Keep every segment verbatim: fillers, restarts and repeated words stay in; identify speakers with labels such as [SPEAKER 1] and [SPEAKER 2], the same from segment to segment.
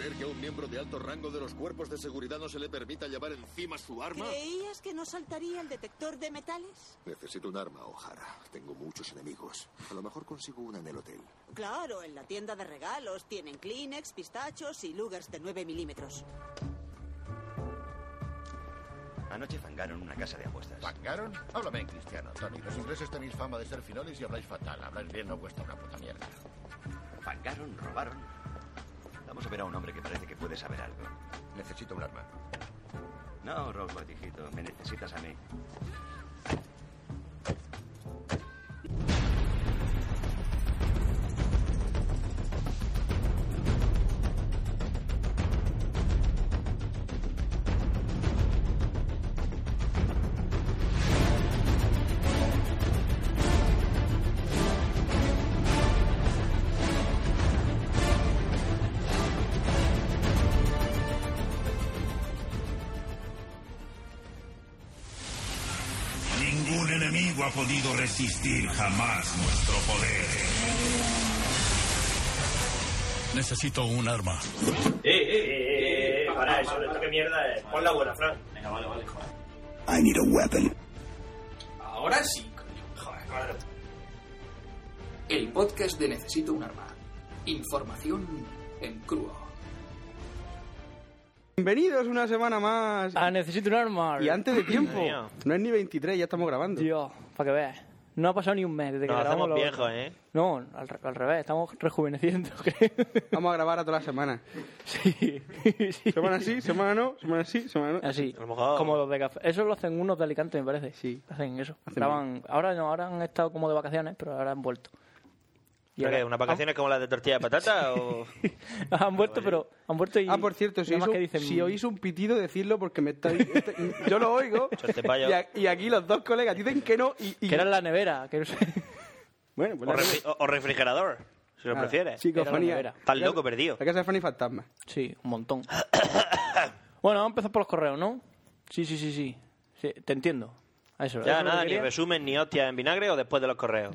[SPEAKER 1] creer que a un miembro de alto rango de los cuerpos de seguridad no se le permita llevar encima su arma?
[SPEAKER 2] ¿Creías que no saltaría el detector de metales?
[SPEAKER 1] Necesito un arma, O'Hara. Tengo muchos enemigos. A lo mejor consigo una en el hotel.
[SPEAKER 2] Claro, en la tienda de regalos tienen Kleenex, pistachos y Lugers de nueve milímetros.
[SPEAKER 3] Anoche fangaron una casa de apuestas.
[SPEAKER 4] ¿Fangaron? Háblame en cristiano, Tony. Los ingleses tenéis fama de ser finolis y habláis fatal. Hablar bien no cuesta una puta mierda.
[SPEAKER 3] Fangaron, robaron. Vamos a ver a un hombre que parece que puede saber algo.
[SPEAKER 4] Necesito un arma.
[SPEAKER 3] No, Roswell, hijito. Me necesitas a mí.
[SPEAKER 5] Ha podido resistir jamás nuestro poder. Necesito un arma.
[SPEAKER 6] Eh, eh, eh, eh, para eso, esto que mierda es. Pon la buena, Fran. Venga, vale, vale, joder.
[SPEAKER 5] I need a weapon.
[SPEAKER 6] Ahora sí, coño. Joder, joder.
[SPEAKER 7] El podcast de Necesito un arma. Información en crudo.
[SPEAKER 8] Bienvenidos una semana más.
[SPEAKER 9] Ah, necesito un arma.
[SPEAKER 8] Y antes de tiempo. No es ni veintitrés, ya estamos grabando.
[SPEAKER 9] Dios, para que veas. No ha pasado ni un mes desde que
[SPEAKER 6] Nos
[SPEAKER 9] grabamos.
[SPEAKER 6] hacemos viejos, ¿eh?
[SPEAKER 9] No, al, al revés, estamos rejuveneciendo.
[SPEAKER 8] Vamos a grabar a todas las semanas.
[SPEAKER 9] Sí, sí.
[SPEAKER 8] Semana sí, semana no, semana sí, semana no.
[SPEAKER 9] Así,
[SPEAKER 6] A lo mejor-
[SPEAKER 9] como los de café. Eso lo hacen unos de Alicante, me parece.
[SPEAKER 8] Sí.
[SPEAKER 9] Hacen eso.
[SPEAKER 8] Hacen
[SPEAKER 9] Graban... Ahora no, ahora han estado como de vacaciones, pero ahora han vuelto. Y
[SPEAKER 6] ¿Pero
[SPEAKER 9] ahora-
[SPEAKER 6] qué? ¿Unas vacaciones como las de tortilla de patata o...?
[SPEAKER 9] han vuelto, pero han vuelto y...
[SPEAKER 8] Ah, por cierto, si,
[SPEAKER 9] nada más
[SPEAKER 8] oís,
[SPEAKER 9] que dicen...
[SPEAKER 8] si oís un pitido, decidlo porque me estáis... está- yo lo oigo.
[SPEAKER 6] Suerte payo.
[SPEAKER 8] Y, a- y aquí los dos colegas dicen que no y... y-
[SPEAKER 9] Que era en la nevera, que no sé...
[SPEAKER 8] Bueno, pues
[SPEAKER 6] O,
[SPEAKER 8] la-
[SPEAKER 6] refri- o- o refrigerador, si lo
[SPEAKER 8] nada,
[SPEAKER 6] prefieres.
[SPEAKER 8] Psicofonía.
[SPEAKER 9] Era la nevera.
[SPEAKER 6] Estás loco, perdido.
[SPEAKER 8] La casa de Fanny Fantasma.
[SPEAKER 9] Sí, un montón. Bueno, vamos a empezar por los correos, ¿no? Sí, sí, sí, sí. Sí, te entiendo. A eso,
[SPEAKER 6] Ya
[SPEAKER 9] eso es lo
[SPEAKER 6] nada,
[SPEAKER 9] que
[SPEAKER 6] ni
[SPEAKER 9] quería.
[SPEAKER 6] resumen, ni hostia en vinagre o después de los correos.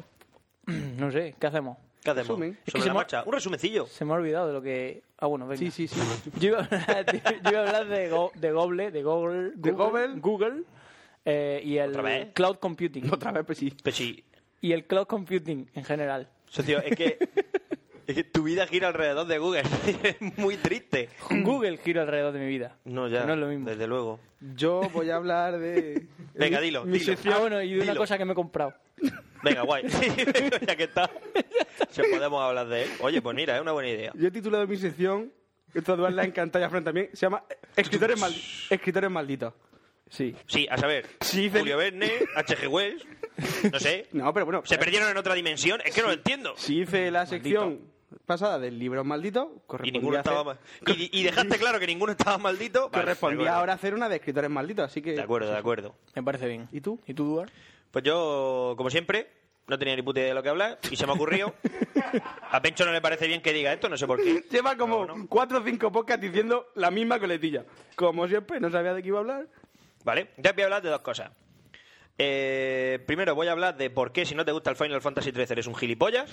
[SPEAKER 9] No sé, ¿qué hacemos?
[SPEAKER 6] ¿Qué hacemos?
[SPEAKER 8] Resumen.
[SPEAKER 6] Sobre
[SPEAKER 9] Es que
[SPEAKER 6] la
[SPEAKER 9] se me-
[SPEAKER 6] marcha. Un resumencillo.
[SPEAKER 9] Se me ha olvidado de lo que... Ah, bueno, venga.
[SPEAKER 8] Sí, sí, sí.
[SPEAKER 9] Yo iba a hablar, yo iba a hablar de, Go- de Google, de Google,
[SPEAKER 8] ¿De Google?
[SPEAKER 9] Google eh, y el
[SPEAKER 6] ¿Otra vez?
[SPEAKER 9] cloud computing.
[SPEAKER 8] Otra vez, pues sí.
[SPEAKER 6] Pues sí,
[SPEAKER 9] Y el cloud computing en general.
[SPEAKER 6] socio, es que, es que tu vida gira alrededor de Google. Es muy triste.
[SPEAKER 9] Google gira alrededor de mi vida.
[SPEAKER 6] No, ya,
[SPEAKER 9] Que no es lo mismo.
[SPEAKER 6] desde luego.
[SPEAKER 8] Yo voy a hablar de...
[SPEAKER 6] Venga, dilo,
[SPEAKER 8] mi
[SPEAKER 6] dilo.
[SPEAKER 8] sección-
[SPEAKER 9] Ah, bueno, y de una
[SPEAKER 6] Dilo.
[SPEAKER 9] cosa que me he comprado.
[SPEAKER 6] Venga, guay. Ya que está, si podemos hablar de él. Oye, pues mira, es una buena idea.
[SPEAKER 8] Yo he titulado mi sección, esto a Eduard le ha encantado y a Fran también, se llama Escritores, Maldi- Escritores Malditos. Sí.
[SPEAKER 6] Sí, a saber,
[SPEAKER 8] Sí, de-
[SPEAKER 6] Julio Verne, H G Wells, no sé,
[SPEAKER 8] No, pero bueno.
[SPEAKER 6] se perdieron en otra dimensión, es que no lo entiendo.
[SPEAKER 8] Si hice la sección pasada del libro maldito,
[SPEAKER 6] Y
[SPEAKER 8] correspondía,
[SPEAKER 6] ninguno
[SPEAKER 8] hacer-
[SPEAKER 6] estaba mal. Y, y dejaste claro que ninguno estaba maldito. Vale,
[SPEAKER 8] correspondía
[SPEAKER 6] de acuerdo.
[SPEAKER 8] ahora hacer una de escritores malditos, así que...
[SPEAKER 6] De acuerdo, de acuerdo.
[SPEAKER 9] Me parece bien.
[SPEAKER 8] ¿Y tú?
[SPEAKER 9] ¿Y tú, Duar?
[SPEAKER 6] Pues yo, como siempre, no tenía ni puta idea de lo que hablar y se me ocurrió. A Pencho no le parece bien que diga esto, no sé por qué.
[SPEAKER 8] Lleva como
[SPEAKER 6] No, no.
[SPEAKER 8] cuatro o cinco podcasts diciendo la misma coletilla. Como siempre, no sabía de qué iba a hablar.
[SPEAKER 6] Vale, ya voy a hablar de dos cosas. Eh, primero voy a hablar de por qué si no te gusta el Final Fantasy trece eres un gilipollas.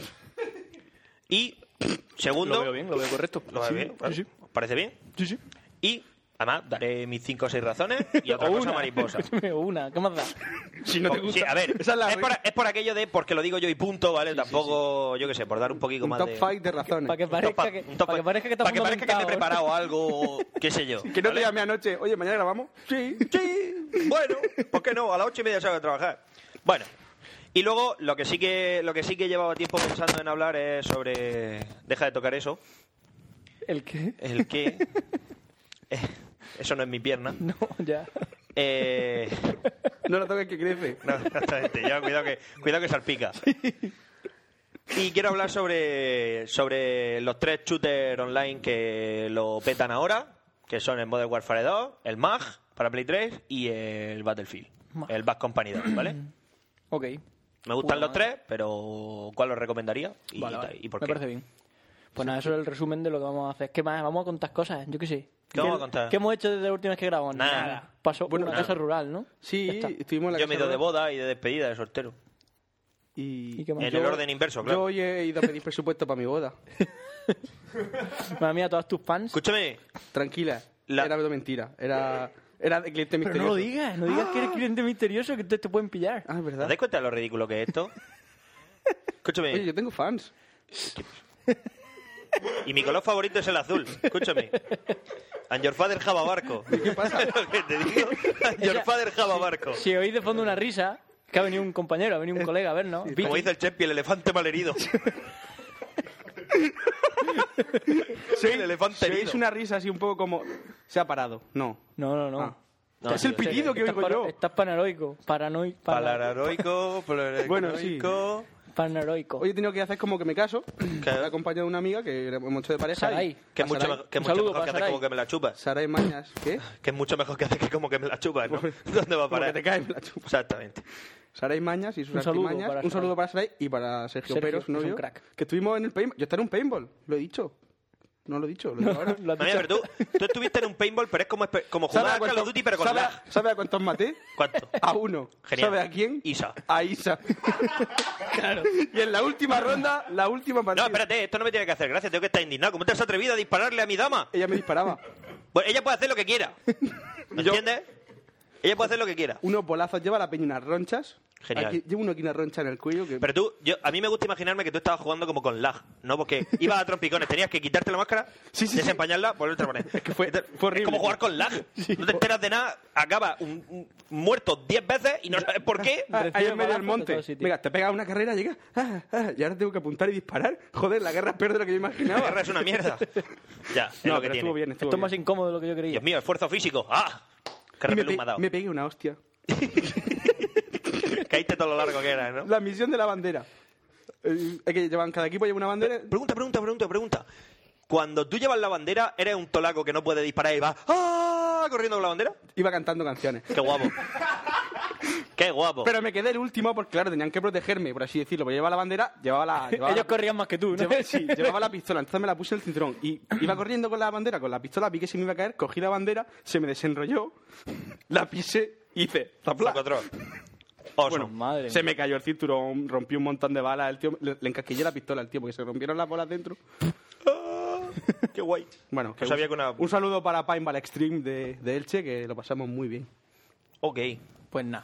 [SPEAKER 6] Y segundo...
[SPEAKER 9] Lo veo bien, lo veo correcto.
[SPEAKER 6] ¿Lo ves
[SPEAKER 9] Sí,
[SPEAKER 6] bien?
[SPEAKER 9] sí, sí.
[SPEAKER 6] ¿Os parece bien?
[SPEAKER 9] Sí, sí.
[SPEAKER 6] Y además daré mis cinco o seis razones y otra
[SPEAKER 9] O
[SPEAKER 6] cosa
[SPEAKER 9] una.
[SPEAKER 6] mariposa.
[SPEAKER 9] O una, ¿qué más da?
[SPEAKER 8] Si no te
[SPEAKER 6] Por-
[SPEAKER 8] gusta...
[SPEAKER 6] sí, a ver,
[SPEAKER 8] Esa es la
[SPEAKER 6] es, por, es por aquello de porque lo digo yo y punto, ¿vale? Tampoco, yo qué sé, por dar un poquito
[SPEAKER 8] un
[SPEAKER 6] más
[SPEAKER 8] top
[SPEAKER 6] de...
[SPEAKER 8] five de razones.
[SPEAKER 9] Para que
[SPEAKER 6] un top
[SPEAKER 9] parezca
[SPEAKER 6] pa-
[SPEAKER 9] que,
[SPEAKER 6] un top
[SPEAKER 9] para que
[SPEAKER 6] pa-
[SPEAKER 9] parezca que está
[SPEAKER 6] para que parezca que me he
[SPEAKER 9] fundamentado.
[SPEAKER 6] preparado algo, qué sé yo.
[SPEAKER 8] Que no te
[SPEAKER 6] ¿vale?
[SPEAKER 8] llamé anoche, oye, mañana grabamos. Sí.
[SPEAKER 6] Sí, bueno, ¿por qué no? A las ocho y media salgo a trabajar. Bueno, y luego lo que sí que lo que sí que llevaba tiempo pensando en hablar es sobre... Deja de tocar eso.
[SPEAKER 9] ¿El qué?
[SPEAKER 6] El que... eh, eso no es mi pierna.
[SPEAKER 9] No, ya.
[SPEAKER 6] Eh...
[SPEAKER 8] No lo toques que crece.
[SPEAKER 6] No, exactamente. Ya, cuidado que, cuidado que salpica. Y quiero hablar sobre, sobre los tres shooters online que lo petan ahora, que son el Modern Warfare dos, el M A G para Play tres y el Battlefield, el Bad Company dos, ¿vale?
[SPEAKER 9] Ok.
[SPEAKER 6] Me gustan
[SPEAKER 9] Bueno,
[SPEAKER 6] los tres, pero ¿cuál os recomendaría? Y,
[SPEAKER 9] Vale,
[SPEAKER 6] tal,
[SPEAKER 9] vale.
[SPEAKER 6] ¿y por
[SPEAKER 9] Me
[SPEAKER 6] qué?
[SPEAKER 9] parece bien. Pues nada, eso es el resumen de lo que vamos a hacer. ¿Qué más? Vamos a contar cosas, yo qué sé.
[SPEAKER 6] ¿Qué vamos a contar?
[SPEAKER 9] ¿Qué hemos hecho desde la última vez que grabamos?
[SPEAKER 6] Nada.
[SPEAKER 9] Pasó
[SPEAKER 8] Bueno,
[SPEAKER 9] una
[SPEAKER 8] nada.
[SPEAKER 9] casa rural, ¿no? Ya
[SPEAKER 8] Sí,
[SPEAKER 9] está.
[SPEAKER 8] estuvimos en la
[SPEAKER 6] Yo me he
[SPEAKER 8] casa
[SPEAKER 6] ido de
[SPEAKER 8] rural.
[SPEAKER 6] boda y de despedida de soltero.
[SPEAKER 8] Y,
[SPEAKER 9] ¿Y qué más?
[SPEAKER 6] En
[SPEAKER 8] yo-
[SPEAKER 6] el orden inverso, claro.
[SPEAKER 8] Yo hoy he ido a pedir presupuesto para mi boda.
[SPEAKER 9] Madre mía, todas tus fans.
[SPEAKER 6] Escúchame.
[SPEAKER 8] Tranquila,
[SPEAKER 6] La-
[SPEAKER 8] era todo mentira. Era, era de cliente
[SPEAKER 9] Pero
[SPEAKER 8] misterioso.
[SPEAKER 9] no lo digas, no digas que eres cliente misterioso, que entonces te pueden pillar.
[SPEAKER 8] Ah, es
[SPEAKER 6] ¿Os
[SPEAKER 8] verdad.
[SPEAKER 6] dais cuenta de lo ridículo que es esto? Escúchame.
[SPEAKER 8] Oye, yo tengo fans.
[SPEAKER 6] Y mi color favorito es el azul. Escúchame. And your father have a barco.
[SPEAKER 8] ¿Qué pasa?
[SPEAKER 6] Lo que te digo. And your
[SPEAKER 9] Esa-
[SPEAKER 6] father have a barco.
[SPEAKER 9] Si oís de fondo una risa, que ha venido un compañero, ha venido un colega a vernos. Vicky.
[SPEAKER 6] Como dice el Chepi, el elefante malherido.
[SPEAKER 8] Sí,
[SPEAKER 6] el elefante
[SPEAKER 8] si oís
[SPEAKER 6] herido.
[SPEAKER 8] una risa así un poco como... Se ha parado. No.
[SPEAKER 9] No, no, no.
[SPEAKER 8] Ah.
[SPEAKER 6] No,
[SPEAKER 8] es el
[SPEAKER 6] tío,
[SPEAKER 8] pillido que
[SPEAKER 9] estás,
[SPEAKER 8] oigo
[SPEAKER 9] para-
[SPEAKER 8] yo.
[SPEAKER 9] estás paranoico. Paranoico.
[SPEAKER 6] Palaroico,
[SPEAKER 8] Bueno, sí.
[SPEAKER 9] Paranoico.
[SPEAKER 8] Hoy he tenido que hacer como que me caso.
[SPEAKER 6] ¿Qué?
[SPEAKER 8] Me he acompañado de una amiga que hemos hecho de pareja.
[SPEAKER 9] Sarai.
[SPEAKER 8] y-
[SPEAKER 6] Que es
[SPEAKER 8] a
[SPEAKER 6] mucho,
[SPEAKER 8] Sarai.
[SPEAKER 6] mejor- que es
[SPEAKER 9] Un
[SPEAKER 6] mucho
[SPEAKER 9] saludo
[SPEAKER 6] mejor que
[SPEAKER 9] para
[SPEAKER 6] hacer
[SPEAKER 9] Sarai.
[SPEAKER 6] como que me la chupas.
[SPEAKER 8] Sarai Mañas. ¿Qué?
[SPEAKER 6] Que es mucho mejor que hacer que como que me la chupas, ¿no? ¿Dónde va a
[SPEAKER 8] Como
[SPEAKER 6] parar?
[SPEAKER 8] que te cae, me la chupa.
[SPEAKER 6] Exactamente.
[SPEAKER 8] Sarai Mañas y sus
[SPEAKER 9] Un saludo
[SPEAKER 8] artimañas.
[SPEAKER 9] para
[SPEAKER 8] Un saludo
[SPEAKER 9] Sarai.
[SPEAKER 8] para Sarai y para Sergio,
[SPEAKER 9] Sergio,
[SPEAKER 8] Pero,
[SPEAKER 9] que
[SPEAKER 8] su
[SPEAKER 9] es un
[SPEAKER 8] novio.
[SPEAKER 9] crack.
[SPEAKER 8] Que estuvimos en el paintball. Yo estaba en un paintball, lo he dicho. No lo he dicho, lo digo ahora.
[SPEAKER 9] Lo has
[SPEAKER 6] María,
[SPEAKER 9] dicho.
[SPEAKER 6] pero tú, tú estuviste en un paintball, pero es como, espe- como jugar
[SPEAKER 8] ¿Sabe
[SPEAKER 6] a
[SPEAKER 8] a
[SPEAKER 6] Call of
[SPEAKER 8] cuántos-
[SPEAKER 6] Duty, pero con
[SPEAKER 8] sabe a-
[SPEAKER 6] lag.
[SPEAKER 8] ¿Sabe a cuántos maté?
[SPEAKER 6] ¿Cuánto?
[SPEAKER 8] A uno.
[SPEAKER 6] Genial.
[SPEAKER 8] ¿Sabe a quién?
[SPEAKER 6] Isa.
[SPEAKER 8] A Isa. Claro. Y en la última ronda, la última partida...
[SPEAKER 6] No, espérate, esto no me tiene que hacer gracia, tengo que estar indignado. ¿Cómo te has atrevido a dispararle a mi dama?
[SPEAKER 8] Ella me disparaba.
[SPEAKER 6] Pues ella puede hacer lo que quiera. ¿Me
[SPEAKER 8] Yo-
[SPEAKER 6] entiendes? Ella puede hacer lo que quiera.
[SPEAKER 8] Unos bolazos, lleva la peña unas ronchas.
[SPEAKER 6] Genial.
[SPEAKER 8] Aquí, llevo uno aquí una roncha en el cuello que...
[SPEAKER 6] Pero tú, yo, a mí me gusta imaginarme que tú estabas jugando como con lag, ¿no? Porque ibas a trompicones, tenías que quitarte la máscara,
[SPEAKER 8] Sí, sí, sí.
[SPEAKER 6] desempañarla, volverte a poner.
[SPEAKER 8] Es que fue-
[SPEAKER 6] Entonces,
[SPEAKER 8] fue horrible,
[SPEAKER 6] Es como
[SPEAKER 8] tío.
[SPEAKER 6] jugar con lag. No te enteras de nada, acaba un, un- muerto diez veces y no sabes por qué.
[SPEAKER 8] Ah, ahí
[SPEAKER 9] Recibe
[SPEAKER 8] en medio del
[SPEAKER 9] balazos de
[SPEAKER 8] monte.
[SPEAKER 9] todo sitio.
[SPEAKER 8] Venga, te pegas una carrera, llegas... ah, ah, y ahora tengo que apuntar y disparar. Joder, la guerra es peor de lo que yo
[SPEAKER 6] La
[SPEAKER 8] imaginaba.
[SPEAKER 6] guerra es una mierda. Ya, es
[SPEAKER 8] No,
[SPEAKER 6] lo que
[SPEAKER 8] pero
[SPEAKER 6] tiene.
[SPEAKER 8] estuvo bien, estuvo
[SPEAKER 9] Esto es más
[SPEAKER 8] bien.
[SPEAKER 9] incómodo de lo que yo creía.
[SPEAKER 6] Dios mío, esfuerzo físico. ¡Ah! ¡Qué
[SPEAKER 8] Y me,
[SPEAKER 6] repelús
[SPEAKER 8] pe-
[SPEAKER 6] me ha dado!
[SPEAKER 8] me pegué una hostia.
[SPEAKER 6] Caíste todo lo largo que era, ¿no?
[SPEAKER 8] La misión de la bandera. Eh, es que llevan, cada equipo lleva una bandera.
[SPEAKER 6] Pregunta, pregunta, pregunta, pregunta. Cuando tú llevas la bandera, ¿eres un tolaco que no puede disparar y va ¡ah! corriendo con la bandera?
[SPEAKER 8] Iba cantando canciones.
[SPEAKER 6] ¡Qué guapo! ¡Qué guapo!
[SPEAKER 8] Pero me quedé el último porque, claro, tenían que protegerme, por así decirlo. Porque llevaba la bandera, llevaba la... Llevaba
[SPEAKER 9] Ellos
[SPEAKER 8] la-
[SPEAKER 9] corrían más que tú, ¿no?
[SPEAKER 8] Lleva- sí, llevaba la pistola, entonces me la puse en el cinturón. Y iba corriendo con la bandera, con la pistola, vi que se me iba a caer, cogí la bandera, se me desenrolló, la pisé y hice... ¡zapla!
[SPEAKER 6] Zacotrón. Oso.
[SPEAKER 8] Bueno,
[SPEAKER 9] Madre
[SPEAKER 8] se
[SPEAKER 9] mía.
[SPEAKER 8] me cayó el cinturón, rompí un montón de balas, el tío, le, le encasquillé la pistola al tío porque se rompieron las bolas dentro.
[SPEAKER 6] ¡Qué guay!
[SPEAKER 8] Bueno, que
[SPEAKER 6] No sabía
[SPEAKER 8] un,
[SPEAKER 6] que una-
[SPEAKER 8] un saludo para Paintball Extreme de, de Elche, que lo pasamos muy bien.
[SPEAKER 6] Ok.
[SPEAKER 9] Pues nada.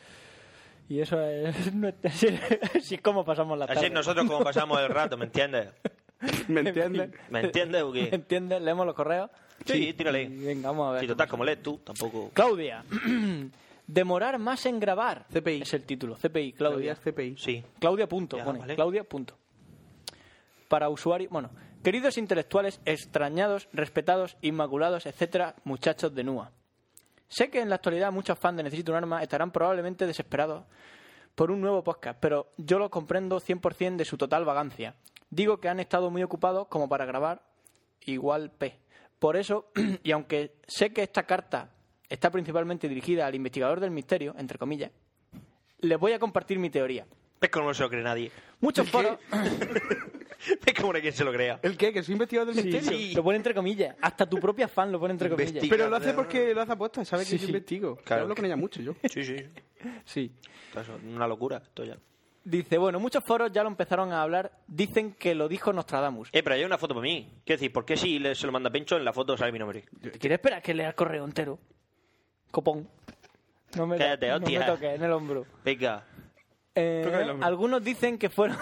[SPEAKER 9] Y eso es... nuestra- Así así es como pasamos la tarde.
[SPEAKER 6] Así es nosotros como pasamos el rato, ¿me entiendes?
[SPEAKER 8] ¿Me entiendes?
[SPEAKER 6] ¿Me entiendes o
[SPEAKER 9] ¿Me
[SPEAKER 6] qué?
[SPEAKER 9] entiendes? ¿Leemos los correos?
[SPEAKER 6] Sí, tírale.
[SPEAKER 9] Y venga, vamos a ver.
[SPEAKER 6] Si total, como lees tú, tampoco...
[SPEAKER 9] Claudia. Demorar más en grabar.
[SPEAKER 8] C P I.
[SPEAKER 9] Es el título. C P I,
[SPEAKER 8] Claudia
[SPEAKER 9] Claudia.
[SPEAKER 8] es C P I.
[SPEAKER 6] Sí.
[SPEAKER 9] Claudia punto.
[SPEAKER 6] Ya,
[SPEAKER 9] pone.
[SPEAKER 6] vale.
[SPEAKER 9] Claudia punto. Para usuarios... Bueno. Queridos intelectuales, extrañados, respetados, inmaculados, etcétera, muchachos de N U A. Sé que en la actualidad muchos fans de Necesito un Arma estarán probablemente desesperados por un nuevo podcast, pero yo lo comprendo cien por ciento de su total vagancia. Digo que han estado muy ocupados como para grabar igual P. Por eso, y aunque sé que esta carta está principalmente dirigida al investigador del misterio, entre comillas, les voy a compartir mi teoría.
[SPEAKER 6] ¿Ves cómo no se lo cree nadie?
[SPEAKER 9] Muchos foros...
[SPEAKER 6] ¿Ves cómo no hay quien se lo crea?
[SPEAKER 8] ¿El qué? ¿Que soy investigador del
[SPEAKER 9] Sí,
[SPEAKER 8] misterio?
[SPEAKER 9] sí, lo pone entre comillas. Hasta tu propia fan lo pone entre comillas.
[SPEAKER 6] Investiga.
[SPEAKER 8] Pero lo hace porque lo hace aposta, sabe que
[SPEAKER 9] Sí,
[SPEAKER 8] yo
[SPEAKER 9] sí.
[SPEAKER 8] investigo.
[SPEAKER 6] Claro.
[SPEAKER 8] Hablo con ella mucho yo.
[SPEAKER 6] Sí, sí.
[SPEAKER 9] Sí.
[SPEAKER 6] Eso, una locura, esto ya.
[SPEAKER 9] Dice, bueno, muchos foros ya lo empezaron a hablar. Dicen que lo dijo Nostradamus.
[SPEAKER 6] Eh, pero hay una foto para mí. Quiero decir, ¿por qué si le- se lo manda Pencho en la foto sale mi nombre?
[SPEAKER 9] ¿Quieres esperar que lea el correo entero? Copón. No me, to-
[SPEAKER 6] Cállate,
[SPEAKER 9] no me
[SPEAKER 6] hostia.
[SPEAKER 9] toques en el hombro.
[SPEAKER 6] Venga.
[SPEAKER 9] Eh,
[SPEAKER 8] Tócale el hombro.
[SPEAKER 9] algunos dicen que fueron...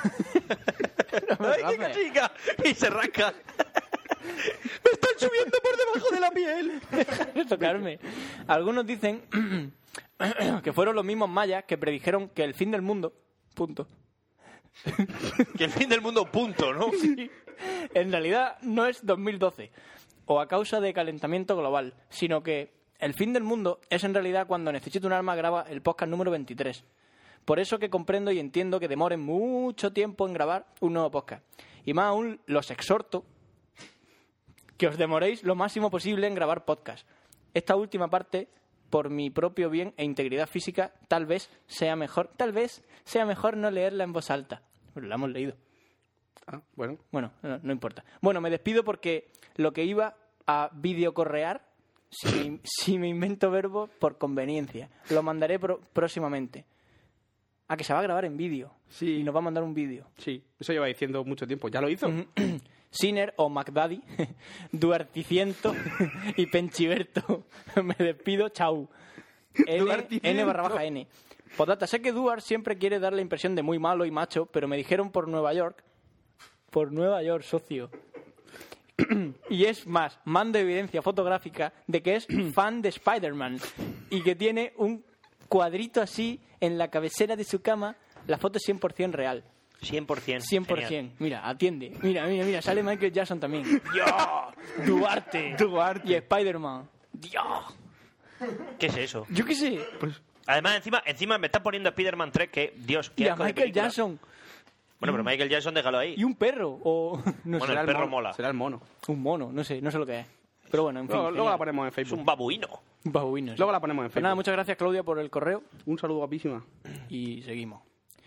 [SPEAKER 9] No me
[SPEAKER 6] ¡Ay, qué
[SPEAKER 9] rajes.
[SPEAKER 6] chica! Y se rasca. ¡Me están subiendo por debajo de la piel!
[SPEAKER 9] Deja de tocarme. Algunos dicen que fueron los mismos mayas que predijeron que el fin del mundo... Punto.
[SPEAKER 6] Que el fin del mundo, punto, ¿no?
[SPEAKER 9] En realidad no es dos mil doce o a causa de calentamiento global, sino que el fin del mundo es en realidad cuando Necesito un Arma graba el podcast número veintitrés. Por eso que comprendo y entiendo que demoren mucho tiempo en grabar un nuevo podcast. Y más aún los exhorto que os demoréis lo máximo posible en grabar podcast. Esta última parte, por mi propio bien e integridad física, tal vez sea mejor, tal vez sea mejor no leerla en voz alta. Pero la hemos leído.
[SPEAKER 8] Ah, bueno.
[SPEAKER 9] Bueno, no, no importa. Bueno, me despido porque lo que iba a videocorrear, si me, si me invento verbo por conveniencia, lo mandaré pro- próximamente. a que se va a grabar en vídeo.
[SPEAKER 8] Sí.
[SPEAKER 9] Y nos va a mandar un vídeo.
[SPEAKER 8] Sí, eso lleva diciendo mucho tiempo. ¿Ya lo hizo?
[SPEAKER 9] Sinner o McDaddy, Duarticiento y Penchiberto. Me despido, chau. N, N barra baja N. Podata, sé que Duar siempre quiere dar la impresión de muy malo y macho, pero me dijeron por Nueva York, por Nueva York, socio. Y es más, mando evidencia fotográfica de que es fan de Spider-Man y que tiene un cuadrito así en la cabecera de su cama. La foto es cien por ciento real.
[SPEAKER 6] cien por ciento.
[SPEAKER 9] cien por ciento. Mira, atiende. Mira, mira, mira. Sale Michael Jackson también. ¡Dios! Duarte.
[SPEAKER 8] Duarte.
[SPEAKER 9] Y Spider-Man. ¡Dios!
[SPEAKER 6] ¿Qué es eso?
[SPEAKER 9] Yo qué sé. Pues...
[SPEAKER 6] Además, encima, encima me está poniendo Spider-Man tres que, Dios, qué
[SPEAKER 9] y a
[SPEAKER 6] asco de
[SPEAKER 9] Michael
[SPEAKER 6] película.
[SPEAKER 9] Jackson.
[SPEAKER 6] Bueno, pero Michael Jackson, déjalo ahí.
[SPEAKER 9] Y un perro. O... No
[SPEAKER 6] bueno,
[SPEAKER 9] sé,
[SPEAKER 6] el
[SPEAKER 8] el
[SPEAKER 6] perro
[SPEAKER 8] mono,
[SPEAKER 6] mola.
[SPEAKER 8] Será el mono.
[SPEAKER 9] Un mono. No sé, no sé lo que es. Pero bueno, en fin.
[SPEAKER 8] Luego, luego
[SPEAKER 9] genial.
[SPEAKER 8] la ponemos en
[SPEAKER 6] Es
[SPEAKER 8] Facebook.
[SPEAKER 6] un babuino.
[SPEAKER 9] Un babuino. Sí.
[SPEAKER 8] Luego la ponemos en
[SPEAKER 9] Pues
[SPEAKER 8] Facebook.
[SPEAKER 9] nada, muchas gracias, Claudia, por el correo.
[SPEAKER 8] Un saludo guapísima.
[SPEAKER 9] Y seguimos.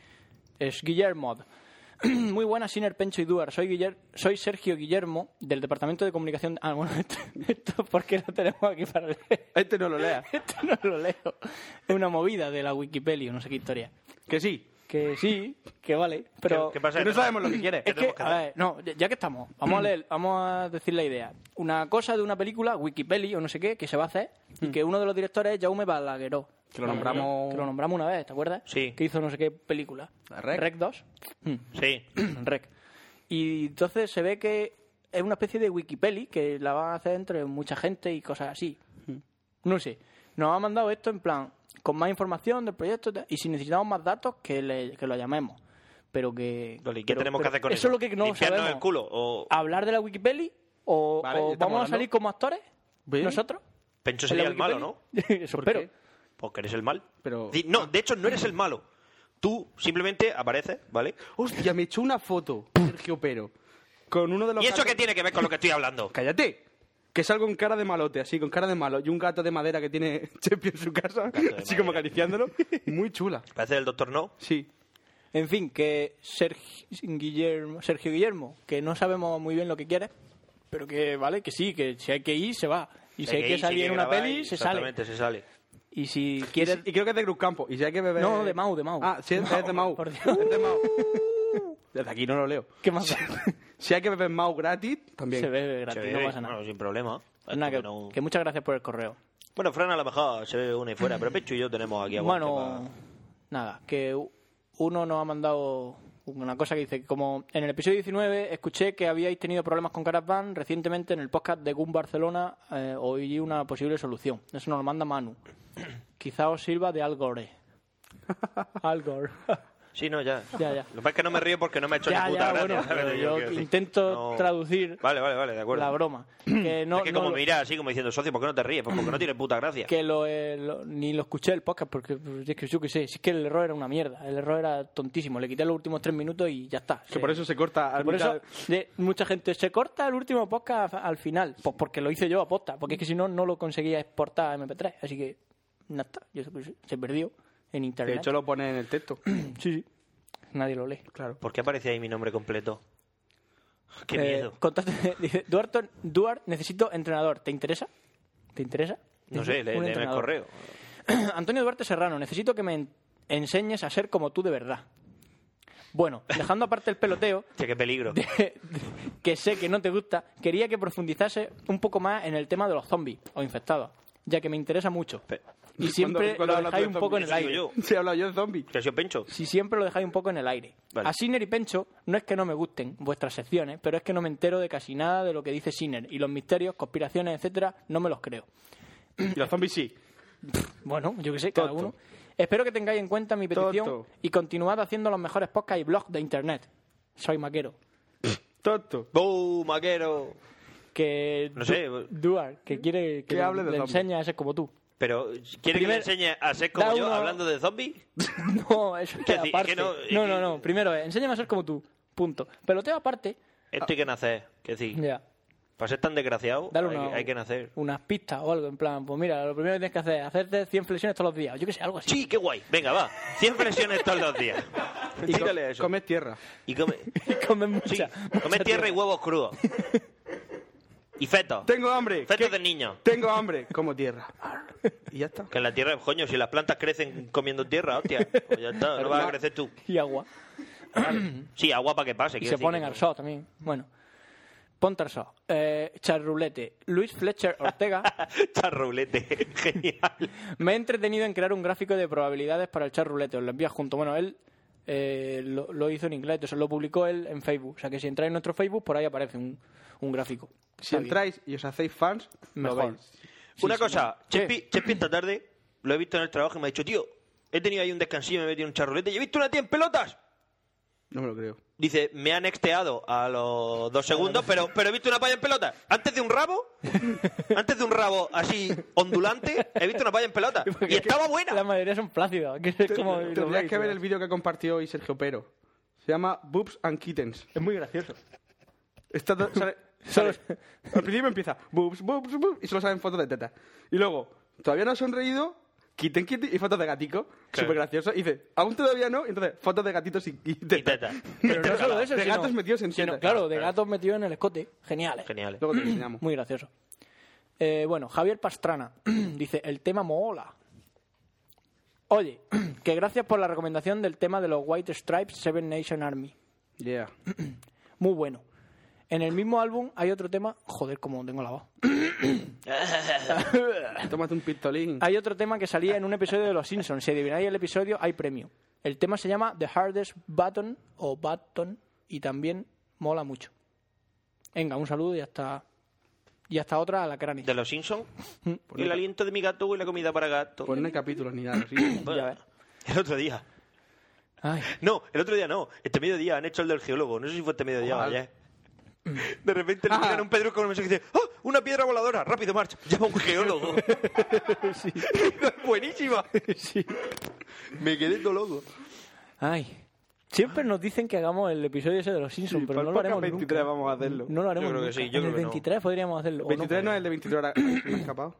[SPEAKER 9] Es Guillermo. Muy buenas, Sinner, Pencho y Duar. Soy, Guiller... Soy Sergio Guillermo, del Departamento de Comunicación... Ah, bueno, esto, esto ¿por qué lo tenemos aquí para leer?
[SPEAKER 8] Este no lo lea.
[SPEAKER 9] Esto no lo leo. Es una movida de la Wikipedia, no sé qué historia.
[SPEAKER 8] Que sí.
[SPEAKER 9] Que sí, que vale, pero...
[SPEAKER 6] ¿Qué, qué pasa?
[SPEAKER 8] Que no sabemos lo que quiere.
[SPEAKER 9] Es que,
[SPEAKER 6] tenemos que
[SPEAKER 9] a ver, no, ya ya que estamos, vamos a leer, vamos a decir la idea. Una cosa de una película, Wikipedia o no sé qué, que se va a hacer, y que uno de los directores es Jaume Balagueró.
[SPEAKER 8] Que lo nombramos...
[SPEAKER 9] Que lo nombramos una vez, ¿te acuerdas?
[SPEAKER 6] Sí.
[SPEAKER 9] Que hizo no sé qué película.
[SPEAKER 8] ¿La Rec?
[SPEAKER 9] Rec dos. Mm.
[SPEAKER 6] Sí.
[SPEAKER 9] Rec. Y entonces se ve que es una especie de Wikipedia que la van a hacer entre mucha gente y cosas así. No sé. Nos ha mandado esto en plan, con más información del proyecto y si necesitamos más datos, que, le, que lo llamemos. Pero que...
[SPEAKER 6] Vale, ¿y qué
[SPEAKER 9] pero-
[SPEAKER 6] tenemos que
[SPEAKER 9] pero
[SPEAKER 6] hacer con eso?
[SPEAKER 9] Eso es lo que no
[SPEAKER 6] ¿Limpiarnos
[SPEAKER 9] sabemos.
[SPEAKER 6] el culo? ¿O
[SPEAKER 9] ¿Hablar de la Wikipedia? ¿O,
[SPEAKER 8] Vale,
[SPEAKER 9] o
[SPEAKER 8] ya estamos
[SPEAKER 9] vamos a
[SPEAKER 8] hablando.
[SPEAKER 9] salir como actores?
[SPEAKER 8] ¿Bien?
[SPEAKER 9] ¿Nosotros?
[SPEAKER 6] Pencho
[SPEAKER 9] ¿En
[SPEAKER 6] sería
[SPEAKER 9] la
[SPEAKER 6] el malo, ¿no?
[SPEAKER 9] Wikipedia? Eso
[SPEAKER 8] ¿Por
[SPEAKER 9] espero.
[SPEAKER 8] qué?
[SPEAKER 6] Porque eres el mal.
[SPEAKER 8] Pero-
[SPEAKER 6] Di- No, de hecho, no eres el malo. Tú simplemente apareces, ¿vale?
[SPEAKER 8] Hostia, me echó una foto, Sergio Pero, con uno de los
[SPEAKER 6] ¿Y eso
[SPEAKER 8] gatos-
[SPEAKER 6] qué tiene que ver con lo que estoy hablando?
[SPEAKER 8] ¡Cállate! Que salgo con cara de malote, así, con cara de malo. Y un gato de madera que tiene Chepi en su casa,
[SPEAKER 6] de
[SPEAKER 8] así
[SPEAKER 6] madera.
[SPEAKER 8] como acariciándolo. Muy chula.
[SPEAKER 6] Parece el doctor No.
[SPEAKER 8] Sí.
[SPEAKER 9] En fin, que Sergio Guillermo, Sergio Guillermo, que no sabemos muy bien lo que quiere, pero que vale, que sí, que si hay que ir, se va. Y si hay que
[SPEAKER 6] ir,
[SPEAKER 9] salir
[SPEAKER 6] si hay
[SPEAKER 9] en una
[SPEAKER 6] grabar,
[SPEAKER 9] peli, se sale.
[SPEAKER 6] Exactamente, se sale.
[SPEAKER 9] Y si
[SPEAKER 8] Y,
[SPEAKER 9] quieres...
[SPEAKER 8] si- y creo que es de Cruz Campo. Y si hay que beber...
[SPEAKER 9] No, de Mau, de Mau.
[SPEAKER 8] Ah, sí, es, es de Mau.
[SPEAKER 9] por Dios.
[SPEAKER 8] Es de Mau. Desde aquí no lo leo.
[SPEAKER 9] ¿Qué más da?
[SPEAKER 8] Si hay que beber Mau gratis, también.
[SPEAKER 9] Se bebe gratis,
[SPEAKER 6] Se
[SPEAKER 9] no
[SPEAKER 6] ve,
[SPEAKER 9] pasa nada.
[SPEAKER 6] Bueno, sin problema.
[SPEAKER 9] Pues nada, que,
[SPEAKER 6] Esto no-
[SPEAKER 9] que muchas gracias por el correo.
[SPEAKER 6] Bueno, Fran a lo mejor se ve una y fuera, pero Pecho y yo tenemos aquí aguante
[SPEAKER 9] Bueno, nada, que uno nos ha mandado una cosa que dice que como en el episodio diecinueve escuché que habíais tenido problemas con GarageBand recientemente en el podcast de Gun Barcelona, eh, oí una posible solución. Eso nos lo manda Manu. Quizá os sirva de Al Gore. Al Gore.
[SPEAKER 6] para... Sí, no, ya.
[SPEAKER 9] Ya, ya.
[SPEAKER 6] Lo que pasa es que no me río porque no me ha hecho
[SPEAKER 9] Ya,
[SPEAKER 6] ni puta
[SPEAKER 9] ya,
[SPEAKER 6] gracia.
[SPEAKER 9] bueno,
[SPEAKER 6] ¿sabes?
[SPEAKER 9] pero
[SPEAKER 6] Yo
[SPEAKER 9] yo
[SPEAKER 6] quiero decir,
[SPEAKER 9] intento
[SPEAKER 6] no-
[SPEAKER 9] traducir
[SPEAKER 6] Vale, vale, vale, de acuerdo.
[SPEAKER 9] la broma. Que no,
[SPEAKER 6] es que
[SPEAKER 9] no
[SPEAKER 6] como
[SPEAKER 9] lo-
[SPEAKER 6] mira así como diciendo, socio, ¿por qué no te ríes? Pues porque no tiene puta gracia.
[SPEAKER 9] que lo, eh, lo- ni lo escuché el podcast porque pues, es que yo qué sé, si es que el error era una mierda, el error era tontísimo, le quité los últimos tres minutos y ya está.
[SPEAKER 8] Que
[SPEAKER 9] Se-
[SPEAKER 8] por eso se corta
[SPEAKER 9] que
[SPEAKER 8] al
[SPEAKER 9] por
[SPEAKER 8] mitad-
[SPEAKER 9] eso de- mucha gente se corta el último podcast a- al final, pues porque lo hice yo a posta, porque es que si no no lo conseguía exportar a eme pe tres, así que ya está, yo sé que sí, se perdió en
[SPEAKER 8] De
[SPEAKER 9] internet.
[SPEAKER 8] hecho, lo pone en el texto.
[SPEAKER 9] sí, sí, nadie lo lee.
[SPEAKER 8] Claro.
[SPEAKER 6] ¿Por qué aparece ahí mi nombre completo? Qué
[SPEAKER 9] Eh,
[SPEAKER 6] miedo.
[SPEAKER 9] contate- dice, Duarte, Duarte, necesito entrenador, ¿te interesa? ¿Te interesa?
[SPEAKER 6] No sé,
[SPEAKER 9] Un
[SPEAKER 6] le, léeme el
[SPEAKER 9] entrenador.
[SPEAKER 6] correo.
[SPEAKER 9] Antonio Duarte Serrano, necesito que me en- enseñes a ser como tú de verdad. Bueno, dejando aparte el peloteo,
[SPEAKER 6] Che, qué peligro.
[SPEAKER 9] de- de- que sé que no te gusta, quería que profundizase un poco más en el tema de los zombies o infectados, ya que me interesa mucho.
[SPEAKER 6] Pe-
[SPEAKER 9] Y siempre
[SPEAKER 8] ¿Cuándo- cuándo
[SPEAKER 9] lo
[SPEAKER 8] hablas
[SPEAKER 9] dejáis
[SPEAKER 8] de
[SPEAKER 9] un poco en el
[SPEAKER 8] zombies?
[SPEAKER 9] aire.
[SPEAKER 6] Eso digo yo.
[SPEAKER 8] Sí, he hablado yo de zombie.
[SPEAKER 6] ¿Qué ha sido Pencho?
[SPEAKER 9] Si siempre lo dejáis un poco en el aire.
[SPEAKER 6] Vale.
[SPEAKER 9] A Sinner y Pencho no es que no me gusten vuestras secciones, pero es que no me entero de casi nada de lo que dice Sinner y los misterios, conspiraciones, etcétera, no me los creo.
[SPEAKER 8] Y los zombies sí.
[SPEAKER 9] Bueno, yo que sé, cada
[SPEAKER 8] Tonto.
[SPEAKER 9] uno. Espero que tengáis en cuenta mi petición
[SPEAKER 8] Tonto.
[SPEAKER 9] y continuad haciendo los mejores podcasts y blogs de internet. Soy maquero.
[SPEAKER 8] Tonto.
[SPEAKER 6] ¡Buu, maquero!
[SPEAKER 9] Que
[SPEAKER 6] No sé.
[SPEAKER 9] Du- Duar, que quiere que
[SPEAKER 8] Que
[SPEAKER 9] le,
[SPEAKER 8] hable de
[SPEAKER 9] le
[SPEAKER 8] zombies.
[SPEAKER 9] enseñe a ser como tú.
[SPEAKER 6] Pero, ¿quiere que
[SPEAKER 9] Primer-
[SPEAKER 6] le enseñe a ser como
[SPEAKER 9] da
[SPEAKER 6] yo
[SPEAKER 9] uno-
[SPEAKER 6] hablando de zombies?
[SPEAKER 9] No, eso
[SPEAKER 6] ¿Qué
[SPEAKER 9] es
[SPEAKER 6] decir?
[SPEAKER 9] aparte.
[SPEAKER 6] Que no-
[SPEAKER 9] no, no, no. Primero, eh, enséñame a ser como tú. Punto. Peloteo aparte.
[SPEAKER 6] Esto hay que nacer. ¿Qué decir?
[SPEAKER 9] Ya.
[SPEAKER 6] Para ser tan desgraciado,
[SPEAKER 9] Dale
[SPEAKER 6] hay,
[SPEAKER 9] una-
[SPEAKER 6] que- hay que nacer.
[SPEAKER 9] Unas pistas o algo, en plan, pues mira, lo primero que tienes que hacer es hacerte cien flexiones todos los días. Yo que sé, algo así.
[SPEAKER 6] Sí, qué guay. Venga, va. cien flexiones todos los días.
[SPEAKER 8] Y co-
[SPEAKER 6] Tírale a eso.
[SPEAKER 8] comes tierra.
[SPEAKER 6] Y come...
[SPEAKER 9] Comen
[SPEAKER 6] Sí,
[SPEAKER 9] mucha,
[SPEAKER 6] come
[SPEAKER 9] mucha
[SPEAKER 6] tierra y huevos crudos. Y fetos.
[SPEAKER 8] Tengo hambre.
[SPEAKER 6] Fetos
[SPEAKER 8] ¿Qué?
[SPEAKER 6] de niños.
[SPEAKER 8] Tengo hambre. Como tierra. Y ya está.
[SPEAKER 6] Que en la tierra, coño, si las plantas crecen comiendo tierra, hostia, pues ya está, no vas a crecer tú.
[SPEAKER 9] Y agua.
[SPEAKER 6] Sí, agua para que pase.
[SPEAKER 9] Y
[SPEAKER 6] quiero
[SPEAKER 9] se
[SPEAKER 6] decir
[SPEAKER 9] ponen
[SPEAKER 6] que-
[SPEAKER 9] al sol también. Bueno. Ponte al sol. Eh, Charrulete. Luis Fletcher Ortega.
[SPEAKER 6] Charrulete. Genial.
[SPEAKER 9] Me he entretenido en crear un gráfico de probabilidades para el charrulete. Os lo envías junto. Bueno, él eh, lo, lo hizo en inglés, entonces lo publicó él en Facebook. O sea que si entráis en nuestro Facebook, por ahí aparece un, un gráfico.
[SPEAKER 8] Si
[SPEAKER 9] Está bien.
[SPEAKER 8] entráis y os hacéis fans, lo
[SPEAKER 9] Mejor.
[SPEAKER 8] veis.
[SPEAKER 6] Una
[SPEAKER 9] sí,
[SPEAKER 6] cosa,
[SPEAKER 9] sí.
[SPEAKER 6] Chespi, Chespi esta tarde lo he visto en el trabajo y me ha dicho, tío, he tenido ahí un descansillo, me he metido en un charrulete y he visto una tía en pelotas.
[SPEAKER 8] No me lo creo.
[SPEAKER 6] Dice, me han exteado a los dos segundos, pero, pero he visto una palla en pelota. Antes de un rabo, antes de un rabo así ondulante, he visto una palla en pelota. Y estaba buena.
[SPEAKER 9] La mayoría son plácidos. Que es como los
[SPEAKER 8] Tendrías
[SPEAKER 9] gays,
[SPEAKER 8] que ver
[SPEAKER 9] ¿no?
[SPEAKER 8] el vídeo que compartió hoy Sergio Pero. Se llama Boobs and Kittens.
[SPEAKER 9] Es muy gracioso.
[SPEAKER 8] Está to- sale-
[SPEAKER 9] Solo-
[SPEAKER 8] sale- al principio empieza boobs, boobs, boobs, y solo salen fotos de tetas. Y luego, todavía no ha sonreído, quiten, quiten, y fotos de gatico.
[SPEAKER 6] Claro.
[SPEAKER 8] Súper gracioso. Y dice, aún todavía no, y entonces fotos de gatitos y, y tetas.
[SPEAKER 6] Y teta.
[SPEAKER 9] Pero no solo eso,
[SPEAKER 8] De
[SPEAKER 9] sino-
[SPEAKER 8] gatos metidos en
[SPEAKER 9] sino-
[SPEAKER 8] tetas.
[SPEAKER 9] Claro, de gatos metidos en el escote. Geniales.
[SPEAKER 6] Genial.
[SPEAKER 8] Luego te lo enseñamos.
[SPEAKER 9] Muy gracioso. Eh, bueno, Javier Pastrana dice, el tema mola. Oye, que gracias por la recomendación del tema de los White Stripes Seven Nation Army.
[SPEAKER 8] Yeah.
[SPEAKER 9] Muy bueno. En el mismo álbum hay otro tema... Joder, como tengo la voz.
[SPEAKER 8] Tómate un pistolín.
[SPEAKER 9] Hay otro tema que salía en un episodio de Los Simpsons. Si adivináis el episodio, hay premio. El tema se llama The Hardest Button o Button y también mola mucho. Venga, un saludo y hasta... Y hasta otra a la cránea.
[SPEAKER 6] De los Simpsons. Y el aliento de mi gato y la comida para gato.
[SPEAKER 8] Pues no hay capítulos ni nada. ¿Sí?
[SPEAKER 6] Bueno,
[SPEAKER 9] Ya ves.
[SPEAKER 6] el otro día.
[SPEAKER 9] Ay.
[SPEAKER 6] No, el otro día no. Este mediodía han hecho el del geólogo. No sé si fue este mediodía o
[SPEAKER 8] ¿Cuál?
[SPEAKER 6] ayer. De repente le miran un Pedro con un mensaje y dice ¡oh! ¡Una piedra voladora! ¡Rápido, marcha! Llama a un geólogo.
[SPEAKER 9] Sí.
[SPEAKER 6] Buenísima.
[SPEAKER 9] Sí.
[SPEAKER 6] Me quedé todo loco.
[SPEAKER 9] Ay. Siempre nos dicen que hagamos el episodio ese de Los Simpsons,
[SPEAKER 8] Sí,
[SPEAKER 9] pero
[SPEAKER 8] para
[SPEAKER 9] no
[SPEAKER 8] el
[SPEAKER 9] lo haremos
[SPEAKER 8] podcast veintitrés
[SPEAKER 9] nunca.
[SPEAKER 8] vamos a hacerlo.
[SPEAKER 9] No lo haremos
[SPEAKER 6] Yo creo que
[SPEAKER 9] nunca.
[SPEAKER 6] sí, yo
[SPEAKER 9] en
[SPEAKER 6] creo
[SPEAKER 9] el
[SPEAKER 6] que no.
[SPEAKER 9] veintitrés podríamos hacerlo. ¿o no?
[SPEAKER 8] veintitrés no es el de veintitrés horas. ¿Me he escapado?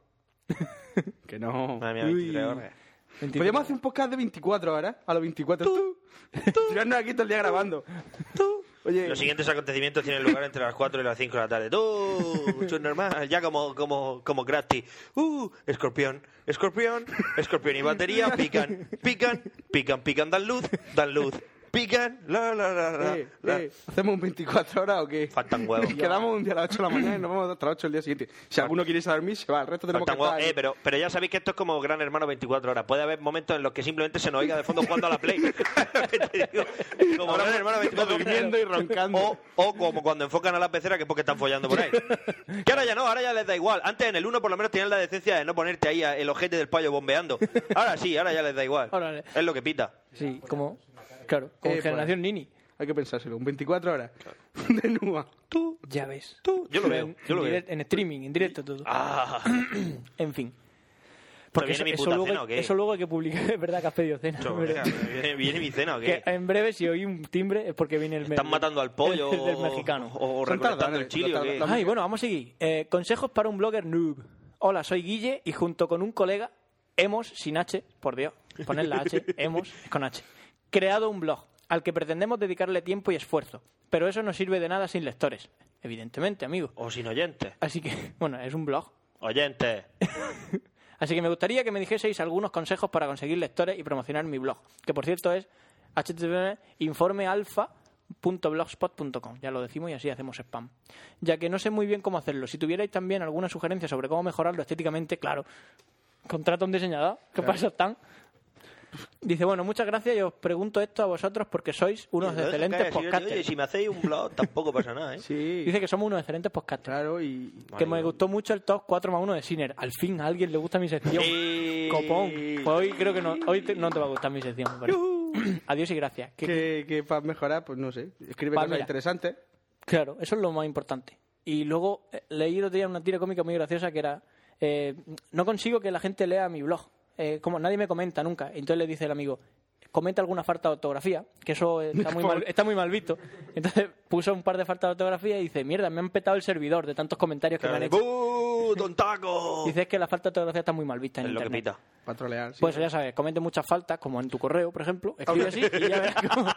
[SPEAKER 8] Que no.
[SPEAKER 6] Madre mía,
[SPEAKER 8] Uy.
[SPEAKER 6] veintitrés horas.
[SPEAKER 9] veintitrés.
[SPEAKER 8] Podríamos hacer un podcast de veinticuatro horas. A los veinticuatro. Tú. Tirarnos aquí todo el día grabando. Oye,
[SPEAKER 6] Los siguientes acontecimientos tienen lugar entre las cuatro y las cinco de la tarde. ¡Tú! Eso es normal. Ya como, como, como Krusty. ¡Uh! Escorpión, escorpión, escorpión y batería. Pican, pican, pican, pican. Dan luz, dan luz. Pican, la, la, la, la,
[SPEAKER 8] eh,
[SPEAKER 6] la.
[SPEAKER 8] eh, ¿hacemos un veinticuatro horas o qué?
[SPEAKER 6] Faltan huevos.
[SPEAKER 8] Quedamos un día a las ocho de la mañana y nos vamos hasta las ocho el día siguiente. Si alguno quiere irse a dormir, se va. El resto tenemos
[SPEAKER 6] Faltan
[SPEAKER 8] que
[SPEAKER 6] huevos.
[SPEAKER 8] estar
[SPEAKER 6] Eh, pero, pero ya sabéis que esto es como Gran Hermano veinticuatro horas. Puede haber momentos en los que simplemente se nos oiga de fondo jugando a la Play. Te digo, como Gran Hermano veinticuatro horas.
[SPEAKER 8] durmiendo y roncando.
[SPEAKER 6] O, o como cuando enfocan a la pecera, que es porque están follando por ahí. Que ahora ya no, ahora ya les da igual. Antes en el uno por lo menos tenían la decencia de no ponerte ahí a- el ojete del payo bombeando. Ahora sí, ahora ya les da igual.
[SPEAKER 9] Ahora le-
[SPEAKER 6] Es lo que pita.
[SPEAKER 9] Sí, como... Claro, como
[SPEAKER 8] Eh,
[SPEAKER 9] Generación Nini.
[SPEAKER 8] Hay que pensárselo. Un veinticuatro horas. De Nua.
[SPEAKER 6] Tú,
[SPEAKER 9] Ya ves.
[SPEAKER 6] tú. Yo lo veo, yo lo
[SPEAKER 9] en,
[SPEAKER 6] veo.
[SPEAKER 9] direct- en streaming, en directo todo.
[SPEAKER 6] Ah,
[SPEAKER 9] En fin.
[SPEAKER 6] ¿Pero
[SPEAKER 9] Porque
[SPEAKER 6] viene
[SPEAKER 9] eso,
[SPEAKER 6] mi
[SPEAKER 9] eso
[SPEAKER 6] puta
[SPEAKER 9] luego,
[SPEAKER 6] cena o qué?
[SPEAKER 9] eso luego hay que publicar, es verdad que has pedido cena.
[SPEAKER 6] Eso,
[SPEAKER 9] ¿verdad?
[SPEAKER 6] venga, ¿viene, viene mi cena o
[SPEAKER 9] Que
[SPEAKER 6] qué?
[SPEAKER 9] en breve, si oí un timbre, es porque viene el...
[SPEAKER 6] ¿Están matando al pollo
[SPEAKER 9] el, del
[SPEAKER 6] o-
[SPEAKER 9] mexicano.
[SPEAKER 6] o, o
[SPEAKER 8] Son
[SPEAKER 6] recolectando
[SPEAKER 8] tardanes,
[SPEAKER 6] el chile o qué?
[SPEAKER 8] son
[SPEAKER 9] Ay, bueno, vamos a seguir. Eh, consejos para un blogger noob. Hola, soy Guille y junto con un colega hemos, sin H, por Dios, poned la H, hemos, con H, creado un blog al que pretendemos dedicarle tiempo y esfuerzo. Pero eso no sirve de nada sin lectores. Evidentemente, amigo.
[SPEAKER 6] O sin oyentes.
[SPEAKER 9] Así que, bueno, es un blog.
[SPEAKER 6] Oyentes.
[SPEAKER 9] Así que me gustaría que me dijeseis algunos consejos para conseguir lectores y promocionar mi blog. Que, por cierto, es h t t p informe alfa punto blogspot punto com. Ya lo decimos y así hacemos spam. Ya que no sé muy bien cómo hacerlo. Si tuvierais también alguna sugerencia sobre cómo mejorarlo estéticamente, claro, contrata un diseñador. ¿Qué pasa, Stan? Dice, bueno, muchas gracias y os pregunto esto a vosotros porque sois unos
[SPEAKER 6] Lo dejo
[SPEAKER 9] excelentes
[SPEAKER 6] caer, si-
[SPEAKER 9] podcasters.
[SPEAKER 6] Oye, si me hacéis un blog tampoco pasa nada, ¿eh?
[SPEAKER 8] Sí.
[SPEAKER 9] Dice que somos unos excelentes podcasters.
[SPEAKER 8] Claro, y...
[SPEAKER 9] Que me gustó mucho el top cuatro más uno de Sinner. Al fin a alguien le gusta mi sección.
[SPEAKER 6] Sí.
[SPEAKER 9] Copón. Pues hoy creo que no, hoy te- no te va a gustar mi sección. me parece. Adiós y gracias. Que-
[SPEAKER 8] Que, que para mejorar, pues no sé. Escribe
[SPEAKER 9] Pa,
[SPEAKER 8] cosas
[SPEAKER 9] mira.
[SPEAKER 8] interesantes.
[SPEAKER 9] Claro, eso es lo más importante. Y luego eh, leí el otro día una tira cómica muy graciosa que era eh, no consigo que la gente lea mi blog. Eh, como nadie me comenta nunca. Entonces le dice el amigo, comenta alguna falta de ortografía, que eso está muy mal, está muy mal visto. Entonces puso un par de faltas de ortografía y dice, mierda, me han petado el servidor de tantos comentarios que me han hecho.
[SPEAKER 6] ¡Bú! ¡Tontaco!
[SPEAKER 9] Dice es que la falta de ortografía está muy mal vista en
[SPEAKER 6] Es lo que
[SPEAKER 9] internet.
[SPEAKER 6] pita.
[SPEAKER 8] Para trolear. Sí.
[SPEAKER 9] Pues ya sabes, comete muchas faltas, como en tu correo, por ejemplo. Escribe así y ya verás cómo...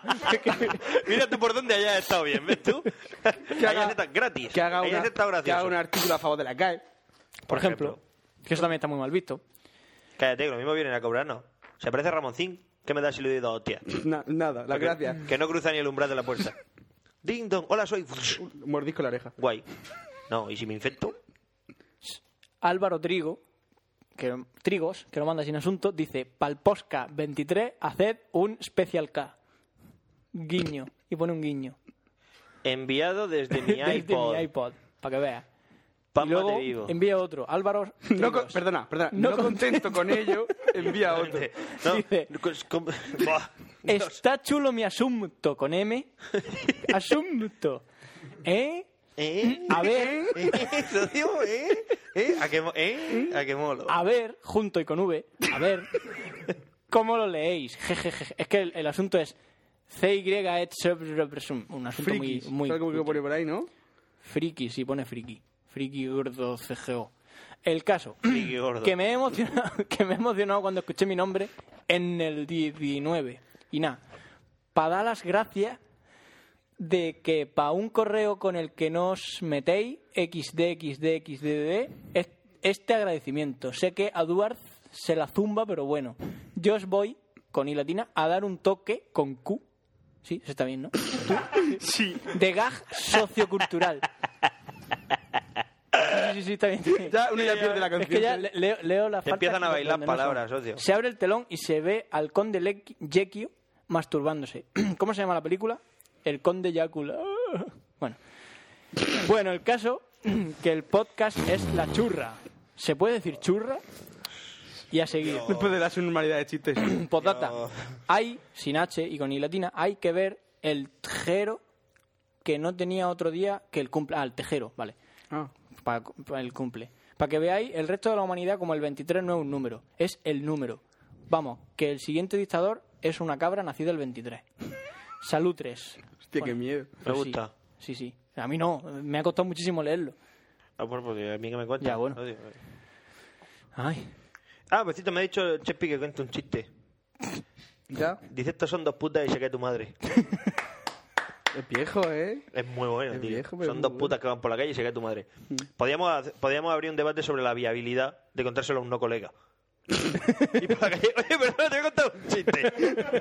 [SPEAKER 6] Mira tú por dónde hayas estado bien, ¿ves tú? Que
[SPEAKER 8] haga-
[SPEAKER 6] hayas estado gratis.
[SPEAKER 8] que haga,
[SPEAKER 6] hayas
[SPEAKER 8] una,
[SPEAKER 6] estado
[SPEAKER 8] que
[SPEAKER 6] gracioso.
[SPEAKER 8] haga un artículo a favor de la C A E.
[SPEAKER 9] Por ejemplo, que eso también está muy mal visto.
[SPEAKER 6] Cállate, que lo mismo vienen a cobrarnos. Se parece a Ramoncín. ¿Qué me da si le doy dos hostias?
[SPEAKER 8] Na- nada, las
[SPEAKER 6] Porque-
[SPEAKER 8] gracias.
[SPEAKER 6] Que no cruza ni el umbral de la puerta. Ding dong, hola, soy...
[SPEAKER 8] Un mordisco en la oreja.
[SPEAKER 6] Guay. No, ¿y si me infecto?
[SPEAKER 9] Álvaro Trigo, que, Trigos, que lo manda sin asunto, dice: Palposca veintitrés, haced un Special K. Guiño. Y pone un guiño.
[SPEAKER 6] Enviado desde mi
[SPEAKER 9] Desde
[SPEAKER 6] iPod.
[SPEAKER 9] mi iPod, para que veas. Y
[SPEAKER 6] Pampa
[SPEAKER 9] luego
[SPEAKER 6] te vivo.
[SPEAKER 9] envía otro. Álvaro
[SPEAKER 8] No,
[SPEAKER 9] Trigos.
[SPEAKER 8] con- perdona, perdona.
[SPEAKER 9] No
[SPEAKER 8] No,
[SPEAKER 9] con-
[SPEAKER 8] contento con ello, envía otro.
[SPEAKER 6] No,
[SPEAKER 9] Dice-
[SPEAKER 6] con- con- Buah.
[SPEAKER 9] Está chulo mi asunto con M. Asunto. ¿Eh?
[SPEAKER 6] ¿Eh?
[SPEAKER 9] A ver,
[SPEAKER 6] ¿Eh? Socio, ¿eh? ¿Eh? ¿A qué, mo- ¿Eh? ¿A qué molo?
[SPEAKER 9] a ver, junto y con V, a ver, ¿cómo lo leéis? Jejeje. Es que el, el asunto es C Y et sub- un asunto muy,
[SPEAKER 8] Frikis.
[SPEAKER 9] muy
[SPEAKER 8] ¿Sabes cómo que pone por ahí, no?
[SPEAKER 9] friki, sí pone friki. Friki gordo C G O. El caso,
[SPEAKER 6] Friki gordo.
[SPEAKER 9] que me he emocionado, que me he emocionado cuando escuché mi nombre en el diecinueve. Y nada, para dar las gracias de que para un correo con el que nos metéis, xdxdxdd, es- este agradecimiento. Sé que a Duarte se la zumba, pero bueno. Yo os voy, con I latina, a dar un toque con Q. Sí, eso está bien, ¿no?
[SPEAKER 8] Sí.
[SPEAKER 9] De gag sociocultural. Sí, sí, sí, está bien. está bien.
[SPEAKER 8] Ya uno ya pierde la canción.
[SPEAKER 9] Es que ya le- leo, leo las
[SPEAKER 6] Te
[SPEAKER 9] faltas
[SPEAKER 6] empiezan a
[SPEAKER 9] y
[SPEAKER 6] bailar
[SPEAKER 9] donde no son.
[SPEAKER 6] palabras, socio.
[SPEAKER 9] Se abre el telón y se ve al conde Lec- Jekyll masturbándose. ¿Cómo se llama la película? El conde Yácula. Bueno. Bueno, el caso que el podcast es La Churra. ¿Se puede decir churra? Y a seguir.
[SPEAKER 8] Después de la subnormalidad de chistes.
[SPEAKER 9] Postdata. Hay, sin H y con I latina, hay que ver el tejero que no tenía otro día que el cumple. Ah, el tejero, vale.
[SPEAKER 8] Ah.
[SPEAKER 9] Para, el cumple. Para que veáis el resto de la humanidad como el veintitrés no es un número, es el número. Vamos, que el siguiente dictador es una cabra nacida el veintitrés. Salud tres.
[SPEAKER 8] Hostia, qué miedo.
[SPEAKER 6] Me
[SPEAKER 9] Pues sí,
[SPEAKER 6] gusta.
[SPEAKER 9] Sí, sí. A mí no, me ha costado muchísimo leerlo.
[SPEAKER 6] Ah, bueno, porque a mí que me cuenta.
[SPEAKER 9] Ya, bueno.
[SPEAKER 6] Socio.
[SPEAKER 9] Ay.
[SPEAKER 6] Ah, besito, me ha dicho Chespi que cuente un chiste.
[SPEAKER 8] Ya.
[SPEAKER 6] Dice, estos son dos putas y se cae tu madre.
[SPEAKER 8] Es viejo, ¿eh?
[SPEAKER 6] Es muy bueno,
[SPEAKER 8] Es
[SPEAKER 6] tío.
[SPEAKER 8] viejo, pero
[SPEAKER 6] Son
[SPEAKER 8] muy
[SPEAKER 6] dos
[SPEAKER 8] bueno.
[SPEAKER 6] putas que van por la calle y se cae tu madre. Podríamos, hacer- podríamos abrir un debate sobre la viabilidad de contárselo a un no colega. Y por la calle, oye, pero no te voy a contar un chiste.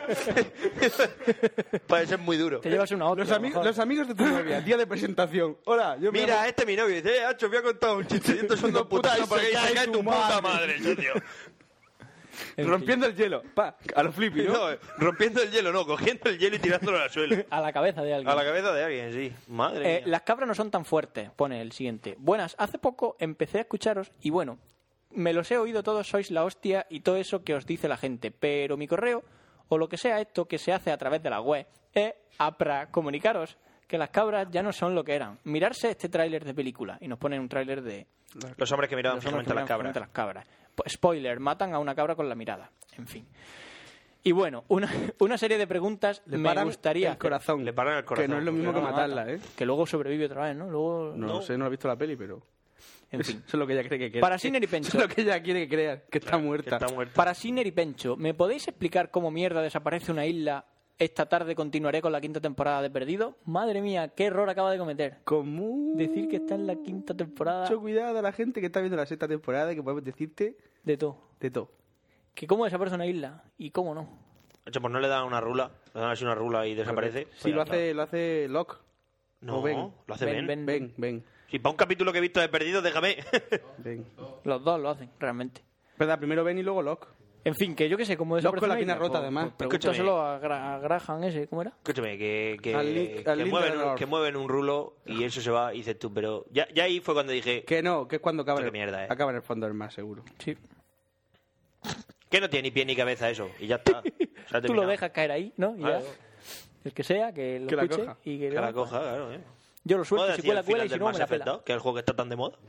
[SPEAKER 6] Parece ser muy duro.
[SPEAKER 9] Te llevas una otra.
[SPEAKER 8] Los,
[SPEAKER 9] a lo
[SPEAKER 8] ami-
[SPEAKER 9] mejor.
[SPEAKER 8] los amigos de tu novia, día de presentación. Hola, yo me
[SPEAKER 6] Mira,
[SPEAKER 8] llamo-
[SPEAKER 6] este es mi novio. Dice, eh, Hacho, voy a contar un chiste. Y estos son dos putas que van por la calle y se cae tu puta madre, socio.
[SPEAKER 9] En
[SPEAKER 8] rompiendo el hielo. Pa, a los flippy, ¿no?
[SPEAKER 6] No, eh, rompiendo el hielo, no, cogiendo el hielo y tirándolo al suelo.
[SPEAKER 9] fin, a la cabeza de alguien.
[SPEAKER 6] A la cabeza de alguien, sí. Madre
[SPEAKER 9] Eh,
[SPEAKER 6] mía.
[SPEAKER 9] las cabras no son tan fuertes, pone el siguiente. Buenas, hace poco empecé a escucharos y bueno, me los he oído todos, sois la hostia y todo eso que os dice la gente, pero mi correo, o lo que sea esto que se hace a través de la web, es para comunicaros que las cabras ya no son lo que eran. Mirarse este tráiler de película, y nos ponen un tráiler de
[SPEAKER 6] Los hombres que miraban
[SPEAKER 9] los hombres
[SPEAKER 6] fijamente
[SPEAKER 9] que
[SPEAKER 6] a las
[SPEAKER 9] miran
[SPEAKER 6] cabras.
[SPEAKER 9] fijamente a las cabras. Pues, spoiler, matan a una cabra con la mirada, en fin. Y bueno, una, una serie de preguntas
[SPEAKER 8] Le
[SPEAKER 9] me
[SPEAKER 8] paran
[SPEAKER 9] gustaría
[SPEAKER 8] el
[SPEAKER 9] hacer.
[SPEAKER 8] corazón.
[SPEAKER 6] Le paran el corazón.
[SPEAKER 8] Que no es lo mismo
[SPEAKER 9] Que
[SPEAKER 8] que
[SPEAKER 9] no la
[SPEAKER 8] matarla,
[SPEAKER 9] mata.
[SPEAKER 8] ¿eh?
[SPEAKER 9] Que luego sobrevive otra vez, ¿no? Luego,
[SPEAKER 8] No,
[SPEAKER 6] No.
[SPEAKER 8] sé, no he visto la peli, pero...
[SPEAKER 9] en fin.
[SPEAKER 8] Eso es lo que ella cree que quiere.
[SPEAKER 9] Para Sinner y Pencho.
[SPEAKER 8] Eso es lo que ella quiere que crea, que está
[SPEAKER 6] Que
[SPEAKER 8] muerta.
[SPEAKER 6] está muerto.
[SPEAKER 9] Para Sinner y Pencho, ¿me podéis explicar cómo mierda desaparece una isla? Esta tarde continuaré con la quinta temporada de Perdido. Madre mía, qué error acaba de cometer.
[SPEAKER 8] Con mucho
[SPEAKER 9] Decir que está en la quinta temporada
[SPEAKER 8] cuidado a la gente que está viendo la sexta temporada y que podemos decirte
[SPEAKER 9] de todo.
[SPEAKER 8] de todo.
[SPEAKER 9] Que cómo desaparece una isla y cómo no.
[SPEAKER 6] Hecho, pues no le dan una rula. Le dan así una rula y desaparece.
[SPEAKER 8] Sí, lo hace, lo hace Locke.
[SPEAKER 6] No,
[SPEAKER 8] o Ben.
[SPEAKER 6] lo hace
[SPEAKER 9] Ben,
[SPEAKER 6] Ben.
[SPEAKER 9] Ben.
[SPEAKER 8] Ven, ven,
[SPEAKER 6] Si para un capítulo que he visto de Perdido, déjame.
[SPEAKER 8] ven.
[SPEAKER 9] Los dos lo hacen, realmente.
[SPEAKER 8] ¿Verdad? Primero Ben y luego Locke.
[SPEAKER 9] En fin, que yo qué sé, cómo
[SPEAKER 8] Locke
[SPEAKER 9] desaparece
[SPEAKER 8] con la
[SPEAKER 9] una
[SPEAKER 8] quina
[SPEAKER 9] isla.
[SPEAKER 8] rota,
[SPEAKER 9] Pues-
[SPEAKER 8] además.
[SPEAKER 9] pues
[SPEAKER 6] Escúchame.
[SPEAKER 9] pregúntaselo a, Gra- a Graham ese, ¿cómo era?
[SPEAKER 6] Escúchame, que, que,
[SPEAKER 8] Al Link-
[SPEAKER 6] que
[SPEAKER 8] al Link
[SPEAKER 6] mueven,
[SPEAKER 8] de
[SPEAKER 6] un,
[SPEAKER 8] North.
[SPEAKER 6] que mueven un rulo y eso se va y dices tú, pero ya, ya ahí fue cuando dije
[SPEAKER 8] Que no, que es cuando acaba,
[SPEAKER 6] Esto
[SPEAKER 8] en
[SPEAKER 6] qué
[SPEAKER 8] el-
[SPEAKER 6] mierda, eh.
[SPEAKER 8] acaba en el fondo del mar, seguro.
[SPEAKER 9] Sí.
[SPEAKER 6] que no tiene ni pie ni cabeza eso y ya está. Se ha
[SPEAKER 9] Tú lo
[SPEAKER 6] terminado.
[SPEAKER 9] dejas caer ahí, ¿no? Y
[SPEAKER 6] Claro.
[SPEAKER 9] ya. El que sea, que lo
[SPEAKER 8] Que la
[SPEAKER 9] escuche
[SPEAKER 8] coja.
[SPEAKER 9] y que,
[SPEAKER 6] Que la coja, claro, eh.
[SPEAKER 9] Yo lo suelto,
[SPEAKER 6] ¿Puedo
[SPEAKER 9] si
[SPEAKER 6] decir
[SPEAKER 9] cuela,
[SPEAKER 6] el
[SPEAKER 9] cuela y
[SPEAKER 6] final
[SPEAKER 9] si
[SPEAKER 6] del
[SPEAKER 9] no, me
[SPEAKER 6] Mass
[SPEAKER 9] la
[SPEAKER 6] Effect
[SPEAKER 9] pela.
[SPEAKER 6] dos, que es el juego que está tan de moda?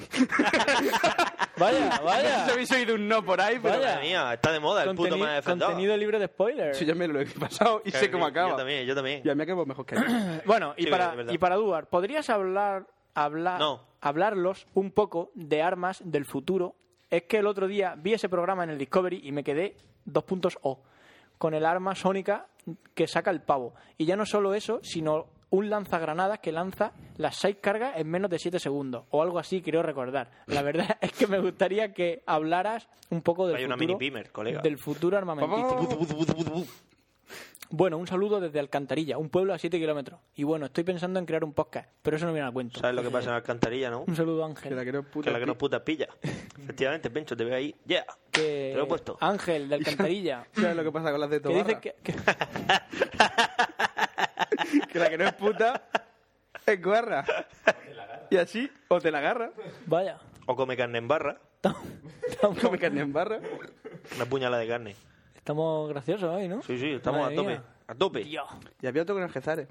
[SPEAKER 9] Vaya,
[SPEAKER 8] Si
[SPEAKER 9] vaya.
[SPEAKER 8] habéis oído un no por ahí, pero...
[SPEAKER 9] Vaya.
[SPEAKER 6] Madre mía, está de moda el puto
[SPEAKER 9] Conteni-
[SPEAKER 6] Mass Effect dos.
[SPEAKER 9] contenido libre de spoilers.
[SPEAKER 8] Eso ya me lo he pasado y sé cómo acaba.
[SPEAKER 6] Yo también, yo también.
[SPEAKER 8] Y a mí acabó mejor que a mí.
[SPEAKER 9] Bueno, y
[SPEAKER 6] Sí,
[SPEAKER 9] para,
[SPEAKER 6] es verdad.
[SPEAKER 9] y para Duar, ¿podrías hablar, hablar,
[SPEAKER 6] No.
[SPEAKER 9] hablarlos un poco de armas del futuro? Es que el otro día vi ese programa en el Discovery y me quedé dos puntos O, con el arma sónica que saca el pavo. Y ya no solo eso, sino un lanzagranadas que lanza las seis cargas en menos de siete segundos, o algo así, creo recordar. La verdad es que me gustaría que hablaras un poco del
[SPEAKER 6] Hay
[SPEAKER 9] futuro,
[SPEAKER 6] una mini pimer, colega.
[SPEAKER 9] del futuro armamentístico. Bueno, un saludo desde Alcantarilla, un pueblo a siete kilómetros. Y bueno, estoy pensando en crear un podcast, pero eso no viene a cuento.
[SPEAKER 6] ¿Sabes lo que pasa en Alcantarilla, no?
[SPEAKER 9] Un saludo, Ángel.
[SPEAKER 8] Que la que no es puta.
[SPEAKER 6] Que la que no putas pilla. Efectivamente, Pencho, te veo ahí. ¡Ya! Yeah.
[SPEAKER 9] Que...
[SPEAKER 6] Te lo he puesto.
[SPEAKER 9] Ángel, de Alcantarilla.
[SPEAKER 8] ¿Sabes lo que pasa con las de
[SPEAKER 9] que
[SPEAKER 8] Tobarra?
[SPEAKER 9] dice que... que...
[SPEAKER 8] Que la que no es puta es guarra. Y así, o te la agarra.
[SPEAKER 9] Vaya.
[SPEAKER 6] O come carne en barra.
[SPEAKER 8] Come carne en barra.
[SPEAKER 6] Una puñalada de carne.
[SPEAKER 9] Estamos graciosos hoy, ¿no?
[SPEAKER 6] Sí, sí, estamos
[SPEAKER 9] Madre
[SPEAKER 6] a tope.
[SPEAKER 9] mía.
[SPEAKER 6] A tope.
[SPEAKER 9] Tío.
[SPEAKER 8] Y había otro con el Gezares.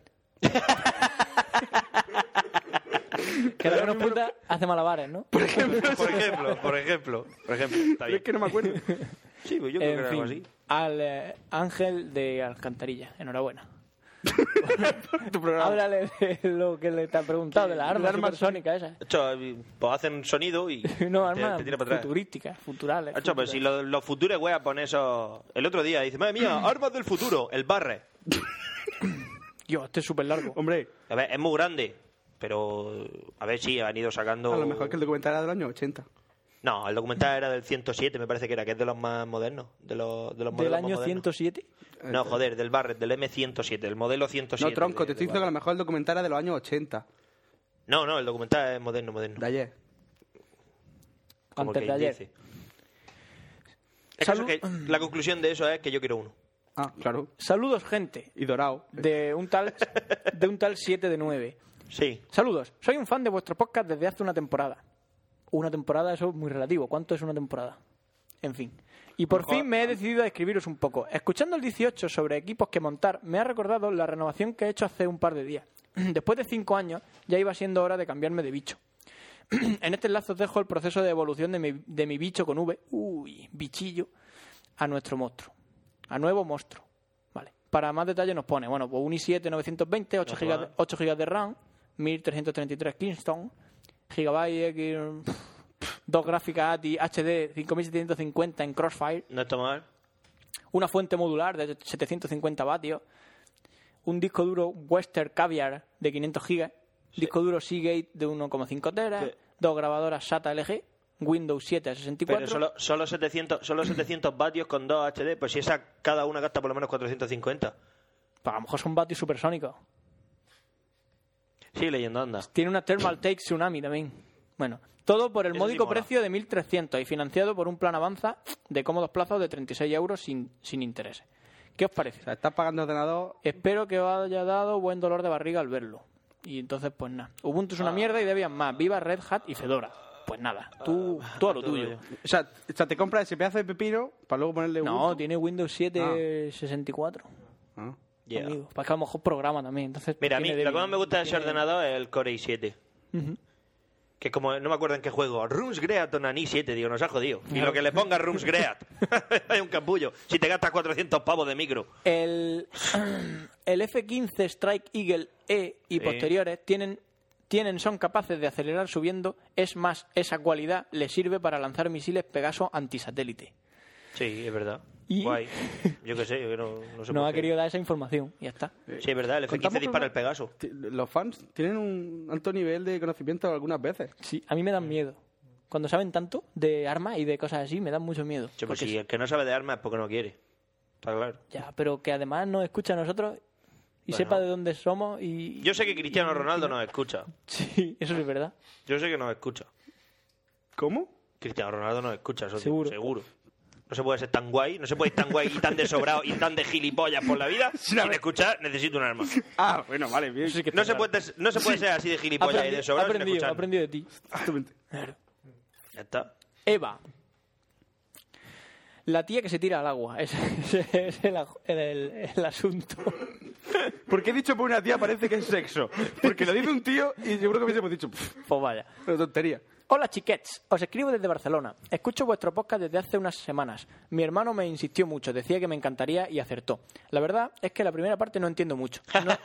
[SPEAKER 9] Que la que nos puta hace malabares, ¿no?
[SPEAKER 6] Por ejemplo, por ejemplo, por ejemplo. Por ejemplo, está bien.
[SPEAKER 8] Es que no me acuerdo.
[SPEAKER 6] Sí, pues yo creo
[SPEAKER 9] En
[SPEAKER 6] que era algo
[SPEAKER 9] fin,
[SPEAKER 6] así.
[SPEAKER 9] al eh, Ángel de Alcantarilla. Enhorabuena.
[SPEAKER 8] Tu programa.
[SPEAKER 9] Háblale de lo que le te ha preguntado, de las armas,
[SPEAKER 8] armas
[SPEAKER 9] supersónicas esas.
[SPEAKER 6] Hecho, pues hacen sonido y
[SPEAKER 9] No,
[SPEAKER 6] te,
[SPEAKER 9] armas
[SPEAKER 6] te tira para atrás.
[SPEAKER 9] futurísticas, futurales.
[SPEAKER 6] Hecho, pues si los, los futuros voy a poner eso. El otro día dice, madre mía, armas del futuro, el barre.
[SPEAKER 9] Yo, este es súper largo.
[SPEAKER 8] Hombre,
[SPEAKER 6] A ver, es muy grande, pero a ver si han ido sacando.
[SPEAKER 8] a lo mejor que el documental era de los años ochenta.
[SPEAKER 6] No, el documental era del ciento siete, me parece que era, que es de los más modernos. De los, de los
[SPEAKER 9] ¿Del
[SPEAKER 6] modelos más
[SPEAKER 9] año
[SPEAKER 6] modernos.
[SPEAKER 9] ciento siete?
[SPEAKER 6] No, joder, del Barrett, del eme ciento siete, el modelo ciento siete.
[SPEAKER 8] No, tronco,
[SPEAKER 6] de-
[SPEAKER 8] te estoy
[SPEAKER 6] de
[SPEAKER 8] diciendo que a lo
[SPEAKER 6] Barrett.
[SPEAKER 8] mejor el documental era de los años ochenta.
[SPEAKER 6] No, no, el documental es moderno, moderno.
[SPEAKER 8] De ayer.
[SPEAKER 6] Como
[SPEAKER 9] Antes
[SPEAKER 6] que
[SPEAKER 9] de ayer.
[SPEAKER 6] dice. Es que
[SPEAKER 9] Salud.
[SPEAKER 6] eso que la conclusión de eso es que yo quiero uno.
[SPEAKER 8] Ah, claro.
[SPEAKER 9] Saludos, gente.
[SPEAKER 8] Y dorado.
[SPEAKER 9] De un tal de un tal siete de nueve.
[SPEAKER 6] Sí.
[SPEAKER 9] Saludos. Soy un fan de vuestro podcast desde hace una temporada. Una temporada, eso es muy relativo. ¿Cuánto es una temporada? En fin. Y por
[SPEAKER 6] Mejor-
[SPEAKER 9] fin me he decidido a escribiros un poco. Escuchando el dieciocho sobre equipos que montar, me ha recordado la renovación que he hecho hace un par de días. Después de cinco años, ya iba siendo hora de cambiarme de bicho. En este enlace os dejo el proceso de evolución de mi, de mi bicho con V, uy, bichillo, a nuestro monstruo. A nuevo monstruo. Vale. Para más detalles nos pone, bueno, pues un i siete novecientos veinte, ocho gigas de, ocho gigas de RAM, mil trescientos treinta y tres Kingston, gigabyte X, dos gráficas A T I H D cinco mil setecientos cincuenta en Crossfire,
[SPEAKER 6] No está mal.
[SPEAKER 9] una fuente modular de setecientos cincuenta vatios, un disco duro Western Caviar de quinientos gigas, disco duro Seagate de uno coma cinco teras,
[SPEAKER 6] Sí.
[SPEAKER 9] dos grabadoras SATA L G, Windows siete a sesenta y cuatro.
[SPEAKER 6] Pero solo, solo, setecientos, solo setecientos vatios con dos H D, pues si esa cada una gasta por lo menos cuatrocientos cincuenta.
[SPEAKER 9] Pues a lo mejor son vatios supersónicos.
[SPEAKER 6] Sigue leyendo, anda.
[SPEAKER 9] Tiene una Thermal Take Tsunami también. Bueno, todo por el
[SPEAKER 6] Eso sí
[SPEAKER 9] módico
[SPEAKER 6] mola.
[SPEAKER 9] precio de mil trescientos y financiado por un plan Avanza de cómodos plazos de treinta y seis euros sin, sin intereses. ¿Qué os parece?
[SPEAKER 8] O sea, estás pagando ordenador.
[SPEAKER 9] Espero que os haya dado buen dolor de barriga al verlo. Y entonces, pues nada. Ubuntu es una mierda y Debian más. Viva Red Hat y Fedora. Pues nada, tú, tú a lo
[SPEAKER 6] todo
[SPEAKER 9] tuyo.
[SPEAKER 6] yo.
[SPEAKER 8] O sea, o sea, te compras ese pedazo de pepino para luego ponerle
[SPEAKER 9] No,
[SPEAKER 8] Ubuntu.
[SPEAKER 9] tiene Windows siete sesenta y cuatro.
[SPEAKER 8] Ah.
[SPEAKER 6] Yeah.
[SPEAKER 9] Conmigo. Para que a lo mejor programa también. Entonces,
[SPEAKER 6] Mira, a mí
[SPEAKER 9] tiene
[SPEAKER 6] lo que más
[SPEAKER 9] Debian.
[SPEAKER 6] me gusta de ese
[SPEAKER 9] Tiene-
[SPEAKER 6] ordenador es el Core i siete.
[SPEAKER 9] Ujú.
[SPEAKER 6] Que como no me acuerdo en qué juego, Rooms Great on an i siete, digo, nos ha jodido. Y lo que le ponga Rooms Great. Hay un capullo. Si te gastas cuatrocientos pavos de micro.
[SPEAKER 9] El, el F quince Strike Eagle E y
[SPEAKER 6] Sí.
[SPEAKER 9] posteriores tienen, tienen, son capaces de acelerar subiendo. Es más, esa cualidad les sirve para lanzar misiles Pegaso antisatélite.
[SPEAKER 6] Sí, es verdad.
[SPEAKER 9] ¿Y?
[SPEAKER 6] Guay. Yo qué sé, yo que no, no sé
[SPEAKER 9] No
[SPEAKER 6] por
[SPEAKER 9] ha
[SPEAKER 6] qué.
[SPEAKER 9] querido dar esa información. Ya está.
[SPEAKER 6] Sí, es verdad, el F
[SPEAKER 8] Contamos
[SPEAKER 6] quince
[SPEAKER 8] con
[SPEAKER 6] dispara
[SPEAKER 8] una-
[SPEAKER 6] el Pegaso.
[SPEAKER 8] Ti- Los fans tienen un alto nivel de conocimiento algunas veces.
[SPEAKER 9] Sí, a mí me dan miedo. Cuando saben tanto de armas y de cosas así, me dan mucho miedo.
[SPEAKER 6] Sí, pues
[SPEAKER 9] Porque
[SPEAKER 6] si el que no sabe de armas es porque no quiere. Está claro.
[SPEAKER 9] Ya, pero que además nos escucha a nosotros y
[SPEAKER 6] Bueno.
[SPEAKER 9] sepa de dónde somos y...
[SPEAKER 6] Yo sé que Cristiano
[SPEAKER 9] y-
[SPEAKER 6] Ronaldo nos escucha.
[SPEAKER 9] Sí, eso sí es verdad.
[SPEAKER 6] Yo sé que nos escucha.
[SPEAKER 8] ¿Cómo?
[SPEAKER 6] Cristiano Ronaldo nos escucha, eso
[SPEAKER 9] Seguro.
[SPEAKER 6] seguro. No se puede ser tan guay, no se puede ir tan guay y tan de sobrado y tan de gilipollas por la vida sin escuchar, necesito un arma.
[SPEAKER 8] Ah, bueno, vale, bien.
[SPEAKER 9] Eso sí que
[SPEAKER 6] No
[SPEAKER 9] está
[SPEAKER 6] se puede, no se puede ser así de gilipollas y de
[SPEAKER 9] Aprendi-
[SPEAKER 6] sobrado sin
[SPEAKER 9] aprendido,
[SPEAKER 6] escuchar.
[SPEAKER 9] aprendido de ti.
[SPEAKER 8] Exactamente.
[SPEAKER 9] Claro.
[SPEAKER 6] Ya está.
[SPEAKER 9] Eva. La tía que se tira al agua. Ese ese es el, aj- el- el- el asunto.
[SPEAKER 8] ¿Por qué he dicho por una tía parece que es sexo? Porque lo dice un tío y seguro que hubiésemos dicho, pff,
[SPEAKER 9] Pues vaya.
[SPEAKER 8] una tontería.
[SPEAKER 9] Hola chiquets, os escribo desde Barcelona. Escucho vuestro podcast desde hace unas semanas. Mi hermano me insistió mucho, decía que me encantaría y acertó. La verdad es que la primera parte no entiendo mucho. No-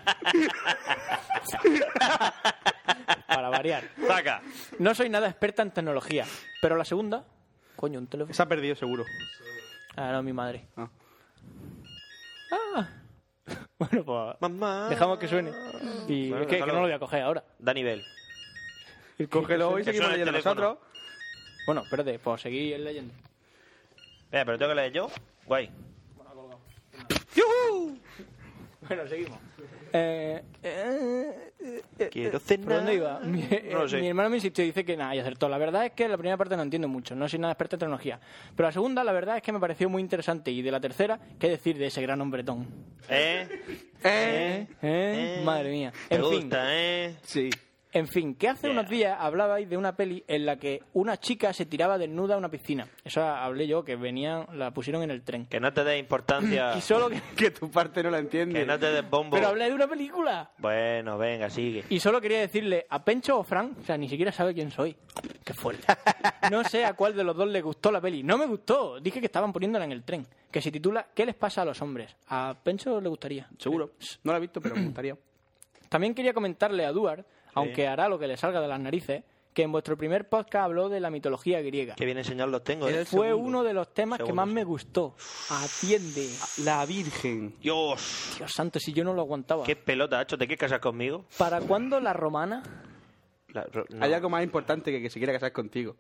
[SPEAKER 9] Para variar.
[SPEAKER 6] Saca.
[SPEAKER 9] No soy nada experta en tecnología, pero la segunda... Coño, un teléfono.
[SPEAKER 8] Se ha perdido seguro.
[SPEAKER 9] Ah, no, mi madre.
[SPEAKER 8] Ah.
[SPEAKER 9] Ah, Bueno, pues
[SPEAKER 6] Mamá.
[SPEAKER 9] dejamos que suene. Y
[SPEAKER 6] Bueno,
[SPEAKER 9] es que, que
[SPEAKER 6] déjalo.
[SPEAKER 9] no lo voy a coger ahora.
[SPEAKER 6] Da nivel.
[SPEAKER 8] Cógelo y
[SPEAKER 6] Que
[SPEAKER 8] seguimos
[SPEAKER 6] suene el
[SPEAKER 8] leyendo
[SPEAKER 6] teléfono.
[SPEAKER 8] nosotros.
[SPEAKER 9] Bueno, espérate, pues seguir leyendo.
[SPEAKER 6] Venga, pero tengo que leer yo. Guay.
[SPEAKER 9] Bueno, seguimos. Eh, eh, eh,
[SPEAKER 6] Quiero
[SPEAKER 9] eh,
[SPEAKER 6] cenar.
[SPEAKER 9] ¿Por dónde iba? Mi, eh,
[SPEAKER 6] No lo sé.
[SPEAKER 9] mi hermano me insistió y dice que nada, y acertó. La verdad es que la primera parte no entiendo mucho, no soy nada experto en tecnología. Pero la segunda, la verdad es que me pareció muy interesante. Y de la tercera, ¿qué decir de ese gran hombretón?
[SPEAKER 6] ¿Eh?
[SPEAKER 9] ¿Eh? ¿Eh? Madre mía.
[SPEAKER 6] ¿Te
[SPEAKER 9] En fin,
[SPEAKER 6] gusta, eh?
[SPEAKER 8] Sí.
[SPEAKER 9] en fin, que hace
[SPEAKER 6] Yeah.
[SPEAKER 9] unos días hablabais de una peli en la que una chica se tiraba desnuda a una piscina. Eso hablé yo, que venían, la pusieron en el tren.
[SPEAKER 6] Que no te des importancia.
[SPEAKER 9] Y solo que...
[SPEAKER 8] Que tu parte no la entiende.
[SPEAKER 6] Que no te des bombo.
[SPEAKER 9] Pero hablé de una película.
[SPEAKER 6] Bueno, venga, sigue.
[SPEAKER 9] Y solo quería decirle a Pencho o Fran, o sea, ni siquiera sabe quién soy. Qué fuerte. No sé a cuál de los dos le gustó la peli. No me gustó. Dije que estaban poniéndola en el tren. Que se titula ¿Qué les pasa a los hombres? A Pencho le gustaría.
[SPEAKER 8] Seguro. No la he visto, pero me gustaría.
[SPEAKER 9] También quería comentarle a Duar, aunque hará lo que le salga de las narices, que en vuestro primer podcast habló de la mitología griega.
[SPEAKER 6] Qué bien enseñados los tengo, ¿eh?
[SPEAKER 9] Fue uno de los temas que
[SPEAKER 6] Segundo,
[SPEAKER 9] más me
[SPEAKER 6] sí.
[SPEAKER 9] gustó. Atiende.
[SPEAKER 8] La Virgen.
[SPEAKER 6] Dios.
[SPEAKER 9] Dios santo, si yo no lo aguantaba.
[SPEAKER 6] Qué pelota, Hacho. ¿Te quieres casar conmigo?
[SPEAKER 9] ¿Para cuándo la romana?
[SPEAKER 6] La- ro- no.
[SPEAKER 8] Hay algo más importante que que se quiera casar contigo.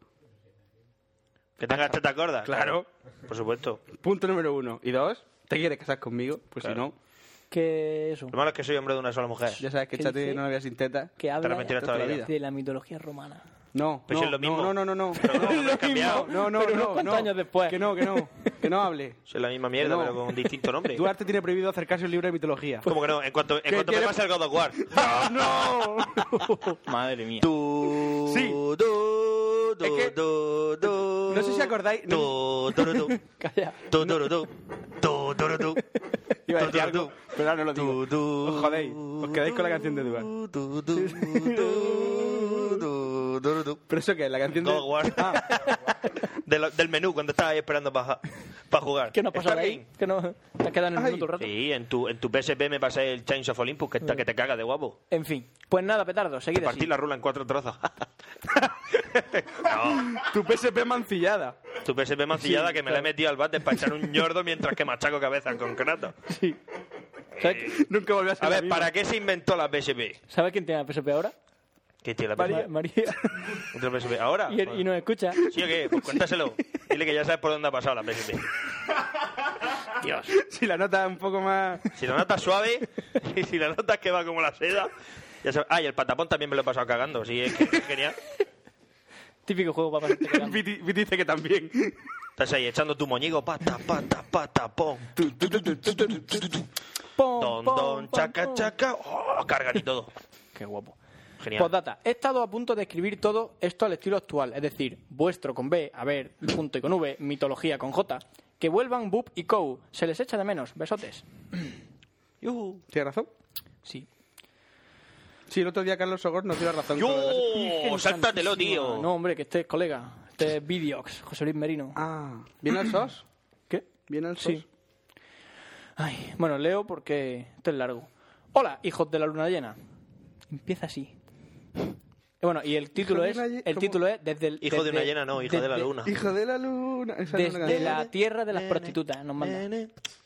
[SPEAKER 6] Que tengas teta gorda.
[SPEAKER 8] Claro.
[SPEAKER 6] Por supuesto.
[SPEAKER 8] Punto número uno. Y dos, ¿te quieres casar conmigo? Pues
[SPEAKER 6] Claro.
[SPEAKER 8] si no,
[SPEAKER 9] Que eso.
[SPEAKER 6] Lo malo es que soy hombre de una sola mujer.
[SPEAKER 8] ya sabes que
[SPEAKER 9] ¿Qué
[SPEAKER 8] échate
[SPEAKER 9] dice?
[SPEAKER 8] una novia sin teta.
[SPEAKER 9] Que habla
[SPEAKER 6] arrepentirás toda la vida.
[SPEAKER 9] de la mitología romana.
[SPEAKER 8] No,
[SPEAKER 6] Pues
[SPEAKER 8] no,
[SPEAKER 6] es lo mismo.
[SPEAKER 8] no, no, no, no.
[SPEAKER 6] Pero no, no has cambiado.
[SPEAKER 8] No, no,
[SPEAKER 9] Pero unos
[SPEAKER 8] no,
[SPEAKER 9] cuantos
[SPEAKER 8] no.
[SPEAKER 9] años después.
[SPEAKER 8] Que no, que no. Que no hable.
[SPEAKER 6] Soy la misma mierda,
[SPEAKER 8] No.
[SPEAKER 6] pero con un distinto nombre.
[SPEAKER 8] Duarte tiene prohibido acercarse a un libro de mitología.
[SPEAKER 6] ¿Cómo que no? En cuanto, en
[SPEAKER 8] ¿Qué
[SPEAKER 6] cuanto me
[SPEAKER 8] quiere?
[SPEAKER 6] pase el God of War.
[SPEAKER 8] ¡No!
[SPEAKER 9] Madre mía.
[SPEAKER 6] Tú,
[SPEAKER 8] Sí.
[SPEAKER 6] tú, tú,
[SPEAKER 8] Es que-
[SPEAKER 6] tú, tú,
[SPEAKER 8] no sé si acordáis-
[SPEAKER 6] Tú, tú, tú, tú,
[SPEAKER 9] Calla.
[SPEAKER 6] tú, tú, tú, tú, tú, tú,
[SPEAKER 8] Iba a
[SPEAKER 6] tú,
[SPEAKER 8] decir
[SPEAKER 6] tú,
[SPEAKER 8] algo,
[SPEAKER 6] tú.
[SPEAKER 8] pero ahora no lo digo.
[SPEAKER 6] Tú, tú,
[SPEAKER 8] Os jodéis. Os quedáis con la canción de Duarte.
[SPEAKER 6] tú, tú, tú, tú, tú, tú, tú.
[SPEAKER 8] ¿Pero eso qué es? ¿La canción de...?
[SPEAKER 6] God of War.
[SPEAKER 8] Ah,
[SPEAKER 6] De lo- del menú, cuando estás ahí esperando para jugar.
[SPEAKER 9] ¿Qué nos pasa
[SPEAKER 6] Está
[SPEAKER 9] ahí?
[SPEAKER 6] bien.
[SPEAKER 9] Que no te quedan en el
[SPEAKER 8] Ay.
[SPEAKER 9] minuto el rato.
[SPEAKER 6] Sí, en tu, en tu P S P me pasé el Chains of Olympus, que, está, que te caga de guapo.
[SPEAKER 9] En fin. Pues nada, petardo, seguid
[SPEAKER 6] Partí
[SPEAKER 9] así.
[SPEAKER 6] la rula en cuatro trozos. No,
[SPEAKER 8] tu P S P mancillada.
[SPEAKER 6] tu P S P mancillada
[SPEAKER 9] Sí,
[SPEAKER 6] que me
[SPEAKER 9] claro.
[SPEAKER 6] la he metido al bate para echar un ñordo mientras que machaco cabeza con concreto.
[SPEAKER 9] Sí. ¿Sabes,
[SPEAKER 8] Nunca volvió a ser
[SPEAKER 6] A
[SPEAKER 8] la
[SPEAKER 6] ver,
[SPEAKER 8] misma.
[SPEAKER 6] ¿para qué se inventó la P S P?
[SPEAKER 9] ¿Sabes quién tiene la P S P ahora?
[SPEAKER 6] ¿Qué tiene la P S
[SPEAKER 9] María.
[SPEAKER 6] P?
[SPEAKER 9] María.
[SPEAKER 6] ¿Otra P S P? ¿Ahora?
[SPEAKER 9] Y, y nos escucha.
[SPEAKER 6] ¿Sí o qué? Pues cuéntaselo. Dile que ya sabes por dónde ha pasado la P S P. Dios.
[SPEAKER 8] Si la nota es un poco más...
[SPEAKER 6] Si la nota es suave y si la nota es que va como la seda... Ya sabes. Ah, y el patapón también me lo he pasado cagando. Sí, es que es genial.
[SPEAKER 9] Típico juego para pasarte cagando.
[SPEAKER 8] Viti, Viti dice que también.
[SPEAKER 6] Estás ahí echando tu moñigo, pata, pata, pata, pom.
[SPEAKER 8] Tu, tu, tu, tu, tu, tu, tu, tu, tu.
[SPEAKER 9] Pom,
[SPEAKER 6] Don,
[SPEAKER 9] pom,
[SPEAKER 6] don,
[SPEAKER 9] pom,
[SPEAKER 6] chaca,
[SPEAKER 9] pom.
[SPEAKER 6] chaca. Oh, cargan y todo.
[SPEAKER 9] Qué guapo.
[SPEAKER 6] Genial.
[SPEAKER 9] Postdata. He estado a punto de escribir todo esto al estilo actual, es decir, vuestro con B, a ver, punto y con V, mitología con J. Que vuelvan Boop y Kou. Se les echa de menos. Besotes.
[SPEAKER 6] Yuhu.
[SPEAKER 8] ¿Tienes razón?
[SPEAKER 9] Sí.
[SPEAKER 8] Sí, el otro día Carlos Sogor nos dio la razón. con lo de las-
[SPEAKER 6] ¡Yo! ¡Sáltatelo, tío!
[SPEAKER 9] No, hombre, que este es colega. Este es Videox, José Luis Merino.
[SPEAKER 8] Ah, ¿viene el S O S?
[SPEAKER 9] ¿Qué?
[SPEAKER 8] ¿Viene el S O S?
[SPEAKER 9] Sí. Ay, bueno, leo porque esto es largo. Hola, hijos de la luna llena. Empieza así. Y bueno, y el título
[SPEAKER 8] de
[SPEAKER 9] es
[SPEAKER 8] una lle-
[SPEAKER 9] el
[SPEAKER 8] ¿cómo?
[SPEAKER 9] título es desde el
[SPEAKER 6] Hijo de
[SPEAKER 9] desde-
[SPEAKER 6] una llena, no, hijo de la
[SPEAKER 9] desde-
[SPEAKER 6] luna.
[SPEAKER 8] Hijo de la luna. Esa no es una
[SPEAKER 9] Desde
[SPEAKER 8] canción.
[SPEAKER 9] la tierra de las prostitutas nos manda.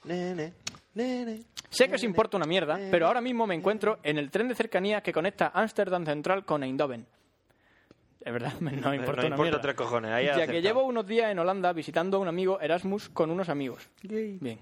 [SPEAKER 9] Sé que os importa una mierda, pero ahora mismo me encuentro en el tren de cercanías que conecta Ámsterdam Central con Eindhoven. Es verdad, no me importa
[SPEAKER 6] No
[SPEAKER 9] una
[SPEAKER 6] importa
[SPEAKER 9] mierda.
[SPEAKER 6] tres cojones. Ahí has
[SPEAKER 9] Ya que
[SPEAKER 6] acertado.
[SPEAKER 9] llevo unos días en Holanda visitando a un amigo Erasmus con unos amigos.
[SPEAKER 8] Gay.
[SPEAKER 9] Bien.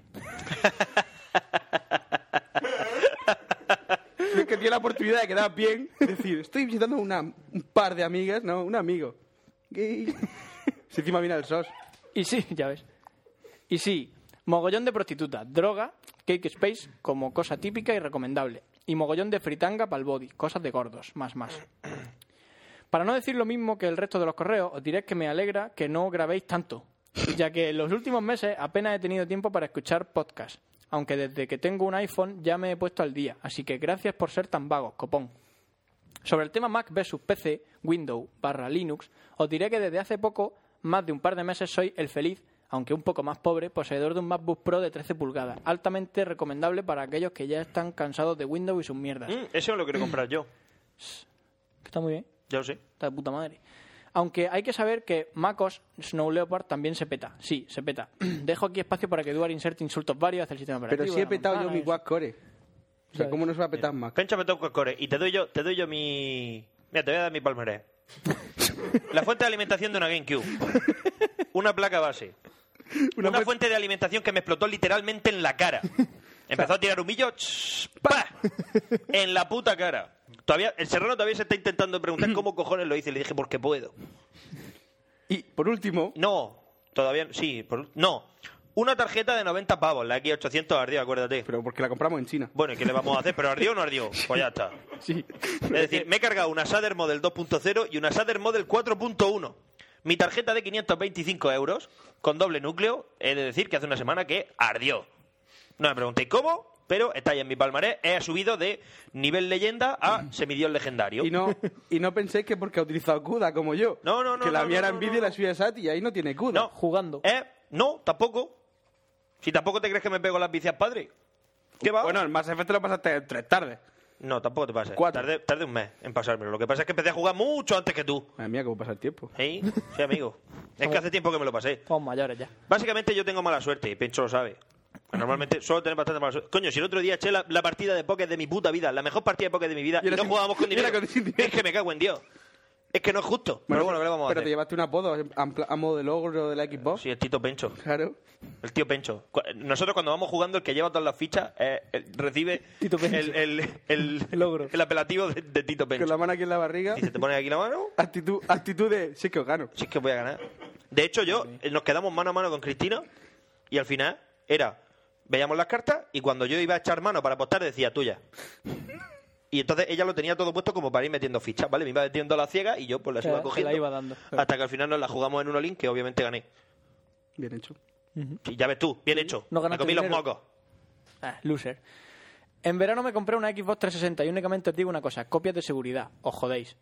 [SPEAKER 8] Es que tiene la oportunidad de quedar bien. Es decir, estoy visitando una, un par de amigas, no, un amigo. Gay. Si encima viene el S O S.
[SPEAKER 9] Y sí, ya ves. Y sí, mogollón de prostitutas, droga, cake space como cosa típica y recomendable. Y mogollón de fritanga pa'l body, cosas de gordos, más más. Para no decir lo mismo que el resto de los correos, os diré que me alegra que no grabéis tanto, ya que en los últimos meses apenas he tenido tiempo para escuchar podcast, aunque desde que tengo un iPhone ya me he puesto al día, así que gracias por ser tan vagos, copón. Sobre el tema Mac versus P C, Windows barra Linux, os diré que desde hace poco, más de un par de meses, soy el feliz, aunque un poco más pobre, poseedor de un MacBook Pro de trece pulgadas, altamente recomendable para aquellos que ya están cansados de Windows y sus mierdas.
[SPEAKER 6] Mm, ese me lo quiero comprar yo.
[SPEAKER 9] Está muy bien.
[SPEAKER 6] Ya lo sé.
[SPEAKER 9] Está de puta madre. Aunque hay que saber que MacOS Snow Leopard también se peta. Sí, se peta. Dejo aquí espacio para que Duar inserte insultos varios hacia el sistema
[SPEAKER 8] Pero
[SPEAKER 9] operativo.
[SPEAKER 8] sí he
[SPEAKER 9] la
[SPEAKER 8] petado yo
[SPEAKER 9] manzana,
[SPEAKER 8] mi
[SPEAKER 9] eso.
[SPEAKER 8] Watt Core. O sea, ¿cómo no se va a petar más?
[SPEAKER 6] Pencho me toca el core y te doy yo, te doy yo mi... Mira, te voy a dar mi palmarés. La fuente de alimentación de una GameCube. Una placa base. Una, una fuente de alimentación que me explotó literalmente en la cara. Empezó a tirar humillo, ¡pa! En la puta cara. Todavía, el Serrano todavía se está intentando preguntar cómo cojones lo hice. Y le dije, porque puedo.
[SPEAKER 8] Y, por último...
[SPEAKER 6] No, todavía... Sí, por, no. Una tarjeta de noventa pavos, la X ochocientos ardió, acuérdate.
[SPEAKER 8] Pero porque la compramos en China.
[SPEAKER 6] Bueno, ¿y qué le vamos a hacer? ¿Pero ardió o no ardió? Pues ya está.
[SPEAKER 8] Sí.
[SPEAKER 6] Es decir, me he cargado una Shader Model dos punto cero y una Shader Model cuatro punto uno. Mi tarjeta de quinientos veinticinco euros, con doble núcleo, he de decir que hace una semana que ardió. No me preguntéis cómo, pero está ahí en mi palmarés. He subido de nivel leyenda a semidios legendario.
[SPEAKER 8] Y no, y no penséis que porque ha utilizado CUDA como yo.
[SPEAKER 6] No, no, no.
[SPEAKER 8] Que la
[SPEAKER 6] no,
[SPEAKER 8] mía
[SPEAKER 6] no,
[SPEAKER 8] era
[SPEAKER 6] no,
[SPEAKER 8] Nvidia
[SPEAKER 6] no,
[SPEAKER 8] y
[SPEAKER 6] no.
[SPEAKER 8] la suya es A T I y ahí no tiene CUDA.
[SPEAKER 6] No.
[SPEAKER 9] Jugando.
[SPEAKER 6] ¿Eh? No, tampoco. Si tampoco te crees que me pego las vicias padre. ¿Qué va?
[SPEAKER 8] Bueno, el Mass Effect te lo pasaste en tres tardes.
[SPEAKER 6] No, tampoco te pases.
[SPEAKER 8] Cuatro.
[SPEAKER 6] Tardé, tardé un mes en pasármelo. Lo que pasa es que empecé a jugar mucho antes que tú.
[SPEAKER 8] Madre mía, cómo pasa el tiempo.
[SPEAKER 6] ¿Sí? Sí, amigo. Es que hace tiempo que me lo pasé.
[SPEAKER 9] Somos mayores ya.
[SPEAKER 6] Básicamente yo tengo mala suerte y Pencho lo sabe. Normalmente suelo tener bastante mala suerte. Coño, si el otro día eché la, la partida de póker de mi puta vida, la mejor partida de póker de mi vida, y,
[SPEAKER 8] Y
[SPEAKER 6] no
[SPEAKER 8] era sin-
[SPEAKER 6] jugábamos con
[SPEAKER 8] y era
[SPEAKER 6] dinero.
[SPEAKER 8] con sin dinero.
[SPEAKER 6] Es que me cago en Dios. Es que no es justo. Pero bueno, ¿qué le vamos a
[SPEAKER 8] Pero
[SPEAKER 6] hacer?
[SPEAKER 8] te llevaste un apodo en- en pla- a modo de logro de la Xbox.
[SPEAKER 6] Sí, el Tito Pencho.
[SPEAKER 8] Claro.
[SPEAKER 6] El tío Pencho. Cu- Nosotros cuando vamos jugando, el que lleva todas las fichas eh, eh, recibe
[SPEAKER 9] Tito Pencho.
[SPEAKER 6] el, el, el,
[SPEAKER 9] El logro.
[SPEAKER 6] el apelativo de, de Tito Pencho.
[SPEAKER 8] Con la mano aquí en la barriga.
[SPEAKER 6] Dice, te pones aquí la mano,
[SPEAKER 8] Actitud, actitud de sí que os gano.
[SPEAKER 6] sí es que voy a ganar. De hecho, yo eh, nos quedamos mano a mano con Cristina y al final era, veíamos las cartas y cuando yo iba a echar mano para apostar decía tuya. Y entonces ella lo tenía todo puesto como para ir metiendo fichas, ¿vale? Me iba metiendo a la ciega y yo pues las
[SPEAKER 9] Te-
[SPEAKER 6] iba
[SPEAKER 9] te
[SPEAKER 6] cogiendo.
[SPEAKER 9] la iba dando.
[SPEAKER 6] Hasta que al final nos la jugamos en uno link que obviamente gané.
[SPEAKER 8] Bien hecho.
[SPEAKER 6] Sí, ya ves tú, bien hecho.
[SPEAKER 9] No
[SPEAKER 6] Me
[SPEAKER 9] ganaste
[SPEAKER 6] comí los
[SPEAKER 9] dinero.
[SPEAKER 6] mocos.
[SPEAKER 9] Ah, loser. En verano me compré una Xbox trescientos sesenta y únicamente os digo una cosa, copias de seguridad, os jodéis.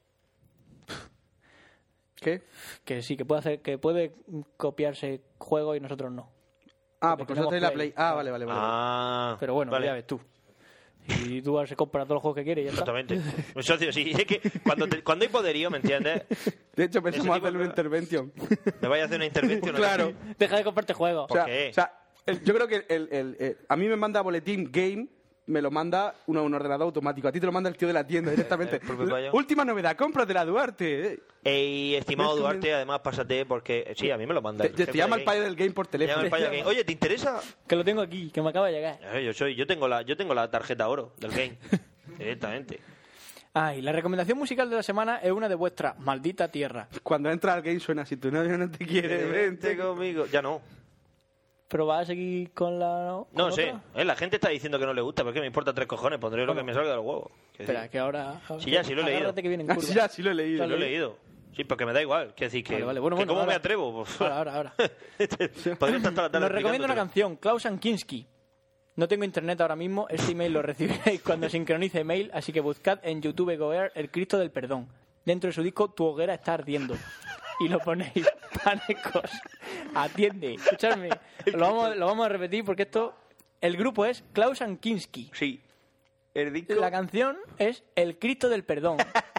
[SPEAKER 8] ¿Qué?
[SPEAKER 9] Que sí, que puede hacer, que puede copiarse juegos y nosotros no.
[SPEAKER 8] Ah,
[SPEAKER 9] Porque
[SPEAKER 8] porque vosotros tenéis la
[SPEAKER 9] tenemos
[SPEAKER 8] Play.
[SPEAKER 9] Play.
[SPEAKER 8] Ah, vale, vale, vale.
[SPEAKER 6] Ah,
[SPEAKER 9] Pero bueno,
[SPEAKER 6] vale.
[SPEAKER 9] ya ves tú. Y tú se compra todos los juegos que quieres y ya está.
[SPEAKER 6] Exactamente. Mi socio, sí, es que cuando, te- cuando hay poderío, ¿me entiendes?
[SPEAKER 8] De hecho, pensamos
[SPEAKER 6] tipo
[SPEAKER 8] hacerle una
[SPEAKER 6] de-
[SPEAKER 8] intervención.
[SPEAKER 6] Me vaya a hacer una intervención.
[SPEAKER 8] Claro.
[SPEAKER 9] Deja de comprarte juegos.
[SPEAKER 8] O
[SPEAKER 6] ¿Por
[SPEAKER 8] sea,
[SPEAKER 6] qué?
[SPEAKER 8] o sea, el- yo creo que el, el- el- a mí me manda boletín game, me lo manda un, un ordenador automático. A ti te lo manda el tío de la tienda directamente.
[SPEAKER 6] El propio payo.
[SPEAKER 8] Última novedad, cómpratela, Duarte. eh.
[SPEAKER 6] Ey, estimado
[SPEAKER 8] ¿Ves tú
[SPEAKER 6] Duarte,
[SPEAKER 8] bien?
[SPEAKER 6] además pásate porque... Sí, a mí me lo manda.
[SPEAKER 8] Te,
[SPEAKER 6] el
[SPEAKER 8] te
[SPEAKER 6] jefe
[SPEAKER 8] llama
[SPEAKER 6] de
[SPEAKER 8] el
[SPEAKER 6] game.
[SPEAKER 8] payo del game por
[SPEAKER 6] Te llama
[SPEAKER 8] teléfono.
[SPEAKER 6] el payo game. Oye, ¿te interesa?
[SPEAKER 9] Que lo tengo aquí, que me acaba de llegar.
[SPEAKER 6] Eh, Yo soy, yo tengo la, yo tengo la tarjeta oro del game. Directamente.
[SPEAKER 9] Ah, y la recomendación musical de la semana es una de vuestra maldita tierra.
[SPEAKER 8] Cuando entra al game suena, si tu novio no te quiere, vente.
[SPEAKER 6] conmigo. Ya no.
[SPEAKER 9] Pero vas a seguir con la... con
[SPEAKER 6] No sé.
[SPEAKER 9] otra?
[SPEAKER 6] Eh, la gente está diciendo que no le gusta, pero es que me importa tres cojones. Pondré lo que me salga de los huevos. Quiero
[SPEAKER 9] Espera,
[SPEAKER 6] decir,
[SPEAKER 9] que ahora...
[SPEAKER 6] Sí, ya, sí lo he leído.
[SPEAKER 9] Agárrate que viene en
[SPEAKER 8] Ah,
[SPEAKER 9] curva.
[SPEAKER 8] sí, ya, sí lo he leído.
[SPEAKER 6] lo he leído. Sí, porque me da igual. Quiero decir que...
[SPEAKER 9] Vale, vale. Bueno,
[SPEAKER 6] que
[SPEAKER 9] bueno,
[SPEAKER 6] ¿Cómo
[SPEAKER 9] ahora-
[SPEAKER 6] me atrevo? Pues,
[SPEAKER 9] Ahora, ahora, ahora.
[SPEAKER 6] Podría estar toda la tarde
[SPEAKER 9] Nos recomiendo una
[SPEAKER 6] explicándotelo.
[SPEAKER 9] canción, Klaus and Kinski. No tengo internet ahora mismo, este email lo recibiréis cuando sincronice email, así que buscad en YouTube Goer el Cristo del Perdón. Dentro de su disco Tu hoguera está ardiendo. Y lo ponéis, panecos. Atiende, escuchadme. Lo vamos, lo vamos a repetir porque esto... El grupo es Klaus and Kinski.
[SPEAKER 6] Sí. El disco...
[SPEAKER 9] La canción es El Cristo del Perdón.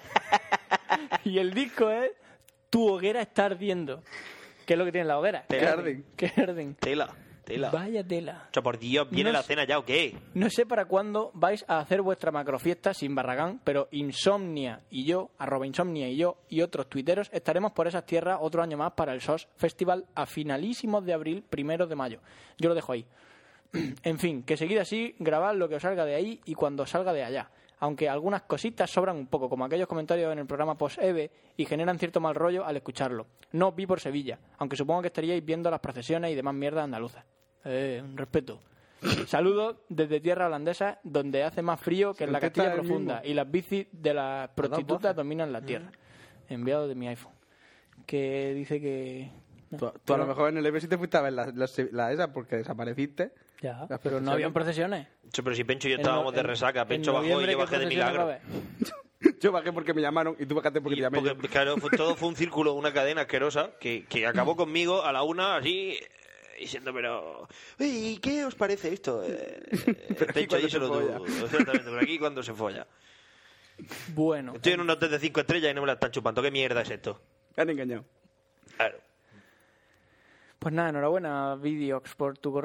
[SPEAKER 9] Y el disco es Tu hoguera está ardiendo. ¿Qué es lo que tiene la hoguera?
[SPEAKER 6] Te
[SPEAKER 8] Que arden.
[SPEAKER 9] Que arden.
[SPEAKER 6] Tela, tela.
[SPEAKER 9] Vaya tela.
[SPEAKER 6] O sea, por Dios, ¿viene
[SPEAKER 9] No
[SPEAKER 6] la
[SPEAKER 9] sé-
[SPEAKER 6] cena ya o qué?
[SPEAKER 9] No sé para cuándo vais a hacer vuestra macrofiesta sin Barragán, pero Insomnia y yo, arroba Insomnia y yo y otros tuiteros estaremos por esas tierras otro año más para el S O S Festival a finalísimos de abril, primeros de mayo. Yo lo dejo ahí. En fin, que seguid así, grabad lo que os salga de ahí y cuando salga de allá. Aunque algunas cositas sobran un poco, como aquellos comentarios en el programa post-EVE y generan cierto mal rollo al escucharlo. No os vi por Sevilla, aunque supongo que estaríais viendo las procesiones y demás mierdas andaluzas. Eh, un respeto. Saludos desde tierra holandesa, donde hace más frío que en la
[SPEAKER 8] contesta
[SPEAKER 9] Castilla
[SPEAKER 8] él
[SPEAKER 9] profunda
[SPEAKER 8] mismo.
[SPEAKER 9] y las bicis de las prostitutas
[SPEAKER 8] voces.
[SPEAKER 9] dominan la tierra. Enviado de mi iPhone. Que dice que... no,
[SPEAKER 8] Tú, tú a
[SPEAKER 9] pero-
[SPEAKER 8] lo mejor en el E V sí te fuiste a ver la, la, la esa porque desapareciste.
[SPEAKER 9] Ya,
[SPEAKER 8] Las
[SPEAKER 9] pero no
[SPEAKER 8] procesiones.
[SPEAKER 9] habían procesiones.
[SPEAKER 6] Sí, pero si Pencho y yo
[SPEAKER 9] En
[SPEAKER 6] estábamos
[SPEAKER 9] no-
[SPEAKER 6] de
[SPEAKER 9] en-
[SPEAKER 6] resaca,
[SPEAKER 9] en
[SPEAKER 6] Pencho bajó y
[SPEAKER 9] noviembre,
[SPEAKER 6] yo
[SPEAKER 9] ¿qué
[SPEAKER 6] bajé de
[SPEAKER 9] procesiones va a
[SPEAKER 6] milagro.
[SPEAKER 9] haber?
[SPEAKER 8] Yo bajé porque me llamaron y tú bajaste porque
[SPEAKER 6] Y
[SPEAKER 8] te llamé
[SPEAKER 6] porque,
[SPEAKER 8] yo.
[SPEAKER 6] claro, fue- todo fue un círculo, una cadena asquerosa que, que acabó conmigo a la una así eh, diciendo, pero ¿y qué os parece esto? Eh, eh,
[SPEAKER 8] Pero aquí
[SPEAKER 6] Pencho,
[SPEAKER 8] cuando
[SPEAKER 6] díselo
[SPEAKER 8] se
[SPEAKER 6] tú.
[SPEAKER 8] folla.
[SPEAKER 6] Exactamente, pero aquí cuando se folla.
[SPEAKER 9] Bueno,
[SPEAKER 6] Estoy en un hotel de cinco estrellas y no me la están chupando. ¿Qué mierda es esto?
[SPEAKER 8] Me han engañado.
[SPEAKER 6] Claro.
[SPEAKER 9] pues nada, enhorabuena, Videox, por tu correo.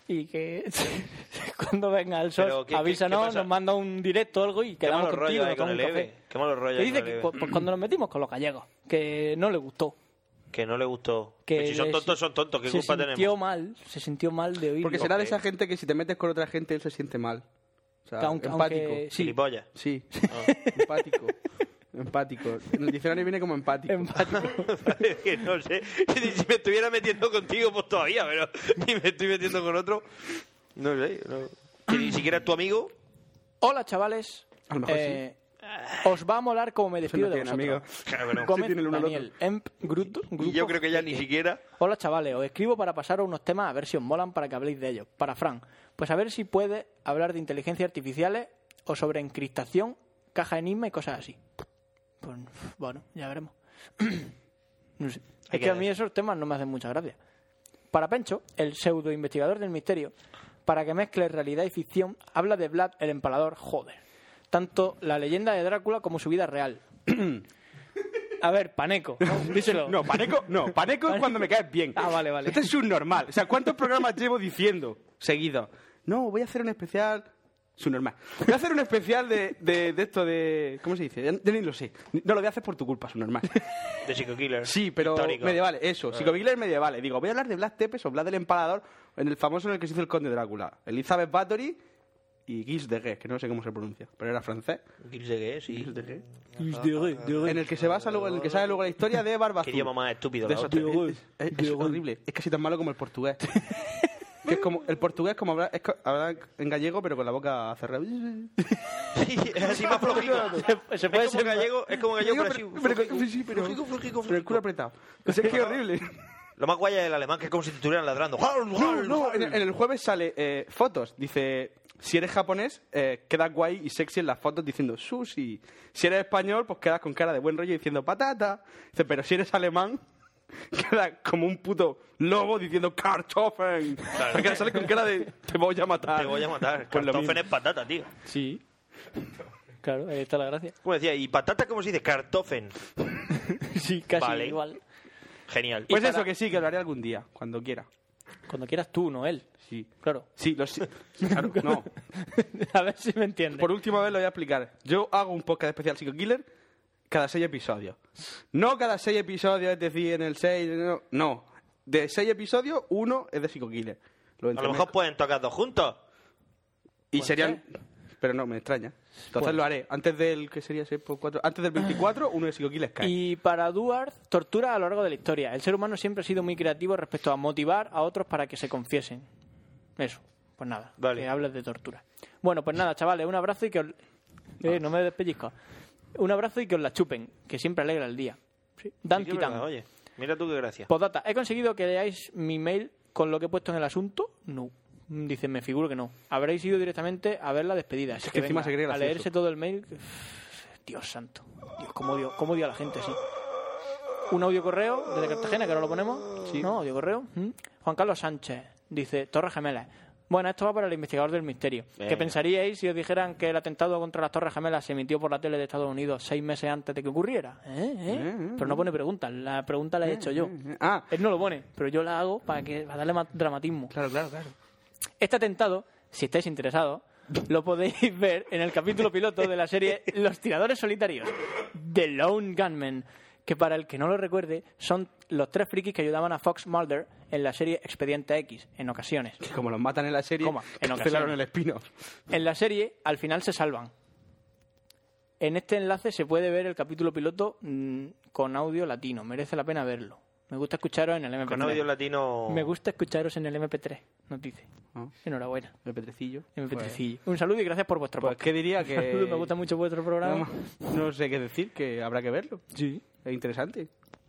[SPEAKER 9] y que cuando venga el sol,
[SPEAKER 6] Pero, ¿qué- qué-
[SPEAKER 9] avísanos,
[SPEAKER 6] qué pasa?
[SPEAKER 9] nos manda un directo o algo y
[SPEAKER 6] Qué
[SPEAKER 9] quedamos
[SPEAKER 6] malos
[SPEAKER 9] contigo.
[SPEAKER 6] rollos hay
[SPEAKER 9] nos
[SPEAKER 6] con el
[SPEAKER 9] tomamos un
[SPEAKER 6] Eve.
[SPEAKER 9] café.
[SPEAKER 6] Qué malos rollos
[SPEAKER 9] Que
[SPEAKER 6] hay
[SPEAKER 9] dice
[SPEAKER 6] con el
[SPEAKER 9] que
[SPEAKER 6] Eve.
[SPEAKER 9] cu- pues, cuando nos metimos con los gallegos, que no le gustó.
[SPEAKER 6] Que no le gustó.
[SPEAKER 9] Que
[SPEAKER 6] Que si son
[SPEAKER 9] le-
[SPEAKER 6] tontos, son tontos. ¿Qué
[SPEAKER 9] se
[SPEAKER 6] culpa
[SPEAKER 9] sintió
[SPEAKER 6] tenemos?
[SPEAKER 9] mal, se sintió mal de oírlo.
[SPEAKER 8] Porque será de
[SPEAKER 6] Ok.
[SPEAKER 8] esa gente que si te metes con otra gente él se siente mal. O sea,
[SPEAKER 9] Que aunque-
[SPEAKER 8] empático.
[SPEAKER 9] aunque- sí.
[SPEAKER 6] Gilipollas.
[SPEAKER 8] Sí, empático. Empático. En el diccionario viene como empático.
[SPEAKER 9] Empático.
[SPEAKER 6] Que no sé. Si me estuviera metiendo contigo, pues todavía, pero ni me estoy metiendo con otro. No sé. No. Que ni siquiera es tu amigo.
[SPEAKER 9] Hola, chavales.
[SPEAKER 8] A lo mejor
[SPEAKER 9] Eh, Os va a molar como me despido
[SPEAKER 8] no
[SPEAKER 9] de
[SPEAKER 8] tiene
[SPEAKER 9] vosotros.
[SPEAKER 8] amigos.
[SPEAKER 6] Claro que no.
[SPEAKER 9] Gómez,
[SPEAKER 8] Sí tiene el uno al
[SPEAKER 9] Daniel, Emp, Grut,
[SPEAKER 6] Y
[SPEAKER 9] Grupo
[SPEAKER 6] yo creo que ya ni
[SPEAKER 9] G.
[SPEAKER 6] siquiera.
[SPEAKER 9] Hola chavales, os escribo para pasaros unos temas a ver si os molan para que habléis de ellos. Para Fran, pues a ver si puede hablar de inteligencia artificiales o sobre encriptación, caja enigma y cosas así. Pues bueno, ya veremos. No sé.
[SPEAKER 6] Hay
[SPEAKER 9] Es
[SPEAKER 6] que
[SPEAKER 9] que a
[SPEAKER 6] ver.
[SPEAKER 9] mí esos temas no me hacen mucha gracia. Para Pencho, el pseudo investigador del misterio, para que mezcle realidad y ficción, habla de Vlad el Empalador, joder. Tanto la leyenda de Drácula como su vida real. A ver, Paneco, díselo.
[SPEAKER 8] No, Paneco, no, Paneco es cuando me caes bien.
[SPEAKER 9] Ah, vale, vale.
[SPEAKER 8] Este es subnormal. O sea, ¿cuántos programas llevo diciendo seguidos? No, voy a hacer un especial. Subnormal. Voy a hacer un especial de, de, de esto de. ¿Cómo se dice? Ya, ya ni lo sé. No lo voy a hacer por tu culpa, subnormal.
[SPEAKER 6] De Psycho Killer.
[SPEAKER 8] Sí, pero
[SPEAKER 6] Histórico.
[SPEAKER 8] medievales, eso. Psicovigiles medievales. Digo, voy a hablar de Vlad Tepes o Vlad el Empalador, en el famoso en el que se hizo el Conde Drácula. Elizabeth Bathory y Guise de Guet, que no sé cómo se pronuncia, pero era francés.
[SPEAKER 6] Gilles de Guet, sí.
[SPEAKER 8] Guise de Guet.
[SPEAKER 9] En
[SPEAKER 8] En el que se basa luego, en el que sale luego la historia de Barba
[SPEAKER 6] Qué
[SPEAKER 8] Azul.
[SPEAKER 6] idioma más estúpido.
[SPEAKER 8] De
[SPEAKER 6] la
[SPEAKER 8] esos
[SPEAKER 6] hostia.
[SPEAKER 8] tres. Es, es- es horrible. Es casi tan malo como el portugués. Que es como el portugués como hablar, es co- hablar en gallego pero con la boca cerrada.
[SPEAKER 6] Sí, es así más flojito.
[SPEAKER 9] Se, se puede
[SPEAKER 6] Es como
[SPEAKER 9] ser
[SPEAKER 6] gallego, es como gallego, pero así.
[SPEAKER 8] Pero- pero-
[SPEAKER 6] flojico.
[SPEAKER 8] sí, pero-
[SPEAKER 6] Flojico, flojico,
[SPEAKER 8] Pero el culo apretado. Pues es que es horrible.
[SPEAKER 6] Lo más guay es el alemán, que es como si te estuvieran ladrando.
[SPEAKER 8] No, no, en, en el jueves sale eh, fotos. Dice, si eres japonés, eh, quedas guay y sexy en las fotos diciendo sushi. Si eres español, pues quedas con cara de buen rollo diciendo patata. Dice, pero si eres alemán, quedas como un puto lobo diciendo Kartoffeln. Porque sale con cara de te voy a matar.
[SPEAKER 6] Te voy a matar.
[SPEAKER 8] Pues lo
[SPEAKER 6] Kartoffeln
[SPEAKER 8] mismo.
[SPEAKER 6] es patata, tío.
[SPEAKER 9] Sí. Claro, ahí está la gracia.
[SPEAKER 6] Como decía, ¿y patata cómo se dice? Kartoffeln.
[SPEAKER 9] Sí, casi
[SPEAKER 6] Vale.
[SPEAKER 9] igual.
[SPEAKER 6] Genial.
[SPEAKER 8] Pues
[SPEAKER 9] Y para-
[SPEAKER 8] eso, que sí, que lo haré algún día, cuando quiera.
[SPEAKER 9] Cuando quieras tú, no él.
[SPEAKER 8] Sí.
[SPEAKER 9] Claro.
[SPEAKER 8] Sí, lo sé. Claro, no.
[SPEAKER 9] A ver si me entiendes.
[SPEAKER 8] Por última vez lo voy a explicar. Yo hago un podcast especial Psycho Killer cada seis episodios. No cada seis episodios, es decir, en el seis... No, no. De seis episodios, uno es de Psycho Killer. Lo
[SPEAKER 6] A lo
[SPEAKER 8] entremezco.
[SPEAKER 6] mejor pueden tocar dos juntos.
[SPEAKER 8] Y
[SPEAKER 9] puede
[SPEAKER 8] serían... Pero no, me extraña. Entonces
[SPEAKER 9] Puede
[SPEAKER 8] lo haré. Antes del... ¿Qué sería ese? Por cuatro- Antes del veinticuatro, uno de Psycho Killer cae.
[SPEAKER 9] Y para Duarte, tortura a lo largo de la historia. El ser humano siempre ha sido muy creativo respecto a motivar a otros para que se confiesen. Eso. Pues nada,
[SPEAKER 6] Vale.
[SPEAKER 9] que hables de tortura. Bueno, pues nada, chavales, un abrazo y que os... Eh, no me despellizco. Un abrazo y que os la chupen, que siempre alegra el día. Sí. Dan
[SPEAKER 6] Sí que es
[SPEAKER 9] Kitan.
[SPEAKER 6] verdad, oye, mira tú qué gracia.
[SPEAKER 9] Postdata, ¿he conseguido que leáis mi mail con lo que he puesto en el asunto? No. Dice, me figuro que no. Habréis ido directamente a ver la despedida. Así
[SPEAKER 8] Es que encima
[SPEAKER 9] venga,
[SPEAKER 8] se cree
[SPEAKER 9] a
[SPEAKER 8] gracioso.
[SPEAKER 9] leerse todo el mail. Dios santo. Dios, cómo odio, cómo odio a la gente, sí. Un audio correo desde Cartagena, que ahora lo ponemos.
[SPEAKER 8] Sí.
[SPEAKER 9] ¿No? Audio correo. ¿Mm? Juan Carlos Sánchez dice, Torres Gemelas. Bueno, esto va para el investigador del misterio.
[SPEAKER 6] Venga.
[SPEAKER 9] ¿Qué pensaríais si os dijeran que el atentado contra las Torres Gemelas se emitió por la tele de Estados Unidos seis meses antes de que ocurriera? ¿Eh? ¿Eh?
[SPEAKER 8] Eh,
[SPEAKER 9] Pero no pone preguntas. La pregunta la he hecho yo.
[SPEAKER 8] Ah,
[SPEAKER 9] Él no lo pone, pero yo la hago para que para darle más dramatismo.
[SPEAKER 8] claro, claro, claro.
[SPEAKER 9] Este atentado, si estáis interesados, lo podéis ver en el capítulo piloto de la serie Los Tiradores Solitarios, The Lone Gunman, que para el que no lo recuerde, son los tres frikis que ayudaban a Fox Mulder en la serie Expediente X, en ocasiones.
[SPEAKER 8] Que como los matan en la serie,
[SPEAKER 9] Coma, en
[SPEAKER 8] cancelaron
[SPEAKER 9] ocasiones.
[SPEAKER 8] el espino.
[SPEAKER 9] En la serie, al final se salvan. En este enlace se puede ver el capítulo piloto mmm, con audio latino. Merece la pena verlo. Me gusta escucharos en el eme pe tres.
[SPEAKER 6] Con audio latino.
[SPEAKER 9] Me gusta escucharos en el eme pe tres, nos dice.
[SPEAKER 8] Ah.
[SPEAKER 9] Enhorabuena.
[SPEAKER 8] El petrecillo.
[SPEAKER 9] eme pe
[SPEAKER 8] Pues-
[SPEAKER 9] tres. Un saludo y gracias por vuestro
[SPEAKER 8] Pues,
[SPEAKER 9] podcast.
[SPEAKER 8] ¿qué diría que...?
[SPEAKER 9] Me gusta mucho vuestro programa.
[SPEAKER 8] No, no sé qué decir, que habrá que verlo.
[SPEAKER 9] Sí.
[SPEAKER 8] Es interesante.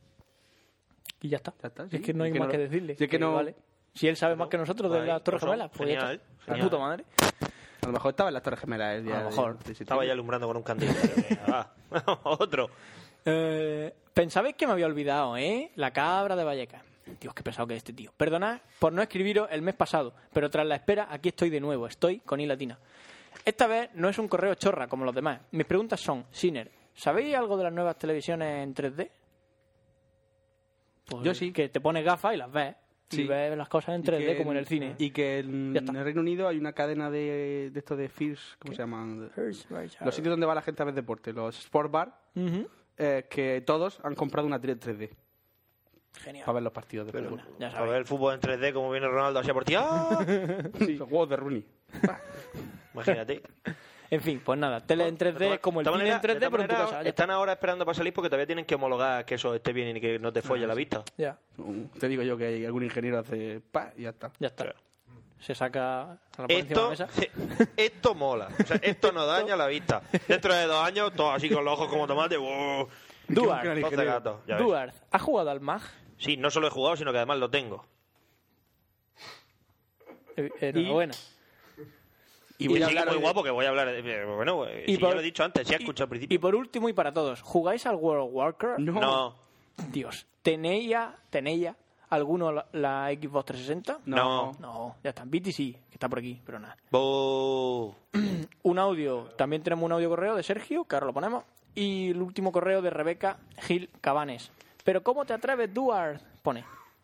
[SPEAKER 9] Y ya está.
[SPEAKER 8] Ya está,
[SPEAKER 9] Es
[SPEAKER 8] sí.
[SPEAKER 9] que no hay
[SPEAKER 8] Es que
[SPEAKER 9] más
[SPEAKER 8] no-
[SPEAKER 9] que decirle.
[SPEAKER 8] si es que no-
[SPEAKER 9] vale. Si él sabe más que nosotros de
[SPEAKER 6] Guay,
[SPEAKER 9] las Torres
[SPEAKER 6] pues,
[SPEAKER 9] Gemelas, pues ya
[SPEAKER 6] genial,
[SPEAKER 9] está. La
[SPEAKER 6] genial.
[SPEAKER 9] puta madre.
[SPEAKER 8] A lo mejor estaba en las Torres Gemelas el día
[SPEAKER 6] A lo
[SPEAKER 8] de-
[SPEAKER 6] mejor.
[SPEAKER 8] de septiembre.
[SPEAKER 6] Estaba ya alumbrando con un candil. Ah, otro.
[SPEAKER 9] Eh, Pensabais que me había olvidado, ¿eh? La cabra de Vallecas. Dios, qué pesado que es este tío. Perdonad por no escribiros el mes pasado, pero tras la espera, aquí estoy de nuevo. Estoy con I latina. Esta vez no es un correo chorra como los demás. Mis preguntas son, Siner, ¿sabéis algo de las nuevas televisiones en tres D? Pues
[SPEAKER 8] Yo sí.
[SPEAKER 9] Que te pones gafas y las ves. y
[SPEAKER 8] Sí.
[SPEAKER 9] ves las cosas en
[SPEAKER 8] Y
[SPEAKER 9] tres D
[SPEAKER 8] que
[SPEAKER 9] como en el cine.
[SPEAKER 8] Y que en,
[SPEAKER 9] Ya está.
[SPEAKER 8] en el Reino Unido hay una cadena de, de estos de First, ¿cómo se llaman? Los sitios donde va la gente a ver deporte, los Sport Bar,
[SPEAKER 9] Ujú.
[SPEAKER 8] eh, que todos han comprado una tele tres D
[SPEAKER 9] Genial.
[SPEAKER 8] para ver los partidos de
[SPEAKER 6] Pero,
[SPEAKER 8] fútbol.
[SPEAKER 9] Ya
[SPEAKER 6] a
[SPEAKER 9] sabes.
[SPEAKER 6] ver el fútbol en tres D, como viene Ronaldo hacia por ti. ¡Ah!
[SPEAKER 8] Sí, los juegos de Rooney.
[SPEAKER 6] Imagínate.
[SPEAKER 9] En fin, pues nada, tele en tres D
[SPEAKER 6] De todas-
[SPEAKER 9] como el
[SPEAKER 6] de todas
[SPEAKER 9] cine en
[SPEAKER 6] maneras-
[SPEAKER 9] tres
[SPEAKER 6] de
[SPEAKER 9] D,
[SPEAKER 6] todas
[SPEAKER 9] pero en tu
[SPEAKER 6] maneras,
[SPEAKER 9] casa. Ya
[SPEAKER 6] Están ahora esperando para salir porque todavía tienen que homologar que eso esté bien y que no te folle la vista.
[SPEAKER 9] Ya,
[SPEAKER 8] Te digo yo que hay algún ingeniero hace pa y ya está.
[SPEAKER 9] ya está. Se saca la por encima de
[SPEAKER 6] Esto,
[SPEAKER 9] la mesa.
[SPEAKER 6] esto mola. O sea, esto no daña la vista. Dentro de dos años, todo así con los ojos como tomate. ¡Wow!
[SPEAKER 9] Duarte,
[SPEAKER 6] Voz de gato, ya ves.
[SPEAKER 9] Duarte, ¿has jugado al Mag?
[SPEAKER 6] Sí, no solo he jugado, sino que además lo tengo.
[SPEAKER 9] Eh, Enhorabuena.
[SPEAKER 6] Y,
[SPEAKER 9] voy a
[SPEAKER 6] sí que
[SPEAKER 9] hablar
[SPEAKER 6] muy
[SPEAKER 9] de-
[SPEAKER 6] guapo que voy a hablar. de- Bueno, eh,
[SPEAKER 9] Y
[SPEAKER 6] si
[SPEAKER 9] por-
[SPEAKER 6] ya lo he dicho antes, si has
[SPEAKER 9] y-
[SPEAKER 6] escuchado al principio.
[SPEAKER 9] Y por último y para todos, ¿jugáis al World of Warcraft?
[SPEAKER 8] No.
[SPEAKER 6] No,
[SPEAKER 9] Dios, ¿tenéis ya, tenéis ya alguno la, la Xbox trescientos sesenta?
[SPEAKER 6] no.
[SPEAKER 9] No, ya está. Viti sí, que está por aquí, pero nada.
[SPEAKER 6] Bo-
[SPEAKER 9] Un audio, también tenemos un audio correo de Sergio, que ahora lo ponemos. Y el último correo de Rebeca Gil Cabanes. Pero ¿cómo te atreves, Duarte? Pone.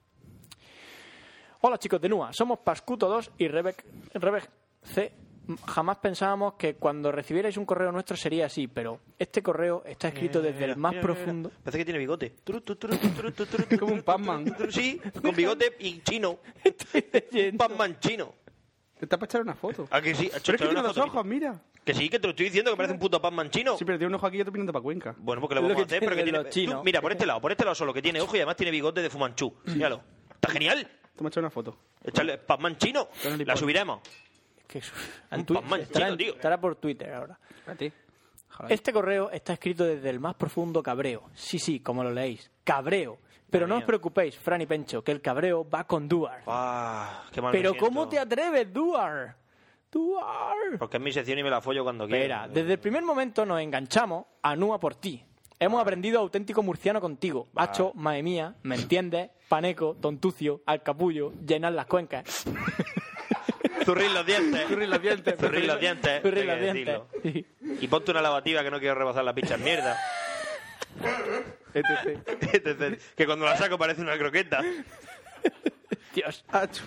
[SPEAKER 9] Hola chicos de N U A, somos Pascuto dos y Rebec, Rebec C. Jamás pensábamos que cuando recibierais un correo nuestro sería así, pero este correo está escrito desde
[SPEAKER 6] Mira,
[SPEAKER 9] el más
[SPEAKER 6] mira, mira,
[SPEAKER 9] profundo.
[SPEAKER 6] mira. Parece que tiene bigote. Turu, tu, turu, tu, turu, tu, turu, tu,
[SPEAKER 8] Como un Pac-Man.
[SPEAKER 6] turu, turu, Sí, con bigote y chino. Un Pac-Man chino.
[SPEAKER 8] Está para echar una foto.
[SPEAKER 6] ¿A que sí?
[SPEAKER 8] Pero es que tiene
[SPEAKER 6] una
[SPEAKER 8] dos
[SPEAKER 6] foto.
[SPEAKER 8] ojos, mira.
[SPEAKER 6] Que sí, que te lo estoy diciendo, que parece un puto Pac-Man chino.
[SPEAKER 8] Sí, pero tiene un ojo aquí y otro mirando para Cuenca.
[SPEAKER 6] Bueno, porque lo
[SPEAKER 9] Lo
[SPEAKER 6] vamos a
[SPEAKER 9] que
[SPEAKER 6] hacer, pero que
[SPEAKER 9] tienen
[SPEAKER 6] tiene...
[SPEAKER 9] los chinos.
[SPEAKER 6] Tú, mira, por este lado, por este lado solo, que tiene ojo y además tiene bigote de Fumanchu. Míralo. Está genial.
[SPEAKER 8] Toma, echar una foto.
[SPEAKER 6] Echarle Pac-Man chino. La subiremos.
[SPEAKER 9] Que es-
[SPEAKER 6] Un
[SPEAKER 9] en Twi-
[SPEAKER 6] Pac-Man
[SPEAKER 9] estará,
[SPEAKER 6] chino,
[SPEAKER 9] en-
[SPEAKER 6] tío.
[SPEAKER 9] estará por Twitter ahora.
[SPEAKER 8] A ti.
[SPEAKER 9] Este correo está escrito desde el más profundo cabreo. Sí, sí, como lo leéis. Cabreo. Pero no os preocupéis, Fran y Pencho, que el cabreo va con Duarte.
[SPEAKER 6] Ah, qué mal me
[SPEAKER 9] Pero
[SPEAKER 6] siento.
[SPEAKER 9] ¿cómo te atreves, Duarte? Duarte.
[SPEAKER 6] Porque es mi sección y me la follo cuando quiero.
[SPEAKER 9] Espera, desde el primer momento nos enganchamos a Nua por ti. Hemos aprendido auténtico murciano contigo. Hacho, mae mía, ¿me entiendes? Paneco, tontucio, alcapullo, llenar las cuencas.
[SPEAKER 6] Zurrir los dientes.
[SPEAKER 8] Zurrir los dientes.
[SPEAKER 6] Zurrir los dientes.
[SPEAKER 9] Zurrir
[SPEAKER 6] hay
[SPEAKER 9] los
[SPEAKER 6] que
[SPEAKER 9] dientes.
[SPEAKER 6] decirlo. Y ponte una lavativa que no quiero rebozar la picha en mierda.
[SPEAKER 8] Etc.
[SPEAKER 6] Etc. Que cuando la saco parece una croqueta.
[SPEAKER 9] Dios.
[SPEAKER 8] Achu.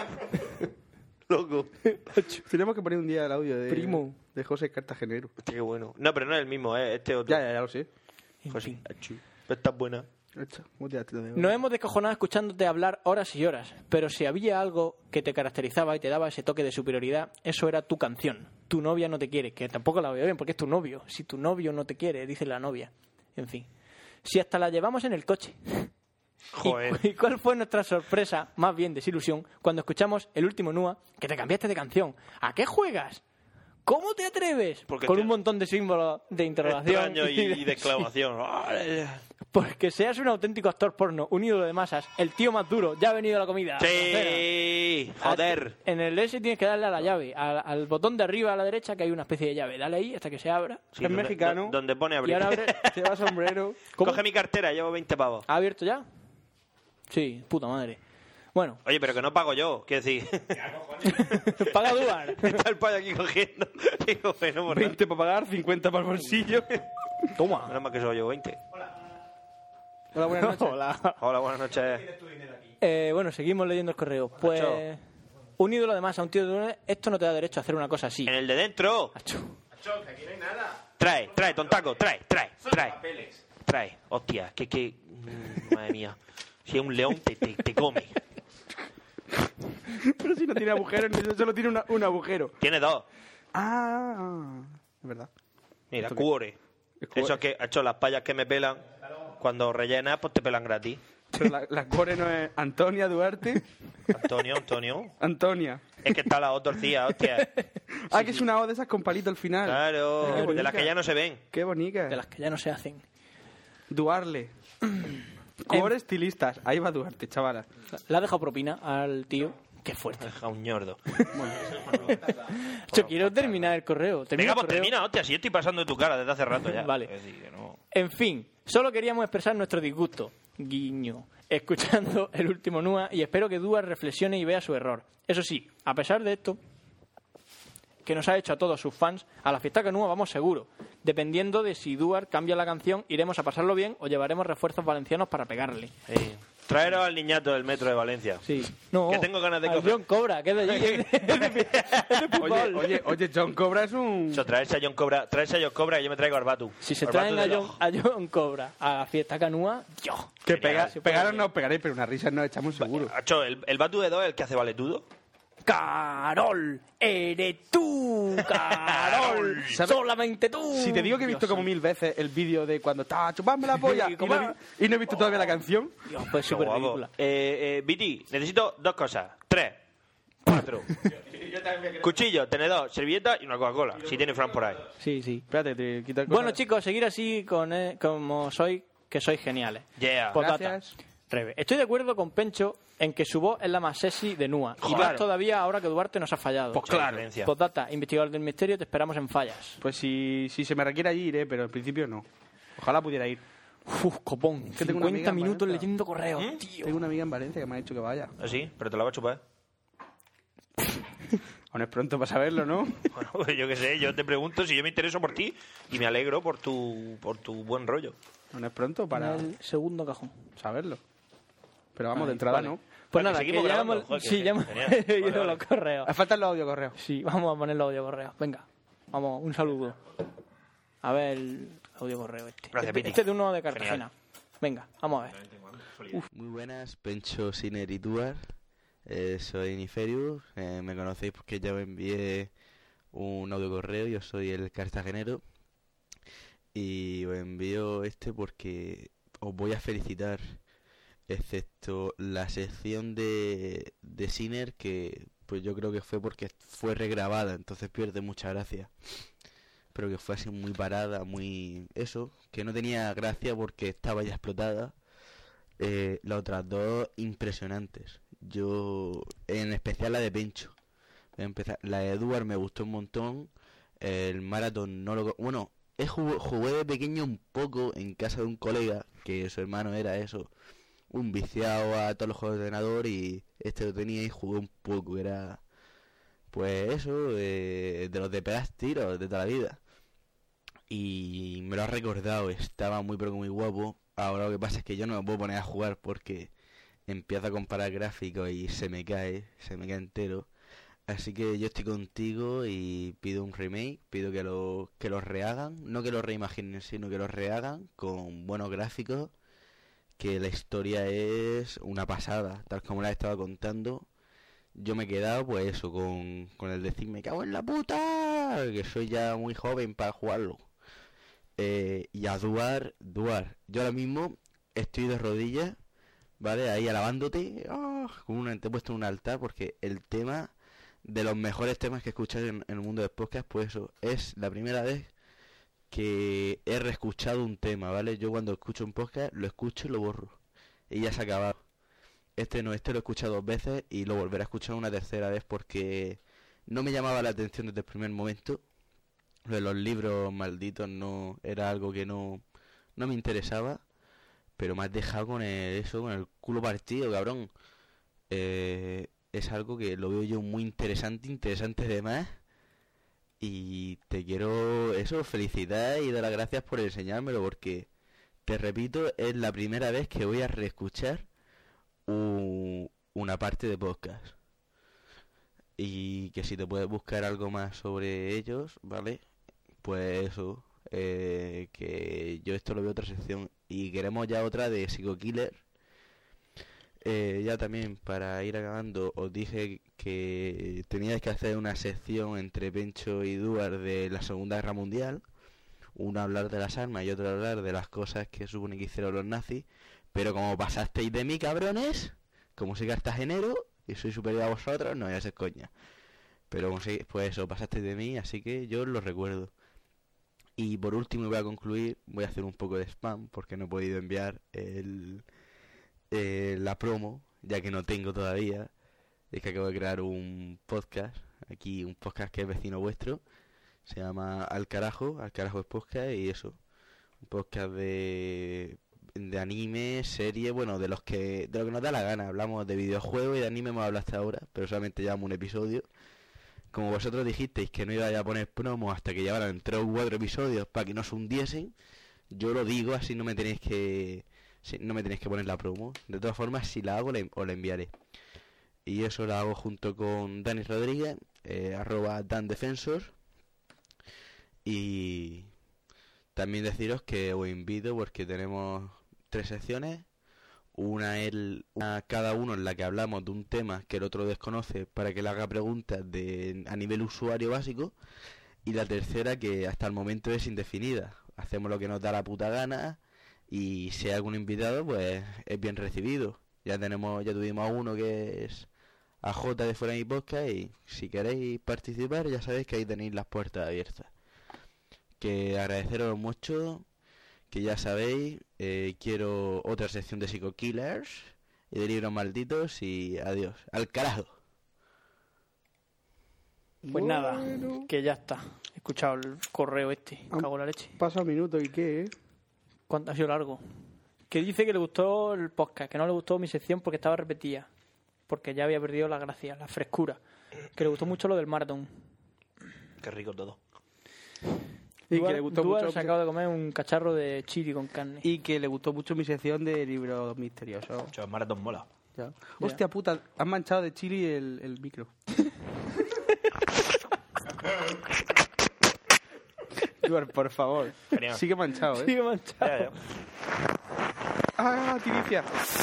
[SPEAKER 6] Loco.
[SPEAKER 8] Tenemos que poner un día el audio de,
[SPEAKER 9] Primo.
[SPEAKER 8] de José Cartagenero.
[SPEAKER 6] Hostia, qué bueno. No, pero no es el mismo, ¿eh? Este otro.
[SPEAKER 8] Ya, ya, ya lo sé.
[SPEAKER 6] José. Achú. Pero está buena.
[SPEAKER 8] Achu. Un día te lo digo.
[SPEAKER 9] Nos hemos descojonado escuchándote hablar horas y horas, pero si había algo que te caracterizaba y te daba ese toque de superioridad, eso era tu canción. Tu novia no te quiere, que tampoco la veo bien porque es tu novio. Si tu novio no te quiere, dice la novia. En fin. Si hasta la llevamos en el coche.
[SPEAKER 6] Joder.
[SPEAKER 9] ¿Y, cu- y cuál fue nuestra sorpresa, más bien desilusión, cuando escuchamos el último N U A que te cambiaste de canción? ¿A qué juegas? ¿Cómo te atreves?
[SPEAKER 6] Porque
[SPEAKER 9] Con
[SPEAKER 6] te-
[SPEAKER 9] un montón de símbolos de interrogación.
[SPEAKER 6] Extraño y, y de exclamación.
[SPEAKER 9] Porque seas un auténtico actor porno, un ídolo de masas, el tío más duro, ya ha venido la comida.
[SPEAKER 6] Sí. Joder.
[SPEAKER 9] En el S tienes que darle a la llave, al, al botón de arriba a la derecha que hay una especie de llave. Dale ahí hasta que se abra.
[SPEAKER 6] Sí,
[SPEAKER 8] Es
[SPEAKER 6] donde-
[SPEAKER 8] mexicano.
[SPEAKER 6] do- Donde pone
[SPEAKER 9] Y
[SPEAKER 6] abrir.
[SPEAKER 9] ahora abre.
[SPEAKER 8] Lleva sombrero.
[SPEAKER 9] ¿Cómo?
[SPEAKER 6] Coge mi cartera, llevo veinte pavos.
[SPEAKER 9] ¿Ha abierto ya? Sí, puta madre. Bueno,
[SPEAKER 6] Oye, pero que no pago yo, quiero decir.
[SPEAKER 9] paga Duarte.
[SPEAKER 6] Está el payo aquí cogiendo. Digo, bueno, por nada.
[SPEAKER 8] veinte para pagar, cincuenta para el bolsillo.
[SPEAKER 9] Toma.
[SPEAKER 6] Menos mal que solo llevo veinte.
[SPEAKER 8] Hola, buenas noches.
[SPEAKER 9] Hola.
[SPEAKER 6] Hola, buenas noches.
[SPEAKER 9] Eh, bueno, seguimos leyendo el correo. Pues.
[SPEAKER 6] Acho.
[SPEAKER 9] Un ídolo de masa, un tío de un... Esto no te da derecho a hacer una cosa así.
[SPEAKER 6] En el de dentro.
[SPEAKER 9] Acho.
[SPEAKER 6] Trae, trae, tontaco, trae, trae, trae. Trae. Hostia, que, que... mm, Madre mía. Si es un león, te, te, te come.
[SPEAKER 8] Pero si no tiene agujeros, ni solo tiene una- un agujero.
[SPEAKER 6] Tiene dos.
[SPEAKER 8] Ah, es verdad.
[SPEAKER 6] Mira,
[SPEAKER 8] ¿Esto qué?
[SPEAKER 6] cuore.
[SPEAKER 8] Es cuore.
[SPEAKER 6] Eso es que, ha hecho las payas que me pelan. Cuando rellenas, pues te pelan gratis.
[SPEAKER 8] Pero la, la core no es Antonia Duarte.
[SPEAKER 6] Antonio, Antonio.
[SPEAKER 8] Antonia.
[SPEAKER 6] Es que está la O torcida, hostia.
[SPEAKER 8] Ah, que es una O de esas con palito al final.
[SPEAKER 6] Claro,
[SPEAKER 8] Qué
[SPEAKER 6] de
[SPEAKER 8] bonita.
[SPEAKER 6] las que ya no se ven.
[SPEAKER 8] Qué bonita.
[SPEAKER 9] De las que ya no se hacen.
[SPEAKER 8] Duarle. Core estilistas. Ahí va Duarte, chavala.
[SPEAKER 9] Le ha dejado propina al tío. Qué fuerte.
[SPEAKER 6] Deja un ñordo.
[SPEAKER 9] Yo quiero terminar el correo. Termina
[SPEAKER 6] Venga,
[SPEAKER 9] el
[SPEAKER 6] pues
[SPEAKER 9] correo.
[SPEAKER 6] termina, hostia. Si yo estoy pasando de tu cara desde hace rato ya.
[SPEAKER 9] Vale.
[SPEAKER 6] Es decir, que no...
[SPEAKER 9] En fin, solo queríamos expresar nuestro disgusto, guiño, escuchando el último N U A y espero que Duarte reflexione y vea su error. Eso sí, a pesar de esto, que nos ha hecho a todos sus fans, a la fiesta que N U A vamos seguro. Dependiendo de si Duarte cambia la canción, iremos a pasarlo bien o llevaremos refuerzos valencianos para pegarle.
[SPEAKER 6] Sí. Traeros al niñato del metro de Valencia.
[SPEAKER 9] Sí. No,
[SPEAKER 6] que tengo ganas de
[SPEAKER 9] al
[SPEAKER 6] coger.
[SPEAKER 9] John Cobra, que es de allí. es de- es de- es de
[SPEAKER 8] Oye,
[SPEAKER 9] fútbol.
[SPEAKER 8] oye, oye, John Cobra es un...
[SPEAKER 6] Eso, traerse a John Cobra, traerse a John Cobra y yo me traigo a Arbatu.
[SPEAKER 9] Si se
[SPEAKER 6] Arbatu
[SPEAKER 9] traen a
[SPEAKER 6] del
[SPEAKER 9] John,
[SPEAKER 6] ojo.
[SPEAKER 9] a John Cobra a la fiesta canúa, Dios.
[SPEAKER 8] Que
[SPEAKER 6] Genial,
[SPEAKER 8] pega,
[SPEAKER 9] se puede
[SPEAKER 8] pegaros
[SPEAKER 9] ver.
[SPEAKER 8] no os pegaréis, pero una risa nos echamos seguro.
[SPEAKER 6] Acho, el, el Batu de dos es el que hace valetudo.
[SPEAKER 9] Carol, eres tú, Carol,
[SPEAKER 8] ¿Sabes?
[SPEAKER 9] solamente tú.
[SPEAKER 8] Si te digo que he visto
[SPEAKER 9] Dios
[SPEAKER 8] como mil veces el vídeo de cuando estaba chupando la polla
[SPEAKER 9] Sí,
[SPEAKER 8] y,
[SPEAKER 9] ¿cómo?
[SPEAKER 8] no, he vi- y no he visto todavía la canción.
[SPEAKER 9] Dios, pues
[SPEAKER 6] Qué
[SPEAKER 9] súper
[SPEAKER 6] guapo.
[SPEAKER 9] ridícula.
[SPEAKER 6] Eh, eh, Viti, necesito dos cosas. Tres. Cuatro. Cuchillo, tenedor, servilleta y una Coca-Cola. Si tiene Fran por ahí.
[SPEAKER 9] Sí, sí.
[SPEAKER 8] Espérate, te quito el
[SPEAKER 9] Bueno,
[SPEAKER 8] cosa-
[SPEAKER 9] chicos, seguir así con eh, como soy, que sois geniales.
[SPEAKER 6] Yeah.
[SPEAKER 9] Postdata.
[SPEAKER 8] Gracias.
[SPEAKER 9] Rebe. Estoy de acuerdo con Pencho en que su voz es la más sexy de Nua. Y
[SPEAKER 6] Joder.
[SPEAKER 9] más todavía ahora que Duarte nos ha fallado.
[SPEAKER 6] Pues claro. Diferencia.
[SPEAKER 9] Postdata, investigador del misterio, te esperamos en Fallas.
[SPEAKER 8] Pues si, si se me requiere allí iré, pero en principio no. Ojalá pudiera ir.
[SPEAKER 9] Uf, copón.
[SPEAKER 8] Que tengo una amiga
[SPEAKER 9] cincuenta
[SPEAKER 8] en
[SPEAKER 9] minutos
[SPEAKER 8] Valencia.
[SPEAKER 9] leyendo correos,
[SPEAKER 6] ¿Mm?
[SPEAKER 9] tío.
[SPEAKER 8] Tengo una amiga en Valencia que me ha dicho que vaya.
[SPEAKER 6] ¿Ah, sí? Pero te la va a chupar.
[SPEAKER 8] Aún es pronto para saberlo, ¿no?
[SPEAKER 6] Bueno, pues yo qué sé, yo te pregunto si yo me intereso por ti y me alegro por tu, por tu buen rollo.
[SPEAKER 8] Aún es pronto para
[SPEAKER 9] En el segundo cajón.
[SPEAKER 8] saberlo. Pero vamos,
[SPEAKER 9] Ay,
[SPEAKER 8] de entrada
[SPEAKER 9] vale.
[SPEAKER 8] no.
[SPEAKER 9] Pues
[SPEAKER 6] Vale,
[SPEAKER 9] nada, que
[SPEAKER 6] seguimos
[SPEAKER 9] ya
[SPEAKER 6] grabando.
[SPEAKER 9] hemos,
[SPEAKER 6] Joder,
[SPEAKER 9] sí,
[SPEAKER 6] que
[SPEAKER 9] ya hemos
[SPEAKER 6] genial.
[SPEAKER 9] leído
[SPEAKER 6] Vale, vale.
[SPEAKER 9] los correos.
[SPEAKER 8] Me faltan los audio correos.
[SPEAKER 9] Sí, vamos a poner los audio correos. Venga, vamos, un saludo. A ver el audio correo este.
[SPEAKER 6] Gracias,
[SPEAKER 9] este,
[SPEAKER 6] Piti.
[SPEAKER 9] este es de uno de Cartagena.
[SPEAKER 6] Genial.
[SPEAKER 9] Venga, vamos a ver.
[SPEAKER 10] Muy buenas, Pencho, Siner y Duar. Eh, soy Niferius. Eh, me conocéis porque ya os envié un audio correo. Yo soy el cartagenero. Y os envío este porque os voy a felicitar. Excepto la sección de, de Siner, que pues yo creo que fue porque fue regrabada, entonces pierde mucha gracia. Pero que fue así muy parada, muy... Eso, que no tenía gracia porque estaba ya explotada. Eh, las otras dos impresionantes. Yo, en especial la de Pencho. Voy a empezar. La de Edward me gustó un montón. El maratón no lo... Bueno, he jug- jugué de pequeño un poco en casa de un colega, que su hermano era eso, un viciado a todos los juegos de ordenador, y este lo tenía y jugué un poco. Era, pues eso, eh, de los de pegar tiros de toda la vida. Y me lo ha recordado, estaba muy pero que muy guapo. Ahora lo que pasa es que yo no me puedo poner a jugar porque empiezo a comparar gráficos y se me cae, se me cae entero. Así que yo estoy contigo y pido un remake, pido que lo que lo rehagan, no que lo reimaginen, sino que lo rehagan con buenos gráficos, que la historia es una pasada, tal como la estaba contando. Yo me he quedado pues eso, con, con el decir me cago en la puta, que soy ya muy joven para jugarlo. Eh, y a Duar, Duar, yo ahora mismo estoy de rodillas, ¿vale? Ahí alabándote, oh, como una, te he puesto en un altar porque el tema, de los mejores temas que he escuchado en, en el mundo del podcast, pues eso, es la primera vez que he reescuchado un tema, ¿vale? Yo cuando escucho un podcast, lo escucho y lo borro, y ya se ha acabado. Este no, este lo he escuchado dos veces y lo volveré a escuchar una tercera vez porque no me llamaba la atención desde el primer momento. Lo de los libros malditos no era algo que no, no me interesaba, pero me has dejado con el, eso, con el culo partido, cabrón. Eh, es algo que lo veo yo muy interesante, interesante de más. Y te quiero, eso, felicitar y dar las gracias por enseñármelo porque, te repito, es la primera vez que voy a reescuchar un, una parte de podcast. Y que si te puedes buscar algo más sobre ellos, ¿vale? Pues eso, eh, que yo esto lo veo otra sección y queremos ya otra de Psycho Killer. Eh, ya también para ir acabando os dije que teníais que hacer una sección entre Pencho y Duar de la Segunda Guerra Mundial, uno hablar de las armas y otro hablar de las cosas que supone que hicieron los nazis, pero como pasasteis de mí, cabrones, como soy cartagenero y soy superior a vosotros, no voy a hacer coña, pero como si, pues eso, pasasteis de mí, así que yo os lo recuerdo. Y por último, voy a concluir, voy a hacer un poco de spam porque no he podido enviar el, eh, la promo, ya que no tengo todavía. Es que acabo de crear un podcast, aquí un podcast que es vecino vuestro, se llama Al Carajo, Al Carajo es podcast, y eso, un podcast de, de anime, serie, bueno, de los que de lo que nos da la gana. Hablamos de videojuegos y de anime hemos hablado hasta ahora, pero solamente llevamos un episodio. Como vosotros dijisteis que no iba a poner promo hasta que llevaran tres o cuatro episodios para que no se hundiesen, yo lo digo, así no me tenéis que Sí, no me tenéis que poner la promo. De todas formas, si la hago, la, os la enviaré. Y eso la hago junto con Dani Rodríguez, eh, arroba DanDefensor. Y también deciros que os invito porque tenemos tres secciones. Una es una, cada uno en la que hablamos de un tema que el otro desconoce para que le haga preguntas de a nivel usuario básico. Y la tercera que hasta el momento es indefinida. Hacemos lo que nos da la puta gana y si hay algún invitado pues es bien recibido. Ya tenemos, ya tuvimos a uno que es A J de Fuera de Mi Podcast y si queréis participar ya sabéis que ahí tenéis las puertas abiertas. Que agradeceros mucho, que ya sabéis, eh, quiero otra sección de Psycho Killers y de libros malditos y adiós, al carajo.
[SPEAKER 9] Pues
[SPEAKER 8] Bueno.
[SPEAKER 9] nada, que ya está. He escuchado el correo este,
[SPEAKER 8] Han
[SPEAKER 9] cago en la leche.
[SPEAKER 8] Pasado minutos y qué, ¿eh?
[SPEAKER 9] ¿Cuánto ha sido largo? Que dice que le gustó el podcast, que no le gustó mi sección porque estaba repetida. Porque ya había perdido la gracia, la frescura. Que le gustó mucho lo del maratón.
[SPEAKER 6] Qué rico todo.
[SPEAKER 8] Y que le gustó mucho.
[SPEAKER 9] se acaba de comer un cacharro de chili con carne.
[SPEAKER 8] Y que le gustó mucho mi sección de libros misteriosos.
[SPEAKER 6] Mucho maratón mola.
[SPEAKER 8] Ya. Hostia puta, han manchado de chili el, el micro. Eduard, por favor.
[SPEAKER 6] Genial.
[SPEAKER 8] Sigue manchado, ¿eh?
[SPEAKER 9] Sigue manchado.
[SPEAKER 6] Ya, ya.
[SPEAKER 8] ¡Ah, Tiricia!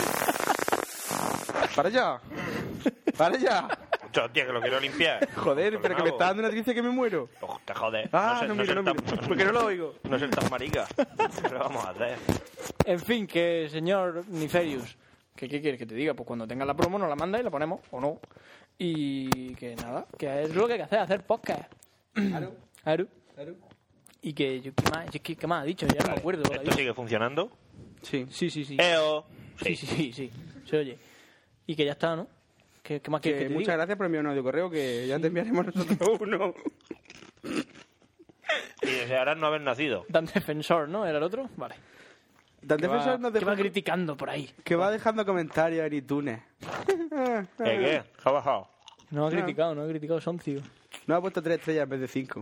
[SPEAKER 8] ¡Para allá! ¡Para allá!
[SPEAKER 6] Mucho, tío, que lo quiero limpiar.
[SPEAKER 8] Joder,
[SPEAKER 6] Lo
[SPEAKER 8] pero que
[SPEAKER 6] hago.
[SPEAKER 8] me está dando una Tiricia que me muero.
[SPEAKER 6] Oh, te jodes.
[SPEAKER 8] Ah,
[SPEAKER 6] sé-
[SPEAKER 8] no, miro,
[SPEAKER 6] ser
[SPEAKER 8] no
[SPEAKER 6] tan-
[SPEAKER 8] miro. Porque no lo oigo.
[SPEAKER 6] No ser tan marica. ¿Qué le vamos a hacer?
[SPEAKER 9] En fin, que señor Niferius, que qué quieres que te diga, pues cuando tenga la promo nos la manda y la ponemos, o no. Y que nada, que es lo que hay que hacer, hacer podcast.
[SPEAKER 8] Claro.
[SPEAKER 9] Claro.
[SPEAKER 8] Claro.
[SPEAKER 9] Y que yo, ¿qué más, ¿qué, qué más ha dicho? Ya no me acuerdo.
[SPEAKER 6] ¿Esto sigue funcionando?
[SPEAKER 8] Sí.
[SPEAKER 9] Sí, sí, sí.
[SPEAKER 6] ¡Eo!
[SPEAKER 9] Sí, sí, sí, sí. Se oye. Y que ya está, ¿no? ¿Qué, qué más quieres
[SPEAKER 8] Que
[SPEAKER 9] que te
[SPEAKER 8] muchas
[SPEAKER 9] diga?
[SPEAKER 8] gracias por enviar un audio correo que ya te enviaremos nosotros uno.
[SPEAKER 6] Y desearás no haber nacido.
[SPEAKER 9] Dan Defensor, ¿no? ¿Era el otro? Vale.
[SPEAKER 8] Dan
[SPEAKER 9] Que va,
[SPEAKER 8] Defensor nos
[SPEAKER 9] que va
[SPEAKER 8] deja-
[SPEAKER 9] criticando por ahí.
[SPEAKER 8] que va dejando comentarios en iTunes.
[SPEAKER 6] ¿Qué qué? ¿Qué ha bajado?
[SPEAKER 9] No ha criticado, no ha criticado Soncio.
[SPEAKER 8] No ha puesto tres estrellas en vez de cinco.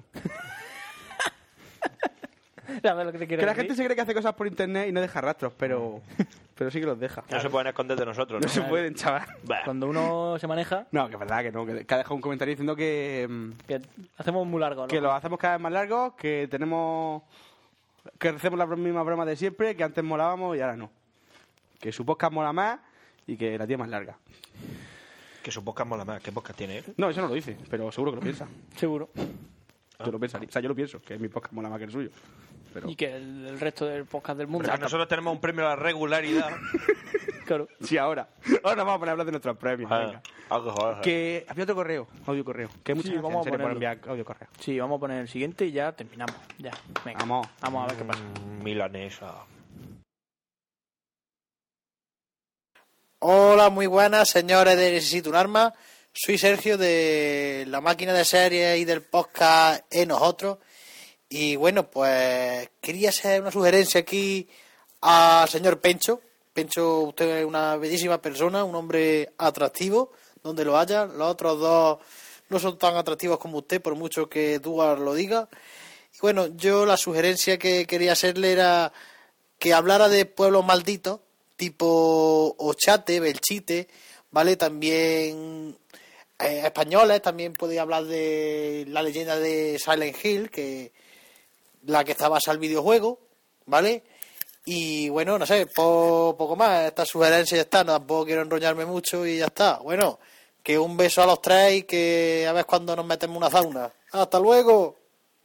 [SPEAKER 9] ¿Sabes lo que te quiero
[SPEAKER 8] Que la
[SPEAKER 9] decir?
[SPEAKER 8] gente se cree que hace cosas por internet y no deja rastros, pero pero sí que los deja.
[SPEAKER 6] No se pueden esconder de nosotros,
[SPEAKER 8] No
[SPEAKER 6] ¿no?
[SPEAKER 8] se pueden, chaval.
[SPEAKER 6] Bah.
[SPEAKER 9] Cuando uno se maneja,
[SPEAKER 8] No, que es verdad que no, que, que ha dejado un comentario diciendo que, mm,
[SPEAKER 9] que hacemos muy largo.
[SPEAKER 8] que
[SPEAKER 9] ¿no?
[SPEAKER 8] lo hacemos cada vez más largos, que tenemos que hacemos las mismas bromas de siempre, que antes molábamos y ahora no. Que su podcast mola más y que la tiene más larga.
[SPEAKER 6] Que su podcast mola más. ¿Qué podcast tiene él?
[SPEAKER 8] No, eso no lo dice, pero seguro que lo piensa.
[SPEAKER 9] Seguro.
[SPEAKER 8] Yo lo pensaría. O sea, yo lo pienso, que mi podcast mola más que el suyo. Pero
[SPEAKER 9] Y que el, el resto del podcast del mundo.
[SPEAKER 6] Pero nosotros tenemos un premio a la regularidad.
[SPEAKER 9] Claro.
[SPEAKER 8] sí, ahora. Ahora nos vamos a poner a hablar de nuestros premios. Venga.
[SPEAKER 6] Ah, que joder.
[SPEAKER 8] Que había otro correo, audio correo. Que muchas
[SPEAKER 9] Sí,
[SPEAKER 8] gracias
[SPEAKER 9] vamos a
[SPEAKER 8] en serio, por
[SPEAKER 9] ponerlo.
[SPEAKER 8] enviar audio correo.
[SPEAKER 9] Sí, vamos a poner el siguiente y ya terminamos. Ya. Venga.
[SPEAKER 8] Vamos.
[SPEAKER 9] Vamos a ver qué pasa.
[SPEAKER 6] Mm, Milanesa.
[SPEAKER 11] Hola, muy buenas, señores de Necesito un Arma. Soy Sergio de la máquina de series y del podcast E Nosotros. Y bueno, pues quería hacer una sugerencia aquí al señor Pencho. Pencho, usted es una bellísima persona, un hombre atractivo, donde lo haya. Los otros dos no son tan atractivos como usted, por mucho que Duarte lo diga. Y bueno, yo la sugerencia que quería hacerle era que hablara de pueblos malditos, tipo Ochate, Belchite, ¿vale? También eh, españoles, también podía hablar de la leyenda de Silent Hill, que la que está basada al videojuego, ¿vale? Y bueno, no sé, po- poco más, esta sugerencia ya está, no, tampoco quiero enrollarme mucho y ya está. Bueno, que un beso a los tres y que a ver cuándo nos metemos una sauna. ¡Hasta luego!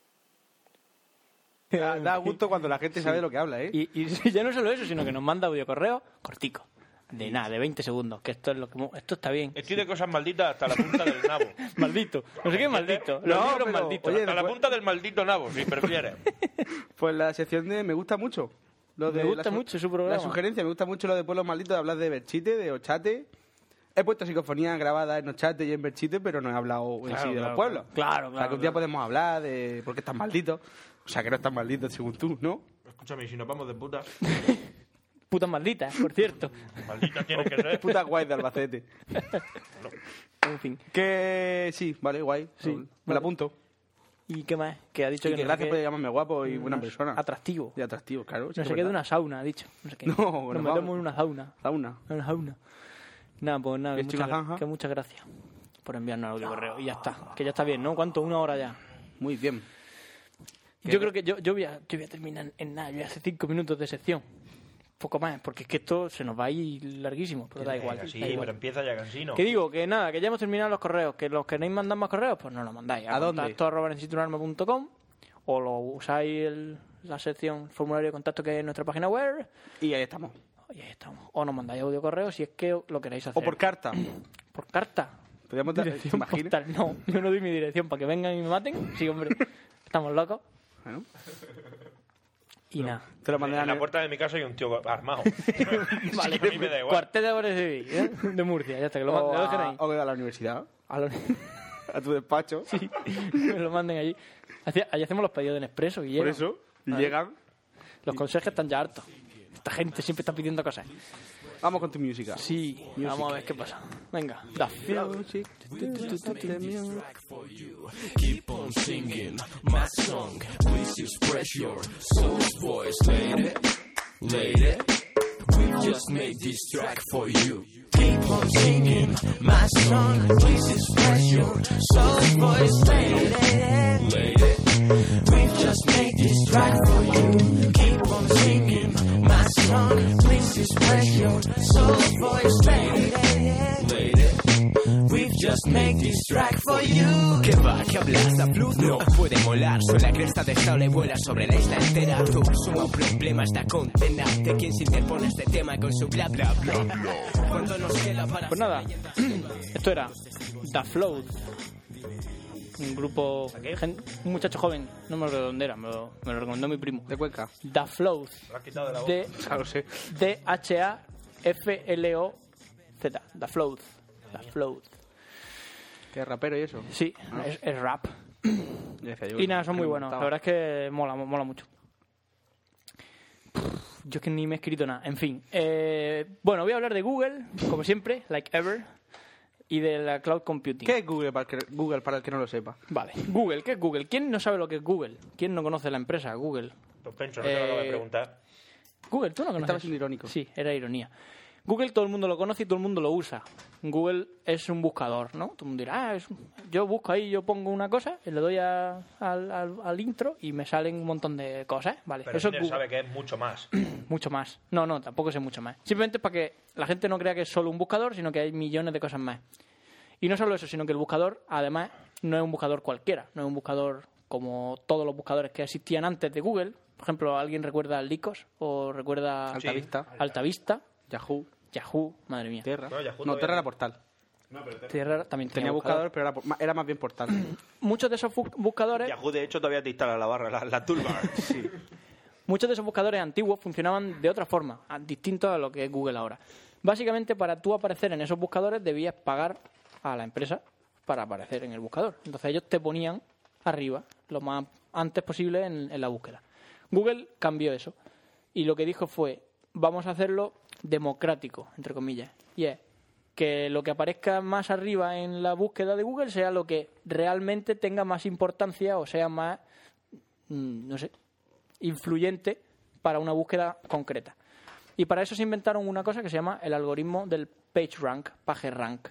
[SPEAKER 8] Da, da gusto cuando la gente sabe de lo que habla, ¿eh?
[SPEAKER 9] Y, y ya no solo eso, sino que nos manda audio correo cortico. De nada, de veinte segundos. Que esto es lo que mo- esto está bien.
[SPEAKER 6] Estoy de cosas malditas hasta la punta del nabo.
[SPEAKER 9] Maldito. No sé qué es maldito. Los
[SPEAKER 8] No,
[SPEAKER 9] libros
[SPEAKER 8] pero,
[SPEAKER 9] malditos.
[SPEAKER 8] oye,
[SPEAKER 6] Hasta la
[SPEAKER 8] después-
[SPEAKER 6] punta del maldito nabo, si prefieres.
[SPEAKER 8] Pues la sección de me gusta mucho. Lo de
[SPEAKER 9] Me gusta
[SPEAKER 8] la su-
[SPEAKER 9] mucho su programa.
[SPEAKER 8] La sugerencia, me gusta mucho lo de pueblos malditos, de hablar de Berchite, de Ochate. He puesto psicofonías grabadas en Ochate y en Berchite, pero no he hablado en
[SPEAKER 9] Claro,
[SPEAKER 8] sí de
[SPEAKER 9] claro,
[SPEAKER 8] los pueblos.
[SPEAKER 9] claro,
[SPEAKER 8] O sea,
[SPEAKER 9] claro,
[SPEAKER 8] que un día
[SPEAKER 9] claro.
[SPEAKER 8] podemos hablar de por qué están malditos. O sea, que no están malditos según tú, ¿no?
[SPEAKER 6] Escúchame, si nos vamos de puta,
[SPEAKER 9] Putas malditas, por cierto.
[SPEAKER 6] maldita tiene que ser.
[SPEAKER 8] Puta guay de Albacete.
[SPEAKER 9] En fin.
[SPEAKER 8] Que sí, vale, guay.
[SPEAKER 9] Sí,
[SPEAKER 8] me
[SPEAKER 9] vale.
[SPEAKER 8] la apunto.
[SPEAKER 9] ¿Y qué más? Que ha dicho
[SPEAKER 8] Y
[SPEAKER 9] que
[SPEAKER 8] que
[SPEAKER 9] no
[SPEAKER 8] gracias
[SPEAKER 9] sé
[SPEAKER 8] por
[SPEAKER 9] qué-
[SPEAKER 8] llamarme guapo y buena
[SPEAKER 9] no sé,
[SPEAKER 8] persona.
[SPEAKER 9] Atractivo.
[SPEAKER 8] Y atractivo, claro.
[SPEAKER 9] No sé qué de una sauna, ha dicho. No sé qué.
[SPEAKER 8] No,
[SPEAKER 9] Nos
[SPEAKER 8] bueno,
[SPEAKER 9] metemos
[SPEAKER 8] vamos.
[SPEAKER 9] en una sauna.
[SPEAKER 8] Sauna.
[SPEAKER 9] En una sauna. Nada, pues nada, que
[SPEAKER 8] ¿Y esto
[SPEAKER 9] muchas,
[SPEAKER 8] una zanja?
[SPEAKER 9] que muchas gracias por enviarnos el audio correo. Y ya está. Que ya está bien, ¿no? ¿Cuánto? Una hora ya.
[SPEAKER 8] Muy bien.
[SPEAKER 9] Yo creo que yo, yo, voy a, yo voy a terminar en nada. Yo voy a hacer cinco minutos de sección. Poco más, porque es que esto se nos va a ir larguísimo. Pero da igual.
[SPEAKER 6] Sí,
[SPEAKER 9] da igual.
[SPEAKER 6] pero empieza ya cansino.
[SPEAKER 9] Que digo, que nada, que ya hemos terminado los correos. Que los queréis mandar más correos, pues no los mandáis.
[SPEAKER 8] ¿A dónde?
[SPEAKER 9] contacto arroba necesito un arma punto com, o lo usáis el- la sección formulario de contacto que hay en nuestra página web.
[SPEAKER 8] Y ahí estamos.
[SPEAKER 9] Y ahí estamos. O nos mandáis audio correo si es que lo queréis hacer.
[SPEAKER 8] O por carta.
[SPEAKER 9] ¿Por carta?
[SPEAKER 8] Podríamos dar- ¿te
[SPEAKER 9] Dirección
[SPEAKER 8] imaginas?
[SPEAKER 9] postal. No, yo no doy mi dirección para que vengan y me maten. Sí, hombre. Estamos locos.
[SPEAKER 8] Bueno.
[SPEAKER 9] Y nada.
[SPEAKER 8] Te lo
[SPEAKER 6] En
[SPEAKER 8] mandarán.
[SPEAKER 6] la puerta de mi casa hay un tío armado.
[SPEAKER 9] Vale,
[SPEAKER 6] a mí me da igual.
[SPEAKER 9] Cuartel de Guardia Civil, ¿eh? De Murcia, ya está, que lo,
[SPEAKER 8] O
[SPEAKER 9] lo dejen ahí.
[SPEAKER 8] a, o a la universidad.
[SPEAKER 9] A, lo-
[SPEAKER 8] A tu despacho.
[SPEAKER 9] sí, me lo manden allí. Así, allí hacemos los pedidos en expreso y
[SPEAKER 8] Por
[SPEAKER 9] llegan.
[SPEAKER 8] eso. Y
[SPEAKER 9] Vale.
[SPEAKER 8] llegan.
[SPEAKER 9] Los consejes están ya hartos. Esta gente siempre está pidiendo cosas.
[SPEAKER 8] Vamos con tu música.
[SPEAKER 9] Sí, vamos a ver qué pasa. Venga, da.
[SPEAKER 12] Keep on singing my song. Please express your soul's voice, lady. Lady, we've just made this track for you. Keep on singing my song. Please express your soul's voice, lady. Lady, we've just made this track for you. Keep on singing my song. Please express your soul's voice, lady. Lady, we've just made this track for you.
[SPEAKER 13] Que va, que hablas, la blues no puede molar. Soy la cresta de sable, vuela sobre la isla entera. Tú suma un problema, esta condena de quien se interpone este tema con su bla bla bla. Cuando nos queda para...
[SPEAKER 9] Pues nada, esto era Da Float. Un grupo, gen- un muchacho joven, no me acuerdo de dónde era, me lo, me lo recomendó mi primo.
[SPEAKER 8] De Cuenca.
[SPEAKER 9] Da Float.
[SPEAKER 6] Lo has quitado de la boca.
[SPEAKER 9] D
[SPEAKER 8] Claro, sé.
[SPEAKER 9] D H A F L O Z. Da Float. Da Float.
[SPEAKER 8] Que es rapero y eso.
[SPEAKER 9] Sí,
[SPEAKER 8] Ah.
[SPEAKER 9] es, es rap.
[SPEAKER 8] Ya decía yo,
[SPEAKER 9] Y nada, son
[SPEAKER 8] que
[SPEAKER 9] muy
[SPEAKER 8] me
[SPEAKER 9] buenos. La
[SPEAKER 8] gustaba.
[SPEAKER 9] verdad es que mola, mola mucho. Yo es que ni me he escrito nada. En fin. eh, bueno, voy a hablar de Google, como siempre, like ever, y de la cloud computing.
[SPEAKER 8] ¿Qué es Google para, el que, Google para el que no lo sepa?
[SPEAKER 9] Vale. Google, ¿qué es Google? ¿Quién no sabe lo que es Google? ¿Quién no conoce la empresa Google?
[SPEAKER 6] Pues Pencho, no te lo acabo de
[SPEAKER 9] Eh,
[SPEAKER 6] preguntar.
[SPEAKER 9] Google, ¿tú no conoces?
[SPEAKER 8] Estaba siendo irónico.
[SPEAKER 9] Sí, era ironía. Google todo el mundo lo conoce y todo el mundo lo usa. Google es un buscador, ¿no? Todo el mundo dirá, ah, es un- yo busco ahí, yo pongo una cosa, y le doy a- al, al- al intro y me salen un montón de cosas, ¿vale?
[SPEAKER 6] Pero
[SPEAKER 9] Eso es
[SPEAKER 6] Tinder
[SPEAKER 9] Google.
[SPEAKER 6] sabe que es mucho más.
[SPEAKER 9] Mucho más. No, no, tampoco sé mucho más. Simplemente es para que la gente no crea que es solo un buscador, sino que hay millones de cosas más. Y no solo eso, sino que el buscador, además, no es un buscador cualquiera. No es un buscador como todos los buscadores que existían antes de Google. Por ejemplo, ¿alguien recuerda Lycos? ¿O recuerda
[SPEAKER 8] Altavista.
[SPEAKER 9] Altavista?
[SPEAKER 8] Yahoo.
[SPEAKER 9] Yahoo, madre mía.
[SPEAKER 8] Terra.
[SPEAKER 6] No, Yahoo
[SPEAKER 8] No,
[SPEAKER 6] todavía
[SPEAKER 8] Terra
[SPEAKER 6] no.
[SPEAKER 8] era portal.
[SPEAKER 9] Terra también tenía,
[SPEAKER 8] Tenía buscador, pero era, por- era más bien portal.
[SPEAKER 9] Muchos de esos bu- buscadores...
[SPEAKER 6] Yahoo, de hecho, todavía te instala la barra, la, la toolbar.
[SPEAKER 8] Sí.
[SPEAKER 9] Muchos de esos buscadores antiguos funcionaban de otra forma, a- distinto a lo que es Google ahora. Básicamente, para tú aparecer en esos buscadores debías pagar a la empresa para aparecer en el buscador. Entonces ellos te ponían arriba lo más antes posible en, en la búsqueda. Google cambió eso y lo que dijo fue, vamos a hacerlo democrático, entre comillas. Y es que lo que aparezca más arriba en la búsqueda de Google sea lo que realmente tenga más importancia o sea más, mm, no sé, influyente para una búsqueda concreta. Y para eso se inventaron una cosa que se llama el algoritmo del PageRank, PageRank,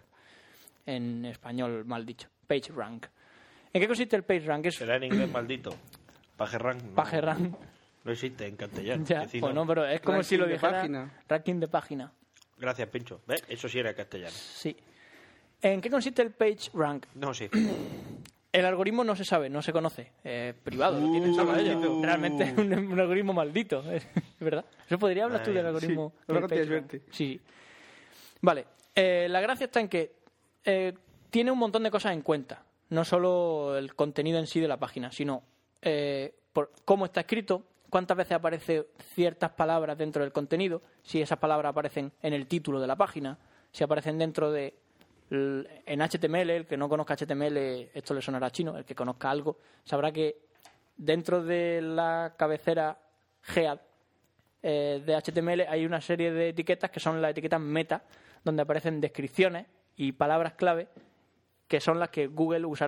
[SPEAKER 9] en español mal dicho, PageRank. ¿En qué consiste el PageRank? Es
[SPEAKER 6] Será en inglés maldito. PageRank. No,
[SPEAKER 9] PageRank.
[SPEAKER 6] no existe en castellano.
[SPEAKER 9] Ya,
[SPEAKER 6] Vecino.
[SPEAKER 9] pues no, pero es como si lo
[SPEAKER 8] Ranking de
[SPEAKER 9] dijera
[SPEAKER 8] página.
[SPEAKER 9] ranking de página.
[SPEAKER 6] Gracias, Pincho. ¿Ves? Eso sí era castellano.
[SPEAKER 9] Sí. ¿En qué consiste el PageRank?
[SPEAKER 6] No, sí.
[SPEAKER 9] El algoritmo no se sabe, no se conoce. Es privado, lo tienen solo ellos. Realmente es un, un algoritmo maldito, es verdad. ¿Eso podría hablar tú
[SPEAKER 6] Madre
[SPEAKER 9] del
[SPEAKER 6] mía.
[SPEAKER 9] algoritmo?
[SPEAKER 8] Sí,
[SPEAKER 9] del
[SPEAKER 8] ahora tienes
[SPEAKER 9] PageRank?
[SPEAKER 8] suerte.
[SPEAKER 9] Sí. Vale. Eh, la gracia está en que eh, tiene un montón de cosas en cuenta. No solo el contenido en sí de la página, sino eh, por cómo está escrito, cuántas veces aparecen ciertas palabras dentro del contenido, si esas palabras aparecen en el título de la página, si aparecen dentro de l- en H T M L. El que no conozca H T M L, esto le sonará chino. El que conozca algo sabrá que dentro de la cabecera head eh, de H T M L hay una serie de etiquetas que son las etiquetas meta, donde aparecen descripciones y palabras clave que son las que Google usará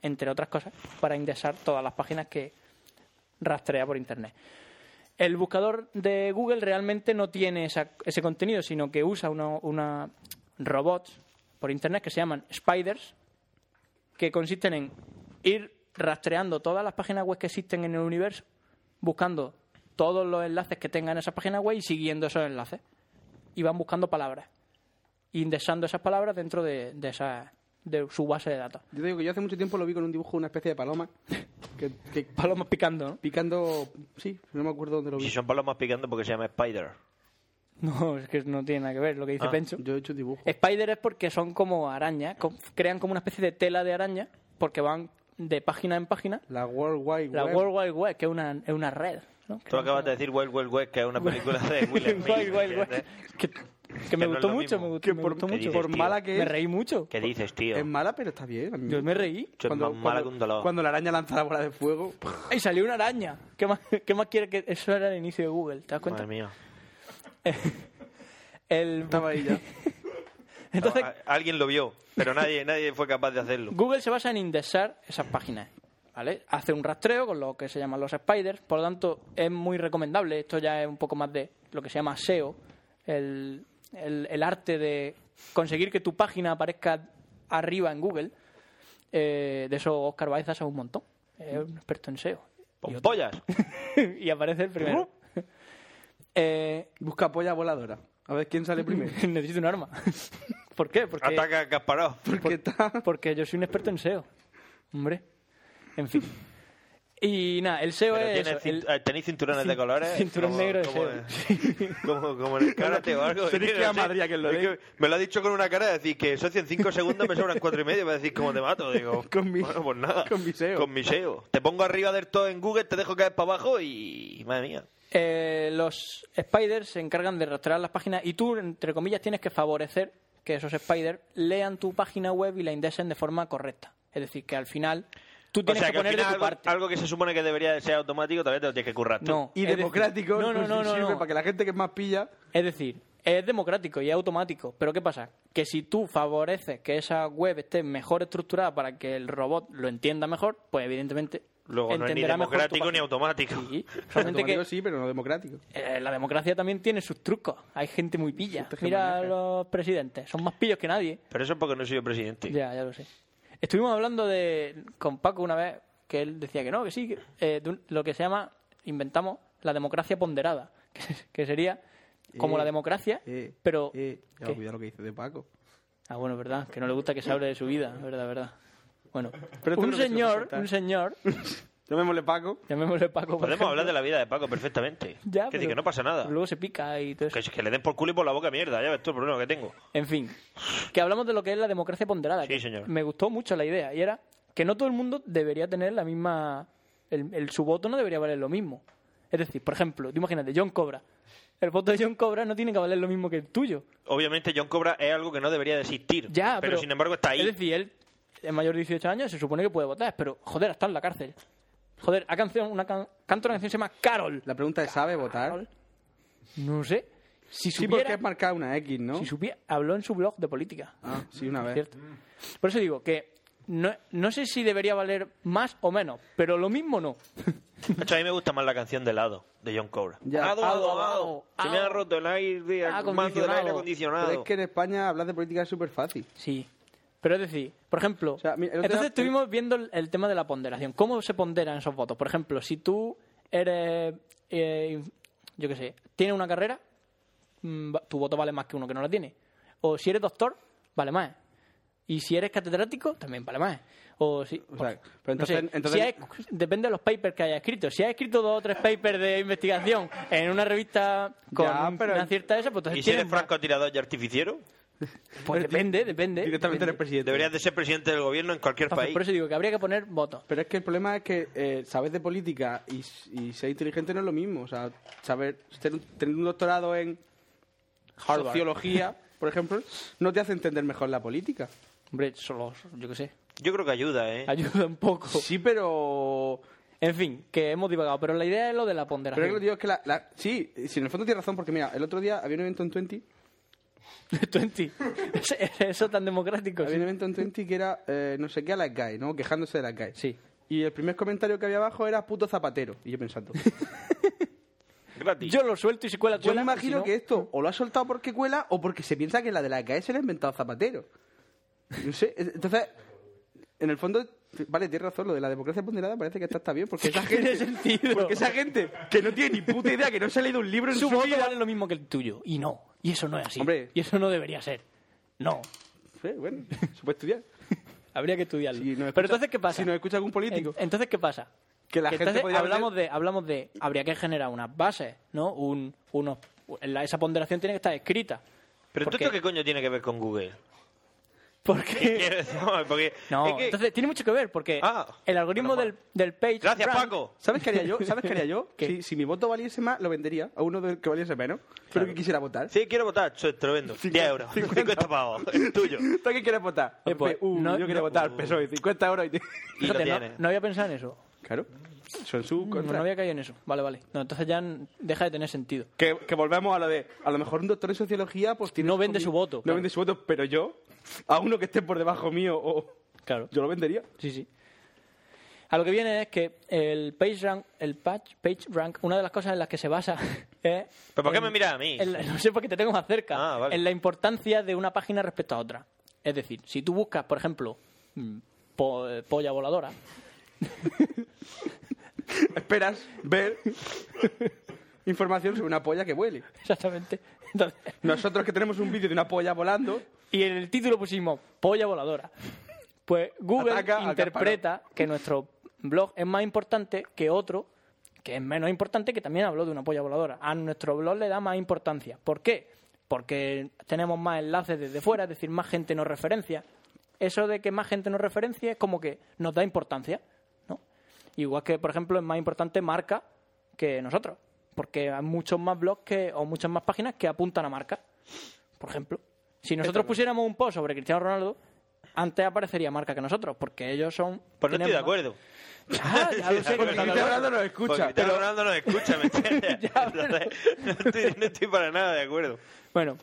[SPEAKER 9] entre otras cosas, para indexar todas las páginas que rastrea por Internet. El buscador de Google realmente no tiene esa, ese contenido, sino que usa una, una robots por Internet que se llaman spiders, que consisten en ir rastreando todas las páginas web que existen en el universo, buscando todos los enlaces que tengan esas páginas web y siguiendo esos enlaces. Y van buscando palabras, indexando esas palabras dentro de, de, esa, de su base de datos.
[SPEAKER 8] Yo te digo que yo hace mucho tiempo lo vi con un dibujo de una especie de paloma. Que, que
[SPEAKER 9] palomas picando, ¿no?
[SPEAKER 8] Picando, sí, no me acuerdo dónde lo vi.
[SPEAKER 6] Si son palomas picando, porque se llama Spider.
[SPEAKER 9] No, es que no tiene nada que ver lo que dice
[SPEAKER 6] Ah,
[SPEAKER 9] Pencho.
[SPEAKER 8] Yo he hecho dibujo.
[SPEAKER 9] Spider es porque son como arañas, co- crean como una especie de tela de araña, porque van de página en página.
[SPEAKER 8] La World Wide
[SPEAKER 9] La
[SPEAKER 8] Web.
[SPEAKER 9] World Wide Web, que es una, es una red, ¿no?
[SPEAKER 6] Tú acabas de decir Wild Wild West, que es una película de Will Smith.
[SPEAKER 9] Wild Wild Web. Que, que me
[SPEAKER 6] no es
[SPEAKER 9] gustó
[SPEAKER 6] lo
[SPEAKER 9] mucho,
[SPEAKER 6] mismo.
[SPEAKER 9] me gustó,
[SPEAKER 8] Que
[SPEAKER 9] me
[SPEAKER 8] por-
[SPEAKER 9] gustó
[SPEAKER 6] ¿Qué
[SPEAKER 9] mucho.
[SPEAKER 6] dices,
[SPEAKER 8] Por
[SPEAKER 6] tío?
[SPEAKER 8] mala que
[SPEAKER 9] Me
[SPEAKER 8] es.
[SPEAKER 9] reí mucho.
[SPEAKER 6] ¿Qué dices, tío?
[SPEAKER 8] Es mala, pero está bien. a mí
[SPEAKER 9] Yo me reí.
[SPEAKER 6] Eso es más mala que un dolor.
[SPEAKER 8] cuando la araña lanza la bola de fuego.
[SPEAKER 9] ¡Ay, salió una araña! ¿Qué más, qué más quiere que...? Eso era el inicio de Google, ¿te das cuenta?
[SPEAKER 6] Madre mía.
[SPEAKER 9] El...
[SPEAKER 8] Estaba ahí ya.
[SPEAKER 9] Entonces,
[SPEAKER 6] No, a- alguien lo vio, pero nadie, nadie fue capaz de hacerlo.
[SPEAKER 9] Google se basa en indexar esas páginas, ¿vale? Hace un rastreo con lo que se llaman los spiders, por lo tanto es muy recomendable. Esto ya es un poco más de lo que se llama S E O, el, el, el arte de conseguir que tu página aparezca arriba en Google. Eh, de eso Oscar Baeza sabe un montón, es un experto en S E O. Y, otro-
[SPEAKER 6] ¡Pollas!
[SPEAKER 9] y aparece el primero. eh,
[SPEAKER 8] Busca polla voladora. A ver quién sale primero.
[SPEAKER 9] necesito un arma. ¿Por qué? Porque...
[SPEAKER 6] Ataca a Kasparov.
[SPEAKER 8] Porque está...
[SPEAKER 9] Porque yo soy un experto en S E O. Hombre. En fin. Y nada, el S E O
[SPEAKER 6] Pero
[SPEAKER 9] es
[SPEAKER 6] tienes
[SPEAKER 9] eso, el-
[SPEAKER 6] cint- eh, ¿Tenéis cinturones
[SPEAKER 9] cin-
[SPEAKER 6] de colores?
[SPEAKER 9] cinturón
[SPEAKER 6] Como-
[SPEAKER 9] negro de
[SPEAKER 6] como,
[SPEAKER 9] S E O.
[SPEAKER 6] como, como en el karate o algo.
[SPEAKER 8] Tenéis que ir a Madrid a que lo
[SPEAKER 6] Es
[SPEAKER 8] den.
[SPEAKER 6] que me lo ha dicho con una cara de decir que socio en cinco segundos me sobran cuatro y medio para decir cómo te mato. Digo,
[SPEAKER 8] Con mi-
[SPEAKER 6] bueno, pues nada.
[SPEAKER 8] con mi S E O.
[SPEAKER 6] Con mi S E O. Te pongo arriba del todo en Google, te dejo caer para abajo y... Madre mía.
[SPEAKER 9] Eh, los spiders se encargan de rastrear las páginas y tú, entre comillas, tienes que favorecer que esos spiders lean tu página web y la indexen de forma correcta. Es decir, que al final tú
[SPEAKER 6] O
[SPEAKER 9] tienes
[SPEAKER 6] sea,
[SPEAKER 9] que
[SPEAKER 6] que al
[SPEAKER 9] poner de
[SPEAKER 6] final
[SPEAKER 9] tu
[SPEAKER 6] algo,
[SPEAKER 9] parte.
[SPEAKER 6] algo que se supone que debería de ser automático, todavía te lo tienes que currar tú.
[SPEAKER 9] No.
[SPEAKER 8] Y
[SPEAKER 9] Es decir,
[SPEAKER 8] democrático.
[SPEAKER 9] no, no,
[SPEAKER 8] pues
[SPEAKER 9] no, no,
[SPEAKER 8] sirve
[SPEAKER 9] no.
[SPEAKER 8] para que la gente que es más pilla...
[SPEAKER 9] Es decir, es democrático y es automático. Pero ¿qué pasa? Que si tú favoreces que esa web esté mejor estructurada para que el robot lo entienda mejor, pues evidentemente
[SPEAKER 6] Luego no es ni
[SPEAKER 9] entenderá mejor tu
[SPEAKER 6] democrático ni
[SPEAKER 9] página.
[SPEAKER 6] automático.
[SPEAKER 9] Sí, solamente
[SPEAKER 8] Automático
[SPEAKER 9] que
[SPEAKER 8] sí, pero no democrático.
[SPEAKER 9] eh, la democracia también tiene sus trucos. Hay gente muy pilla.
[SPEAKER 8] Gente
[SPEAKER 9] Mira a
[SPEAKER 8] hegemónica.
[SPEAKER 9] los presidentes. Son más pillos que nadie.
[SPEAKER 6] Pero eso es porque no soy yo presidente.
[SPEAKER 9] Ya, ya lo sé. Estuvimos hablando de con Paco una vez que él decía que no, que sí, que, eh, de un- lo que se llama, inventamos, la democracia ponderada, que, que sería como
[SPEAKER 8] Eh,
[SPEAKER 9] la democracia,
[SPEAKER 8] Eh,
[SPEAKER 9] pero...
[SPEAKER 8] Eh, ya
[SPEAKER 9] ¿qué?
[SPEAKER 8] olvidado lo que dice de Paco.
[SPEAKER 9] Ah, bueno, verdad, que no le gusta que se hable de su vida, verdad, verdad. Bueno,
[SPEAKER 8] Pero esto
[SPEAKER 9] un
[SPEAKER 8] no lo se lo puedo
[SPEAKER 9] señor,
[SPEAKER 8] contar.
[SPEAKER 9] un señor,
[SPEAKER 8] Llamémosle Paco.
[SPEAKER 9] llamémosle Paco, por
[SPEAKER 6] Podemos
[SPEAKER 9] ejemplo.
[SPEAKER 6] hablar de la vida de Paco perfectamente.
[SPEAKER 9] Ya,
[SPEAKER 6] que, decir,
[SPEAKER 9] pero-
[SPEAKER 6] que no pasa nada.
[SPEAKER 9] pero luego se pica y todo eso.
[SPEAKER 6] Que, que le den por culo y por la boca mierda, ya ves tú el problema que tengo.
[SPEAKER 9] En fin, que hablamos de lo que es la democracia ponderada.
[SPEAKER 6] Sí,
[SPEAKER 9] que
[SPEAKER 6] señor.
[SPEAKER 9] Me gustó mucho la idea y era que no todo el mundo debería tener la misma... El, el- su voto no debería valer lo mismo. Es decir, por ejemplo, tú imagínate, John Cobra. El voto de John Cobra no tiene que valer lo mismo que el tuyo.
[SPEAKER 6] Obviamente John Cobra es algo que no debería de existir.
[SPEAKER 9] Ya,
[SPEAKER 6] pero,
[SPEAKER 9] pero,
[SPEAKER 6] sin embargo está ahí.
[SPEAKER 9] Es decir, él es mayor de dieciocho años, se supone que puede votar, pero joder, está en la cárcel. Joder, ha canción, una can- canta una canción que se llama Carol.
[SPEAKER 8] La pregunta es, ¿sabe votar?
[SPEAKER 9] No sé. Si
[SPEAKER 8] Sí,
[SPEAKER 9] supiera,
[SPEAKER 8] porque es marcada una X, ¿no?
[SPEAKER 9] si supiera, habló en su blog de política.
[SPEAKER 8] Ah, sí, una vez.
[SPEAKER 9] ¿Cierto? Por eso digo que no, no sé si debería valer más o menos, pero lo mismo no.
[SPEAKER 6] Macho, a mí me gusta más la canción de Lado, de John Cobra.
[SPEAKER 8] Ya.
[SPEAKER 6] Ado, ado, ado. Se me ha
[SPEAKER 9] Ado.
[SPEAKER 6] roto el aire, el mando del aire acondicionado.
[SPEAKER 8] Pero es que en España hablar de política es súper fácil.
[SPEAKER 9] Sí. Pero es decir, por ejemplo,
[SPEAKER 8] O sea, mira, el otro
[SPEAKER 9] entonces
[SPEAKER 8] día-
[SPEAKER 9] estuvimos viendo el, el tema de la ponderación. ¿Cómo se ponderan esos votos? Por ejemplo, si tú eres, eh, yo qué sé, tienes una carrera, mm, va- tu voto vale más que uno que no la tiene. O si eres doctor, vale más. Y si eres catedrático, también vale más. O si,
[SPEAKER 8] O sea,
[SPEAKER 9] por-
[SPEAKER 8] pero
[SPEAKER 9] no sé,
[SPEAKER 8] entonces- entonces-
[SPEAKER 9] si has- depende de los papers que hayas escrito. Si has escrito dos o tres papers de investigación en una revista con
[SPEAKER 8] Ya, pero-
[SPEAKER 9] una cierta esa, pues entonces
[SPEAKER 6] ¿Y si eres
[SPEAKER 9] tienes más.
[SPEAKER 6] francotirador y artificiero?
[SPEAKER 9] Pues depende, depende.
[SPEAKER 8] Directamente
[SPEAKER 9] depende.
[SPEAKER 8] eres presidente.
[SPEAKER 6] Deberías de ser presidente del gobierno en cualquier
[SPEAKER 9] Entonces,
[SPEAKER 6] país.
[SPEAKER 9] por eso digo que habría que poner votos.
[SPEAKER 8] Pero es que el problema es que eh, saber de política y, y ser inteligente no es lo mismo. O sea, saber tener un, tener un doctorado en
[SPEAKER 9] Harvard.
[SPEAKER 8] sociología, por ejemplo, no te hace entender mejor la política.
[SPEAKER 9] Hombre, solo, yo qué sé.
[SPEAKER 6] Yo creo que ayuda, ¿eh?
[SPEAKER 9] Ayuda un poco.
[SPEAKER 8] Sí, pero...
[SPEAKER 9] En fin, que hemos divagado, pero la idea es lo de la
[SPEAKER 8] Pero
[SPEAKER 9] ponderación.
[SPEAKER 8] es que lo digo es que la, la- sí, si en el fondo tienes razón, porque mira, el otro día había un evento en Twenty
[SPEAKER 9] veinte. ¿Es, es eso tan democrático?
[SPEAKER 8] Había un evento en veinte que era eh, no sé qué a las gays, ¿no? Quejándose de las gays.
[SPEAKER 9] Sí.
[SPEAKER 8] Y el primer comentario que había abajo era puto zapatero. Y yo pensando...
[SPEAKER 6] Gratis.
[SPEAKER 9] Yo lo suelto y si cuela,
[SPEAKER 8] Yo
[SPEAKER 9] cuela.
[SPEAKER 8] me imagino
[SPEAKER 9] si no-
[SPEAKER 8] que esto o lo ha soltado porque cuela o porque se piensa que la de las gays se le ha inventado Zapatero. No sé, entonces, en el fondo, vale, tienes razón, lo de la democracia ponderada parece que está, está bien, porque esa
[SPEAKER 9] Tiene
[SPEAKER 8] gente,
[SPEAKER 9] sentido.
[SPEAKER 8] porque esa gente que no tiene ni puta idea, que no se ha leído un libro en
[SPEAKER 9] Su
[SPEAKER 8] su,
[SPEAKER 9] voto
[SPEAKER 8] vida...
[SPEAKER 9] vale lo mismo que el tuyo. Y no. Y eso no es así.
[SPEAKER 8] Hombre.
[SPEAKER 9] Y eso no debería ser. No.
[SPEAKER 8] Sí, bueno, se puede estudiar.
[SPEAKER 9] Habría que estudiarlo.
[SPEAKER 8] Si nos escucha-
[SPEAKER 9] Pero entonces, ¿qué pasa?
[SPEAKER 8] Si nos escucha algún político.
[SPEAKER 9] En- entonces, ¿qué pasa?
[SPEAKER 8] Que la
[SPEAKER 9] Que
[SPEAKER 8] gente
[SPEAKER 9] entonces
[SPEAKER 8] podría
[SPEAKER 9] hablamos
[SPEAKER 8] haber-
[SPEAKER 9] de hablamos de habría que generar unas bases, ¿no? Un unos la- esa ponderación tiene que estar escrita.
[SPEAKER 6] Pero
[SPEAKER 9] Porque-
[SPEAKER 6] ¿esto qué coño tiene que ver con Google?
[SPEAKER 9] Porque
[SPEAKER 6] Quiero decir, no, porque
[SPEAKER 9] no,
[SPEAKER 6] es que-
[SPEAKER 9] entonces tiene mucho que ver porque
[SPEAKER 6] Ah,
[SPEAKER 9] el algoritmo del, del page
[SPEAKER 6] Gracias,
[SPEAKER 9] rank-
[SPEAKER 6] Paco.
[SPEAKER 8] ¿Sabes qué haría yo? ¿Sabes qué haría yo?
[SPEAKER 9] ¿Qué?
[SPEAKER 8] Si, si mi voto valiese más, lo vendería a uno del que valiese menos. Pero que quisiera votar.
[SPEAKER 6] Sí, quiero votar, Cho, te lo vendo. diez euros. cincuenta pavos. Es tuyo.
[SPEAKER 8] ¿Tú a quién quieres votar?
[SPEAKER 9] Eh, pues,
[SPEAKER 8] Uh,
[SPEAKER 9] no-
[SPEAKER 8] yo quería
[SPEAKER 9] no-
[SPEAKER 8] votar P S O E, cincuenta euros y... te-
[SPEAKER 6] Y lo
[SPEAKER 9] Fíjate, no,
[SPEAKER 6] tienes.
[SPEAKER 9] no había pensado en eso.
[SPEAKER 8] Claro. Son su
[SPEAKER 9] No,
[SPEAKER 8] contra.
[SPEAKER 9] no había caído en eso. Vale, vale. No, entonces ya n- deja de tener sentido.
[SPEAKER 8] Que, que volvemos a lo de... A lo mejor un doctor en sociología pues tiene...
[SPEAKER 9] No vende
[SPEAKER 8] comi-
[SPEAKER 9] su voto,
[SPEAKER 8] No
[SPEAKER 9] claro.
[SPEAKER 8] vende su voto, pero yo, a uno que esté por debajo mío, o
[SPEAKER 9] Claro.
[SPEAKER 8] yo lo vendería.
[SPEAKER 9] Sí, sí. A lo que viene es que el page rank, el page, page rank, una de las cosas en las que se basa es...
[SPEAKER 6] ¿Pero por qué
[SPEAKER 9] en-
[SPEAKER 6] me miras a mí?
[SPEAKER 9] en la- no sé, porque te tengo más cerca.
[SPEAKER 6] Ah, vale.
[SPEAKER 9] En la importancia de una página respecto a otra. Es decir, si tú buscas, por ejemplo, mm, po- eh, polla voladora,
[SPEAKER 8] Esperas ver información sobre una polla que vuele.
[SPEAKER 9] exactamente. Entonces,
[SPEAKER 8] Nosotros que tenemos un vídeo de una polla volando...
[SPEAKER 9] y en el título pusimos polla voladora. Pues Google
[SPEAKER 8] Ataca al
[SPEAKER 9] interpreta que nuestro blog es más importante que otro que es menos importante, que también habló de una polla voladora. A nuestro blog le da más importancia. ¿Por qué? Porque tenemos más enlaces desde fuera, es decir, más gente nos referencia. Eso de que más gente nos referencia es como que nos da importancia, ¿no? Igual que, por ejemplo, es más importante Marca que nosotros, porque hay muchos más blogs que, o muchas más páginas que apuntan a Marca, por ejemplo. Si nosotros pusiéramos un post sobre Cristiano Ronaldo, antes aparecería Marca que nosotros, porque ellos son...
[SPEAKER 6] Pues no
[SPEAKER 9] tienen
[SPEAKER 6] estoy de
[SPEAKER 9] más-
[SPEAKER 6] acuerdo.
[SPEAKER 9] Ah, ya lo sé,
[SPEAKER 6] Porque
[SPEAKER 9] que no estás de
[SPEAKER 8] Cristiano
[SPEAKER 9] acuerdo.
[SPEAKER 8] Ronaldo nos escucha.
[SPEAKER 6] Porque Cristiano Ronaldo no escucha, ¿me entiendes? Entonces, no, estoy, no estoy para nada de acuerdo.
[SPEAKER 9] Bueno,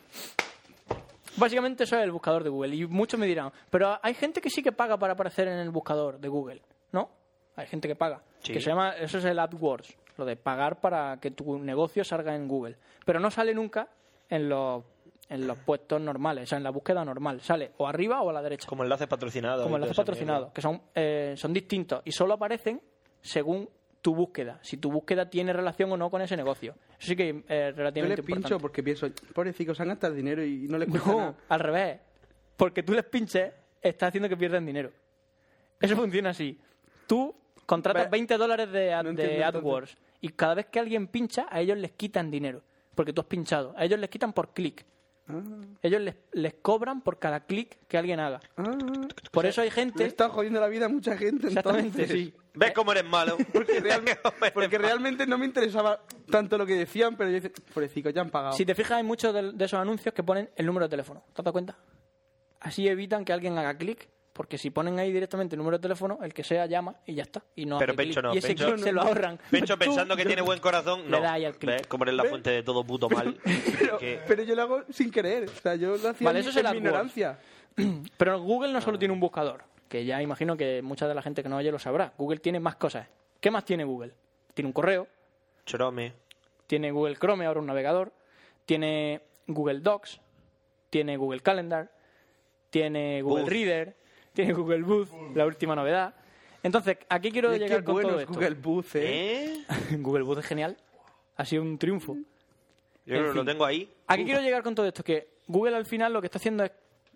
[SPEAKER 9] básicamente eso es el buscador de Google. Y muchos me dirán, pero hay gente que sí que paga para aparecer en el buscador de Google, ¿no? Hay gente que paga.
[SPEAKER 6] Sí.
[SPEAKER 9] Que se llama, eso es el AdWords, lo de pagar para que tu negocio salga en Google. Pero no sale nunca en los, en los puestos normales, o sea, en la búsqueda normal. Sale o arriba o a la derecha.
[SPEAKER 6] Como enlaces patrocinados.
[SPEAKER 9] Como
[SPEAKER 6] y todo
[SPEAKER 9] enlaces
[SPEAKER 6] eso,
[SPEAKER 9] patrocinados, que son, eh, son distintos y solo aparecen según tu búsqueda, si tu búsqueda tiene relación o no con ese negocio. Eso sí que es eh,
[SPEAKER 8] Yo
[SPEAKER 9] relativamente
[SPEAKER 8] les pincho
[SPEAKER 9] importante.
[SPEAKER 8] porque pienso, pobrecicos, se han gastado el dinero y no les cuesta
[SPEAKER 9] No,
[SPEAKER 8] nada.
[SPEAKER 9] al revés. Porque tú les pinches, estás haciendo que pierdan dinero. Eso funciona así. Tú contratas
[SPEAKER 8] Ve-
[SPEAKER 9] veinte dólares de, ad-
[SPEAKER 8] No
[SPEAKER 9] de
[SPEAKER 8] entiendo,
[SPEAKER 9] AdWords y cada vez que alguien pincha, a ellos les quitan dinero. Porque tú has pinchado. A ellos les quitan por clic.
[SPEAKER 8] Ah,
[SPEAKER 9] Ellos les, les cobran por cada clic que alguien haga.
[SPEAKER 8] ah.
[SPEAKER 9] Por eso hay
[SPEAKER 8] Le
[SPEAKER 9] gente...
[SPEAKER 8] está jodiendo la vida a mucha gente.
[SPEAKER 9] Exactamente,
[SPEAKER 8] entonces.
[SPEAKER 9] sí.
[SPEAKER 6] ¿Ves cómo eres malo?
[SPEAKER 8] Porque, real- porque realmente no me interesaba tanto lo que decían, pero yo decía, pobrecicos, ya han pagado.
[SPEAKER 9] Si te fijas, hay muchos de, de esos anuncios que ponen el número de teléfono. ¿Te has dado cuenta? Así evitan que alguien haga clic, porque si ponen ahí directamente el número de teléfono, el que sea llama y ya está. Y no
[SPEAKER 6] Pero
[SPEAKER 9] hace
[SPEAKER 6] Pencho
[SPEAKER 9] clic.
[SPEAKER 6] no,
[SPEAKER 9] Y ese
[SPEAKER 6] Pencho
[SPEAKER 9] clic
[SPEAKER 6] no,
[SPEAKER 9] se lo
[SPEAKER 6] no.
[SPEAKER 9] ahorran.
[SPEAKER 6] Pencho
[SPEAKER 9] Tú-
[SPEAKER 6] pensando que tiene buen corazón, no.
[SPEAKER 9] Le da ahí al clic.
[SPEAKER 6] ¿Ves? Como eres la fuente de todo puto mal.
[SPEAKER 8] pero,
[SPEAKER 6] que-
[SPEAKER 8] pero yo lo hago sin querer. O sea, yo lo hacía
[SPEAKER 9] Vale,
[SPEAKER 8] en-
[SPEAKER 9] eso es
[SPEAKER 8] en
[SPEAKER 9] el
[SPEAKER 8] mi
[SPEAKER 9] AdWords.
[SPEAKER 8] ignorancia.
[SPEAKER 9] Pero Google no solo tiene un buscador, que ya imagino que mucha de la gente que no oye lo sabrá. Google tiene más cosas. ¿Qué más tiene Google? Tiene un correo,
[SPEAKER 6] Chorome.
[SPEAKER 9] tiene Google Chrome, ahora un navegador, tiene Google Docs, tiene Google Calendar, tiene Google
[SPEAKER 6] Booth.
[SPEAKER 9] Reader, tiene Google Booth, la última novedad. Entonces, aquí quiero
[SPEAKER 8] Es que
[SPEAKER 9] llegar con
[SPEAKER 8] bueno
[SPEAKER 9] todo
[SPEAKER 8] es
[SPEAKER 9] esto.
[SPEAKER 8] Google Booth, ¿eh?
[SPEAKER 6] ¿Eh?
[SPEAKER 9] Google Booth es genial. Ha sido un triunfo.
[SPEAKER 6] Yo
[SPEAKER 9] En
[SPEAKER 6] lo
[SPEAKER 9] fin.
[SPEAKER 6] tengo ahí.
[SPEAKER 9] Aquí quiero llegar con todo esto, que Google al final lo que está haciendo es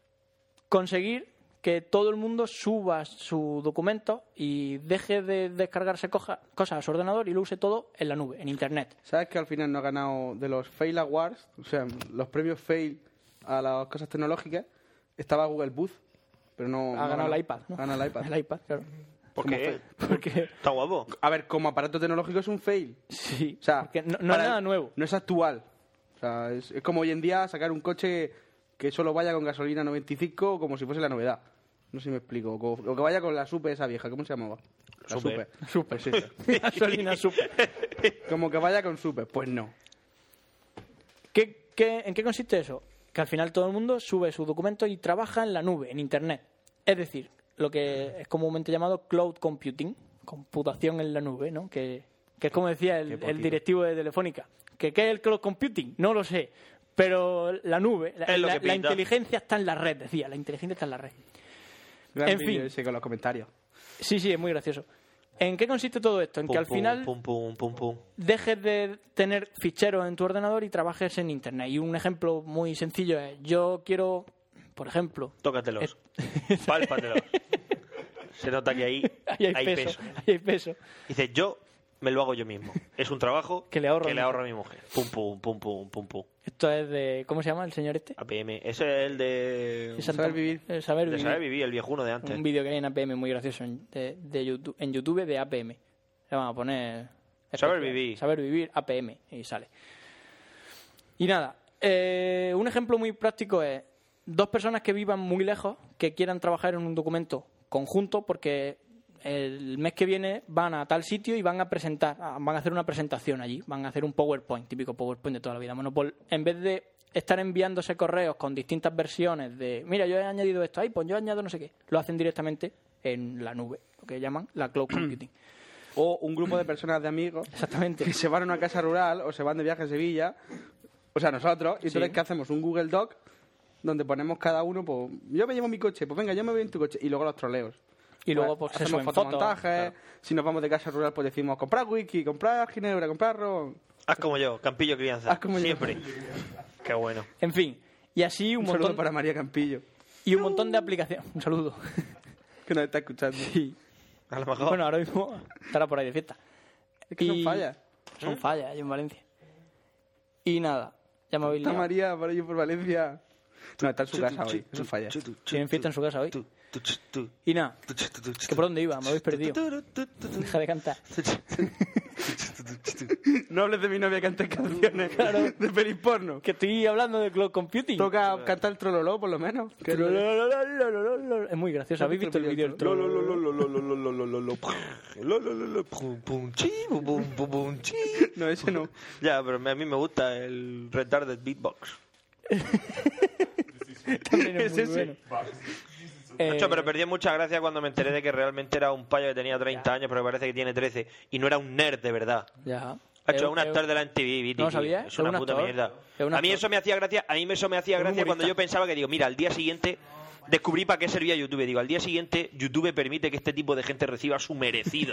[SPEAKER 9] conseguir que todo el mundo suba su documento y deje de descargarse coja- cosas a su ordenador y lo use todo en la nube, en Internet.
[SPEAKER 8] ¿Sabes que al final no ha ganado de los Fail Awards? O sea, los premios Fail a las cosas tecnológicas. Estaba Google Booth, pero no...
[SPEAKER 9] Ha
[SPEAKER 8] no
[SPEAKER 9] ganado el iPad, ¿no?
[SPEAKER 8] Ha ganado el iPad.
[SPEAKER 9] El iPad, claro.
[SPEAKER 6] ¿Por
[SPEAKER 8] Como
[SPEAKER 6] qué?
[SPEAKER 9] Porque,
[SPEAKER 6] Está guapo.
[SPEAKER 8] A ver, como aparato tecnológico es un fail.
[SPEAKER 9] sí,
[SPEAKER 8] O sea,
[SPEAKER 9] porque no, no
[SPEAKER 8] para-
[SPEAKER 9] es nada nuevo.
[SPEAKER 8] No es actual. O sea, es, es como hoy en día sacar un coche que solo vaya con gasolina noventa y cinco como si fuese la novedad. No sé si me explico. O, o que vaya con la Super esa vieja. ¿Cómo se llamaba? La
[SPEAKER 6] Super.
[SPEAKER 8] Super. Pues esa.
[SPEAKER 9] Gasolina super.
[SPEAKER 8] Como que vaya con Super. Pues no.
[SPEAKER 9] ¿Qué, qué, ¿En qué consiste eso? que al final todo el mundo sube sus documentos y trabaja en la nube, en Internet. Es decir, lo que es comúnmente llamado cloud computing, computación en la nube, ¿no? Que, que es como decía el, el directivo de Telefónica. ¿Que ¿Qué es el cloud computing? No lo sé. Pero la nube, la, la, la inteligencia está en la red, decía. La inteligencia está en la red.
[SPEAKER 8] Gran
[SPEAKER 9] en
[SPEAKER 8] vídeo
[SPEAKER 9] fin.
[SPEAKER 8] ese con los comentarios.
[SPEAKER 9] Sí, sí, es muy gracioso. ¿En qué consiste todo esto? En
[SPEAKER 6] Pum,
[SPEAKER 9] que al
[SPEAKER 6] pum,
[SPEAKER 9] final
[SPEAKER 6] pum, pum, pum, pum.
[SPEAKER 9] dejes de tener ficheros en tu ordenador y trabajes en Internet. Y un ejemplo muy sencillo es, yo quiero, por ejemplo...
[SPEAKER 6] Tócatelos. Pálpatelos. Se nota que ahí,
[SPEAKER 9] ahí hay,
[SPEAKER 6] hay
[SPEAKER 9] peso,
[SPEAKER 6] peso.
[SPEAKER 9] Ahí hay peso.
[SPEAKER 6] Dice, yo me lo hago yo mismo. Es un trabajo
[SPEAKER 9] que le ahorro,
[SPEAKER 6] que le ahorro a mi mujer. Pum, pum, pum, pum, pum, pum.
[SPEAKER 9] Esto es de... ¿Cómo se llama el señor este?
[SPEAKER 6] A P M. Ese es el de...
[SPEAKER 9] De Saber Vivir. El saber
[SPEAKER 6] de
[SPEAKER 9] vivir.
[SPEAKER 6] Saber Vivir, el viejuno de antes.
[SPEAKER 9] Un vídeo que hay en A P M muy gracioso en, de, de YouTube, en YouTube de A P M. Le vamos a poner...
[SPEAKER 6] Saber Vivir.
[SPEAKER 9] Saber Vivir A P M. Y sale. Y nada. Eh, un ejemplo muy práctico es dos personas que vivan muy lejos, que quieran trabajar en un documento conjunto porque el mes que viene van a tal sitio y van a presentar, van a hacer una presentación allí, van a hacer un PowerPoint, típico PowerPoint de toda la vida. Bueno, pues en vez de estar enviándose correos con distintas versiones de, mira, yo he añadido esto, ahí, pues yo añado no sé qué, lo hacen directamente en la nube, lo que llaman la cloud computing.
[SPEAKER 8] O un grupo de personas, de amigos,
[SPEAKER 9] exactamente,
[SPEAKER 8] que se van a una casa rural o se van de viaje a Sevilla, o sea, nosotros, y entonces,
[SPEAKER 9] Sí.
[SPEAKER 8] ¿qué hacemos? Un Google Doc donde ponemos cada uno, pues, yo me llevo mi coche, pues venga, yo me voy en tu coche, y luego los troleos.
[SPEAKER 9] Y luego, pues, se
[SPEAKER 8] hacemos
[SPEAKER 9] suben
[SPEAKER 8] fotomontajes,
[SPEAKER 9] fotos, claro.
[SPEAKER 8] Si nos vamos de casa rural, pues decimos, comprar wiki, comprar ginebra, comprar ron.
[SPEAKER 6] Haz como yo, Campillo Crianza.
[SPEAKER 8] Haz como yo.
[SPEAKER 6] Siempre. Qué bueno.
[SPEAKER 9] En fin, y así un,
[SPEAKER 8] Un
[SPEAKER 9] montón...
[SPEAKER 8] saludo para María Campillo.
[SPEAKER 9] Y un montón de aplicaciones. Un saludo.
[SPEAKER 8] Que nos está escuchando.
[SPEAKER 9] Sí.
[SPEAKER 6] A lo mejor.
[SPEAKER 9] Bueno, ahora mismo estará por ahí de fiesta.
[SPEAKER 8] Es que son fallas.
[SPEAKER 9] Son
[SPEAKER 8] ¿Eh?
[SPEAKER 9] fallas ahí en Valencia. Y nada, ya me habéis
[SPEAKER 8] Está
[SPEAKER 9] liado.
[SPEAKER 8] María por ahí por Valencia. No, está en su casa hoy. Eso falla.
[SPEAKER 9] Tienen fiesta en su casa hoy. Y nada, que por dónde iba, me habéis perdido. Deja de cantar.
[SPEAKER 8] No hables de mi novia que canta canciones
[SPEAKER 9] Claro.
[SPEAKER 8] de pelis porno.
[SPEAKER 9] Que estoy hablando de cloud computing.
[SPEAKER 8] Toca cantar el trololó, por lo menos. Que es lo de-
[SPEAKER 9] Es muy gracioso. ¿Habéis visto el vídeo del troll?
[SPEAKER 8] No, ese no.
[SPEAKER 6] Ya, pero a mí me gusta el retarded beatbox.
[SPEAKER 9] También es
[SPEAKER 8] Es
[SPEAKER 9] muy
[SPEAKER 8] ese.
[SPEAKER 9] bueno. Eh,
[SPEAKER 6] Nacho, pero perdí mucha gracia cuando me enteré de que realmente era un payo que tenía treinta años, pero parece que tiene trece. Y no era un nerd de verdad.
[SPEAKER 9] Ya.
[SPEAKER 6] Nacho,
[SPEAKER 9] Es-
[SPEAKER 6] un actor de la M T V, Viti,
[SPEAKER 9] ¿No lo sabías?
[SPEAKER 6] es
[SPEAKER 9] Es
[SPEAKER 6] una
[SPEAKER 9] un
[SPEAKER 6] puta
[SPEAKER 9] actor.
[SPEAKER 6] mierda.
[SPEAKER 9] Es un
[SPEAKER 6] A mí
[SPEAKER 9] actor.
[SPEAKER 6] eso me hacía gracia, a mí eso me hacía
[SPEAKER 9] Es un
[SPEAKER 6] gracia cuando
[SPEAKER 9] humorista.
[SPEAKER 6] yo pensaba que digo, mira, al día siguiente descubrí para qué servía YouTube. Digo, al día siguiente YouTube permite que este tipo de gente reciba su merecido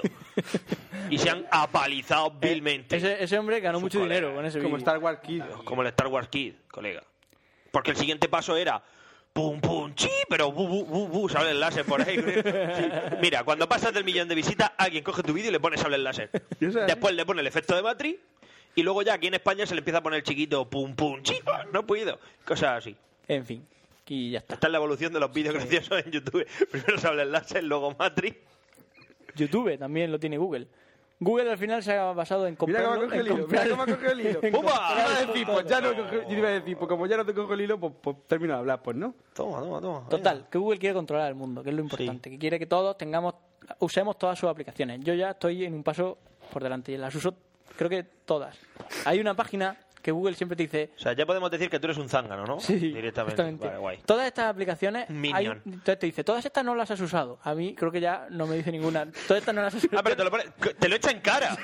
[SPEAKER 6] y sean apalizados vilmente.
[SPEAKER 9] Ese, ese hombre ganó
[SPEAKER 6] Su
[SPEAKER 9] mucho
[SPEAKER 6] colega.
[SPEAKER 9] dinero con ese
[SPEAKER 8] Como
[SPEAKER 9] vídeo.
[SPEAKER 8] Star Wars Kid.
[SPEAKER 6] Como el Star Wars Kid, colega. Porque el siguiente paso era pum pum chi, pero bu bu bu bu, sable el láser por ahí. Sí. Mira, cuando pasas del millón de visitas, alguien coge tu vídeo y le pone sable el láser.
[SPEAKER 8] ¿Y eso es
[SPEAKER 6] Después le pone el efecto de Matrix y luego ya aquí en España se le empieza a poner el chiquito pum pum chi, no he podido. Cosas así.
[SPEAKER 9] En fin, y ya está.
[SPEAKER 6] Esta es la evolución de los vídeos graciosos en YouTube. Primero sable el láser, luego Matrix.
[SPEAKER 9] YouTube también lo tiene Google. Google al final se ha basado en
[SPEAKER 8] Mira
[SPEAKER 9] comprar.
[SPEAKER 8] cómo coge el hilo. Mira cómo coge el hilo.
[SPEAKER 6] ¡Pumba!
[SPEAKER 8] Iba a decir, pues ya no coge- yo iba a decir, pues como ya no te cojo el hilo, pues, pues termino de hablar, pues no.
[SPEAKER 6] Toma, toma, toma.
[SPEAKER 9] Total, que Google quiere controlar el mundo, que es lo importante, que quiere que todos tengamos, usemos todas sus aplicaciones. Yo ya estoy en un paso por delante y las uso, creo que todas. Hay una página que Google siempre te dice,
[SPEAKER 6] O sea, ya podemos decir que tú eres un zángano, ¿no?
[SPEAKER 9] sí,
[SPEAKER 6] Directamente.
[SPEAKER 9] exactamente.
[SPEAKER 6] Vale, guay.
[SPEAKER 9] Todas estas aplicaciones,
[SPEAKER 6] Un
[SPEAKER 9] hay,
[SPEAKER 6] minion.
[SPEAKER 9] entonces te dice, todas estas no las has usado. A mí creo que ya no me dice ninguna. Todas estas no las has usado.
[SPEAKER 6] Ah, pero te lo, pone, te lo echa en cara.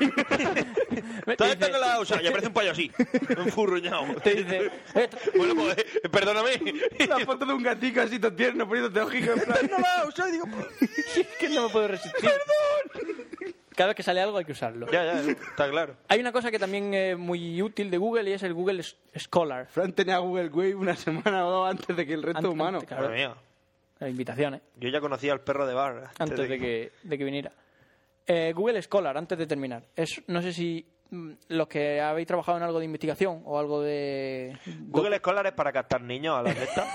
[SPEAKER 6] Toda esta no la ha usado. Ya parece un payo así. Un furruñado.
[SPEAKER 9] Te dice, eh,
[SPEAKER 6] Bueno, pues, eh, perdóname.
[SPEAKER 8] La foto de un gatito así todo tierno poniéndote ojillos en plan.
[SPEAKER 6] No la ha usado. Y digo,
[SPEAKER 9] es que no me puedo resistir. ¡Perdón! Cada vez que sale algo hay que usarlo.
[SPEAKER 6] ya, ya, está claro.
[SPEAKER 9] Hay una cosa que también es muy útil de Google y es el Google S- Scholar.
[SPEAKER 8] Fran tenía Google Wave una semana o dos antes de que el resto
[SPEAKER 9] Antes-
[SPEAKER 8] humano.
[SPEAKER 9] antes, claro.
[SPEAKER 6] Madre mía.
[SPEAKER 9] Las invitaciones,
[SPEAKER 6] Yo ya conocía al perro de bar.
[SPEAKER 9] antes de que, de que viniera. Eh, Google Scholar, antes de terminar. Es, no sé si mm, los que habéis trabajado en algo de investigación o algo de...
[SPEAKER 6] Google Scholar es para captar niños a las de estas.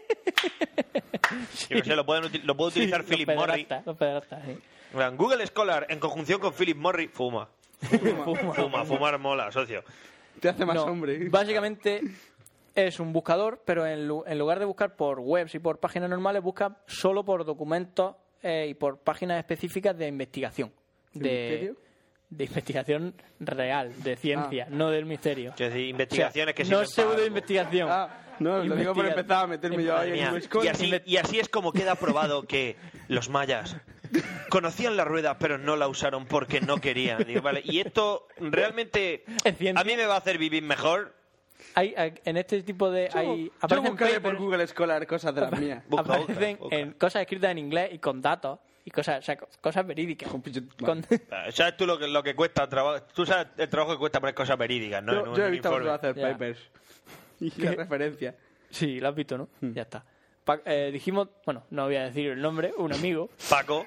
[SPEAKER 6] Yo no sé, lo, pueden uti- lo puede utilizar
[SPEAKER 9] Sí,
[SPEAKER 6] Philip
[SPEAKER 9] los
[SPEAKER 6] Morris.
[SPEAKER 9] pederastas, los pederastas, sí.
[SPEAKER 6] En plan, Google Scholar en conjunción con Philip Morris, fuma.
[SPEAKER 9] Fuma.
[SPEAKER 6] Fuma, fumar mola, socio.
[SPEAKER 8] Te hace más
[SPEAKER 9] No,
[SPEAKER 8] hombre.
[SPEAKER 9] Básicamente es un buscador, pero en, lu- en lugar de buscar por webs y por páginas normales, busca solo por documentos eh, y por páginas específicas de investigación.
[SPEAKER 8] ¿De
[SPEAKER 9] De,
[SPEAKER 8] misterio?
[SPEAKER 9] de investigación real, de ciencia, ah. no del misterio.
[SPEAKER 6] Es decir, investigaciones
[SPEAKER 9] o sea,
[SPEAKER 6] que
[SPEAKER 9] no
[SPEAKER 6] sirven
[SPEAKER 9] pseudo
[SPEAKER 6] para
[SPEAKER 9] investigación.
[SPEAKER 8] Ah, no, lo digo por empezar a meterme yo ahí en
[SPEAKER 6] y, así, y así es como queda probado que los mayas conocían la rueda pero no la usaron porque no querían. Digo, vale, y esto realmente a mí me va a hacer vivir mejor.
[SPEAKER 9] Hay, hay en este tipo de
[SPEAKER 8] yo,
[SPEAKER 9] hay
[SPEAKER 8] yo
[SPEAKER 9] aparecen
[SPEAKER 8] buscaré
[SPEAKER 9] papers,
[SPEAKER 8] por Google Scholar cosas de las mías.
[SPEAKER 6] Busca,
[SPEAKER 9] aparecen
[SPEAKER 6] busca, busca.
[SPEAKER 9] en cosas escritas en inglés y con datos y cosas, o sea, cosas verídicas. Con...
[SPEAKER 6] ¿Sabes tú lo que, lo que cuesta trabajo? Tú sabes el trabajo que cuesta poner cosas verídicas, ¿no?
[SPEAKER 8] Yo,
[SPEAKER 6] en un,
[SPEAKER 8] yo he
[SPEAKER 6] un
[SPEAKER 8] visto
[SPEAKER 6] informe.
[SPEAKER 8] a hacer
[SPEAKER 9] Ya.
[SPEAKER 8] papers y la referencia.
[SPEAKER 9] Sí, lo has visto, ¿no?
[SPEAKER 8] Hmm.
[SPEAKER 9] Ya está. Pa- eh, dijimos, bueno, no voy a decir el nombre, un amigo.
[SPEAKER 6] Paco.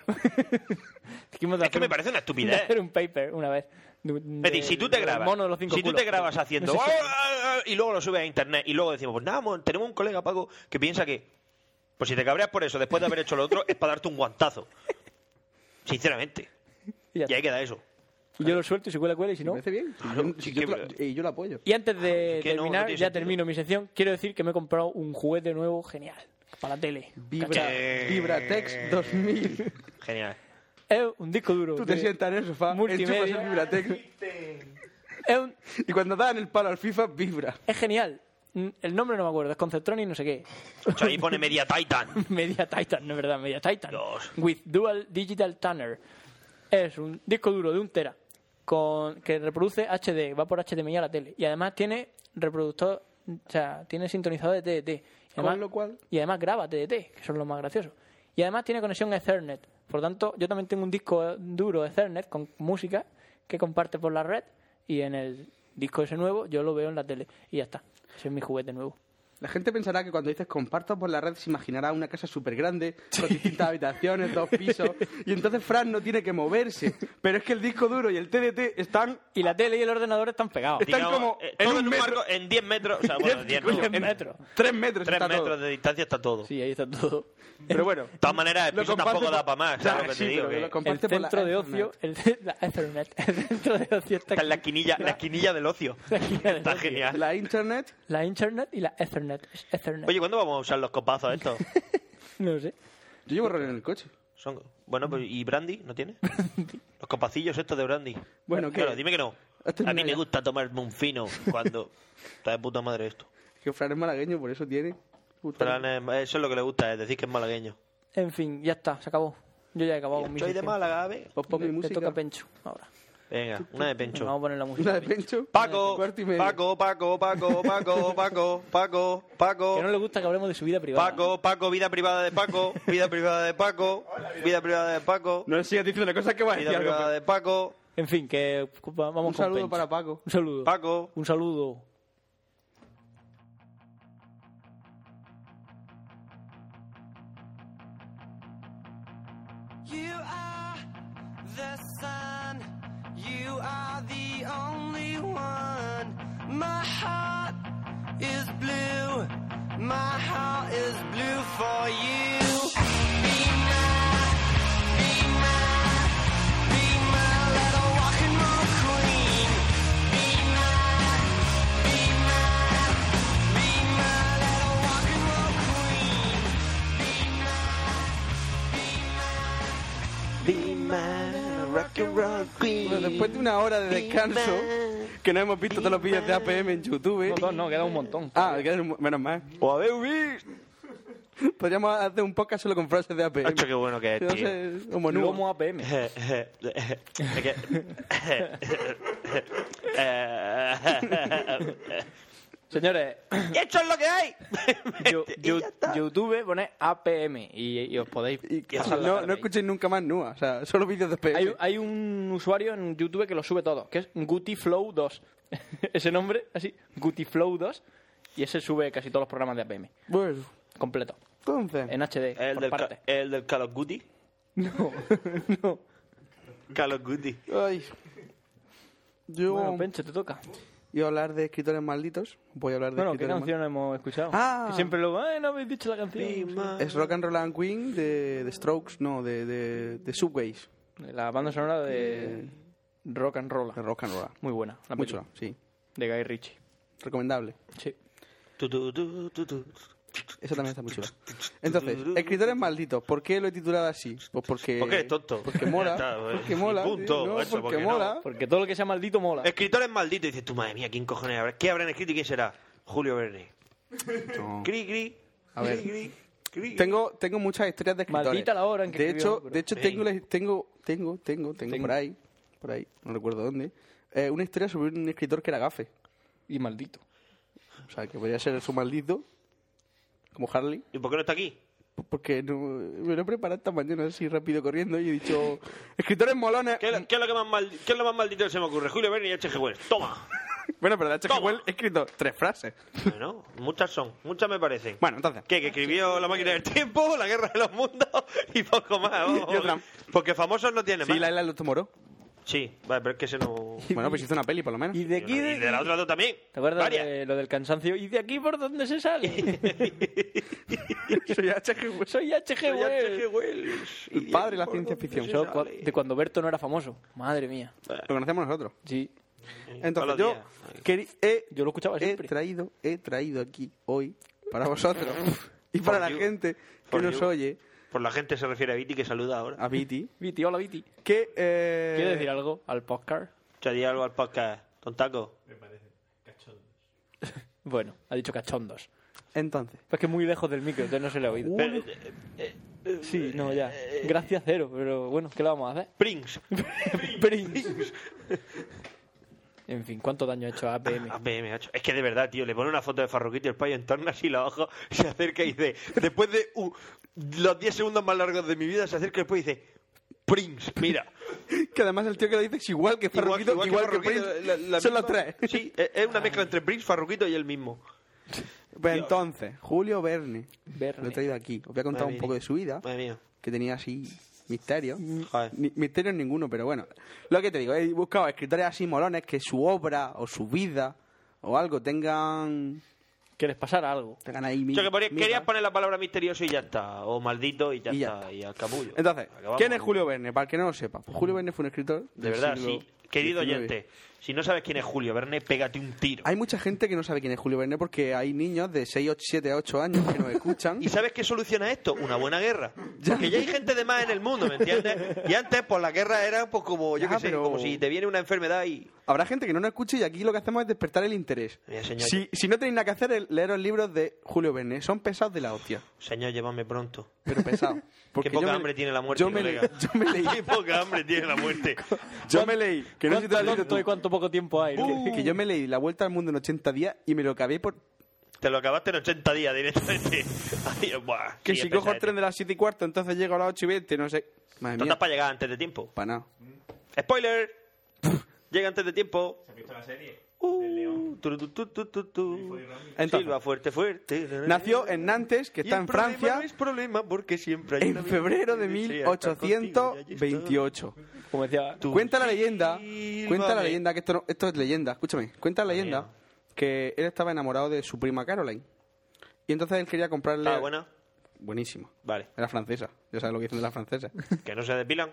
[SPEAKER 9] dijimos de
[SPEAKER 6] Es que
[SPEAKER 9] hacer
[SPEAKER 6] me
[SPEAKER 9] un-
[SPEAKER 6] parece una
[SPEAKER 9] de
[SPEAKER 6] estupidez.
[SPEAKER 9] hacer un paper una vez. De-
[SPEAKER 6] Es decir,
[SPEAKER 9] de-
[SPEAKER 6] si tú te
[SPEAKER 9] del
[SPEAKER 6] grabas,
[SPEAKER 9] mono de los cinco
[SPEAKER 6] si tú
[SPEAKER 9] culos.
[SPEAKER 6] te grabas haciendo
[SPEAKER 9] No sé si-
[SPEAKER 6] "Ah, ah, ah", y luego lo subes a internet y luego decimos, pues nada, mon, tenemos un colega, Paco, que piensa que, pues si te cabreas por eso después de haber hecho lo otro, es para darte un guantazo. Sinceramente.
[SPEAKER 9] Y ya
[SPEAKER 6] Y ahí queda eso.
[SPEAKER 9] Yo lo suelto y si cuela, cuela y si no...
[SPEAKER 8] Me parece bien.
[SPEAKER 6] Claro,
[SPEAKER 8] Yo-
[SPEAKER 6] sí
[SPEAKER 8] yo,
[SPEAKER 6] que-
[SPEAKER 8] te lo- y yo lo apoyo.
[SPEAKER 9] Y antes de
[SPEAKER 6] Que no, no
[SPEAKER 9] terminar,
[SPEAKER 6] tiene
[SPEAKER 9] ya
[SPEAKER 6] sentido.
[SPEAKER 9] termino mi sección, quiero decir que me he comprado un juguete nuevo genial para la tele.
[SPEAKER 8] Vibra,
[SPEAKER 6] Eh,
[SPEAKER 8] Vibratex dos mil.
[SPEAKER 6] Genial.
[SPEAKER 9] Es un disco duro.
[SPEAKER 8] Tú te
[SPEAKER 9] de
[SPEAKER 8] sientas en el sofá,
[SPEAKER 9] multimedia.
[SPEAKER 8] enchufas el Vibratex
[SPEAKER 9] Es, un-
[SPEAKER 8] y cuando dan el palo al FIFA, vibra.
[SPEAKER 9] es genial. Mm, El nombre no me acuerdo, es Conceptronic no sé qué.
[SPEAKER 6] O sea, ahí pone Media Titan.
[SPEAKER 9] Media Titan, no es verdad, Media Titan.
[SPEAKER 6] Dios.
[SPEAKER 9] With Dual Digital Tuner. Es un disco duro de un tera con que reproduce H D, va por H D M I a la tele. Y además tiene reproductor, o sea, tiene sintonizador de T D T. Y además,
[SPEAKER 8] Con lo cual,
[SPEAKER 9] y además graba T D T, que son los más graciosos. Y además tiene conexión Ethernet. Por tanto, yo también tengo un disco duro Ethernet con música que comparte por la red. Y en el disco ese nuevo yo lo veo en la tele. Y ya está. Ese es mi juguete nuevo.
[SPEAKER 8] la gente pensará que cuando dices comparto por la red se imaginará una casa súper grande, con distintas habitaciones, dos pisos, y entonces Fran no tiene que moverse. Pero es que el disco duro y el T D T están...
[SPEAKER 9] Y la tele y el ordenador están pegados.
[SPEAKER 8] Están
[SPEAKER 6] Digamos,
[SPEAKER 8] como
[SPEAKER 6] eh,
[SPEAKER 8] en
[SPEAKER 6] todo
[SPEAKER 8] un
[SPEAKER 6] en un
[SPEAKER 8] metro.
[SPEAKER 6] marco, en diez metros, o sea, bueno, diez
[SPEAKER 8] Coño,
[SPEAKER 6] no,
[SPEAKER 8] en
[SPEAKER 9] en metros.
[SPEAKER 8] Tres metros
[SPEAKER 6] tres
[SPEAKER 8] está
[SPEAKER 6] metros
[SPEAKER 8] todo.
[SPEAKER 6] de distancia está todo.
[SPEAKER 9] Sí, ahí está todo.
[SPEAKER 8] Pero bueno,
[SPEAKER 6] De todas maneras, el
[SPEAKER 8] lo
[SPEAKER 6] piso
[SPEAKER 8] comparte
[SPEAKER 6] tampoco
[SPEAKER 8] por-
[SPEAKER 6] da para más,
[SPEAKER 8] Ya,
[SPEAKER 6] ¿sabes lo que
[SPEAKER 8] sí,
[SPEAKER 6] te digo?
[SPEAKER 8] pero
[SPEAKER 6] Que
[SPEAKER 8] lo
[SPEAKER 9] El
[SPEAKER 8] comparte por la
[SPEAKER 9] centro de
[SPEAKER 8] Ethernet.
[SPEAKER 9] ocio, el, la Ethernet, el centro de ocio está
[SPEAKER 6] está en la
[SPEAKER 9] aquí.
[SPEAKER 6] esquinilla, la esquinilla del ocio.
[SPEAKER 9] La esquina del
[SPEAKER 6] Está
[SPEAKER 9] ocio.
[SPEAKER 6] genial.
[SPEAKER 8] La internet,
[SPEAKER 9] La Internet y la Ethernet. Es Ethernet.
[SPEAKER 6] Oye, ¿cuándo vamos a usar los copazos estos?
[SPEAKER 9] No sé.
[SPEAKER 8] yo llevo rol en el coche.
[SPEAKER 6] Son... Bueno, pues, ¿y Brandy? ¿No tiene? Los copacillos estos de Brandy.
[SPEAKER 8] Bueno, ¿qué?
[SPEAKER 6] Claro, dime que no.
[SPEAKER 8] Has
[SPEAKER 6] A
[SPEAKER 8] terminado
[SPEAKER 6] mí me
[SPEAKER 8] ya.
[SPEAKER 6] gusta tomarme un fino cuando... Está de puta madre esto.
[SPEAKER 8] Que Fran es malagueño, por eso tiene...
[SPEAKER 6] Fran es- eso es lo que le gusta, es decir que es malagueño.
[SPEAKER 9] En fin, ya está, se acabó. Yo ya he acabado con mi
[SPEAKER 6] Soy de
[SPEAKER 9] sección.
[SPEAKER 6] Málaga, ¿ves?
[SPEAKER 8] Pues pon mi
[SPEAKER 9] Le
[SPEAKER 8] música.
[SPEAKER 9] toca a Pencho ahora.
[SPEAKER 6] Venga, una de Pencho.
[SPEAKER 9] Vamos a poner la música.
[SPEAKER 8] Una de Pencho.
[SPEAKER 6] Paco,
[SPEAKER 8] Cuarto y medio.
[SPEAKER 6] Paco, Paco, Paco, Paco, Paco, Paco, Paco,
[SPEAKER 9] Que no le gusta que hablemos de su vida privada.
[SPEAKER 6] Paco, Paco, vida privada de Paco, vida privada de Paco, vida privada de Paco,
[SPEAKER 8] No le sigas diciendo cosas que va a
[SPEAKER 6] vida
[SPEAKER 8] decir algo.
[SPEAKER 6] privada de Paco,
[SPEAKER 9] En fin, que vamos
[SPEAKER 8] Un
[SPEAKER 9] con
[SPEAKER 8] saludo
[SPEAKER 9] Pencho.
[SPEAKER 8] para Paco.
[SPEAKER 9] Un saludo.
[SPEAKER 6] Paco.
[SPEAKER 9] Un saludo.
[SPEAKER 13] You are the sun. You are the only one. My heart is blue. My heart is blue for you. Be my, be my, be my little rock and roll queen. Be my, be my, be my little rock and roll queen. Be my, be my.
[SPEAKER 6] Be my rock and roll queen.
[SPEAKER 8] Bueno, después de una hora de descanso, que no hemos visto todos los vídeos de A P M en YouTube.
[SPEAKER 9] No, no, no, queda un montón.
[SPEAKER 8] Ah, quedan un- menos mal.
[SPEAKER 6] O habéis visto.
[SPEAKER 8] Podríamos hacer un podcast solo con frases de A P M.
[SPEAKER 6] Hacho, qué bueno que es,
[SPEAKER 8] No
[SPEAKER 6] tío.
[SPEAKER 8] sé, como nuevo.
[SPEAKER 9] Lomo A P M.
[SPEAKER 6] Es que-
[SPEAKER 9] Señores,
[SPEAKER 6] ¡Y esto es lo que hay!
[SPEAKER 9] yo- yo- YouTube pone A P M y, y os podéis
[SPEAKER 8] Y que
[SPEAKER 9] pasar la
[SPEAKER 8] no,
[SPEAKER 9] tarde
[SPEAKER 8] no
[SPEAKER 9] ahí.
[SPEAKER 8] escuchéis nunca más Nua, o sea, solo vídeos de A P M.
[SPEAKER 9] Hay, hay un usuario en YouTube que lo sube todo, que es GutiFlow dos. Ese nombre, así, GutiFlow dos, y ese sube casi todos los programas de A P M.
[SPEAKER 8] Bueno,
[SPEAKER 9] Completo.
[SPEAKER 8] entonces,
[SPEAKER 9] En H D,
[SPEAKER 6] ¿El
[SPEAKER 9] por
[SPEAKER 6] del,
[SPEAKER 9] parte.
[SPEAKER 6] ca- ¿El del Call of Duty?
[SPEAKER 9] No, no.
[SPEAKER 6] Call of Duty.
[SPEAKER 8] ay, yo
[SPEAKER 9] Bueno, Pencho, te toca.
[SPEAKER 8] iba a hablar de escritores malditos. Voy a hablar de
[SPEAKER 9] Bueno, ¿qué
[SPEAKER 8] escritores
[SPEAKER 9] canción hemos escuchado?
[SPEAKER 8] Ah.
[SPEAKER 9] Que siempre luego, ay, no habéis dicho la canción.
[SPEAKER 8] malditos. Es Rock and Roll and Queen de, de Strokes, no, de, de, de Subways.
[SPEAKER 9] La banda sonora de Rock and Roll.
[SPEAKER 8] De Rock and Roll.
[SPEAKER 9] Muy buena. La
[SPEAKER 8] Mucho,
[SPEAKER 9] película.
[SPEAKER 8] sí.
[SPEAKER 9] De Guy Ritchie.
[SPEAKER 8] Recomendable.
[SPEAKER 9] Sí.
[SPEAKER 6] Tu, tu, tu, tu, tu.
[SPEAKER 8] Esa también está muy chula. Entonces, escritores malditos. ¿Por qué lo he titulado así? Pues porque...
[SPEAKER 6] Porque eres tonto.
[SPEAKER 8] Porque mola.
[SPEAKER 6] Ya está,
[SPEAKER 8] porque
[SPEAKER 6] y
[SPEAKER 8] mola.
[SPEAKER 6] punto,
[SPEAKER 8] No,
[SPEAKER 6] eso,
[SPEAKER 8] porque,
[SPEAKER 6] porque
[SPEAKER 8] mola.
[SPEAKER 6] no.
[SPEAKER 9] Porque todo lo que sea maldito mola.
[SPEAKER 6] Escritores malditos. Y dices, tú, madre mía, ¿quién cojones habrá? ¿Qué habrán escrito y quién será? Julio Verne.
[SPEAKER 8] No.
[SPEAKER 6] Cri, cri.
[SPEAKER 8] A ver.
[SPEAKER 6] Cri, cri, cri.
[SPEAKER 8] Tengo, tengo muchas historias de escritores.
[SPEAKER 9] Maldita la hora en que
[SPEAKER 8] de
[SPEAKER 9] escribió,
[SPEAKER 8] hecho,
[SPEAKER 9] pero-
[SPEAKER 8] de hecho
[SPEAKER 6] Ven.
[SPEAKER 8] tengo, la- tengo, tengo, tengo, tengo,
[SPEAKER 9] Tengo.
[SPEAKER 8] por ahí, por ahí, no recuerdo dónde, eh, una historia sobre un escritor que era gafe.
[SPEAKER 9] Y maldito.
[SPEAKER 8] O sea, que podría ser su maldito, como Harley.
[SPEAKER 6] ¿Y por qué no está aquí?
[SPEAKER 8] Porque no, me lo he preparado esta mañana así rápido corriendo y he dicho, escritores molones.
[SPEAKER 6] ¿Qué, es lo- qué es lo que más mal- qué es lo más maldito que se me ocurre? Julio Verne y H G Wells. Toma.
[SPEAKER 8] Bueno, pero de H G
[SPEAKER 6] Toma.
[SPEAKER 8] Wells he escrito tres frases.
[SPEAKER 6] Bueno, muchas son. Muchas me parecen.
[SPEAKER 8] Bueno, entonces.
[SPEAKER 6] ¿Qué? Que escribió La máquina del tiempo, La guerra de los mundos y poco más. Vamos.
[SPEAKER 8] Y otra.
[SPEAKER 6] Porque famosos no tiene
[SPEAKER 8] Sí,
[SPEAKER 6] más.
[SPEAKER 8] la isla de los Tomorrow.
[SPEAKER 6] Sí, vale, pero es que ese no...
[SPEAKER 8] Bueno, pues hizo una peli por lo menos.
[SPEAKER 9] Y de aquí...
[SPEAKER 6] Y
[SPEAKER 9] De,
[SPEAKER 6] de la otra dos también.
[SPEAKER 9] ¿Te acuerdas
[SPEAKER 6] Varias.
[SPEAKER 9] de lo del cansancio? ¿Y de aquí por dónde se sale?
[SPEAKER 8] Soy H G Wells.
[SPEAKER 9] Soy H G
[SPEAKER 6] Soy H G
[SPEAKER 9] Wells.
[SPEAKER 6] Wells.
[SPEAKER 8] El padre de la ciencia ficción.
[SPEAKER 9] Eso cua- de cuando Berto no era famoso. Madre mía.
[SPEAKER 8] Lo conocemos nosotros.
[SPEAKER 9] Sí.
[SPEAKER 8] Entonces
[SPEAKER 6] Todos los
[SPEAKER 8] yo,
[SPEAKER 6] días.
[SPEAKER 8] queri- he,
[SPEAKER 9] Yo lo escuchaba
[SPEAKER 8] he
[SPEAKER 9] siempre.
[SPEAKER 8] traído, he traído aquí hoy para vosotros y para
[SPEAKER 6] For
[SPEAKER 8] la
[SPEAKER 6] you.
[SPEAKER 8] gente que
[SPEAKER 6] For
[SPEAKER 8] nos
[SPEAKER 6] you.
[SPEAKER 8] oye,
[SPEAKER 6] Por la gente se refiere a Viti, que saluda ahora.
[SPEAKER 8] a Viti,
[SPEAKER 9] Viti, hola Viti.
[SPEAKER 8] que eh,
[SPEAKER 9] ¿Quieres decir algo al podcast?
[SPEAKER 6] Te di algo al podcast, tontaco.
[SPEAKER 9] Bueno, ha dicho cachondos.
[SPEAKER 8] entonces,
[SPEAKER 9] Es que es muy lejos del micro, entonces no se le ha oído.
[SPEAKER 6] Pero, eh, eh,
[SPEAKER 9] Sí, no, ya. Gracias cero, pero bueno, ¿qué le vamos a hacer?
[SPEAKER 6] Prince.
[SPEAKER 9] Prince. En fin, ¿cuánto daño ha hecho a A P M?
[SPEAKER 6] A P M, macho. Es que de verdad, tío, le pone una foto de Farruquito y el payo entorna así los ojos, se acerca y dice, después de uh, los diez segundos más largos de mi vida, se acerca y después dice, Prince, mira.
[SPEAKER 8] que además el tío que lo dice es igual que Farruquito, igual, que,
[SPEAKER 6] Farruquito,
[SPEAKER 8] Prince,
[SPEAKER 6] la- la
[SPEAKER 8] son
[SPEAKER 6] misma-
[SPEAKER 8] los tres.
[SPEAKER 6] Sí, es es una mezcla entre Prince, Farruquito y él mismo.
[SPEAKER 8] Pues entonces, Julio Verne,
[SPEAKER 9] Verne.
[SPEAKER 8] lo he traído aquí, os voy a contar
[SPEAKER 6] Madre
[SPEAKER 8] un poco
[SPEAKER 6] mía.
[SPEAKER 8] de su vida,
[SPEAKER 6] Madre mía.
[SPEAKER 8] que tenía así misterio.
[SPEAKER 6] Joder.
[SPEAKER 8] Ni- misterios ninguno, pero bueno. Lo que te digo, he buscado escritores así molones que su obra o su vida o algo tengan
[SPEAKER 9] Que les pasara algo.
[SPEAKER 8] tengan ahí mi-
[SPEAKER 6] O sea, que ponía-
[SPEAKER 8] miga.
[SPEAKER 6] querías poner la palabra misterioso y ya está. O maldito y ya
[SPEAKER 8] Y ya
[SPEAKER 6] está. Y al capullo.
[SPEAKER 8] Entonces,
[SPEAKER 6] Acabamos.
[SPEAKER 8] ¿quién es Julio Verne? Para el que no lo sepa, pues Julio Verne fue un escritor
[SPEAKER 6] De
[SPEAKER 8] del
[SPEAKER 6] verdad,
[SPEAKER 8] siglo
[SPEAKER 6] sí. Querido
[SPEAKER 8] diecinueve.
[SPEAKER 6] oyente, si no sabes quién es Julio Verne, pégate un tiro.
[SPEAKER 8] Hay mucha gente que no sabe quién es Julio Verne porque hay niños de seis, siete, ocho años que nos escuchan.
[SPEAKER 6] ¿Y sabes qué soluciona esto? Una buena guerra. Porque ya hay gente de más en el mundo, ¿me entiendes? Y antes, pues la guerra era pues como, yo
[SPEAKER 8] Ya,
[SPEAKER 6] qué sé,
[SPEAKER 8] pero-
[SPEAKER 6] como si te viene una enfermedad y...
[SPEAKER 8] Habrá gente que no nos escuche y aquí lo que hacemos es despertar el interés.
[SPEAKER 6] Mira, señor,
[SPEAKER 8] Si, si no tenéis nada que hacer, es leeros libros de Julio Verne. Son pesados de la hostia,
[SPEAKER 6] señor, llévame pronto.
[SPEAKER 8] pero pesados. Porque
[SPEAKER 6] Qué poca
[SPEAKER 8] yo me-
[SPEAKER 6] hambre tiene la muerte,
[SPEAKER 8] Yo me,
[SPEAKER 6] colega.
[SPEAKER 8] leí- yo me leí,
[SPEAKER 6] Qué poca hambre tiene la muerte.
[SPEAKER 8] yo me leí, que no sé si te lo has leído
[SPEAKER 9] ¿Cuánto
[SPEAKER 8] tú,
[SPEAKER 9] y cuánto poco tiempo hay? ¿no?
[SPEAKER 8] que, que yo me leí La Vuelta al Mundo en ochenta días y me lo acabé por...
[SPEAKER 6] Te lo acabaste en ochenta días directamente. Ay, buah,
[SPEAKER 8] Que
[SPEAKER 6] sí,
[SPEAKER 8] si
[SPEAKER 6] es
[SPEAKER 8] cojo el
[SPEAKER 6] pesadete.
[SPEAKER 8] tren de las siete y cuarto, entonces llego a las ocho y veinte, no sé. Madre
[SPEAKER 6] No
[SPEAKER 8] mía,
[SPEAKER 6] estás para llegar antes de tiempo.
[SPEAKER 8] para nada.
[SPEAKER 6] ¡Spoiler! Llega antes de tiempo.
[SPEAKER 14] ¿Has visto la serie?
[SPEAKER 6] Uh, tu, tu, tu, tu, tu, tu.
[SPEAKER 8] Entonces,
[SPEAKER 6] Silva fuerte, fuerte.
[SPEAKER 8] nació en Nantes, que
[SPEAKER 6] Y
[SPEAKER 8] está
[SPEAKER 6] el
[SPEAKER 8] en
[SPEAKER 6] problema
[SPEAKER 8] Francia,
[SPEAKER 6] No es problema porque siempre hay
[SPEAKER 8] en
[SPEAKER 6] una
[SPEAKER 8] febrero de
[SPEAKER 6] vida que
[SPEAKER 8] mil
[SPEAKER 6] desea estar
[SPEAKER 8] ochocientos
[SPEAKER 6] contigo, y allí
[SPEAKER 8] veintiocho.
[SPEAKER 9] Como decía...
[SPEAKER 6] está.
[SPEAKER 8] Cuenta la leyenda,
[SPEAKER 6] Sílvame.
[SPEAKER 8] cuenta la leyenda, que esto, no- esto es leyenda, escúchame, cuenta la
[SPEAKER 6] Madre
[SPEAKER 8] leyenda
[SPEAKER 6] mía.
[SPEAKER 8] que él estaba enamorado de su prima Caroline. Y entonces él quería comprarle...
[SPEAKER 6] ¿Estaba buena?
[SPEAKER 8] Buenísimo.
[SPEAKER 6] Vale.
[SPEAKER 8] Era francesa, ya sabes lo que dicen de las francesas.
[SPEAKER 6] Que no se depilan.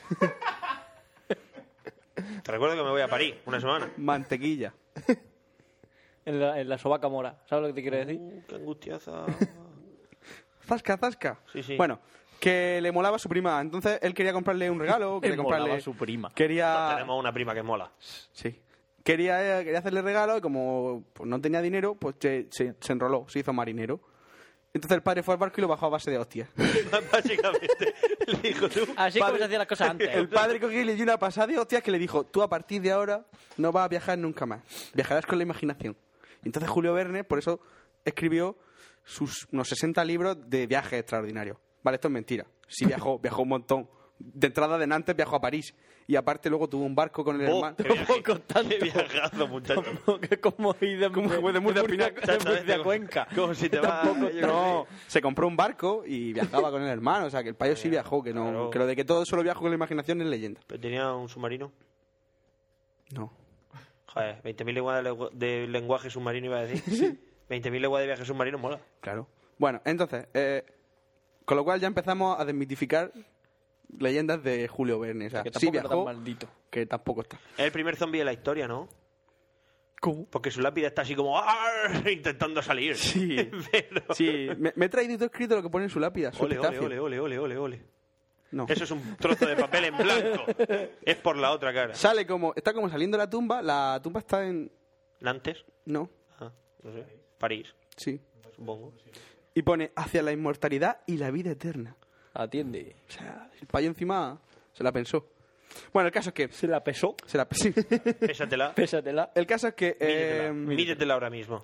[SPEAKER 6] Te recuerdo que me voy a París una semana.
[SPEAKER 8] Mantequilla.
[SPEAKER 9] En la, en la sobaca mora. ¿Sabes lo que te quiero decir?
[SPEAKER 6] Uh, qué angustiaza.
[SPEAKER 8] Zasca, zasca.
[SPEAKER 6] Sí, sí.
[SPEAKER 8] Bueno, que le molaba a su prima, entonces él quería comprarle un regalo, quería
[SPEAKER 9] Él molaba
[SPEAKER 8] comprarle...
[SPEAKER 9] a su prima.
[SPEAKER 8] Quería...
[SPEAKER 6] Tenemos una prima que mola.
[SPEAKER 8] Sí. Quería, quería hacerle regalo y como pues, no tenía dinero, pues se, se- se enroló, se hizo marinero. Entonces el padre fue al barco y lo bajó a base de hostias.
[SPEAKER 6] Básicamente, le dijo tú.
[SPEAKER 9] Así como
[SPEAKER 8] Padre-
[SPEAKER 9] se hacían las cosas antes.
[SPEAKER 8] El padre cogió y le dio una pasada de hostias que le dijo, tú a partir de ahora no vas a viajar nunca más, viajarás con la imaginación. Y entonces Julio Verne, por eso, escribió sus unos sesenta libros de viajes extraordinarios. Vale, esto es mentira. Sí viajó, viajó un montón. De entrada de Nantes viajó a París. Y aparte luego tuvo un barco con el
[SPEAKER 6] Oh,
[SPEAKER 8] hermano.
[SPEAKER 6] qué viaje.
[SPEAKER 9] Tampoco tanto.
[SPEAKER 6] Qué viajazo, muchacho.
[SPEAKER 9] Como ir de,
[SPEAKER 8] Como fue de Murcia a Pinac.
[SPEAKER 9] Murcia- de Murcia a Cuenca.
[SPEAKER 6] Como si te vas...
[SPEAKER 9] Tampoco-
[SPEAKER 6] yo qué
[SPEAKER 8] No,
[SPEAKER 6] sé.
[SPEAKER 8] se compró un barco y viajaba con el hermano. O sea, que el payo sí viajó, que no,
[SPEAKER 6] Claro.
[SPEAKER 8] que lo de que todo solo viajo con la imaginación es leyenda.
[SPEAKER 6] Pero tenía un submarino.
[SPEAKER 8] No.
[SPEAKER 6] Joder, veinte mil leguas de, legu- de lenguaje submarino iba a decir. veinte mil leguas de viaje submarino mola.
[SPEAKER 8] Claro. Bueno, entonces, eh, con lo cual ya empezamos a desmitificar leyendas de Julio Verne. O sea,
[SPEAKER 9] Que
[SPEAKER 8] sí
[SPEAKER 9] tampoco era tan
[SPEAKER 8] viajó,
[SPEAKER 9] maldito.
[SPEAKER 8] que tampoco está.
[SPEAKER 6] Es el primer zombie de la historia, ¿no?
[SPEAKER 8] ¿Cómo?
[SPEAKER 6] Porque su lápida está así como ¡ar! Intentando salir.
[SPEAKER 8] Sí,
[SPEAKER 6] Pero...
[SPEAKER 8] sí. Me, me he traído y todo escrito lo que pone en su lápida. Su
[SPEAKER 6] Ole, ole,
[SPEAKER 8] epitafio.
[SPEAKER 6] ole, ole, ole, ole, ole.
[SPEAKER 8] No.
[SPEAKER 6] Eso es un trozo de papel en blanco. Es por la otra cara.
[SPEAKER 8] Sale como... Está como saliendo la tumba. La tumba está en...
[SPEAKER 6] ¿Nantes?
[SPEAKER 8] No.
[SPEAKER 6] Ah, no sé. París.
[SPEAKER 8] Sí.
[SPEAKER 6] Supongo.
[SPEAKER 8] Y pone hacia la inmortalidad y la vida eterna.
[SPEAKER 9] Atiende.
[SPEAKER 8] O sea, el payo encima se la pensó. Bueno, el caso es que...
[SPEAKER 9] ¿Se la pesó?
[SPEAKER 8] Se la sí.
[SPEAKER 6] Pésatela.
[SPEAKER 9] Pésatela.
[SPEAKER 8] El caso es que...
[SPEAKER 6] Mídetela.
[SPEAKER 8] Eh,
[SPEAKER 6] Mídetela ahora mismo.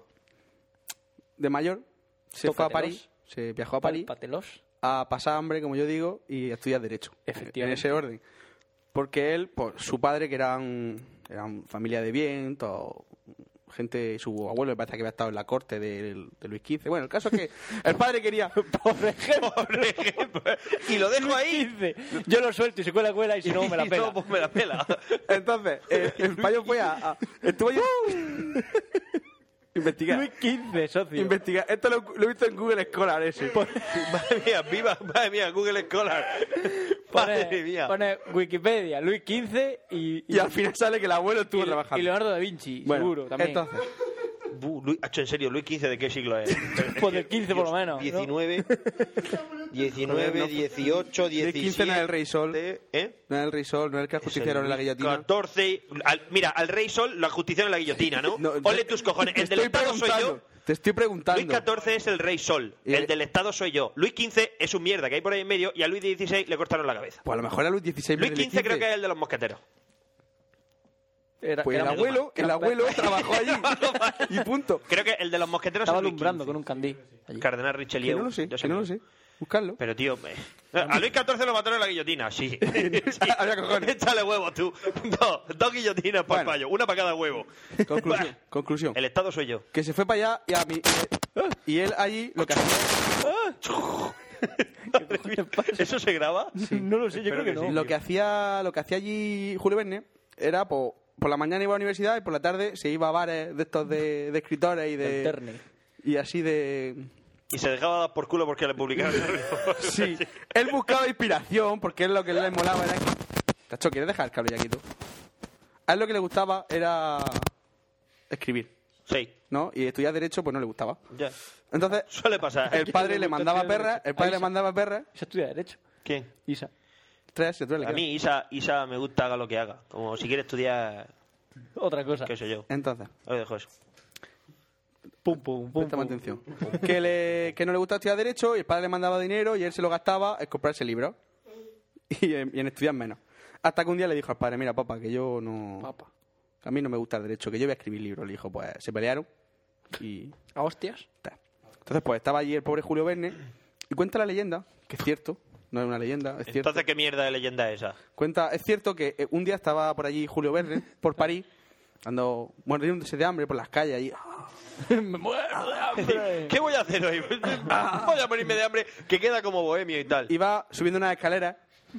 [SPEAKER 8] de mayor se fue a París. Se viajó a París.
[SPEAKER 9] Patelos.
[SPEAKER 8] A pasar hambre, como yo digo, y a estudiar Derecho.
[SPEAKER 9] Efectivamente.
[SPEAKER 8] En ese orden. Porque él, pues, su padre, que eran, eran familia de bien, todo, gente, su abuelo me parece que había estado en la corte de, de Luis quince. Bueno, el caso es que el padre quería...
[SPEAKER 9] Por ejemplo.
[SPEAKER 6] Por ejemplo. Y lo dejo ahí.
[SPEAKER 9] quince. Yo lo suelto y se cuela, cuela y si no me la
[SPEAKER 6] Y
[SPEAKER 9] pela.
[SPEAKER 6] no, pues me la pela.
[SPEAKER 8] Entonces, eh, el payo fue a... a estuvo yo... Investigar.
[SPEAKER 9] Luis quince, socio.
[SPEAKER 8] Investigar. Esto lo, lo he visto en Google Scholar ese.
[SPEAKER 6] Madre mía, viva, madre mía, Google Scholar. Madre
[SPEAKER 9] Pone,
[SPEAKER 6] mía.
[SPEAKER 9] pone Wikipedia, Luis quince y...
[SPEAKER 8] Y al final sale que el abuelo estuvo
[SPEAKER 9] y,
[SPEAKER 8] trabajando.
[SPEAKER 9] y Leonardo da Vinci,
[SPEAKER 8] Bueno,
[SPEAKER 9] seguro, también.
[SPEAKER 8] entonces...
[SPEAKER 6] Bu, Luis, hacho, en serio, Luis quince, ¿de qué siglo es?
[SPEAKER 9] Pues del quince por lo menos, ¿no?
[SPEAKER 6] diecinueve, diecinueve, dieciocho, diecisiete...
[SPEAKER 8] Luis quince no es el Rey Sol.
[SPEAKER 6] ¿Eh?
[SPEAKER 8] No es el Rey Sol, no es el que ajusticiaron en la guillotina.
[SPEAKER 6] catorce... Al, mira, al Rey Sol lo ajusticiaron en la guillotina, ¿no?
[SPEAKER 8] No,
[SPEAKER 6] Ole
[SPEAKER 8] te-
[SPEAKER 6] tus cojones.
[SPEAKER 8] te
[SPEAKER 6] El del
[SPEAKER 8] estoy
[SPEAKER 6] Estado soy yo.
[SPEAKER 8] preguntando, Te estoy preguntando.
[SPEAKER 6] Luis catorce es el Rey Sol.
[SPEAKER 8] Y-
[SPEAKER 6] El del Estado soy yo. Luis quince es un mierda que hay por ahí en medio y a Luis dieciséis le cortaron la cabeza.
[SPEAKER 8] Pues a lo mejor a Luis dieciséis.
[SPEAKER 6] Luis quince creo que es el de los mosqueteros.
[SPEAKER 9] Era,
[SPEAKER 8] Pues el
[SPEAKER 9] era-
[SPEAKER 8] abuelo, el
[SPEAKER 9] era-
[SPEAKER 8] abuelo trabajó allí. Y punto.
[SPEAKER 6] Creo que el de los mosqueteros
[SPEAKER 9] Estaba
[SPEAKER 6] es Luis
[SPEAKER 9] alumbrando
[SPEAKER 6] quince.
[SPEAKER 9] con un candí. allí.
[SPEAKER 6] Cardenal
[SPEAKER 8] Que
[SPEAKER 6] Richelieu.
[SPEAKER 8] no lo sé,
[SPEAKER 6] Yo sé
[SPEAKER 8] que no
[SPEAKER 6] que-
[SPEAKER 8] lo sé. Buscarlo.
[SPEAKER 6] Pero tío, eh, a Luis catorce lo mataron en la guillotina, sí. Sí.
[SPEAKER 8] Había cojones.
[SPEAKER 6] Échale huevos tú. Dos, dos guillotinas por
[SPEAKER 8] Bueno.
[SPEAKER 6] fallo, una para cada huevo.
[SPEAKER 8] Conclusión. Conclusión.
[SPEAKER 6] El Estado soy yo.
[SPEAKER 8] Que se fue para allá y a mí... Y él allí lo que hacía...
[SPEAKER 6] ¿Eso se graba?
[SPEAKER 9] No lo sé, yo
[SPEAKER 6] Espero
[SPEAKER 9] creo que,
[SPEAKER 6] que
[SPEAKER 9] no.
[SPEAKER 8] Lo que hacía, lo que hacía allí Julio Verne era, pues, por la mañana iba a la universidad y por la tarde se iba a bares de estos de, de escritores y de...
[SPEAKER 9] Alterne.
[SPEAKER 8] Y así de...
[SPEAKER 6] Y se dejaba dar por culo porque le publicaron.
[SPEAKER 8] Sí. Él buscaba inspiración porque él lo que le molaba era... Tacho, ¿quieres dejar el cable ya quieto? A él lo que le gustaba era escribir,
[SPEAKER 6] Sí,
[SPEAKER 8] ¿no? Y estudiar Derecho pues no le gustaba.
[SPEAKER 6] ya.
[SPEAKER 8] Entonces,
[SPEAKER 6] Suele pasar.
[SPEAKER 8] el padre
[SPEAKER 9] le
[SPEAKER 8] le
[SPEAKER 9] gusta
[SPEAKER 8] mandaba
[SPEAKER 9] estudiar
[SPEAKER 8] perras,
[SPEAKER 9] Derecho?
[SPEAKER 8] el padre
[SPEAKER 9] A
[SPEAKER 8] le
[SPEAKER 9] Isa.
[SPEAKER 8] mandaba perras,
[SPEAKER 9] Se estudia Derecho.
[SPEAKER 6] ¿Quién?
[SPEAKER 9] Isa.
[SPEAKER 8] tres asignaturas le
[SPEAKER 6] A
[SPEAKER 8] quedan.
[SPEAKER 6] mí Isa, Isa me gusta haga lo que haga. Como si quiere estudiar,
[SPEAKER 9] Otra cosa.
[SPEAKER 6] qué sé yo.
[SPEAKER 8] Entonces,
[SPEAKER 6] Ahora dejo eso.
[SPEAKER 9] Pum, pum, pum.
[SPEAKER 8] préstame
[SPEAKER 9] pum.
[SPEAKER 8] atención. Que, le, que no le gustaba estudiar Derecho y el padre le mandaba dinero y él se lo gastaba en comprarse libros y en, y en estudiar menos. Hasta que un día le dijo al padre, mira, papá, que yo no...
[SPEAKER 9] Papa.
[SPEAKER 8] A mí no me gusta el Derecho, que yo voy a escribir libros. Le dijo, pues se pelearon y...
[SPEAKER 9] ¿A hostias?
[SPEAKER 8] Entonces, pues estaba allí el pobre Julio Verne y cuenta la leyenda, que es cierto, no es una leyenda, es cierto.
[SPEAKER 6] Entonces, ¿qué mierda de leyenda es esa?
[SPEAKER 8] Cuenta, es cierto que eh, un día estaba por allí Julio Verne, por París, ando muriéndose de hambre por las calles allí.
[SPEAKER 9] Me muero de hambre.
[SPEAKER 6] ¿Qué voy a hacer hoy? Voy a morirme de hambre, que queda como bohemio y tal.
[SPEAKER 8] Iba subiendo una escalera,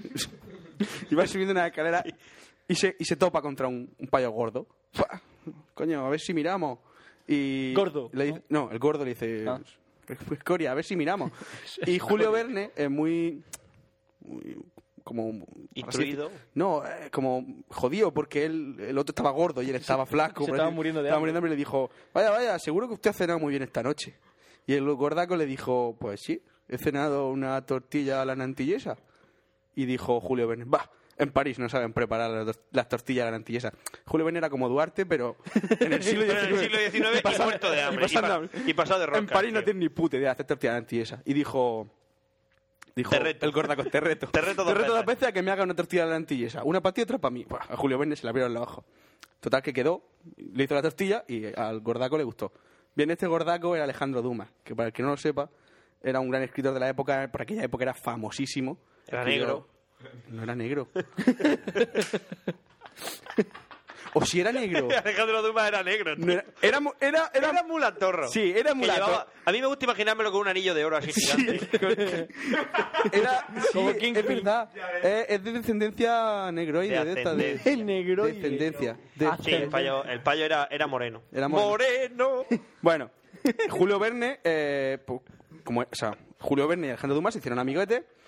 [SPEAKER 8] iba subiendo una escalera y se, y se topa contra un, un payo gordo. ¡Fua! Coño, a ver si miramos. Y
[SPEAKER 9] Gordo,
[SPEAKER 8] le dice- no, el gordo le dice,
[SPEAKER 9] Ah.
[SPEAKER 8] pues Coria, a ver si miramos. Y Julio Verne es muy, muy como
[SPEAKER 6] Instruido.
[SPEAKER 8] no, eh, como jodido porque él, el otro estaba gordo y él estaba flaco.
[SPEAKER 9] se
[SPEAKER 8] por
[SPEAKER 9] estaba
[SPEAKER 8] así-
[SPEAKER 9] muriendo de
[SPEAKER 8] estaba
[SPEAKER 9] hambre.
[SPEAKER 8] muriendo de hambre y le dijo, vaya, vaya, seguro que usted ha cenado muy bien esta noche. Y el gordaco le dijo, pues sí, he cenado una tortilla a la nantillesa. Y dijo Julio Verne, va, en París no saben preparar las, tor- las tortillas a la nantillesa. Julio Verne era como Duarte, pero en el siglo
[SPEAKER 6] Pero en el
[SPEAKER 8] diecinueve.
[SPEAKER 6] siglo diecinueve y
[SPEAKER 8] pasado-
[SPEAKER 6] muerto de hambre.
[SPEAKER 8] y pasando
[SPEAKER 6] Y pa-
[SPEAKER 8] hambre.
[SPEAKER 6] y pasado de rosca,
[SPEAKER 8] En París no
[SPEAKER 6] tío.
[SPEAKER 8] tiene ni puta idea de hacer tortilla a la nantillesa. Y dijo... Dijo
[SPEAKER 6] Te reto.
[SPEAKER 8] el gordaco, te reto.
[SPEAKER 6] Te reto dos
[SPEAKER 8] dos
[SPEAKER 6] veces.
[SPEAKER 8] veces a que me haga una tortilla de la antillesa. Una para ti y otra para mí. Buah, a Julio Verne se la abrieron los ojos. Total que quedó, le hizo la tortilla y al gordaco le gustó. Bien, este gordaco era Alejandro Dumas, que para el que no lo sepa, era un gran escritor de la época, por aquella época era famosísimo.
[SPEAKER 6] Era
[SPEAKER 8] Escribió-
[SPEAKER 6] negro.
[SPEAKER 8] No era negro. O si era negro.
[SPEAKER 6] Alejandro Dumas era negro. tío.
[SPEAKER 8] No era, era, mu- era, era,
[SPEAKER 6] Era mulatorro.
[SPEAKER 8] Sí, era
[SPEAKER 6] Que
[SPEAKER 8] mulato.
[SPEAKER 6] llevaba- A mí me gusta imaginármelo con un anillo de oro así gigante.
[SPEAKER 8] Era, sí,
[SPEAKER 9] Como
[SPEAKER 8] es
[SPEAKER 9] King
[SPEAKER 8] verdad. Es, es de descendencia negroide,
[SPEAKER 6] De
[SPEAKER 8] de, esta, de,
[SPEAKER 6] ascendencia.
[SPEAKER 9] Negroide.
[SPEAKER 8] descendencia. De-
[SPEAKER 6] Sí, el payo, el payo era, era moreno.
[SPEAKER 8] Era moreno.
[SPEAKER 6] ¡Moreno!
[SPEAKER 8] Bueno, Julio Verne, eh, pues, como, o sea, Julio Verne y Alejandro Dumas se hicieron amiguetes.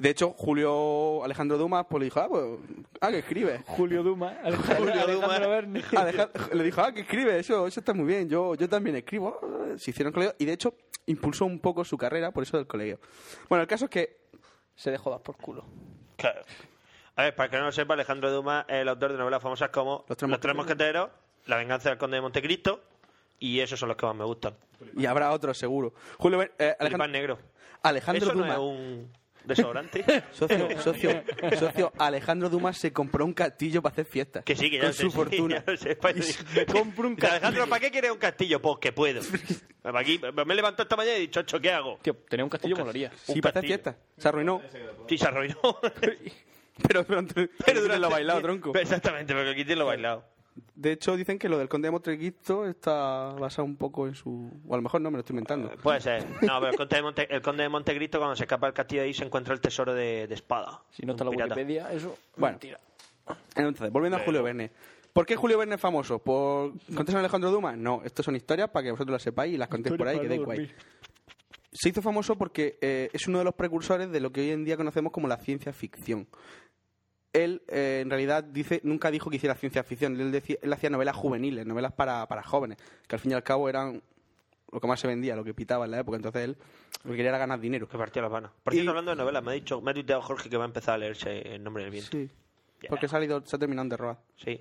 [SPEAKER 8] De hecho, Julio Alejandro Dumas pues, le dijo, ah, pues, ah, que escribe.
[SPEAKER 9] Julio Dumas. Alejandro, Alejandro Berni.
[SPEAKER 8] Alejandro, le dijo, ah, que escribe, eso, eso está muy bien, yo, yo también escribo. Se hicieron colegio y, de hecho, impulsó un poco su carrera por eso del colegio. Bueno, el caso es que...
[SPEAKER 9] Se dejó dar por culo.
[SPEAKER 6] Claro. A ver, para que no lo sepa, Alejandro Dumas es el autor de novelas famosas como Los Tres, Los Tres Mosqueteros, La Venganza del Conde de Montecristo, y esos son los que más me gustan.
[SPEAKER 8] Y habrá otros, seguro. Julio, eh,
[SPEAKER 6] Alejandro Negro.
[SPEAKER 8] Alejandro
[SPEAKER 6] ¿Eso
[SPEAKER 8] Dumas.
[SPEAKER 6] no es un desodorante?
[SPEAKER 8] socio, socio, socio, Alejandro Dumas se compró un castillo para hacer fiestas.
[SPEAKER 6] Que sí, que ya
[SPEAKER 8] con
[SPEAKER 6] lo sé,
[SPEAKER 8] su
[SPEAKER 6] sí,
[SPEAKER 8] fortuna.
[SPEAKER 6] ya lo sé, para-
[SPEAKER 8] Me compro un castillo.
[SPEAKER 6] Alejandro, ¿para qué quieres un castillo? Pues que puedo. Aquí, me he levantado esta mañana y he dicho, "Ocho, ¿qué hago?"
[SPEAKER 9] Tío, tener un castillo molaría.
[SPEAKER 8] Sí, para hacer fiestas. Se arruinó.
[SPEAKER 6] Sí, se arruinó.
[SPEAKER 8] Pero durante, pero durante lo bailado, tronco.
[SPEAKER 6] Exactamente, porque aquí tiene lo bailado.
[SPEAKER 8] De hecho, dicen que lo del Conde de Montecristo está basado un poco en su... O a lo mejor no, me lo estoy inventando.
[SPEAKER 6] Puede ser. No, pero el Conde de, Monte, el Conde de Montecristo, cuando se escapa del castillo de ahí, se encuentra el tesoro de, de espada.
[SPEAKER 9] Si no está la
[SPEAKER 6] pirata.
[SPEAKER 9] Wikipedia, eso...
[SPEAKER 8] Bueno,
[SPEAKER 9] mentira.
[SPEAKER 8] Entonces, volviendo a Julio Verne. ¿Por qué Julio Verne es famoso? ¿Por contarse a Alejandro Dumas? No, esto son historias para que vosotros las sepáis y las contéis por ahí, que dé guay. Se hizo famoso porque eh, es uno de los precursores de lo que hoy en día conocemos como la ciencia ficción. Él, eh, en realidad, dice nunca dijo que hiciera ciencia ficción. Él, decía, él hacía novelas juveniles, novelas para, para jóvenes, que al fin y al cabo eran lo que más se vendía, lo que pitaba en la época. Entonces él lo que quería era ganar dinero.
[SPEAKER 6] Que partía la pana. Por cierto, hablando de novelas, me ha dicho, me ha tuiteado Jorge que va a empezar a leerse El Nombre del Viento.
[SPEAKER 8] Sí, porque se ha, salido, se ha terminado de robar.
[SPEAKER 6] Sí.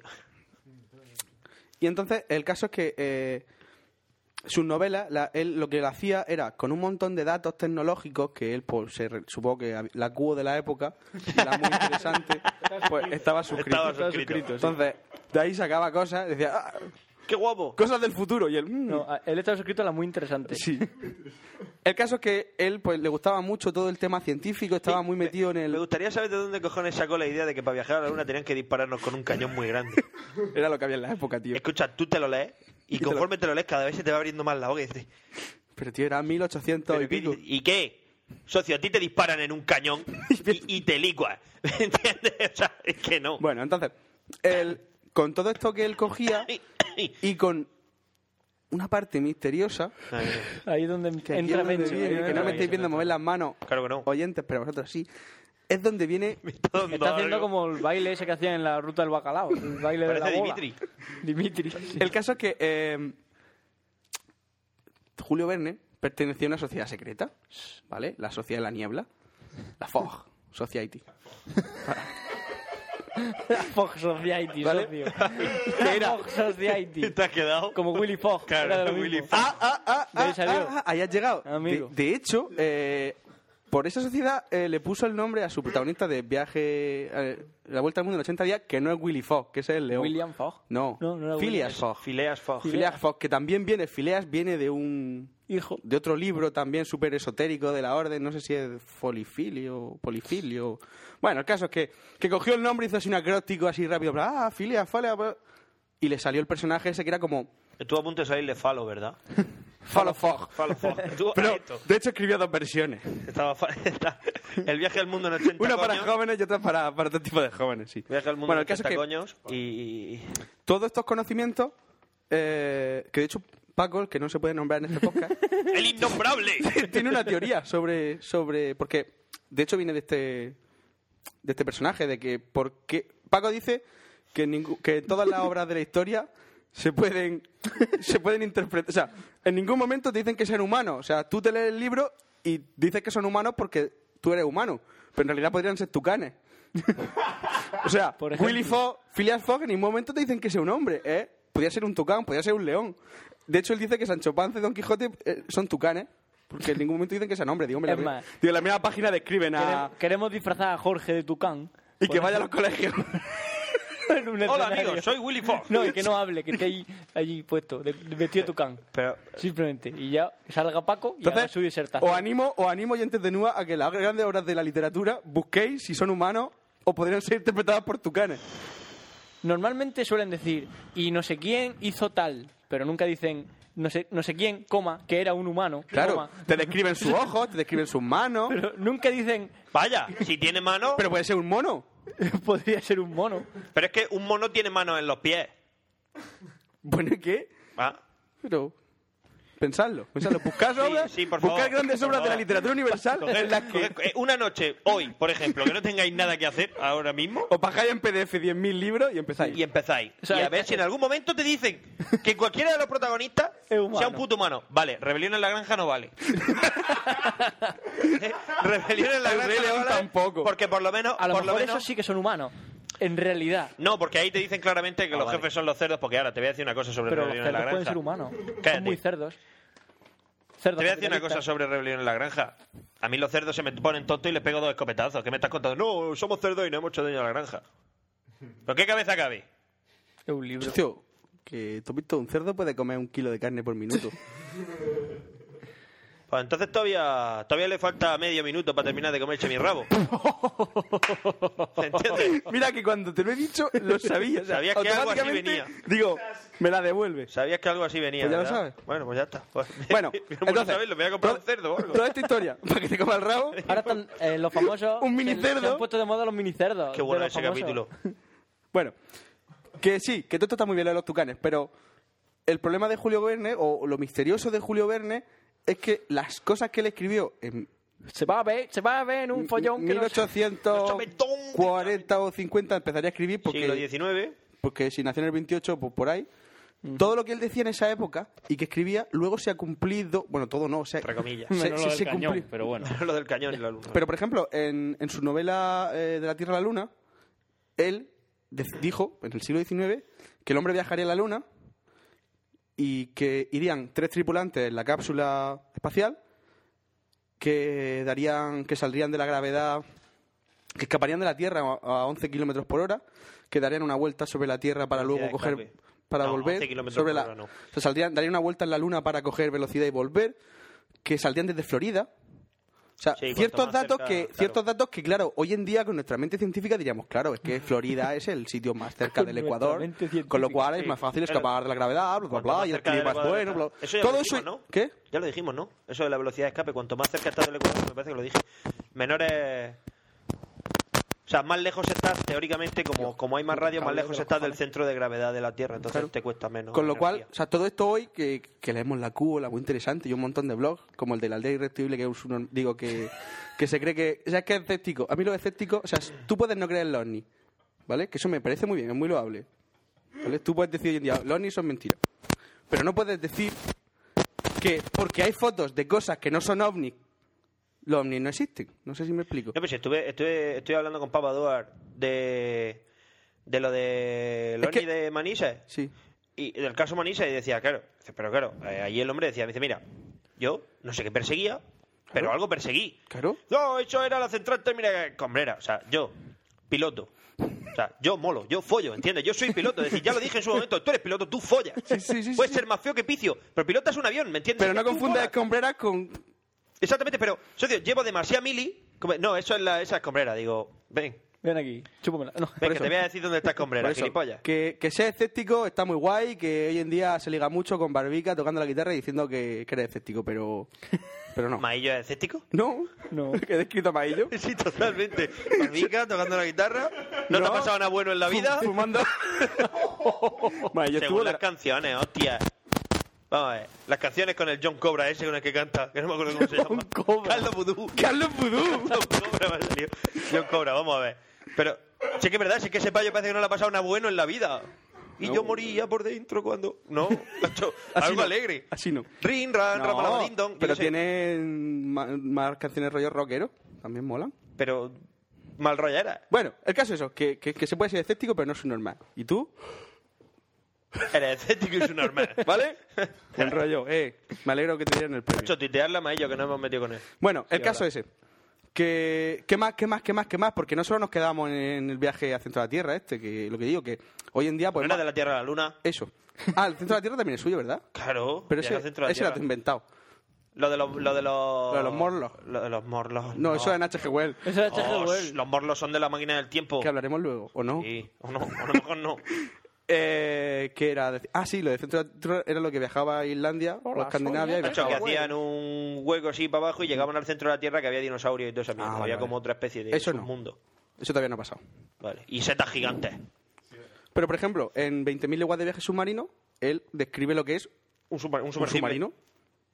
[SPEAKER 8] Y entonces, el caso es que eh, sus novelas, la, él lo que hacía era, con un montón de datos tecnológicos, que él, pues, se, supongo que la Q O de la época, era muy interesante, pues estaba suscrito.
[SPEAKER 6] Estaba suscrito.
[SPEAKER 8] suscrito, sí. Entonces, de ahí sacaba cosas, decía, ah,
[SPEAKER 6] ¡qué guapo!
[SPEAKER 8] Cosas del futuro. Y él, mmm.
[SPEAKER 9] No, él estaba suscrito a la muy interesante.
[SPEAKER 8] Sí. El caso es que él, pues, le gustaba mucho todo el tema científico, estaba
[SPEAKER 6] Sí,
[SPEAKER 8] muy metido en el...
[SPEAKER 6] Me gustaría saber de dónde cojones sacó la idea de que para viajar a la luna tenían que dispararnos con un cañón muy grande.
[SPEAKER 8] Era lo que había en la época, tío.
[SPEAKER 6] Escucha, tú te lo lees y
[SPEAKER 8] te lo-
[SPEAKER 6] conforme te lo lees cada vez se te va abriendo más la boca y dices,
[SPEAKER 8] Pero, tío, era mil ochocientos y
[SPEAKER 6] ¿pero qué
[SPEAKER 8] pico.
[SPEAKER 6] dices? ¿y qué? Socio, a ti te disparan en un cañón y, y te licuas. ¿Entiendes? O sea, es que no.
[SPEAKER 8] Bueno, entonces, él, con todo esto que él cogía y con una parte misteriosa,
[SPEAKER 9] Ahí es donde
[SPEAKER 8] que, aquí
[SPEAKER 9] entra
[SPEAKER 8] es donde
[SPEAKER 9] Mencho.
[SPEAKER 8] viene, que no me estáis viendo mover las manos,
[SPEAKER 6] Claro que no.
[SPEAKER 8] oyentes, pero vosotros sí, es donde viene...
[SPEAKER 9] Está haciendo como el baile ese que hacían en la ruta del bacalao. El baile de la
[SPEAKER 6] Parece
[SPEAKER 9] bola.
[SPEAKER 6] Dimitri.
[SPEAKER 9] Dimitri. sí.
[SPEAKER 8] El caso es que eh, Julio Verne pertenecía a una sociedad secreta, ¿vale? La Sociedad de la Niebla, la F O G Society.
[SPEAKER 9] La Fox Society,
[SPEAKER 8] ¿Vale?
[SPEAKER 9] socio.
[SPEAKER 8] ¿Qué era?
[SPEAKER 9] La Fox Society.
[SPEAKER 6] ¿Te has quedado?
[SPEAKER 9] Como Willy Fox.
[SPEAKER 6] Claro,
[SPEAKER 9] era de lo
[SPEAKER 6] Willy
[SPEAKER 9] mismo.
[SPEAKER 6] Fox.
[SPEAKER 8] Ah, ah, ah,
[SPEAKER 9] De ahí
[SPEAKER 8] ah,
[SPEAKER 9] salió.
[SPEAKER 8] ah, ahí has llegado.
[SPEAKER 9] Amigo.
[SPEAKER 8] De, de hecho, eh, por esa sociedad eh, le puso el nombre a su protagonista de Viaje eh, La Vuelta al Mundo en ochenta días, que no es Willy Fogg, que es el león.
[SPEAKER 9] William Fogg.
[SPEAKER 8] No,
[SPEAKER 9] No, no era
[SPEAKER 8] Phileas
[SPEAKER 9] William.
[SPEAKER 8] Fogg.
[SPEAKER 6] Phileas Fogg.
[SPEAKER 8] Phileas Fogg, que también viene, Phileas viene de un...
[SPEAKER 9] Hijo.
[SPEAKER 8] de otro libro también súper esotérico de la orden, no sé si es folifilio, polifilio. Bueno, el caso es que, que cogió el nombre, hizo así un acróstico así rápido, ah, Phileas, Phileas, y le salió el personaje ese que era como
[SPEAKER 6] Estuvo a punto de salirle Falo, ¿verdad?
[SPEAKER 8] Follow Fogg.
[SPEAKER 6] Falo Fogg. Estuvo
[SPEAKER 8] Pero,
[SPEAKER 6] a esto.
[SPEAKER 8] de hecho, escribió dos versiones.
[SPEAKER 6] Estaba fa- El viaje al mundo en ochenta
[SPEAKER 8] Una para
[SPEAKER 6] coños.
[SPEAKER 8] jóvenes y otra para, para otro tipo de jóvenes, sí.
[SPEAKER 6] Viaje al mundo
[SPEAKER 8] Bueno,
[SPEAKER 6] en
[SPEAKER 8] el caso es
[SPEAKER 6] ochenta
[SPEAKER 8] que
[SPEAKER 6] coños y...
[SPEAKER 8] todos estos conocimientos, eh, que de hecho Paco, el que no se puede nombrar en este podcast,
[SPEAKER 6] ¡el innombrable!
[SPEAKER 8] tiene una teoría sobre, sobre... Porque, de hecho, viene de este de este personaje, de que... por qué Paco dice que, ningú- que en todas las obras de la historia se pueden se pueden interpretar... O sea, en ningún momento te dicen que sean humanos. O sea, tú te lees el libro y dices que son humanos porque tú eres humano. Pero en realidad podrían ser tucanes. O sea,
[SPEAKER 9] Por ejemplo.
[SPEAKER 8] Willy Fogg, Phileas Fogg, en ningún momento te dicen que sea un hombre, ¿eh? Podría ser un tucán, podría ser un león. De hecho, él dice que Sancho Panza y Don Quijote eh, son tucanes, porque en ningún momento dicen que sean hombres. Digo, hombre,
[SPEAKER 9] Es
[SPEAKER 8] la,
[SPEAKER 9] más,
[SPEAKER 8] digo, la misma página describen a...
[SPEAKER 9] Queremos, queremos disfrazar a Jorge de Tucán.
[SPEAKER 8] Y que
[SPEAKER 9] Por-
[SPEAKER 8] vaya a los colegios.
[SPEAKER 9] en un
[SPEAKER 6] Hola,
[SPEAKER 9] escenario.
[SPEAKER 6] amigos, soy Willy Fogg.
[SPEAKER 9] No, y que no hable, que esté ahí, allí puesto, de, de vestido de Tucán.
[SPEAKER 6] Pero,
[SPEAKER 9] Simplemente. Y ya salga Paco y haga
[SPEAKER 8] Entonces,
[SPEAKER 9] su disertación.
[SPEAKER 8] os animo, os animo, oyentes de Nua, a que las grandes obras de la literatura busquéis si son humanos o podrían ser interpretadas por tucanes.
[SPEAKER 9] Normalmente suelen decir, y no sé quién hizo tal, pero nunca dicen, no sé, no sé quién, coma, que era un humano.
[SPEAKER 8] Claro,
[SPEAKER 9] coma.
[SPEAKER 8] te describen sus ojos, te describen sus manos, pero,
[SPEAKER 9] Pero nunca dicen,
[SPEAKER 6] vaya, si tiene manos... Pero,
[SPEAKER 8] puede ser un mono.
[SPEAKER 9] podría ser un mono.
[SPEAKER 6] es que un mono tiene manos en los pies.
[SPEAKER 8] Bueno, ¿y qué?
[SPEAKER 6] Ah,
[SPEAKER 8] Pero... Pensadlo, pensadlo. Buscad obras,
[SPEAKER 6] sí, por favor,
[SPEAKER 8] buscad grandes
[SPEAKER 6] por
[SPEAKER 8] obras
[SPEAKER 6] favor.
[SPEAKER 8] de la literatura universal
[SPEAKER 6] Coger-
[SPEAKER 8] en las que
[SPEAKER 6] coger- eh, una noche, hoy, por ejemplo, que no tengáis nada que hacer ahora mismo,
[SPEAKER 8] os bajáis en P D F diez mil libros y empezáis.
[SPEAKER 6] y empezáis.
[SPEAKER 8] O sea,
[SPEAKER 6] y a
[SPEAKER 8] es-
[SPEAKER 6] ver si en algún momento te dicen que cualquiera de los protagonistas sea un puto humano. Vale, Rebelión en la Granja no vale. Eh, Rebelión en la
[SPEAKER 8] El
[SPEAKER 6] Granja
[SPEAKER 8] Rey
[SPEAKER 6] no
[SPEAKER 8] León
[SPEAKER 6] vale
[SPEAKER 8] tampoco.
[SPEAKER 6] porque por lo menos...
[SPEAKER 9] A lo
[SPEAKER 6] por
[SPEAKER 9] mejor
[SPEAKER 6] lo menos
[SPEAKER 9] esos sí que son humanos. En realidad.
[SPEAKER 6] No, porque ahí te dicen claramente que
[SPEAKER 9] Ah,
[SPEAKER 6] los
[SPEAKER 9] vale.
[SPEAKER 6] jefes son los cerdos, porque ahora te voy a decir una cosa sobre
[SPEAKER 9] Pero los
[SPEAKER 6] Rebelión en la
[SPEAKER 9] cerdos
[SPEAKER 6] Granja.
[SPEAKER 9] pueden ser humanos.
[SPEAKER 6] Cállate.
[SPEAKER 9] Son muy cerdos.
[SPEAKER 6] Te
[SPEAKER 9] Cerdos
[SPEAKER 6] voy a decir una
[SPEAKER 9] capitalistas.
[SPEAKER 6] cosa sobre Rebelión en la Granja. A mí los cerdos se me ponen tontos y les pego dos escopetazos. ¿Qué me estás contando? No, somos cerdos y no hemos hecho daño a la granja. ¿Pero qué cabeza cabe?
[SPEAKER 9] Es un libro.
[SPEAKER 8] Socio, que tú has visto un cerdo puede comer un kilo de carne por minuto.
[SPEAKER 6] Pues entonces todavía todavía le falta medio minuto para terminar de comerse mi rabo. ¿Entiendes?
[SPEAKER 8] Mira que cuando te lo he dicho lo sabía. O sea,
[SPEAKER 6] Sabías que algo así
[SPEAKER 8] automáticamente
[SPEAKER 6] venía.
[SPEAKER 8] Digo, me la devuelve.
[SPEAKER 6] Sabías que algo así venía,
[SPEAKER 8] Pues ya lo
[SPEAKER 6] ¿verdad?
[SPEAKER 8] sabes.
[SPEAKER 6] Bueno, pues ya está. Pues,
[SPEAKER 8] Bueno,
[SPEAKER 6] bueno
[SPEAKER 8] entonces,
[SPEAKER 6] saberlo, me voy a comprar
[SPEAKER 8] to-
[SPEAKER 6] un cerdo o algo.
[SPEAKER 8] Toda esta historia, para que te coma el rabo.
[SPEAKER 9] Ahora están eh, los famosos.
[SPEAKER 8] Un mini
[SPEAKER 9] se-
[SPEAKER 8] cerdo.
[SPEAKER 9] Se han puesto de moda los minicerdos.
[SPEAKER 6] Qué bueno
[SPEAKER 9] de los
[SPEAKER 6] ese
[SPEAKER 9] famosos.
[SPEAKER 6] capítulo.
[SPEAKER 8] Bueno, que sí, que todo esto está muy bien lo de los tucanes, pero el problema de Julio Verne, o lo misterioso de Julio Verne, es que las cosas que él escribió en
[SPEAKER 9] Se va a ver, se va a ver en un follón que
[SPEAKER 8] mil ochocientos cuarenta o cincuenta empezaría a escribir porque,
[SPEAKER 6] Siglo diecinueve.
[SPEAKER 8] porque si nació en el veintiocho, pues por ahí. Todo lo que él decía en esa época y que escribía, luego se ha cumplido. Bueno, todo no, o sea,
[SPEAKER 6] Entre comillas.
[SPEAKER 8] se-
[SPEAKER 9] Menos
[SPEAKER 8] se-
[SPEAKER 9] lo del
[SPEAKER 8] se
[SPEAKER 9] cañón,
[SPEAKER 8] cumplió.
[SPEAKER 9] pero bueno.
[SPEAKER 6] Lo del cañón y la luna.
[SPEAKER 8] Pero, por ejemplo, en, en su novela eh, De la Tierra a la Luna, él de- dijo, en el siglo diecinueve, que el hombre viajaría a la Luna y que irían tres tripulantes en la cápsula espacial que darían, que saldrían de la gravedad, que escaparían de la Tierra a a once kilómetros por hora, que darían una vuelta sobre la Tierra para
[SPEAKER 6] Velocidad
[SPEAKER 8] luego
[SPEAKER 6] de
[SPEAKER 8] coger,
[SPEAKER 6] escape.
[SPEAKER 8] para
[SPEAKER 6] No,
[SPEAKER 8] volver
[SPEAKER 6] once kilómetros
[SPEAKER 8] sobre
[SPEAKER 6] por
[SPEAKER 8] la,
[SPEAKER 6] hora no.
[SPEAKER 8] o sea, saldrían, darían una vuelta en la Luna para coger velocidad y volver, que saldrían desde Florida. O sea,
[SPEAKER 6] Sí, cuanto
[SPEAKER 8] ciertos
[SPEAKER 6] más
[SPEAKER 8] datos
[SPEAKER 6] cerca,
[SPEAKER 8] que
[SPEAKER 6] claro.
[SPEAKER 8] ciertos datos que claro, hoy en día con nuestra mente científica diríamos, claro, es que Florida es el sitio más cerca
[SPEAKER 9] Con
[SPEAKER 8] del
[SPEAKER 9] nuestra
[SPEAKER 8] Ecuador,
[SPEAKER 9] mente científica,
[SPEAKER 8] con lo cual es
[SPEAKER 6] sí.
[SPEAKER 8] más fácil
[SPEAKER 6] Pero-
[SPEAKER 8] escapar de la gravedad, bla bla
[SPEAKER 6] Cuanto
[SPEAKER 8] bla,
[SPEAKER 6] más
[SPEAKER 8] y el
[SPEAKER 6] cerca del
[SPEAKER 8] clima es
[SPEAKER 6] Ecuador
[SPEAKER 8] bueno,
[SPEAKER 6] está-
[SPEAKER 8] bla.
[SPEAKER 6] Eso ya
[SPEAKER 8] Todo
[SPEAKER 6] lo
[SPEAKER 8] eso,
[SPEAKER 6] dijimos, ¿no?
[SPEAKER 8] ¿qué?
[SPEAKER 6] Ya lo dijimos, ¿no? Eso de la velocidad de escape, cuanto más cerca estás del Ecuador, me parece que lo dije. Menores... O sea, más lejos estás, teóricamente, como, como hay más radio, más lejos estás del centro de gravedad de la Tierra, entonces
[SPEAKER 8] Claro.
[SPEAKER 6] te cuesta menos.
[SPEAKER 8] Con lo cual,
[SPEAKER 6] energía.
[SPEAKER 8] o sea, todo esto hoy que, que leemos la Q, la muy interesante, y un montón de blogs, como el de la aldea irreductible, que es uno, digo que, que se cree que, o sea, es que es escéptico. A mí los escépticos, o sea, tú puedes no creer en los ovnis, ¿vale? Que eso me parece muy bien, es muy loable. ¿Vale? Tú puedes decir hoy en día, los ovnis son mentiras. Pero no puedes decir que porque hay fotos de cosas que no son ovnis, los ovnis no existen. No sé si me explico.
[SPEAKER 6] No, pues estuve, estuve, estoy hablando con Papa Duar de, de lo de los
[SPEAKER 8] Es que-
[SPEAKER 6] ovnis de Manises.
[SPEAKER 8] Sí.
[SPEAKER 6] Y del caso Manises, y decía, claro, dice, pero claro, eh, allí el hombre decía, me dice, mira, yo no sé qué perseguía, pero algo perseguí.
[SPEAKER 8] Claro.
[SPEAKER 6] No, eso era la central terminal Combrera. O sea, yo, piloto. O sea, yo molo, yo follo, ¿entiendes? Yo soy piloto. Es decir, ya lo dije en su momento, tú eres piloto, tú follas. Puedes ser más feo que picio, pero pilotas un avión, ¿me entiendes?
[SPEAKER 8] Pero no
[SPEAKER 6] Tú
[SPEAKER 8] confundas
[SPEAKER 6] molas.
[SPEAKER 8] escombreras con...
[SPEAKER 6] Exactamente, pero, socio, llevo demasiada mili. como- No, eso es la, esa escombrera. Digo, ven,
[SPEAKER 9] Ven aquí, chúpamela. No.
[SPEAKER 6] ven, que
[SPEAKER 8] eso.
[SPEAKER 6] te voy a decir dónde está escombrera,
[SPEAKER 8] Por eso,
[SPEAKER 6] gilipollas.
[SPEAKER 8] que, que ser escéptico está muy guay, que hoy en día se liga mucho con Barbica tocando la guitarra y diciendo que, que eres escéptico, pero pero no.
[SPEAKER 6] ¿Maillo es escéptico?
[SPEAKER 8] No,
[SPEAKER 9] no.
[SPEAKER 8] que he descrito a Maillo.
[SPEAKER 6] Sí, totalmente. Barbica, tocando la guitarra. ¿No, te ha pasado nada bueno en la vida?
[SPEAKER 8] Fumando. Maillo estuvo
[SPEAKER 6] Según
[SPEAKER 8] de
[SPEAKER 6] las
[SPEAKER 8] la-
[SPEAKER 6] canciones, hostia. Vamos a ver. Las canciones con el John Cobra ese con el que canta, que no me acuerdo cómo se llama. Carlos Vudú.
[SPEAKER 8] Carlos Vudú.
[SPEAKER 6] John Cobra me ha salido. John Cobra, vamos a ver. Pero, sí que es verdad, sí que ese payo parece que no le ha pasado nada bueno en la vida. Y
[SPEAKER 8] No.
[SPEAKER 6] yo moría por dentro cuando... No, macho,
[SPEAKER 8] Así
[SPEAKER 6] algo
[SPEAKER 8] no,
[SPEAKER 6] alegre.
[SPEAKER 8] Así no.
[SPEAKER 6] Rin, ran,
[SPEAKER 8] No,
[SPEAKER 6] ramalabadín, don, yo
[SPEAKER 8] pero
[SPEAKER 6] qué sé.
[SPEAKER 8] tiene ma- más canciones rollo rockero, también molan.
[SPEAKER 6] Pero mal rollera.
[SPEAKER 8] Bueno, el caso es eso, que, que, que se puede ser escéptico pero no es normal. ¿Y tú?
[SPEAKER 6] Eres escéptico y su normal.
[SPEAKER 8] ¿Vale? El rollo, eh, me alegro que te dieran el premio.
[SPEAKER 6] Macho, tuitearla a Maillo, que no hemos metido con él.
[SPEAKER 8] Bueno, el
[SPEAKER 6] Sí,
[SPEAKER 8] caso
[SPEAKER 6] ahora.
[SPEAKER 8] ese. Que, ¿Qué más, qué más, qué más, qué más? Porque no solo nos quedamos en, en el viaje al centro de la Tierra este, que lo que digo, que hoy en día... Pues,
[SPEAKER 6] ¿No era
[SPEAKER 8] más-
[SPEAKER 6] de la Tierra a la Luna?
[SPEAKER 8] Eso. Ah, el centro de la Tierra también es suyo, ¿verdad?
[SPEAKER 6] Claro.
[SPEAKER 8] Pero
[SPEAKER 6] viaje
[SPEAKER 8] ese,
[SPEAKER 6] al centro de la
[SPEAKER 8] ese lo
[SPEAKER 6] Tierra.
[SPEAKER 8] has inventado.
[SPEAKER 6] Lo de los... Lo de los,
[SPEAKER 8] Lo de los morlos.
[SPEAKER 6] Lo de los morlos.
[SPEAKER 8] No, eso es en H G Wells.
[SPEAKER 9] Eso es H G
[SPEAKER 6] Oh,
[SPEAKER 9] Wells.
[SPEAKER 6] los morlos son de la máquina del tiempo.
[SPEAKER 8] Que hablaremos luego, ¿o no?
[SPEAKER 6] Sí, o no, o a lo mejor no.
[SPEAKER 8] Eh, ¿Qué era? Dec- Ah, sí, lo de centro de la Tierra era lo que viajaba a Islandia o a Escandinavia y
[SPEAKER 6] Macho, que
[SPEAKER 8] viajaba.
[SPEAKER 6] hacían un hueco así para abajo y llegaban al centro de la Tierra que había dinosaurios y todo eso.
[SPEAKER 8] Ah, vale,
[SPEAKER 6] había
[SPEAKER 8] vale.
[SPEAKER 6] como otra especie de
[SPEAKER 8] Eso no.
[SPEAKER 6] submundo.
[SPEAKER 8] Eso todavía no ha pasado.
[SPEAKER 6] Vale. Y setas gigantes.
[SPEAKER 8] Pero, por ejemplo, en veinte mil leguas de viaje submarino, él describe lo que es
[SPEAKER 6] Un, submar- un
[SPEAKER 8] un
[SPEAKER 6] sumergible.
[SPEAKER 8] submarino.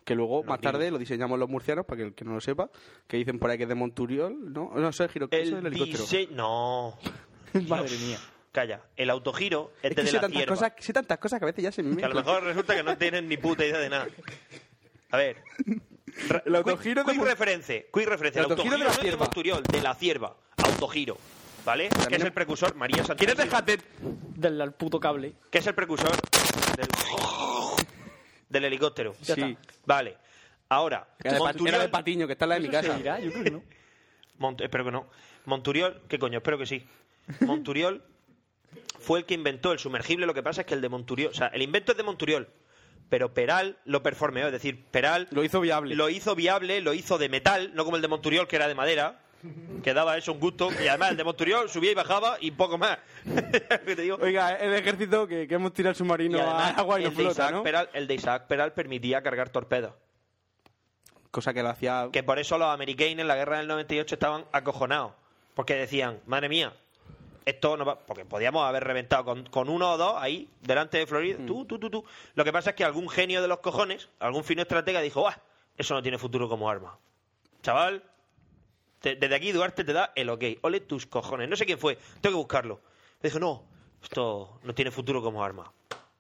[SPEAKER 8] que luego más tarde lo diseñamos los murcianos, para que el que no lo sepa, que dicen por ahí que es de Monturiol, ¿no? No sé, giro,
[SPEAKER 6] El
[SPEAKER 8] eso es el helicóptero.
[SPEAKER 6] dise- No.
[SPEAKER 8] Madre
[SPEAKER 6] Dios.
[SPEAKER 8] mía.
[SPEAKER 6] Calla. El autogiro es,
[SPEAKER 8] Es que
[SPEAKER 6] desde
[SPEAKER 8] sé
[SPEAKER 6] la
[SPEAKER 8] tantas,
[SPEAKER 6] cierva.
[SPEAKER 8] cosas, sé tantas cosas que a veces ya se me
[SPEAKER 6] Que a lo
[SPEAKER 8] mezclan.
[SPEAKER 6] mejor resulta que no tienen ni puta idea de nada. A ver. Ra-
[SPEAKER 8] El autogiro
[SPEAKER 6] quick,
[SPEAKER 8] de
[SPEAKER 6] quick
[SPEAKER 8] Mon-
[SPEAKER 6] reference. Quick reference.
[SPEAKER 8] El
[SPEAKER 6] El
[SPEAKER 8] autogiro
[SPEAKER 6] autogiro
[SPEAKER 8] de la
[SPEAKER 6] no es
[SPEAKER 8] cierva.
[SPEAKER 6] Monturiol, de la cierva. Autogiro. ¿Vale? Que es el precursor. María Sánchez.
[SPEAKER 8] ¿Quieres dejarte
[SPEAKER 9] Del al puto cable.
[SPEAKER 6] Que es el precursor del, del helicóptero.
[SPEAKER 8] Ya Sí. está.
[SPEAKER 6] Vale. Ahora,
[SPEAKER 8] Era de, Pat-
[SPEAKER 6] Monturiol-
[SPEAKER 8] era de Patiño, que está en la de mi
[SPEAKER 9] Eso se
[SPEAKER 8] casa.
[SPEAKER 9] dirá, yo creo que no.
[SPEAKER 6] Mont- espero que no. Monturiol, ¿qué coño? Espero que sí. Monturiol fue el que inventó el sumergible. Lo que pasa es que el de Monturiol, o sea, el invento es de Monturiol, pero Peral lo performeó. Es decir, Peral
[SPEAKER 8] Lo hizo viable.
[SPEAKER 6] lo hizo viable, lo hizo de metal, no como el de Monturiol, que era de madera, que daba eso un gusto. Y además el de Monturiol subía y bajaba y poco más. ¿Qué te digo?
[SPEAKER 8] Oiga, el ejército que, que hemos tirado el submarino
[SPEAKER 6] Y además,
[SPEAKER 8] a agua y no
[SPEAKER 6] el, de
[SPEAKER 8] flota,
[SPEAKER 6] Isaac
[SPEAKER 8] ¿no?
[SPEAKER 6] Peral, el de Isaac Peral permitía cargar torpedos.
[SPEAKER 8] Cosa que lo hacía...
[SPEAKER 6] Que por eso los americanos en la guerra del noventa y ocho estaban acojonados. Porque decían, madre mía, esto no va... Porque podíamos haber reventado con, con uno o dos ahí, delante de Florida. Tú, tú, tú, tú. Lo que pasa es que algún genio de los cojones, algún fino estratega dijo, ¡buah! Eso no tiene futuro como arma. Chaval, te- desde aquí Duarte te da el ok. Ole tus cojones. No sé quién fue. Tengo que buscarlo. Me dijo, no, esto no tiene futuro como arma.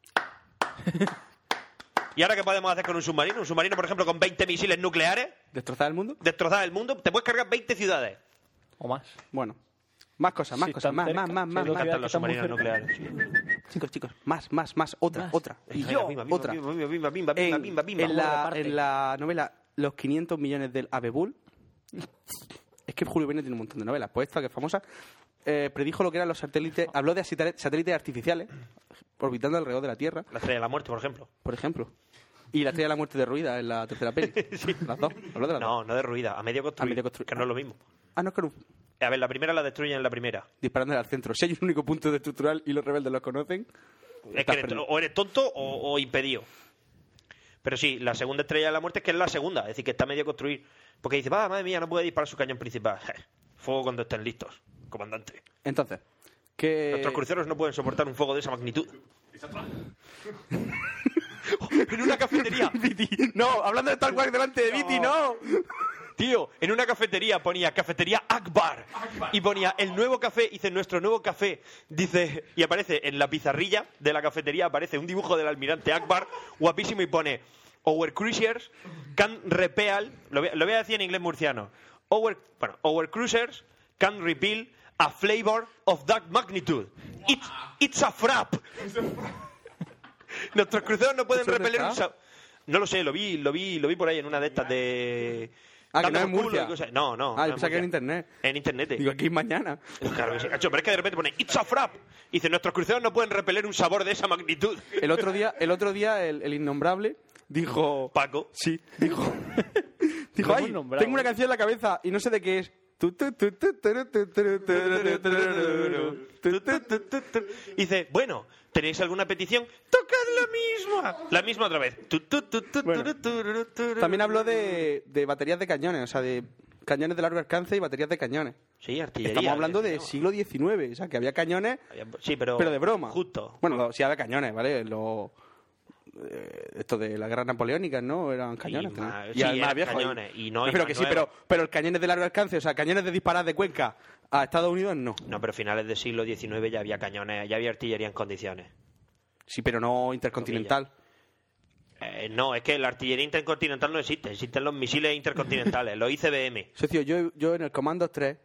[SPEAKER 6] ¿Y ahora qué podemos hacer con un submarino? Un submarino, por ejemplo, con veinte misiles nucleares.
[SPEAKER 8] ¿Destrozar el mundo?
[SPEAKER 6] Destrozar el mundo. Te puedes cargar veinte ciudades.
[SPEAKER 9] O más.
[SPEAKER 8] Bueno. Más cosas, más
[SPEAKER 9] Si
[SPEAKER 8] cosas,
[SPEAKER 9] están
[SPEAKER 8] más,
[SPEAKER 9] cerca,
[SPEAKER 8] más, más,
[SPEAKER 9] si
[SPEAKER 8] más,
[SPEAKER 9] hay dos
[SPEAKER 8] más.
[SPEAKER 9] ciudades que están muy cerca.
[SPEAKER 6] nucleares.
[SPEAKER 8] Chicos, chicos, más, más, más, otra,
[SPEAKER 9] Más.
[SPEAKER 8] otra. Y
[SPEAKER 6] Venga,
[SPEAKER 8] yo,
[SPEAKER 6] bimba, bimba,
[SPEAKER 8] otra.
[SPEAKER 6] bimba, bimba, bimba, bimba,
[SPEAKER 8] En,
[SPEAKER 6] bimba, bimba.
[SPEAKER 8] en
[SPEAKER 6] Vamos,
[SPEAKER 8] la,
[SPEAKER 6] reparte.
[SPEAKER 8] en la novela Los quinientos millones del Abebul, es que Julio Verne tiene un montón de novelas, pues esta que es famosa, eh, predijo lo que eran los satélites, habló de satel- satélites artificiales orbitando alrededor de la Tierra,
[SPEAKER 6] La estrella de la muerte, por ejemplo.
[SPEAKER 8] por ejemplo. Y la estrella de la muerte derruida en la tercera peli. Las dos. Habló de las dos.
[SPEAKER 6] No, no derruida, a medio construir.
[SPEAKER 8] A medio construir.
[SPEAKER 6] Que no es lo mismo.
[SPEAKER 8] Ah, no, es que no.
[SPEAKER 6] A ver, la primera la destruyen en la primera.
[SPEAKER 8] Disparándole al centro. Si hay un único punto de estructural y los rebeldes lo conocen,
[SPEAKER 6] Es que
[SPEAKER 8] estás
[SPEAKER 6] eres-
[SPEAKER 8] perdido.
[SPEAKER 6] o eres tonto o, o impedido. Pero sí, la segunda estrella de la muerte es que es la segunda, es decir, que está medio construir. Porque dice, va, madre mía, no puede disparar su cañón principal. Fuego cuando estén listos, comandante.
[SPEAKER 8] Entonces, que...
[SPEAKER 6] Nuestros cruceros no pueden soportar un fuego de esa magnitud. En una cafetería.
[SPEAKER 8] Viti, no, hablando de Star Wars delante de Viti, no.
[SPEAKER 6] Tío, en una cafetería ponía cafetería Akbar. Y ponía el nuevo café, dice nuestro nuevo café. Dice, y aparece en la pizarrilla de la cafetería, aparece un dibujo del almirante Akbar, guapísimo, y pone Our cruisers can repel, lo voy, lo voy a decir en inglés murciano. Our, bueno, our cruisers can repel a flavor of that magnitude. It's, it's a frap. Nuestros cruceros no pueden
[SPEAKER 8] ¿Eso dónde
[SPEAKER 6] repeler un
[SPEAKER 8] está?
[SPEAKER 6] sa- No lo sé, lo vi, lo vi, lo vi por ahí en una de estas de...
[SPEAKER 8] Ah, que no
[SPEAKER 6] Dando
[SPEAKER 8] es
[SPEAKER 6] por culo
[SPEAKER 8] Murcia.
[SPEAKER 6] y cosas. No, no.
[SPEAKER 8] Ah,
[SPEAKER 6] no
[SPEAKER 8] yo
[SPEAKER 6] es
[SPEAKER 8] pensaba que en
[SPEAKER 6] Murcia.
[SPEAKER 8] internet.
[SPEAKER 6] En internet.
[SPEAKER 8] Digo, aquí mañana.
[SPEAKER 6] Claro que sí. Hacho, pero es que de repente pone It's a frap. Y dice, nuestros cruceros no pueden repeler un sabor de esa magnitud.
[SPEAKER 8] El otro día, el otro día el, el innombrable dijo...
[SPEAKER 6] Paco.
[SPEAKER 8] Sí, dijo... dijo,
[SPEAKER 9] Lo
[SPEAKER 8] ay,
[SPEAKER 9] hemos nombrado,
[SPEAKER 8] tengo una
[SPEAKER 9] ¿eh?
[SPEAKER 8] canción en la cabeza y no sé de qué es. Tu, tu, tu, tu, tu, tu, tu, tu, tu, tu, tu, tu, tu, tu.
[SPEAKER 6] Y dice, bueno, ¿tenéis alguna petición? ¡Tocad la misma! La misma otra vez. Tu, tu, tu, tu,
[SPEAKER 8] Bueno.
[SPEAKER 6] tu, tu, tu, tu.
[SPEAKER 8] También habló de, de baterías de cañones, o sea, de cañones de largo alcance y baterías de cañones.
[SPEAKER 6] Sí, artillería.
[SPEAKER 8] Estamos hablando
[SPEAKER 6] que
[SPEAKER 8] de
[SPEAKER 6] se
[SPEAKER 8] siglo diecinueve, o sea, que había cañones,
[SPEAKER 6] llama. Sí, pero...
[SPEAKER 8] pero de broma.
[SPEAKER 6] Justo.
[SPEAKER 8] Bueno, lo- sí había cañones, ¿vale? Los... eh, esto de las guerras napoleónicas, ¿no? Eran cañones.
[SPEAKER 6] Y
[SPEAKER 8] ¿no?
[SPEAKER 6] más-
[SPEAKER 8] Y
[SPEAKER 6] sí,
[SPEAKER 8] además
[SPEAKER 6] eran
[SPEAKER 8] viejos.
[SPEAKER 6] cañones, y no, y
[SPEAKER 8] Prefiero
[SPEAKER 6] más
[SPEAKER 8] que sí,
[SPEAKER 6] nuevos.
[SPEAKER 8] pero, pero el cañones de largo alcance, o sea, cañones de disparar de Cuenca a Estados Unidos, no.
[SPEAKER 6] No, pero a finales del siglo diecinueve ya había cañones, ya había artillería en condiciones.
[SPEAKER 8] Sí, pero no intercontinental.
[SPEAKER 6] Eh, no, es que la artillería intercontinental no existe. Existen los misiles intercontinentales, los I C B M.
[SPEAKER 8] Socio, yo, yo en el Comando tres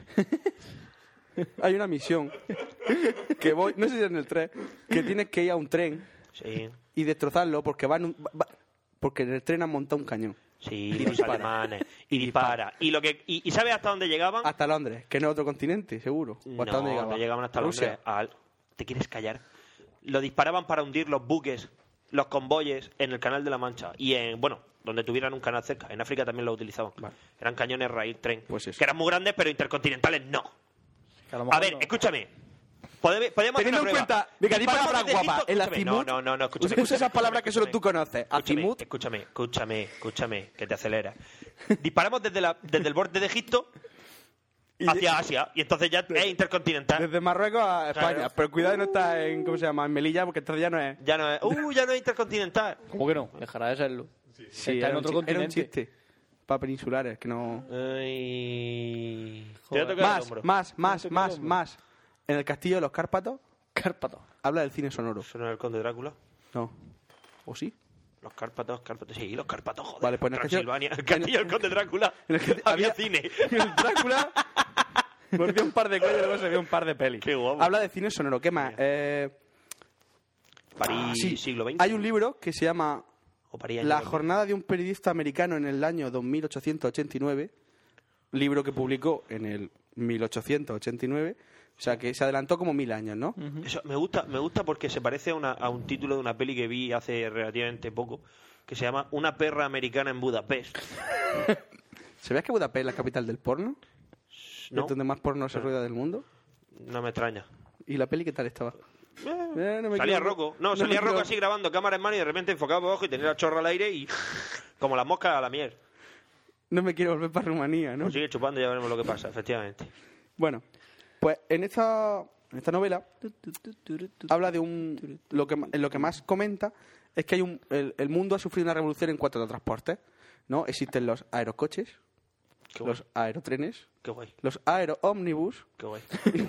[SPEAKER 8] hay una misión que voy, no sé si es en el tres, que tienes que ir a un tren
[SPEAKER 6] Sí,
[SPEAKER 8] y destrozarlo porque van un- va- porque en el tren han montado un cañón.
[SPEAKER 6] sí,
[SPEAKER 8] Y
[SPEAKER 6] los
[SPEAKER 8] dispara.
[SPEAKER 6] alemanes. Y dispara. Y, lo que, y, y ¿sabes hasta dónde llegaban?
[SPEAKER 8] Hasta Londres, que no es otro continente, seguro. ¿O hasta
[SPEAKER 6] no,
[SPEAKER 8] dónde llegaban?
[SPEAKER 6] no llegaban hasta
[SPEAKER 8] Rusia.
[SPEAKER 6] Londres. Al- ¿Te quieres callar? Lo disparaban para hundir los buques, los convoyes en el Canal de la Mancha. Y en, bueno, donde tuvieran un canal cerca. En África también lo utilizaban.
[SPEAKER 8] Vale.
[SPEAKER 6] Eran cañones raíz tren.
[SPEAKER 8] Pues eso.
[SPEAKER 6] Que eran muy grandes, pero intercontinentales no.
[SPEAKER 9] Que a lo
[SPEAKER 6] A
[SPEAKER 9] mejor
[SPEAKER 6] ver,
[SPEAKER 9] no.
[SPEAKER 6] escúchame. Podemos, podemos
[SPEAKER 8] Teniendo
[SPEAKER 6] hacer
[SPEAKER 8] en
[SPEAKER 6] una prueba.
[SPEAKER 8] cuenta, venga, di
[SPEAKER 6] Disparamos
[SPEAKER 8] palabras
[SPEAKER 6] desde
[SPEAKER 8] guapas.
[SPEAKER 6] Egipto-
[SPEAKER 8] El
[SPEAKER 6] escúchame,
[SPEAKER 8] azimut.
[SPEAKER 6] No, no, no, no, escúchame.
[SPEAKER 8] Usa
[SPEAKER 6] escúchame,
[SPEAKER 8] esas palabras que solo tú
[SPEAKER 6] escúchame.
[SPEAKER 8] conoces.
[SPEAKER 6] Escúchame,
[SPEAKER 8] Azimut.
[SPEAKER 6] Escúchame, escúchame, escúchame, que te acelera. Disparamos desde, la, desde el borde de Egipto
[SPEAKER 8] Y de-
[SPEAKER 6] hacia Asia. Y entonces ya es intercontinental.
[SPEAKER 8] Desde Marruecos a España.
[SPEAKER 6] Claro.
[SPEAKER 8] Pero cuidado de no estar en, ¿cómo se llama? En Melilla, porque entonces ya no es.
[SPEAKER 6] Ya no es, uh, ya no es intercontinental.
[SPEAKER 9] ¿Cómo que no? Dejará de serlo.
[SPEAKER 8] Sí,
[SPEAKER 9] Está
[SPEAKER 8] era
[SPEAKER 9] en
[SPEAKER 8] un
[SPEAKER 9] otro
[SPEAKER 8] chi- era un
[SPEAKER 9] continente.
[SPEAKER 8] chiste. Para peninsulares, que no...
[SPEAKER 6] Ay... Te voy a tocar el
[SPEAKER 8] Más,
[SPEAKER 6] hombro.
[SPEAKER 8] más,
[SPEAKER 9] Te
[SPEAKER 8] más,
[SPEAKER 9] toca el
[SPEAKER 8] más,
[SPEAKER 9] hombro.
[SPEAKER 8] más. En el castillo de los Cárpatos
[SPEAKER 9] Cárpato.
[SPEAKER 8] habla del cine sonoro.
[SPEAKER 6] ¿Eso no es el conde Drácula?
[SPEAKER 8] No. ¿O sí?
[SPEAKER 6] Los Cárpatos, Cárpatos, sí, los Cárpatos, joder.
[SPEAKER 8] Vale, pues en el castillo-
[SPEAKER 6] Transilvania, el castillo del conde Drácula.
[SPEAKER 8] En el que
[SPEAKER 6] había
[SPEAKER 8] había-
[SPEAKER 6] cine.
[SPEAKER 8] El Drácula mordió un par de cuellos y luego se vio un par de pelis.
[SPEAKER 6] Qué guapo.
[SPEAKER 8] Habla de cine sonoro. ¿Qué más? Eh,
[SPEAKER 6] París,
[SPEAKER 8] sí,
[SPEAKER 6] siglo veinte.
[SPEAKER 8] hay un libro que se llama
[SPEAKER 6] O París,
[SPEAKER 8] La
[SPEAKER 6] año dos mil.
[SPEAKER 8] jornada de un periodista americano en el año dos mil ochocientos ochenta y nueve, libro que publicó en el mil ochocientos ochenta y nueve, o sea que se adelantó como mil años, ¿no?
[SPEAKER 6] Eso, me gusta, me gusta porque se parece a, una- a un título de una peli que vi hace relativamente poco, que se llama Una perra americana en Budapest.
[SPEAKER 8] ¿Sabías que Budapest es la capital del porno?
[SPEAKER 6] No.
[SPEAKER 8] ¿Es donde más porno se rueda del mundo?
[SPEAKER 6] No me extraña.
[SPEAKER 8] ¿Y la peli qué tal estaba? Eh, no me
[SPEAKER 6] Salía
[SPEAKER 8] quiero-
[SPEAKER 6] Rocco. No,
[SPEAKER 8] no
[SPEAKER 6] salía
[SPEAKER 8] me
[SPEAKER 6] Rocco
[SPEAKER 8] quiero-
[SPEAKER 6] así grabando cámara en mano y de repente enfocaba para abajo y tenía la chorra al aire y como las moscas a la miel.
[SPEAKER 8] No me quiero volver para Rumanía, ¿no?
[SPEAKER 6] Pues sigue chupando y ya veremos lo que pasa, efectivamente.
[SPEAKER 8] Bueno, pues en esta, en esta novela habla de un... Lo que, ma- lo que más comenta es que hay un, el, el mundo ha sufrido una revolución en cuanto a transportes, ¿no? Existen los aerocoches,
[SPEAKER 6] Qué guay.
[SPEAKER 8] los aerotrenes,
[SPEAKER 6] Qué guay,
[SPEAKER 8] los aeroómnibus,
[SPEAKER 6] qué guay.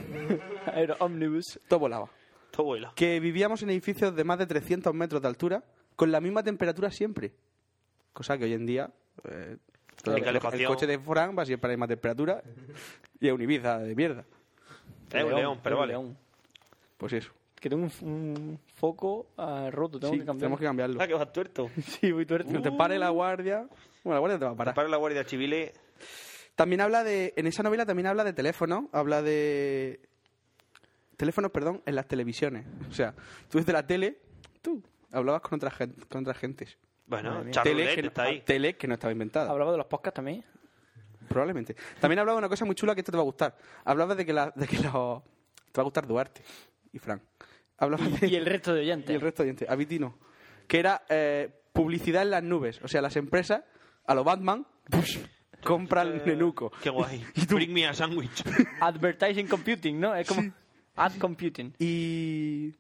[SPEAKER 9] Aero Omnibus.
[SPEAKER 8] todo volaba.
[SPEAKER 6] Todo vuela.
[SPEAKER 8] Que vivíamos en edificios de más de trescientos metros de altura con la misma temperatura siempre. Cosa que hoy en día... eh, todo
[SPEAKER 6] Hay
[SPEAKER 8] el,
[SPEAKER 6] calefacción.
[SPEAKER 8] el coche de Fran va siempre a la misma temperatura y es un Ibiza de mierda.
[SPEAKER 6] Es un león, pero
[SPEAKER 9] un
[SPEAKER 6] vale.
[SPEAKER 9] león.
[SPEAKER 8] Pues eso.
[SPEAKER 9] Que tengo un, un foco ah, roto, tengo
[SPEAKER 8] Sí,
[SPEAKER 9] que cambiarlo.
[SPEAKER 8] tenemos que cambiarlo.
[SPEAKER 6] Ah, que vas tuerto.
[SPEAKER 9] Sí, voy tuerto.
[SPEAKER 8] No te pare la guardia. Bueno, la guardia te va a parar.
[SPEAKER 6] Para la guardia civil.
[SPEAKER 8] También habla de... En esa novela también habla de teléfonos. Habla de... Teléfonos, perdón, en las televisiones. O sea, tú desde la tele, tú hablabas con otras gen- con otras gentes.
[SPEAKER 6] Bueno,
[SPEAKER 8] tele,
[SPEAKER 6] Charlotte
[SPEAKER 8] que, no-
[SPEAKER 6] está ahí.
[SPEAKER 8] tele que no estaba inventada.
[SPEAKER 9] Hablaba de los podcasts también.
[SPEAKER 8] Probablemente. También hablaba de una cosa muy chula que esto te va a gustar. Hablaba de que, la, de que los... Te va a gustar Duarte y Fran. Hablaba de...
[SPEAKER 9] Y el resto de oyentes.
[SPEAKER 8] Y el resto de oyentes. A Vitino. Que era eh, publicidad en las nubes. O sea, las empresas, a lo Batman, compran
[SPEAKER 6] Eh,
[SPEAKER 8] Nenuco.
[SPEAKER 6] Qué guay. Bring me a sandwich.
[SPEAKER 9] Advertising Computing, ¿no? Es como Ad Computing.
[SPEAKER 8] Y...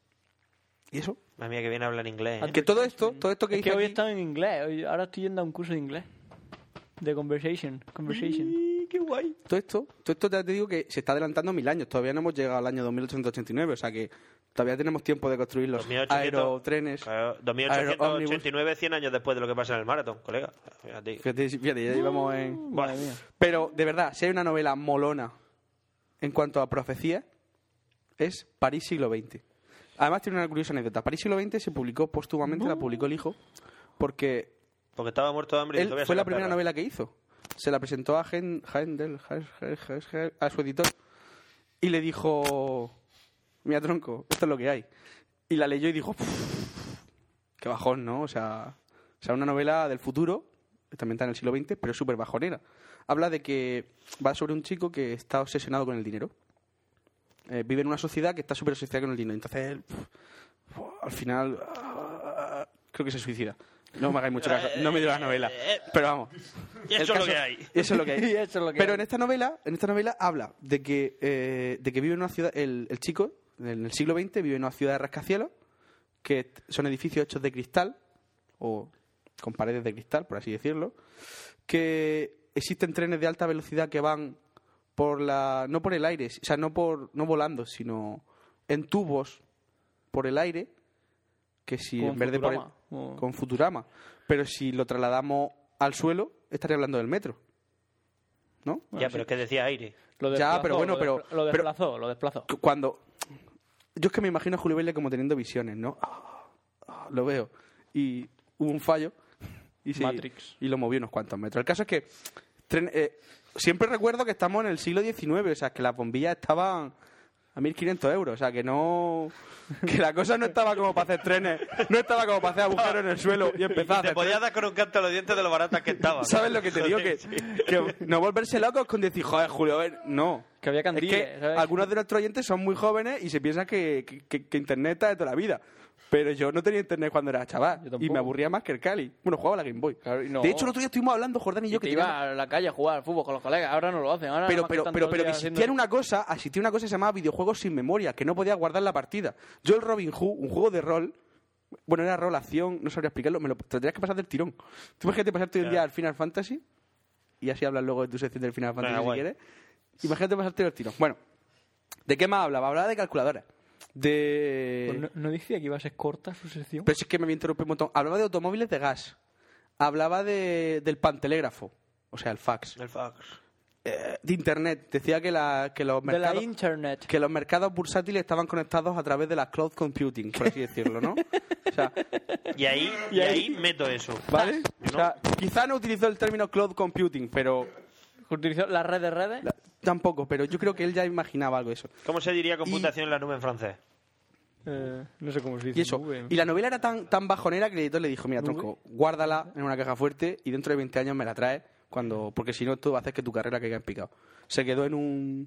[SPEAKER 8] ¿Y eso?
[SPEAKER 6] Madre mía, que viene a hablar inglés. ¿eh?
[SPEAKER 8] Que todo esto, todo esto que
[SPEAKER 9] Es
[SPEAKER 8] dice
[SPEAKER 9] que hoy he
[SPEAKER 8] aquí-
[SPEAKER 9] estado en inglés. hoy- Ahora estoy yendo a un curso de inglés. De conversation. Conversation.
[SPEAKER 6] Qué guay.
[SPEAKER 8] Todo esto, todo esto ya te digo que se está adelantando mil años. Todavía no hemos llegado al año dos mil ochocientos ochenta y nueve, o sea que todavía tenemos tiempo de construir los
[SPEAKER 6] dos mil ochocientos
[SPEAKER 8] aerotrenes.
[SPEAKER 6] Claro, dos mil ochocientos ochenta y nueve, cien años después de lo que pasa en el maratón, colega. Fíjate.
[SPEAKER 8] Fíjate, fíjate, ya llevamos en...
[SPEAKER 9] Madre mía.
[SPEAKER 8] Pero, de verdad, si hay una novela molona en cuanto a profecía, es París siglo veinte. Además tiene una curiosa anécdota. París siglo veinte se publicó póstumamente, la publicó el hijo, porque
[SPEAKER 6] Porque estaba muerto de hambre y
[SPEAKER 8] él
[SPEAKER 6] todavía
[SPEAKER 8] fue
[SPEAKER 6] se
[SPEAKER 8] la primera
[SPEAKER 6] perra.
[SPEAKER 8] novela que hizo. Se la presentó a Gen- Haendel, a su editor, y le dijo, mira tronco, esto es lo que hay. Y la leyó y dijo, qué bajón, ¿no? O sea, o sea, una novela del futuro, también está en el siglo veinte, pero súper bajonera. Habla de que va sobre un chico que está obsesionado con el dinero. Eh, vive en una sociedad que está súper asociada con el dinero. Entonces él, pf, al final, ah, creo que se suicida. No me hagáis mucho caso, no me dio la novela. Pero vamos.
[SPEAKER 6] Y
[SPEAKER 8] el
[SPEAKER 6] eso es lo
[SPEAKER 8] caso-
[SPEAKER 6] que hay.
[SPEAKER 8] Eso es lo que hay.
[SPEAKER 9] Y eso es lo que
[SPEAKER 8] Pero
[SPEAKER 9] hay.
[SPEAKER 8] en esta novela, en esta novela habla de que, eh, de que vive en una ciudad, el, el chico, en el siglo veinte, vive en una ciudad de rascacielos, que t- son edificios hechos de cristal, o con paredes de cristal, por así decirlo, que existen trenes de alta velocidad que van por la, no por el aire, o sea, no por, no volando, sino en tubos por el aire, que si
[SPEAKER 9] Como
[SPEAKER 8] en vez de por el-
[SPEAKER 9] Futurama, o-
[SPEAKER 8] con Futurama, pero si lo trasladamos al suelo, estaría hablando del metro, ¿no?
[SPEAKER 6] Ya, pero es que decía aire.
[SPEAKER 9] Lo
[SPEAKER 8] Ya,
[SPEAKER 9] desplazó,
[SPEAKER 8] pero bueno,
[SPEAKER 9] lo
[SPEAKER 8] pero-
[SPEAKER 9] despla- Lo
[SPEAKER 8] pero-
[SPEAKER 9] desplazó, lo desplazó.
[SPEAKER 8] Cu- Cuando yo es que me imagino a Julio Verne como teniendo visiones, ¿no? Ah, ah, lo veo y hubo un fallo y, sí,
[SPEAKER 9] Matrix.
[SPEAKER 8] y lo movió unos cuantos metros. El caso es que tren- eh, siempre recuerdo que estamos en el siglo diecinueve, o sea, que las bombillas estaban a mil quinientos euros, o sea, que no... Que la cosa no estaba como para hacer trenes, no estaba como para hacer agujeros en el suelo y empezar a
[SPEAKER 6] Te
[SPEAKER 8] hacer
[SPEAKER 6] podías
[SPEAKER 8] trenes.
[SPEAKER 6] dar con un canto a los dientes de lo baratas que estaban.
[SPEAKER 8] ¿Sabes lo que te digo? Que,
[SPEAKER 6] Sí.
[SPEAKER 8] que no volverse locos con decir, joder, Julio Verne, no.
[SPEAKER 9] Que había
[SPEAKER 8] Es
[SPEAKER 9] candiles,
[SPEAKER 8] que
[SPEAKER 9] ¿sabes?
[SPEAKER 8] algunos de nuestros oyentes son muy jóvenes y se piensan que, que, que- que Internet está de toda la vida. Pero yo no tenía Internet cuando era chaval.
[SPEAKER 9] Yo
[SPEAKER 8] Y
[SPEAKER 9] tampoco.
[SPEAKER 8] me aburría más que el Cali. Bueno, jugaba a la Game Boy.
[SPEAKER 9] Claro, y no.
[SPEAKER 8] De hecho, el otro día estuvimos hablando, Jordán y yo,
[SPEAKER 9] Y
[SPEAKER 8] que
[SPEAKER 9] te
[SPEAKER 8] teníamos-
[SPEAKER 9] iba a la calle a jugar al fútbol con los colegas. Ahora no lo hacen. Ahora
[SPEAKER 8] pero,
[SPEAKER 9] nada más
[SPEAKER 8] pero,
[SPEAKER 9] están
[SPEAKER 8] pero,
[SPEAKER 9] todo
[SPEAKER 8] pero
[SPEAKER 9] el
[SPEAKER 8] que
[SPEAKER 9] día
[SPEAKER 8] existía
[SPEAKER 9] haciendo-
[SPEAKER 8] una cosa, existía una cosa que se llamaba videojuegos sin memoria, que no podías guardar la partida. Yo el Robin Hood, un juego de rol, Bueno, era rol, acción, no sabría explicarlo. Me lo te tendrías que pasar del tirón. Tú imagínate pasarte un
[SPEAKER 6] Claro.
[SPEAKER 8] día al Final Fantasy y así hablas luego de tu sección del Final Fantasy
[SPEAKER 6] Venga,
[SPEAKER 8] si
[SPEAKER 6] guay.
[SPEAKER 8] quieres. Imagínate pasarte del tirón. Bueno, ¿de qué más hablaba? Hablaba de calculadoras. De...
[SPEAKER 9] Pues no, no decía que iba a ser corta su sección.
[SPEAKER 8] Pero si es que me había interrumpido un montón. Hablaba de automóviles de gas. Hablaba de, del pantelégrafo. O sea, el fax.
[SPEAKER 6] El fax.
[SPEAKER 8] Eh, de internet. Decía que, la, que los
[SPEAKER 9] De la
[SPEAKER 8] mercados...
[SPEAKER 9] internet.
[SPEAKER 8] Que los mercados bursátiles estaban conectados a través de la cloud computing, por así decirlo, ¿no? O sea,
[SPEAKER 6] Y ahí, y ahí meto eso.
[SPEAKER 8] ¿vale? O sea, quizá no utilizó el término cloud computing, pero...
[SPEAKER 9] ¿Utilizó la red de redes?
[SPEAKER 8] La- tampoco, pero yo creo que él ya imaginaba algo de eso.
[SPEAKER 6] ¿Cómo se diría computación en la nube en francés?
[SPEAKER 9] Eh, no sé cómo se dice.
[SPEAKER 8] Y eso.
[SPEAKER 9] nube.
[SPEAKER 8] Y la novela era tan, tan bajonera que el editor le dijo, mira,
[SPEAKER 9] ¿Nube?
[SPEAKER 8] tronco, guárdala en una caja fuerte y dentro de veinte años me la traes, cuando porque si no esto va a hacer que tu carrera caiga en picado. Se quedó en un...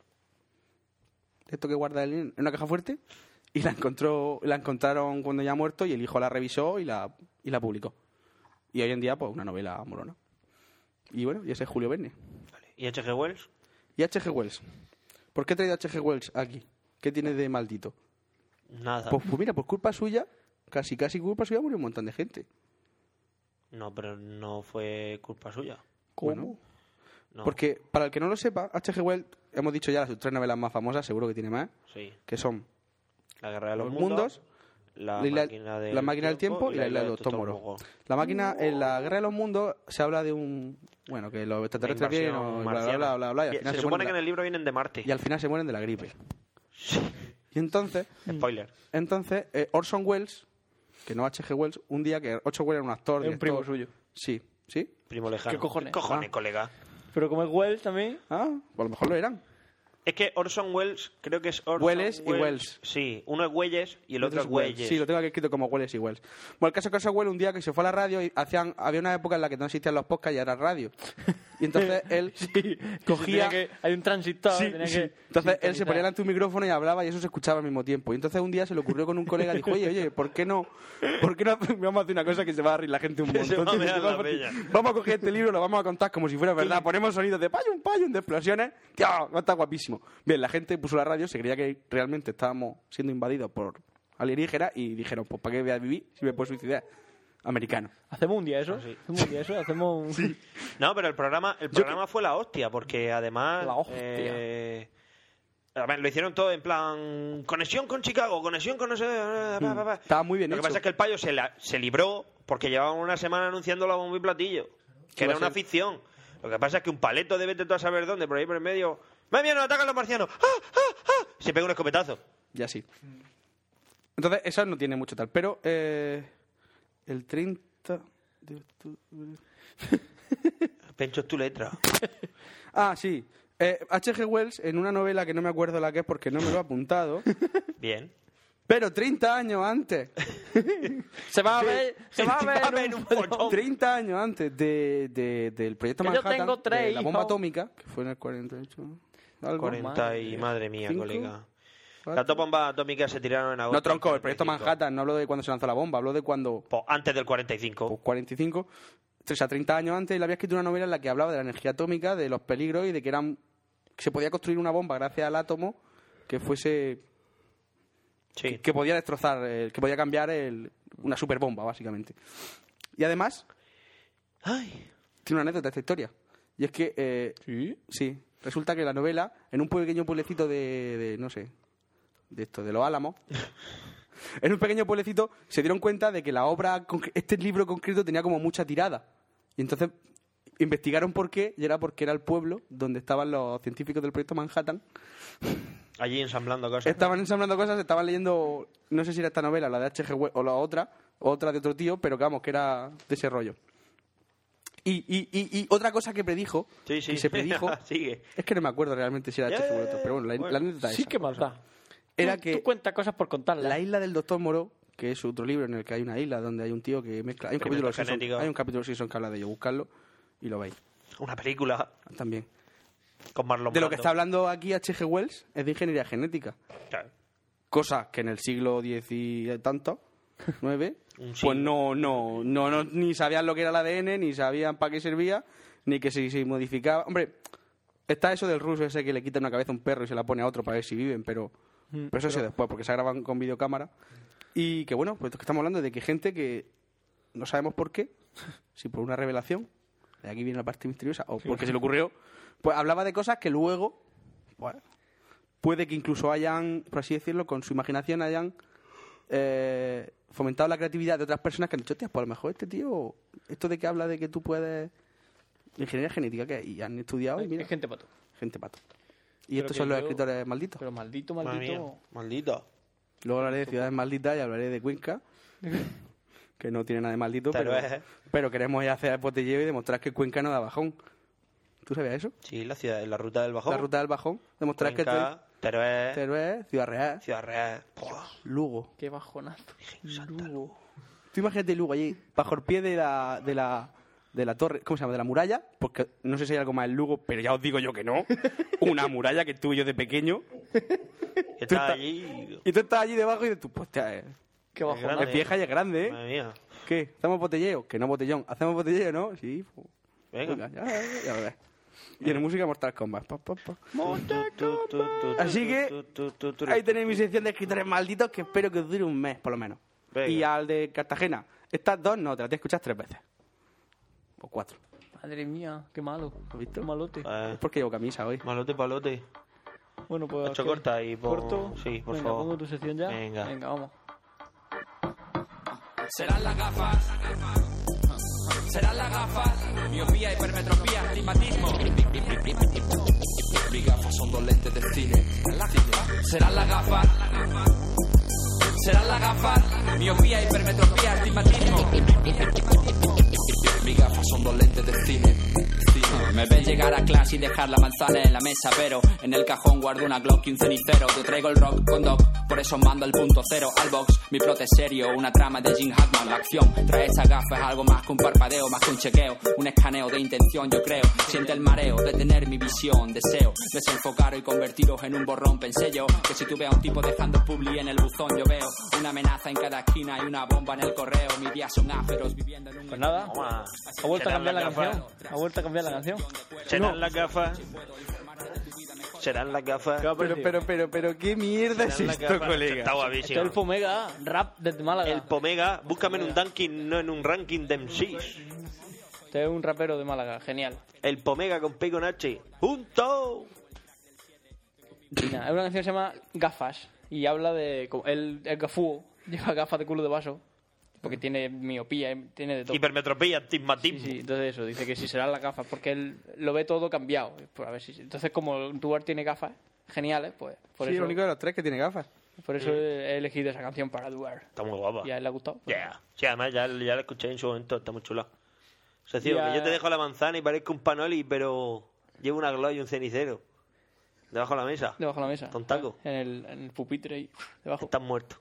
[SPEAKER 8] Esto que guarda él en una caja fuerte y la encontró la encontraron cuando ya ha muerto y el hijo la revisó y la, y la publicó. Y hoy en día, pues, una novela molona. Y bueno, y ese es Julio Verne.
[SPEAKER 6] ¿Y H G Wells?
[SPEAKER 8] ¿Y H G Wells? ¿Por qué he traído a H G Wells aquí? ¿Qué tiene de maldito?
[SPEAKER 6] Nada.
[SPEAKER 8] Pues, pues mira, por culpa suya, casi casi culpa suya murió un montón de gente.
[SPEAKER 6] No, pero no fue culpa suya.
[SPEAKER 8] ¿Cómo?
[SPEAKER 6] No.
[SPEAKER 8] Porque, para el que no lo sepa, H G Wells, hemos dicho ya sus tres novelas más famosas, seguro que tiene más,
[SPEAKER 6] Sí.
[SPEAKER 8] que son
[SPEAKER 6] La Guerra de los,
[SPEAKER 8] Los
[SPEAKER 6] Mundos,
[SPEAKER 8] Mundos,
[SPEAKER 6] la,
[SPEAKER 8] la, isla-
[SPEAKER 6] máquina del
[SPEAKER 8] la máquina del tiempo y la isla del Doctor Moro.
[SPEAKER 6] Moreau.
[SPEAKER 8] La máquina, en la Guerra de los Mundos se habla de un... Bueno, que los extraterrestres
[SPEAKER 6] Una
[SPEAKER 8] vienen,
[SPEAKER 6] invasión
[SPEAKER 8] o bla, bla,
[SPEAKER 6] marciana.
[SPEAKER 8] bla, bla, bla, y al
[SPEAKER 6] Bien,
[SPEAKER 8] final
[SPEAKER 6] se
[SPEAKER 8] se
[SPEAKER 6] supone
[SPEAKER 8] mueren
[SPEAKER 6] que en
[SPEAKER 8] de
[SPEAKER 6] el libro vienen de Marte.
[SPEAKER 8] la- y al final se mueren de la gripe. Y entonces...
[SPEAKER 6] Spoiler.
[SPEAKER 8] Entonces, eh, Orson Welles, que no H G Wells, un día que Orson Welles era un actor...
[SPEAKER 9] Es un primo
[SPEAKER 8] director-
[SPEAKER 9] suyo.
[SPEAKER 8] Sí, ¿sí?
[SPEAKER 6] Primo lejano.
[SPEAKER 9] ¿Qué cojones?
[SPEAKER 6] cojones,
[SPEAKER 8] Ah.
[SPEAKER 6] colega?
[SPEAKER 9] Pero como es Wells también...
[SPEAKER 8] Ah, pues a lo mejor lo eran.
[SPEAKER 6] Es que Orson Welles, creo que es Orson
[SPEAKER 8] Welles y Welles.
[SPEAKER 6] Sí, uno es Welles y el otro es
[SPEAKER 8] Wells.
[SPEAKER 6] Welles.
[SPEAKER 8] Sí, lo tengo aquí escrito como Welles y Wells. Bueno, el caso es que Orson Welles un día que se fue a la radio y hacían, había una época en la que no existían los podcasts y era radio. Y entonces él cogía...
[SPEAKER 9] Tenía que- hay un transistor.
[SPEAKER 8] Sí,
[SPEAKER 9] tenía
[SPEAKER 8] sí.
[SPEAKER 9] que
[SPEAKER 8] Entonces él se
[SPEAKER 9] sintonizar.
[SPEAKER 8] ponía delante de un micrófono y hablaba y eso se escuchaba al mismo tiempo. Y entonces un día se le ocurrió con un colega y dijo, oye, oye, ¿por qué no? ¿Por qué no vamos a hacer una cosa que se va a reír la gente un
[SPEAKER 6] Que
[SPEAKER 8] montón?
[SPEAKER 6] se va a mear
[SPEAKER 8] Se va
[SPEAKER 6] la
[SPEAKER 8] a-
[SPEAKER 6] peña.
[SPEAKER 8] Vamos a coger este libro, lo vamos a contar como si fuera verdad. Ponemos sonidos de payun, payun, de explosiones. ¡Tío! Va a estar guapísimo. Bien, la gente puso la radio, se creía que realmente estábamos siendo invadidos por alienígenas y dijeron, pues ¿para qué voy a vivir si me puedo suicidar? Americano.
[SPEAKER 9] ¿Hacemos un día eso?
[SPEAKER 6] Ah, sí.
[SPEAKER 9] ¿Hacemos un día eso? ¿Hacemos un...
[SPEAKER 6] No, pero el programa, el programa fue la hostia, porque además...
[SPEAKER 9] La hostia.
[SPEAKER 6] eh, a ver, lo hicieron todo en plan... Conexión con Chicago, conexión con... No sé, pa, pa, pa.
[SPEAKER 8] Estaba muy bien
[SPEAKER 6] Lo que
[SPEAKER 8] hecho.
[SPEAKER 6] pasa es que el payo se, la- se libró porque llevaban una semana anunciando la bomba y platillo. Que
[SPEAKER 8] Iba
[SPEAKER 6] era
[SPEAKER 8] a
[SPEAKER 6] una
[SPEAKER 8] ser-
[SPEAKER 6] ficción. Lo que pasa es que un paleto de vete tú a saber dónde, por ahí por el medio... ¡Madre mía, nos atacan los marcianos! ¡Ah, ah, ah! Se pega un escopetazo.
[SPEAKER 8] Ya sí. Entonces, eso no tiene mucho tal. Pero eh, el treinta de octubre...
[SPEAKER 6] Pencho es tu letra.
[SPEAKER 8] Ah, sí. Eh, H G Wells, en una novela que no me acuerdo la que es porque no me lo he apuntado,
[SPEAKER 6] Bien.
[SPEAKER 8] pero treinta años antes.
[SPEAKER 9] Se va a ver... Se va a ver
[SPEAKER 6] un
[SPEAKER 9] un...
[SPEAKER 6] follón.
[SPEAKER 8] treinta años antes de, de- del proyecto
[SPEAKER 9] Que yo
[SPEAKER 8] Manhattan,
[SPEAKER 9] tengo tres
[SPEAKER 8] de la bomba
[SPEAKER 9] hijos.
[SPEAKER 8] atómica, que fue en el cuarenta y ocho. Algo.
[SPEAKER 6] cuarenta y madre mía,
[SPEAKER 8] Cinco,
[SPEAKER 6] colega.
[SPEAKER 8] cuatro.
[SPEAKER 6] Las dos bombas atómicas se tiraron en agosto.
[SPEAKER 8] No, tronco, el
[SPEAKER 6] del
[SPEAKER 8] proyecto
[SPEAKER 6] cuarenta y cinco.
[SPEAKER 8] Manhattan, no hablo de cuando se lanzó la bomba, hablo de cuando...
[SPEAKER 6] Pues antes del cuarenta y cinco.
[SPEAKER 8] Pues cuarenta y cinco, o sea, treinta años antes, él había escrito una novela en la que hablaba de la energía atómica, de los peligros y de que eran que se podía construir una bomba gracias al átomo que fuese...
[SPEAKER 6] Sí.
[SPEAKER 8] Que, que podía destrozar, el- que podía cambiar el, una superbomba, básicamente. Y además,
[SPEAKER 6] Ay.
[SPEAKER 8] tiene una anécdota esta historia. Y es que... eh,
[SPEAKER 9] ¿Sí?
[SPEAKER 8] Sí, resulta que la novela, en un pequeño pueblecito de, de no sé, de esto, de Los Álamos, en un pequeño pueblecito se dieron cuenta de que la obra, conc- este libro concreto tenía como mucha tirada. Y entonces investigaron por qué, y era porque era el pueblo donde estaban los científicos del proyecto Manhattan.
[SPEAKER 6] Allí ensamblando cosas.
[SPEAKER 8] Estaban ensamblando cosas, estaban leyendo, no sé si era esta novela, la de H G Wells, o la otra, o otra de otro tío, pero que vamos, que era de ese rollo. Y, y, y, y otra cosa que predijo,
[SPEAKER 6] Sí, sí.
[SPEAKER 8] que se predijo,
[SPEAKER 6] Sigue.
[SPEAKER 8] es que no me acuerdo realmente si era
[SPEAKER 6] Ya,
[SPEAKER 8] H G
[SPEAKER 6] ya,
[SPEAKER 8] Wells,
[SPEAKER 6] ya,
[SPEAKER 8] pero bueno, la,
[SPEAKER 6] bueno.
[SPEAKER 8] la anécdota es
[SPEAKER 9] Sí
[SPEAKER 8] esa.
[SPEAKER 9] que más da.
[SPEAKER 8] Era
[SPEAKER 9] Tú-
[SPEAKER 8] que
[SPEAKER 9] Tú cuentas cosas por contarlas.
[SPEAKER 8] la isla del Doctor Moreau, que es otro libro en el que hay una isla donde hay un tío que mezcla... Hay un capítulo de
[SPEAKER 6] Experimentos
[SPEAKER 8] Simpson,
[SPEAKER 6] genéticos.
[SPEAKER 8] hay un capítulo de Simpson que habla de ello, buscarlo y lo veis.
[SPEAKER 6] Una película
[SPEAKER 8] También.
[SPEAKER 6] con Marlon
[SPEAKER 8] De lo que
[SPEAKER 6] Brando.
[SPEAKER 8] está hablando aquí H G Wells es de ingeniería genética.
[SPEAKER 6] Claro.
[SPEAKER 8] Cosa que en el siglo diez y tanto, nueve,
[SPEAKER 6] Un
[SPEAKER 8] pues
[SPEAKER 6] siglo.
[SPEAKER 8] no, no, no, no, ni sabían lo que era el A D N, ni sabían para qué servía, ni que si se modificaba. Hombre, está eso del ruso ese que le quita una cabeza a un perro y se la pone a otro para ver si viven, pero,
[SPEAKER 9] Mm,
[SPEAKER 8] pero eso ha sido después, porque se graban con videocámara. Y que bueno, pues esto que estamos hablando de que gente que no sabemos por qué, si por una revelación, de aquí viene la parte misteriosa, o porque se le ocurrió, pues hablaba de cosas que luego, pues, puede que incluso hayan, por así decirlo, con su imaginación hayan eh, fomentado la creatividad de otras personas que han dicho, tío, pues a lo mejor este tío, esto de que habla de que tú puedes... Ingeniería genética, que y han estudiado y mira...
[SPEAKER 9] Es gente pato.
[SPEAKER 8] Gente pato. Y
[SPEAKER 9] Pero
[SPEAKER 8] estos
[SPEAKER 9] que
[SPEAKER 8] son los
[SPEAKER 9] yo-
[SPEAKER 8] escritores malditos.
[SPEAKER 9] Pero maldito,
[SPEAKER 6] Madre
[SPEAKER 9] maldito...
[SPEAKER 6] mía, maldito.
[SPEAKER 8] Luego hablaré de ciudades malditas y hablaré de Cuenca, que no tiene nada de maldito,
[SPEAKER 6] Pero
[SPEAKER 8] pero,
[SPEAKER 6] es-
[SPEAKER 8] pero queremos ir a hacer el botelleo y demostrar que Cuenca no da bajón. ¿Tú sabías eso?
[SPEAKER 6] Sí, la ciudad, la ruta del bajón.
[SPEAKER 8] La ruta del bajón. Demostrar que
[SPEAKER 6] Cuenca,
[SPEAKER 8] esto
[SPEAKER 6] Teruel,
[SPEAKER 8] es Teruel, Ciudad Real,
[SPEAKER 6] Ciudad Real. Buah,
[SPEAKER 8] Lugo.
[SPEAKER 9] Qué bajonazo.
[SPEAKER 8] Lugo. Tú imagínate Lugo allí, bajo el pie de la, de la, de la torre, ¿cómo se llama? De la muralla, porque no sé si hay algo más en Lugo, pero ya os digo yo que no. Una muralla que tuve yo de pequeño.
[SPEAKER 6] Está
[SPEAKER 8] estás-
[SPEAKER 6] allí.
[SPEAKER 8] Y tú estás allí debajo y dices tú, pues, hostia, eh,
[SPEAKER 9] Qué
[SPEAKER 6] Es
[SPEAKER 9] bajonazo.
[SPEAKER 6] grande.
[SPEAKER 8] es vieja y es grande, ¿eh?
[SPEAKER 6] Madre mía.
[SPEAKER 8] ¿Qué? ¿Hacemos botelleo? Que no botellón. ¿Hacemos botelleo, no? Sí. pues,
[SPEAKER 6] Venga.
[SPEAKER 8] ya, ya, ya lo ves. Y en música Mortal Kombat. Pa, pa, pa.
[SPEAKER 6] Tu, tu, tu,
[SPEAKER 8] Así que
[SPEAKER 6] tu, tu, tu, tu, tu.
[SPEAKER 8] ahí tenéis mi sección de escritores malditos que espero que os dure un mes, por lo menos.
[SPEAKER 6] Venga.
[SPEAKER 8] Y al de Cartagena, estas dos no, te las tienes que escuchar tres veces. O cuatro.
[SPEAKER 9] Madre mía, qué malo.
[SPEAKER 8] ¿Has visto?
[SPEAKER 9] Qué malote.
[SPEAKER 6] Eh,
[SPEAKER 8] Es porque llevo camisa hoy.
[SPEAKER 6] malote, palote.
[SPEAKER 9] Bueno, pues...
[SPEAKER 6] Ocho
[SPEAKER 9] ¿qué?
[SPEAKER 6] corta y por...
[SPEAKER 9] ¿Corto?
[SPEAKER 6] Sí, por
[SPEAKER 9] Venga,
[SPEAKER 6] favor.
[SPEAKER 9] pongo tu sección ya.
[SPEAKER 6] Venga.
[SPEAKER 9] Venga, vamos.
[SPEAKER 13] Serán las gafas, serán las gafas, miopía, hipermetropía, astigmatismo. Mis gafas son dos lentes de cine. Serán las gafas, serán las gafas, miopía, hipermetropía, astigmatismo. Mis gafas son dos lentes de cine. Me ves llegar a clase y dejar la manzana en la mesa, pero en el cajón guardo una Glock y un cenicero. Yo traigo el rock con Doc, por eso mando el punto cero al box. Mi plot es serio, una trama de Jim Hackman. La acción trae esa gafa es algo más que un parpadeo, más que un chequeo, un escaneo de intención, yo creo. Siente el mareo de tener mi visión, deseo desenfocar y convertiros en un borrón. Pensé yo que si tú ves a un tipo dejando publi en el buzón, yo veo una amenaza en cada esquina y una bomba en el correo. Mis días son ásperos viviendo en un...
[SPEAKER 9] Pues nada,
[SPEAKER 6] Toma.
[SPEAKER 9] ha vuelto a
[SPEAKER 6] Serán
[SPEAKER 9] cambiar la
[SPEAKER 6] las
[SPEAKER 9] canción.
[SPEAKER 6] gafas.
[SPEAKER 9] Ha vuelto a cambiar la canción.
[SPEAKER 6] Serán las gafas. Serán las gafas.
[SPEAKER 9] ¿Qué ha
[SPEAKER 8] Pero,
[SPEAKER 9] perdido?
[SPEAKER 8] pero, pero, pero, ¿qué mierda es
[SPEAKER 6] Serán las
[SPEAKER 8] esto,
[SPEAKER 6] gafas.
[SPEAKER 8] colega?
[SPEAKER 6] Está
[SPEAKER 9] Esto
[SPEAKER 6] guapísimo.
[SPEAKER 9] es el Pomega, rap desde Málaga.
[SPEAKER 6] El Pomega, búscame en un ranking, no en un ranking de M Cs.
[SPEAKER 9] Este es un rapero de Málaga, genial.
[SPEAKER 6] El Pomega con P con H. ¡Junto!
[SPEAKER 9] Y nada, es una canción que se llama Gafas y habla de... como El, el gafúo lleva gafas de culo de vaso porque tiene miopía, eh, tiene de todo.
[SPEAKER 6] Hipermetropía,
[SPEAKER 9] Sí,
[SPEAKER 6] astigmatismo.
[SPEAKER 9] sí, entonces eso, dice que si serán las gafas, porque él lo ve todo cambiado. Pues a ver si, entonces, como Duar tiene gafas geniales, pues por
[SPEAKER 8] Sí,
[SPEAKER 9] eso,
[SPEAKER 8] el único de los tres que tiene gafas.
[SPEAKER 9] por eso he elegido esa canción para Duar.
[SPEAKER 6] Está muy guapa.
[SPEAKER 9] Y a él le ha gustado. pues,
[SPEAKER 6] Yeah. Sí, además ya, ya la escuché en su momento, está muy chula. O sea, tío,
[SPEAKER 9] Ya.
[SPEAKER 6] que yo te dejo la manzana y parezco un panoli, pero llevo una glow y un cenicero. Debajo de la mesa.
[SPEAKER 9] Debajo de la mesa.
[SPEAKER 6] Con taco.
[SPEAKER 9] En el, en el pupitre ahí, debajo.
[SPEAKER 6] Estás muerto.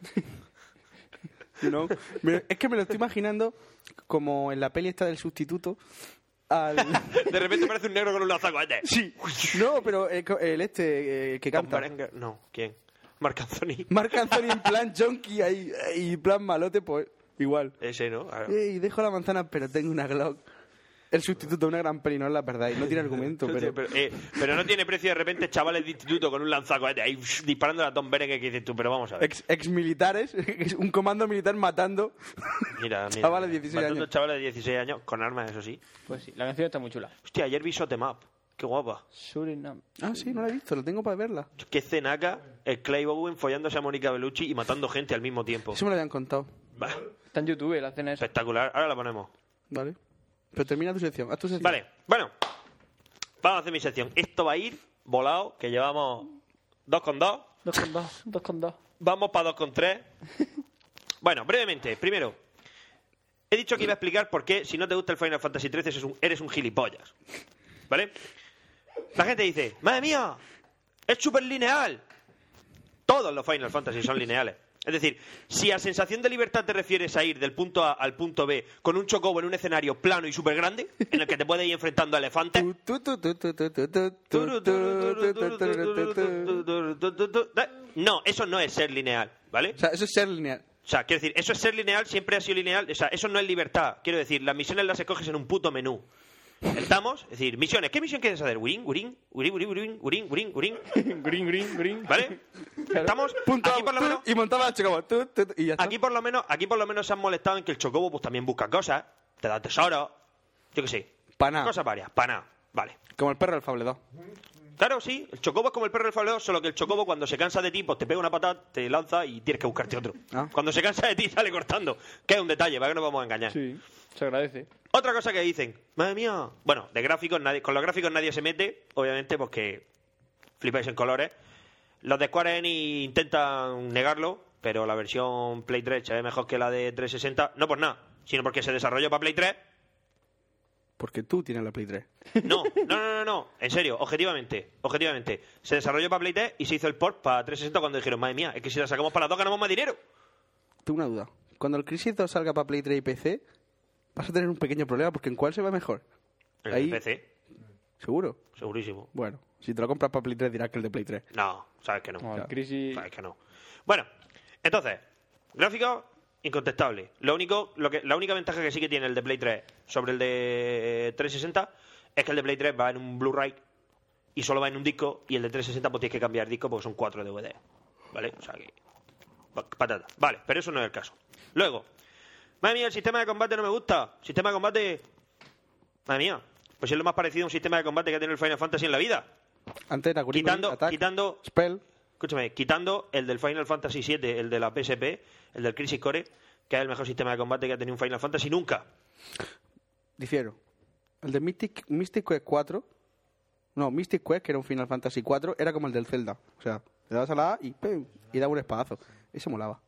[SPEAKER 8] You know? Me- es que me lo estoy imaginando como en la peli esta del sustituto. Al...
[SPEAKER 6] De repente parece un negro con un lanzacohetes.
[SPEAKER 8] Sí. No, pero el, co- el este eh, que
[SPEAKER 6] Con
[SPEAKER 8] canta.
[SPEAKER 6] merengue- No, ¿quién? Marc Anthony.
[SPEAKER 8] Marc Anthony en plan junkie ahí, y plan malote, pues igual.
[SPEAKER 6] Ese, ¿no? Claro.
[SPEAKER 8] Y dejo la manzana, pero tengo una Glock. El sustituto de una gran peli, no es la verdad. Y no tiene argumento, pero...
[SPEAKER 6] Pero, eh, pero no tiene precio de repente chavales de instituto con un lanzacohetes ahí uff, disparando a Tom Berengue que dices tú, pero vamos a ver.
[SPEAKER 8] Ex, ex militares, un comando militar matando.
[SPEAKER 6] Mira, mira.
[SPEAKER 8] Chavales de dieciséis
[SPEAKER 6] Matando
[SPEAKER 8] años.
[SPEAKER 6] chavales de dieciséis años con armas, eso sí.
[SPEAKER 9] Pues sí, la canción está muy chula.
[SPEAKER 6] Hostia, ayer vi Sotemap. Qué guapa.
[SPEAKER 9] Surinam.
[SPEAKER 8] Ah, sí, no la he visto, la tengo para verla.
[SPEAKER 6] Qué cenaca el Clay Bowen follándose a Mónica Bellucci y matando gente al mismo tiempo.
[SPEAKER 8] Eso me lo habían contado.
[SPEAKER 6] Bah,
[SPEAKER 9] Está en YouTube la escena esa.
[SPEAKER 6] espectacular. Ahora la ponemos.
[SPEAKER 8] Vale. Pero termina tu sección, haz tu sección.
[SPEAKER 6] Vale, bueno. Vamos a hacer mi sección. Esto va a ir volado, que llevamos dos con dos.
[SPEAKER 9] Dos con dos, dos con dos.
[SPEAKER 6] Vamos para dos con tres. Bueno, brevemente. Primero, he dicho que iba a explicar por qué, si no te gusta el Final Fantasy trece, eres un, eres un gilipollas. ¿Vale? La gente dice, madre mía, es súper lineal. Todos los Final Fantasy son lineales. Es decir, si a sensación de libertad te refieres a ir del punto A al punto B con un chocobo en un escenario plano y súper grande, en el que te puedes ir enfrentando a elefantes... No, eso no es ser lineal, ¿vale?
[SPEAKER 8] O sea, eso es ser lineal.
[SPEAKER 6] O sea, quiero decir, eso es ser lineal, siempre ha sido lineal. O sea, eso no es libertad. Quiero decir, las misiones las escoges en un puto menú. Estamos, es decir, misiones. ¿Qué misión quieres hacer? Urín, urín, urín, urín, urín, urín, urín, urín.
[SPEAKER 8] Green, green, green.
[SPEAKER 6] ¿Vale? Estamos
[SPEAKER 8] Punto,
[SPEAKER 6] aquí por lo menos.
[SPEAKER 8] y montaba el chocobo. Tu, tu, tu, y ya está.
[SPEAKER 6] Aquí por lo menos, aquí por lo menos se han molestado en que el chocobo pues también busca cosas, te da tesoro, yo qué sé.
[SPEAKER 8] Paná.
[SPEAKER 6] Cosas varias, paná. Vale.
[SPEAKER 8] Como el perro del Fable dos.
[SPEAKER 6] Claro, sí, el chocobo es como el perro del Fable dos, solo que el chocobo cuando se cansa de ti, pues te pega una patada, te lanza y tienes que buscarte otro.
[SPEAKER 8] Ah.
[SPEAKER 6] Cuando se cansa de ti sale cortando, que es un detalle, para que no nos vamos a engañar.
[SPEAKER 8] Sí, se agradece.
[SPEAKER 6] Otra cosa que dicen, madre mía, bueno, de gráficos nadie, con los gráficos nadie se mete, obviamente porque flipáis en colores. Los de Square Enix intentan negarlo, pero la versión Play tres se ve mejor que la de trescientos sesenta, no por nada, sino porque se desarrolló para Play tres.
[SPEAKER 8] Porque tú tienes la Play tres.
[SPEAKER 6] No, no, no, no, no, en serio, objetivamente, objetivamente. Se desarrolló para Play tres y se hizo el port para trescientos sesenta cuando dijeron, madre mía, es que si la sacamos para las dos ganamos más dinero.
[SPEAKER 8] Tengo una duda. Cuando el Crisis dos salga para Play tres y P C, vas a tener un pequeño problema porque ¿en cuál se va mejor?
[SPEAKER 6] El
[SPEAKER 8] Ahí...
[SPEAKER 6] P C,
[SPEAKER 8] ¿Seguro?
[SPEAKER 6] segurísimo.
[SPEAKER 8] Bueno, si te lo compras para Play tres dirás que el de Play tres.
[SPEAKER 6] No, sabes que no.
[SPEAKER 8] No, el
[SPEAKER 6] Crisis... Sabes que no. Bueno, entonces, gráficos incontestable. Lo único, lo que, la única ventaja que sí que tiene el de Play tres sobre el de trescientos sesenta es que el de Play tres va en un Blu-ray y solo va en un disco, y el de trescientos sesenta pues tienes que cambiar disco porque son cuatro D V D. ¿Vale? O sea que... patata. Vale, pero eso no es el caso. Luego, madre mía, el sistema de combate no me gusta. Sistema de combate... Madre mía, pues es lo más parecido a un sistema de combate que ha tenido el Final Fantasy en la vida.
[SPEAKER 8] Antes era Guri,
[SPEAKER 6] Quitando,
[SPEAKER 8] Attack,
[SPEAKER 6] quitando,
[SPEAKER 8] Spell.
[SPEAKER 6] Escúchame, quitando el del Final Fantasy siete, el de la P S P, el del Crisis Core, que es el mejor sistema de combate que ha tenido un Final Fantasy nunca.
[SPEAKER 8] Difiero. El de Mystic, Mystic Quest cuatro, no, Mystic Quest, que era un Final Fantasy cuatro, era como el del Zelda. O sea, le dabas a la A y ¡pum! Y daba un espadazo. Ese molaba.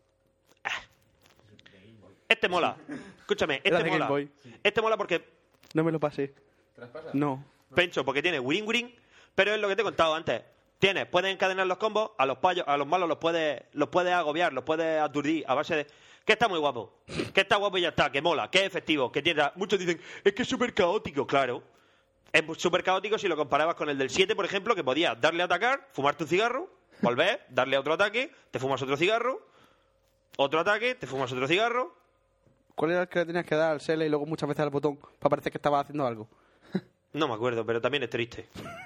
[SPEAKER 6] Este mola. Escúchame,
[SPEAKER 8] Era
[SPEAKER 6] este
[SPEAKER 8] de Game
[SPEAKER 6] mola.
[SPEAKER 8] Boy.
[SPEAKER 6] Este mola porque...
[SPEAKER 8] No me lo pasé. No.
[SPEAKER 6] Pencho, porque tiene Wirin Wirin, pero es lo que te he contado antes. Tienes, puedes encadenar los combos, a los payos, a los malos los puedes, los puedes agobiar, los puedes aturdir a base de... Que está muy guapo, que está guapo y ya está, que mola, que es efectivo, que tiene... Muchos dicen, es que es súper caótico, claro. Es súper caótico si lo comparabas con el del siete, por ejemplo, que podías darle a atacar, fumarte un cigarro, volver, darle a otro ataque, te fumas otro cigarro, otro ataque, te fumas otro cigarro.
[SPEAKER 8] ¿Cuál era el que le tenías que dar al Sele y luego muchas veces al botón para parecer que estabas haciendo algo?
[SPEAKER 6] No me acuerdo, pero también es triste.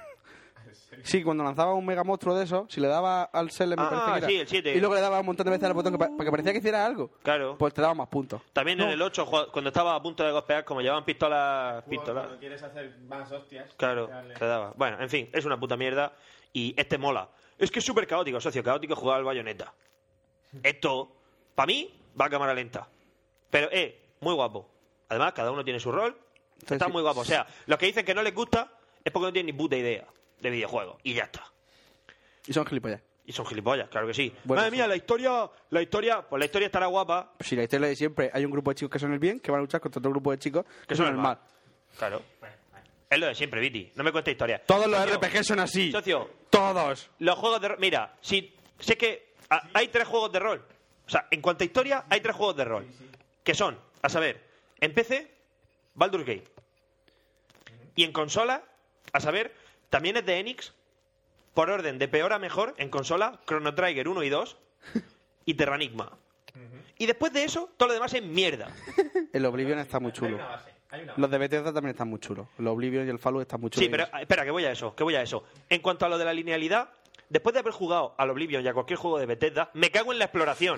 [SPEAKER 8] Sí, cuando lanzaba un mega monstruo de eso, si le daba al Sele, me
[SPEAKER 6] Ah,
[SPEAKER 8] parece que era,
[SPEAKER 6] sí, el siete.
[SPEAKER 8] y luego le daba un montón de veces al botón que pa- para que parecía que hiciera algo,
[SPEAKER 6] Claro.
[SPEAKER 8] pues te daba más puntos.
[SPEAKER 6] También
[SPEAKER 8] No.
[SPEAKER 6] en el ocho, ju- cuando estaba a punto de golpear, como llevaban pistolas... pistolas
[SPEAKER 14] Cuando quieres hacer más hostias.
[SPEAKER 6] Claro,
[SPEAKER 14] dale.
[SPEAKER 6] te daba. Bueno, en fin, es una puta mierda. Y este mola. Es que es súper caótico, socio. Caótico jugar al Bayonetta. Esto, para mí, va a cámara lenta. Pero, eh, muy guapo. Además, cada uno tiene su rol.
[SPEAKER 8] Entonces,
[SPEAKER 6] Está
[SPEAKER 8] sí.
[SPEAKER 6] muy guapo. O sea, los que dicen que no les gusta es porque no tienen ni puta idea de videojuegos. Y ya está.
[SPEAKER 8] Y son gilipollas.
[SPEAKER 6] Y son gilipollas, claro que sí.
[SPEAKER 8] Bueno,
[SPEAKER 6] Madre mía, la historia, la historia, pues la historia estará guapa.
[SPEAKER 8] Si la historia de siempre, hay un grupo de chicos que son el bien, que van a luchar contra otro grupo de chicos que, son el mal.
[SPEAKER 6] Claro. Es lo de siempre, Viti. No me cuentes historias.
[SPEAKER 8] Todos los
[SPEAKER 6] Socio,
[SPEAKER 8] R P G son así.
[SPEAKER 6] Socio,
[SPEAKER 8] Todos.
[SPEAKER 6] los juegos de rol... Mira, si sé que a- hay tres juegos de rol. O sea, en cuanto a historia, hay tres juegos de rol. Que son, a saber, en P C, Baldur's Gate. Y en consola, a saber, también es de Enix, por orden de peor a mejor, en consola, Chrono Trigger uno y dos y Terranigma. Y después de eso, todo lo demás es mierda.
[SPEAKER 8] El Oblivion está muy chulo. Los de Bethesda también están muy chulos. El Oblivion y el Fallout están muy chulos.
[SPEAKER 6] Sí, pero ah, espera, que voy a eso, que voy a eso. En cuanto a lo de la linealidad, después de haber jugado al Oblivion y a cualquier juego de Bethesda, me cago en la exploración.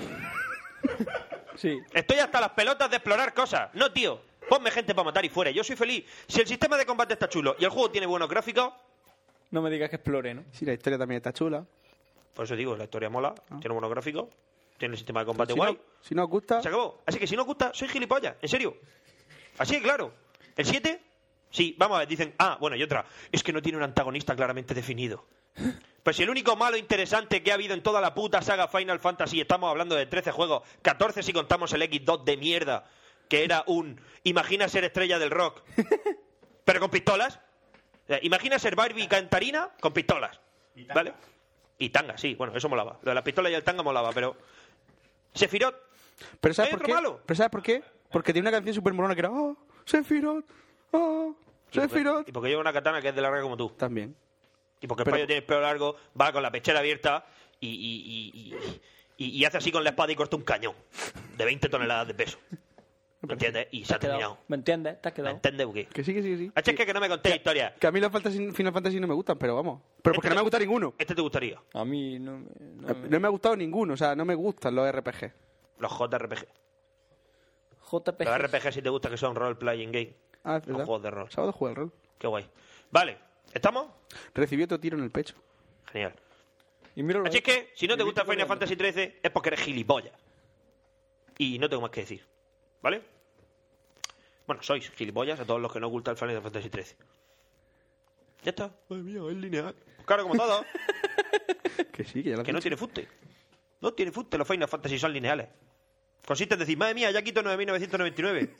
[SPEAKER 8] Sí.
[SPEAKER 6] Estoy hasta las pelotas de explorar cosas. No, tío. Ponme gente para matar y fuera. Yo soy feliz. Si el sistema de combate está chulo y el juego tiene buenos gráficos,
[SPEAKER 9] No me digas que explore, ¿no?
[SPEAKER 8] Sí, la historia también está chula.
[SPEAKER 6] por eso digo, la historia mola, tiene buenos gráficos, tiene el sistema de combate
[SPEAKER 8] si
[SPEAKER 6] guay.
[SPEAKER 8] No, si no os gusta...
[SPEAKER 6] Se acabó. Así que si no os gusta, soy gilipollas. En serio. Así de claro. ¿El siete? Sí, vamos a ver. Dicen, ah, bueno, y otra. Es que no tiene un antagonista claramente definido. Pues si el único malo interesante que ha habido en toda la puta saga Final Fantasy, estamos hablando de trece juegos, catorce si contamos el equis dos de mierda, que era un imagina ser estrella del rock, pero con pistolas. O sea, imagina ser Barbie cantarina con pistolas. ¿Vale? Y tanga, sí, bueno, eso molaba. Lo de las pistolas y el tanga molaba, pero... Sephiroth.
[SPEAKER 8] ¿Pero sabes
[SPEAKER 6] ¿Hay
[SPEAKER 8] por
[SPEAKER 6] otro
[SPEAKER 8] qué?
[SPEAKER 6] malo?
[SPEAKER 8] ¿Pero sabes por qué? Porque tiene una canción súper molona que era... Oh, Sephiroth, oh, Sephiroth.
[SPEAKER 6] Y porque lleva una katana que es de larga como tú.
[SPEAKER 8] También.
[SPEAKER 6] Y porque el
[SPEAKER 8] Pero-
[SPEAKER 6] payo tiene el pelo largo, va con la pechera abierta y, y, y, y, y- y hace así con la espada y corta un cañón de veinte toneladas de peso. ¿Me entiendes? Y se ha terminado.
[SPEAKER 9] ¿Me entiendes? ¿Te has quedado?
[SPEAKER 6] ¿Me entiendes, Buki?
[SPEAKER 8] Que sí, que sí, que sí.
[SPEAKER 6] Es que, que no me contéis historias.
[SPEAKER 8] Que a mí los Fantasy- Final Fantasy no me gustan, pero vamos. Pero porque
[SPEAKER 6] Este
[SPEAKER 8] no me
[SPEAKER 6] te-
[SPEAKER 8] gusta ninguno.
[SPEAKER 6] Este te gustaría.
[SPEAKER 9] A mí no me... No me...
[SPEAKER 8] No me ha gustado ninguno, o sea, no me gustan los R P G.
[SPEAKER 6] Los J R P G.
[SPEAKER 9] J P G.
[SPEAKER 6] Los R P G si te gusta que son role playing game.
[SPEAKER 8] Ah, es
[SPEAKER 6] Los
[SPEAKER 8] verdad.
[SPEAKER 6] juegos de rol.
[SPEAKER 8] Sábado juega el rol.
[SPEAKER 6] Qué guay. Vale, ¿estamos?
[SPEAKER 8] Recibió otro tiro en el pecho.
[SPEAKER 6] Genial.
[SPEAKER 9] Y míralo
[SPEAKER 6] Así
[SPEAKER 9] ahí.
[SPEAKER 6] es que, si no te
[SPEAKER 9] Y
[SPEAKER 6] gusta
[SPEAKER 9] viste
[SPEAKER 6] Final
[SPEAKER 9] corriendo.
[SPEAKER 6] Fantasy trece, es porque eres gilipollas. Y no tengo más que decir. ¿Vale? Bueno, sois gilipollas a todos los que no os gusta el Final Fantasy trece. Ya está. Madre mía, es lineal. Pues claro, como todo.
[SPEAKER 8] Que sí, que ya lo has
[SPEAKER 6] Que no
[SPEAKER 8] dicho.
[SPEAKER 6] tiene fuste. No tiene fuste. Los Final Fantasy son lineales. Consiste en decir, madre mía, ya quito nueve mil novecientos noventa y nueve.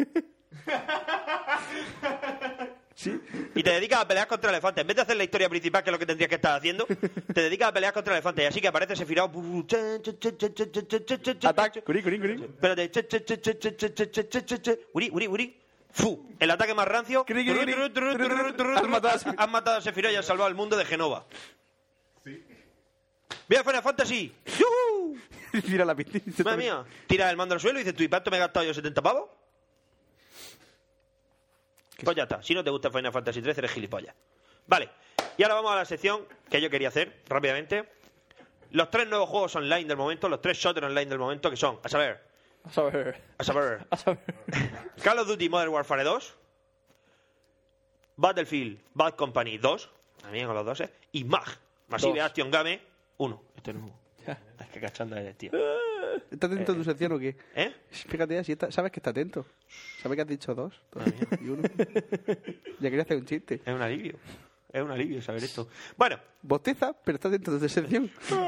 [SPEAKER 8] Sí.
[SPEAKER 6] Y te dedicas a pelear contra elefantes. En vez de hacer la historia principal, que es lo que tendrías que estar haciendo, te dedicas a pelear contra elefantes. Y así que aparece ese firado.
[SPEAKER 8] Ataque. Curí, curí, curí.
[SPEAKER 6] Espérate. Uri, uri, uri. Fu. El ataque más rancio.
[SPEAKER 8] Cri, cri, cri. Has matado a ese-
[SPEAKER 6] Has matado a Sephiroth y has salvado el mundo de Genova. ¡Viva Final Fantasy! ¡Yuhu!
[SPEAKER 8] Tira la pista.
[SPEAKER 6] Madre mía. Tira el mando al suelo y dices, ¿tú y cuánto me he gastado yo? ¿setenta pavos? Pues ya está. Si no te gusta Final Fantasy trece, eres gilipollas. Vale. Y ahora vamos a la sección que yo quería hacer rápidamente. Los tres nuevos juegos online del momento, los tres shooters online del momento, que son, a saber,
[SPEAKER 9] A saber.
[SPEAKER 6] a saber,
[SPEAKER 9] A saber.
[SPEAKER 6] Call of Duty Modern Warfare dos, Battlefield Bad Company dos, también con los dos, ¿eh? Y M A G, Massive
[SPEAKER 9] Dos.
[SPEAKER 6] Action Game uno. Este no. Es que cachando eres, tío.
[SPEAKER 8] ¿Estás atento a tu sección o qué?
[SPEAKER 6] ¿Eh?
[SPEAKER 8] Fíjate, si está- sabes que está atento. ¿Sabes que has dicho dos? Y uno. Ya quería hacer un chiste.
[SPEAKER 6] Es un alivio. Es un alivio saber esto. Bueno.
[SPEAKER 8] Bosteza, pero está dentro de tu sección.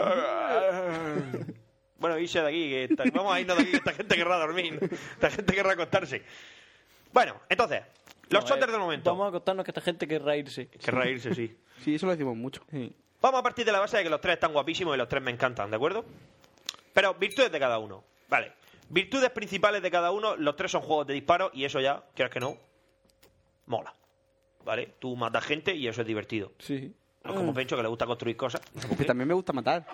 [SPEAKER 6] Bueno, irse de aquí. Que esta- vamos a irnos de aquí, que esta gente querrá dormir. Esta gente querrá acostarse. Bueno, entonces, los
[SPEAKER 9] No,
[SPEAKER 6] shooters
[SPEAKER 9] eh,
[SPEAKER 6] del momento.
[SPEAKER 9] Vamos a contarnos que esta gente querrá irse.
[SPEAKER 6] Querrá irse, sí.
[SPEAKER 8] Sí, eso lo decimos mucho.
[SPEAKER 6] Vamos a partir de la base de que los tres están guapísimos y los tres me encantan, ¿de acuerdo? Pero virtudes de cada uno. Vale. Virtudes principales de cada uno. Los tres son juegos de disparo y eso ya, quieras que no, mola. ¿Vale? Tú matas gente y eso es divertido.
[SPEAKER 9] Sí.
[SPEAKER 6] No es como Pencho, que le gusta construir cosas.
[SPEAKER 8] Que también me gusta matar.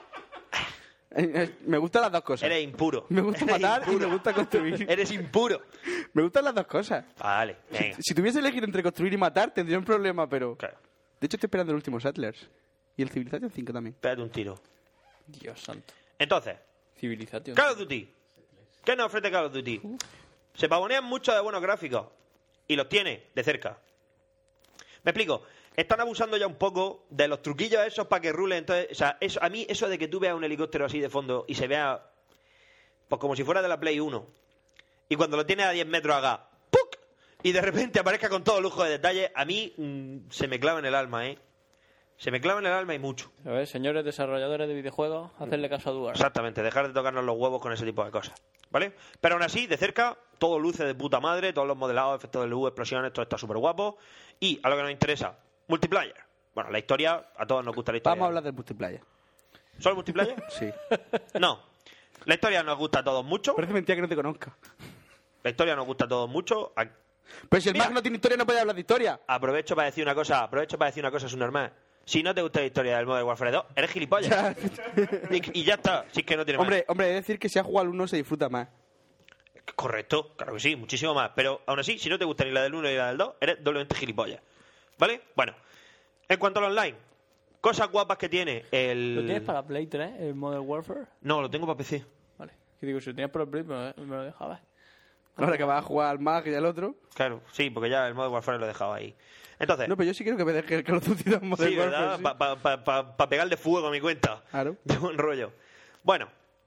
[SPEAKER 8] Eh, eh, Me gustan las dos cosas.
[SPEAKER 6] Eres impuro.
[SPEAKER 8] Me gusta
[SPEAKER 6] Eres
[SPEAKER 8] matar y
[SPEAKER 6] impuro.
[SPEAKER 8] me gusta construir.
[SPEAKER 6] Eres impuro.
[SPEAKER 8] Me gustan las dos cosas.
[SPEAKER 6] Vale, venga.
[SPEAKER 8] Si tuviese que elegir entre construir y matar, tendría un problema, pero...
[SPEAKER 6] Claro.
[SPEAKER 8] De hecho, estoy esperando el último Settlers. Y el Civilization cinco también.
[SPEAKER 6] Pégate un tiro.
[SPEAKER 9] Dios santo.
[SPEAKER 6] Entonces,
[SPEAKER 9] Civilización.
[SPEAKER 6] Call of Duty. ¿Qué nos ofrece Call of Duty? Se pavonean mucho de buenos gráficos. Y los tiene de cerca. Me explico. Están abusando ya un poco de los truquillos esos para que rule. Entonces, o sea, eso, a mí eso de que tú veas un helicóptero así de fondo y se vea pues como si fuera de la Play uno. Y cuando lo tienes a diez metros haga ¡puc! Y de repente aparezca con todo lujo de detalle, a mí mmm, se me clava en el alma, ¿eh? Se me clava en el alma y mucho.
[SPEAKER 9] A ver, señores desarrolladores de videojuegos, hacerle caso a Duar.
[SPEAKER 6] Exactamente, dejar de tocarnos los huevos con ese tipo de cosas, ¿vale? Pero aún así, de cerca, todo luce de puta madre, todos los modelados, efectos de luz, explosiones, todo está súper guapo. Y a lo que nos interesa, multiplayer. Bueno, la historia, a todos nos gusta la historia.
[SPEAKER 8] Vamos a hablar del multiplayer.
[SPEAKER 6] ¿Solo multiplayer?
[SPEAKER 8] Sí.
[SPEAKER 6] No. La historia nos gusta a todos mucho.
[SPEAKER 8] Parece mentira que no te conozca.
[SPEAKER 6] La historia nos gusta a todos mucho. A-
[SPEAKER 8] Pero si el
[SPEAKER 6] Mira.
[SPEAKER 8] Mag no tiene historia, no puede hablar de historia.
[SPEAKER 6] Aprovecho para decir una cosa, aprovecho para decir una cosa, es normal. Si no te gusta la historia del Modern Warfare dos, eres gilipollas. y, y ya está, si es que no tiene
[SPEAKER 8] Hombre, hombre, he de decir que si has jugado al uno se disfruta más.
[SPEAKER 6] más. Correcto, claro que sí, muchísimo más. Pero aún así, si no te gusta ni la del uno ni la del dos, eres doblemente gilipollas. ¿Vale? Bueno, en cuanto al online, cosas guapas que tiene el...
[SPEAKER 9] ¿Lo tienes para Play tres, el Modern Warfare?
[SPEAKER 6] No, lo tengo para P C.
[SPEAKER 9] Vale. Que digo, si lo tenías para Play, me lo, me lo dejabas.
[SPEAKER 8] Ahora que vas a jugar al Mag y al otro.
[SPEAKER 6] Claro, sí, porque ya el Modern Warfare lo he dejado ahí. Entonces...
[SPEAKER 8] No, pero yo sí quiero que me deje el Call of Duty dos Modern
[SPEAKER 6] Sí, ¿verdad?
[SPEAKER 8] Warfare, sí.
[SPEAKER 6] Para pa, pa, pa, pa pegarle fuego a mi cuenta.
[SPEAKER 8] Claro.
[SPEAKER 6] De buen rollo. Bueno.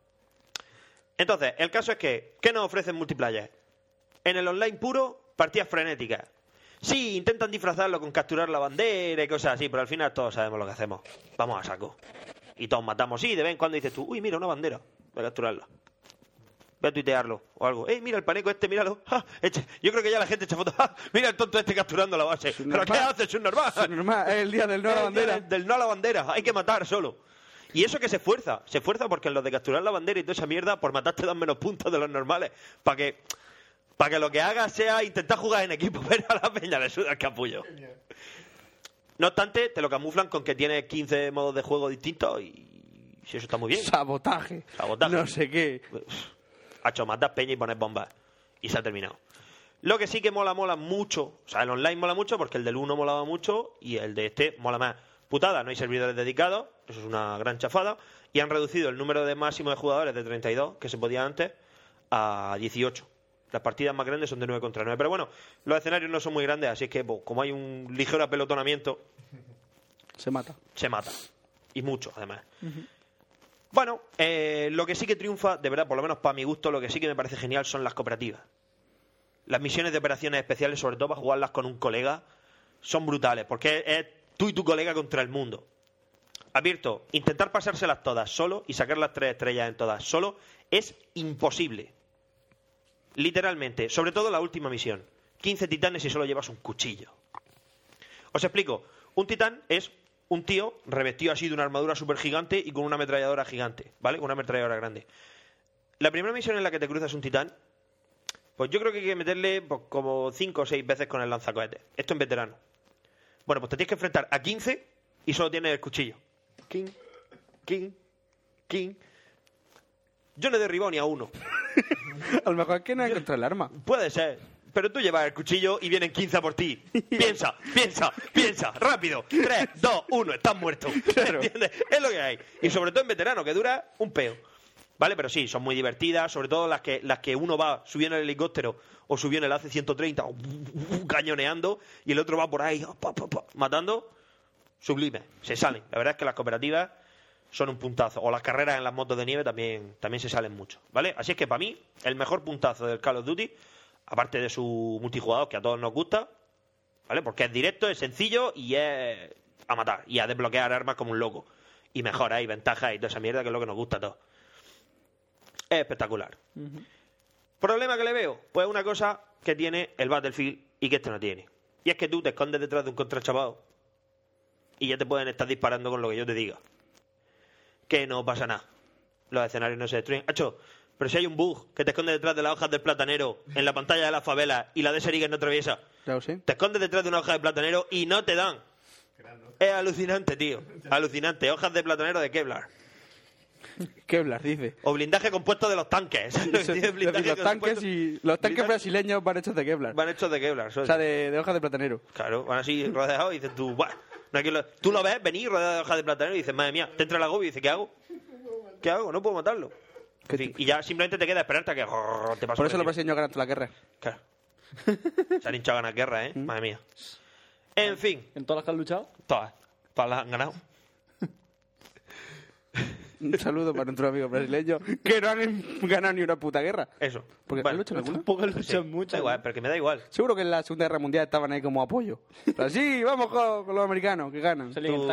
[SPEAKER 6] Entonces, el caso es que, ¿qué nos ofrecen multiplayer? En el online puro, partidas frenéticas. Sí, intentan disfrazarlo con capturar la bandera y cosas así, pero al final todos sabemos lo que hacemos. Vamos a saco. Y todos matamos. Sí, de vez en cuando dices tú, uy, mira, una bandera. Voy a capturarla. Voy a tuitearlo o algo. ¡Eh, mira el paneco este, míralo! ¡Ja! Eche. Yo creo que ya la gente echa fotos. ¡Ja! Mira el tonto este capturando la base. ¿Pero qué haces, subnormal?
[SPEAKER 8] Subnormal, es el día del no a la
[SPEAKER 6] Es el día
[SPEAKER 8] bandera.
[SPEAKER 6] Del, del no a la bandera. Hay que matar solo. Y eso que se esfuerza. Se esfuerza porque en los de capturar la bandera y toda esa mierda, por matar te dan menos puntos de los normales. Para que, para que lo que hagas sea intentar jugar en equipo, pero a la peña le suda el capullo. No obstante, te lo camuflan con que tienes quince modos de juego distintos y si eso está muy bien.
[SPEAKER 8] Sabotaje.
[SPEAKER 6] Sabotaje.
[SPEAKER 8] No sé qué.
[SPEAKER 6] Hacho, matas peña y pones bombas. Y se ha terminado. Lo que sí que mola, mola mucho, o sea, el online mola mucho porque el del uno molaba mucho y el de este mola más. Putada, no hay servidores dedicados, eso es una gran chafada, y han reducido el número de máximo de jugadores de treinta y dos, que se podía antes, a dieciocho. Las partidas más grandes son de nueve contra nueve. Pero bueno, los escenarios no son muy grandes, así que pues, como hay un ligero apelotonamiento,
[SPEAKER 8] se mata.
[SPEAKER 6] Se mata. Y mucho, además.
[SPEAKER 8] Uh-huh.
[SPEAKER 6] Bueno, eh, lo que sí que triunfa, de verdad, por lo menos para mi gusto, lo que sí que me parece genial son las cooperativas. Las misiones de operaciones especiales, sobre todo para jugarlas con un colega, son brutales, porque es tú y tu colega contra el mundo. Advierto, intentar pasárselas todas solo y sacar las tres estrellas en todas solo es imposible. Literalmente, sobre todo la última misión. quince titanes y solo llevas un cuchillo. Os explico. Un titán es un tío revestido así de una armadura súper gigante y con una ametralladora gigante, ¿vale? Con una ametralladora grande. La primera misión en la que te cruzas un titán, pues yo creo que hay que meterle pues, como cinco o seis veces con el lanzacohetes. Esto en veterano. Bueno, pues te tienes que enfrentar a quince y solo tienes el cuchillo. King, king, king. Yo no he derribado ni a uno.
[SPEAKER 8] A lo mejor es que no encontrado el arma.
[SPEAKER 6] Puede ser. Pero tú llevas el cuchillo y vienen quince a por ti. Piensa, piensa, piensa. Rápido. tres, dos, uno. Estás muerto.
[SPEAKER 8] Claro.
[SPEAKER 6] ¿Entiendes? Es lo que hay. Y sobre todo en veterano, que dura un peo. ¿Vale? Pero sí, son muy divertidas. Sobre todo las que, las que uno va subiendo en el helicóptero o subiendo en el A C ciento treinta cañoneando y el otro va por ahí pa, pa, pa, matando. Sublime. Se salen. La verdad es que las cooperativas son un puntazo. O las carreras en las motos de nieve también, también se salen mucho. ¿Vale? Así es que para mí, el mejor puntazo del Call of Duty, aparte de su multijugador que a todos nos gusta, ¿vale? Porque es directo, es sencillo y es a matar y a desbloquear armas como un loco. Y mejoras y ventajas y toda esa mierda que es lo que nos gusta a todos. Es espectacular.
[SPEAKER 8] Uh-huh.
[SPEAKER 6] ¿Problema que le veo? Pues una cosa que tiene el Battlefield y que este no tiene. Y es que tú te escondes detrás de un contrachapado y ya te pueden estar disparando con lo que yo te diga. Que no pasa nada. Los escenarios no se destruyen. Hacho, pero si hay un bug que te esconde detrás de las hojas del platanero en la pantalla de la favela y la de Serigen no atraviesa,
[SPEAKER 8] claro, sí.
[SPEAKER 6] Te escondes detrás de una hoja de platanero y no te dan. Es alucinante, tío. Alucinante. Hojas de platanero de Kevlar.
[SPEAKER 8] Kevlar, dice.
[SPEAKER 6] O blindaje compuesto de los tanques.
[SPEAKER 8] Blindaje los tanques y los tanques blindaje... brasileños van hechos de Kevlar.
[SPEAKER 6] Van hechos de Kevlar.
[SPEAKER 8] O sea, de, de hojas de platanero.
[SPEAKER 6] Claro, van así rodeados y dices tú, ¡buah! No hay que lo... Tú lo ves venir rodeado de hojas de platanero y dices, madre mía, te entra el agobio y dices, ¿qué hago? ¿Qué hago? No puedo matarlo. Sí, y ya simplemente te queda esperarte a que oh, te pase.
[SPEAKER 8] Por eso los brasileños ganan la guerra.
[SPEAKER 6] Claro. Se han hinchado a ganar guerra, ¿eh? ¿Mm? Madre mía. En fin.
[SPEAKER 9] ¿En todas las que han luchado?
[SPEAKER 6] Todas. Todas las han ganado.
[SPEAKER 8] Un saludo para nuestros amigos brasileños que no han ganado ni una puta guerra.
[SPEAKER 6] Eso.
[SPEAKER 8] Porque
[SPEAKER 6] bueno,
[SPEAKER 8] han luchado alguna.
[SPEAKER 9] Tampoco luchan
[SPEAKER 6] sí,
[SPEAKER 9] mucho.
[SPEAKER 6] Da igual, pero que me da igual.
[SPEAKER 8] Seguro que en la Segunda Guerra Mundial estaban ahí como apoyo. Pero sí, vamos con, con los americanos que ganan.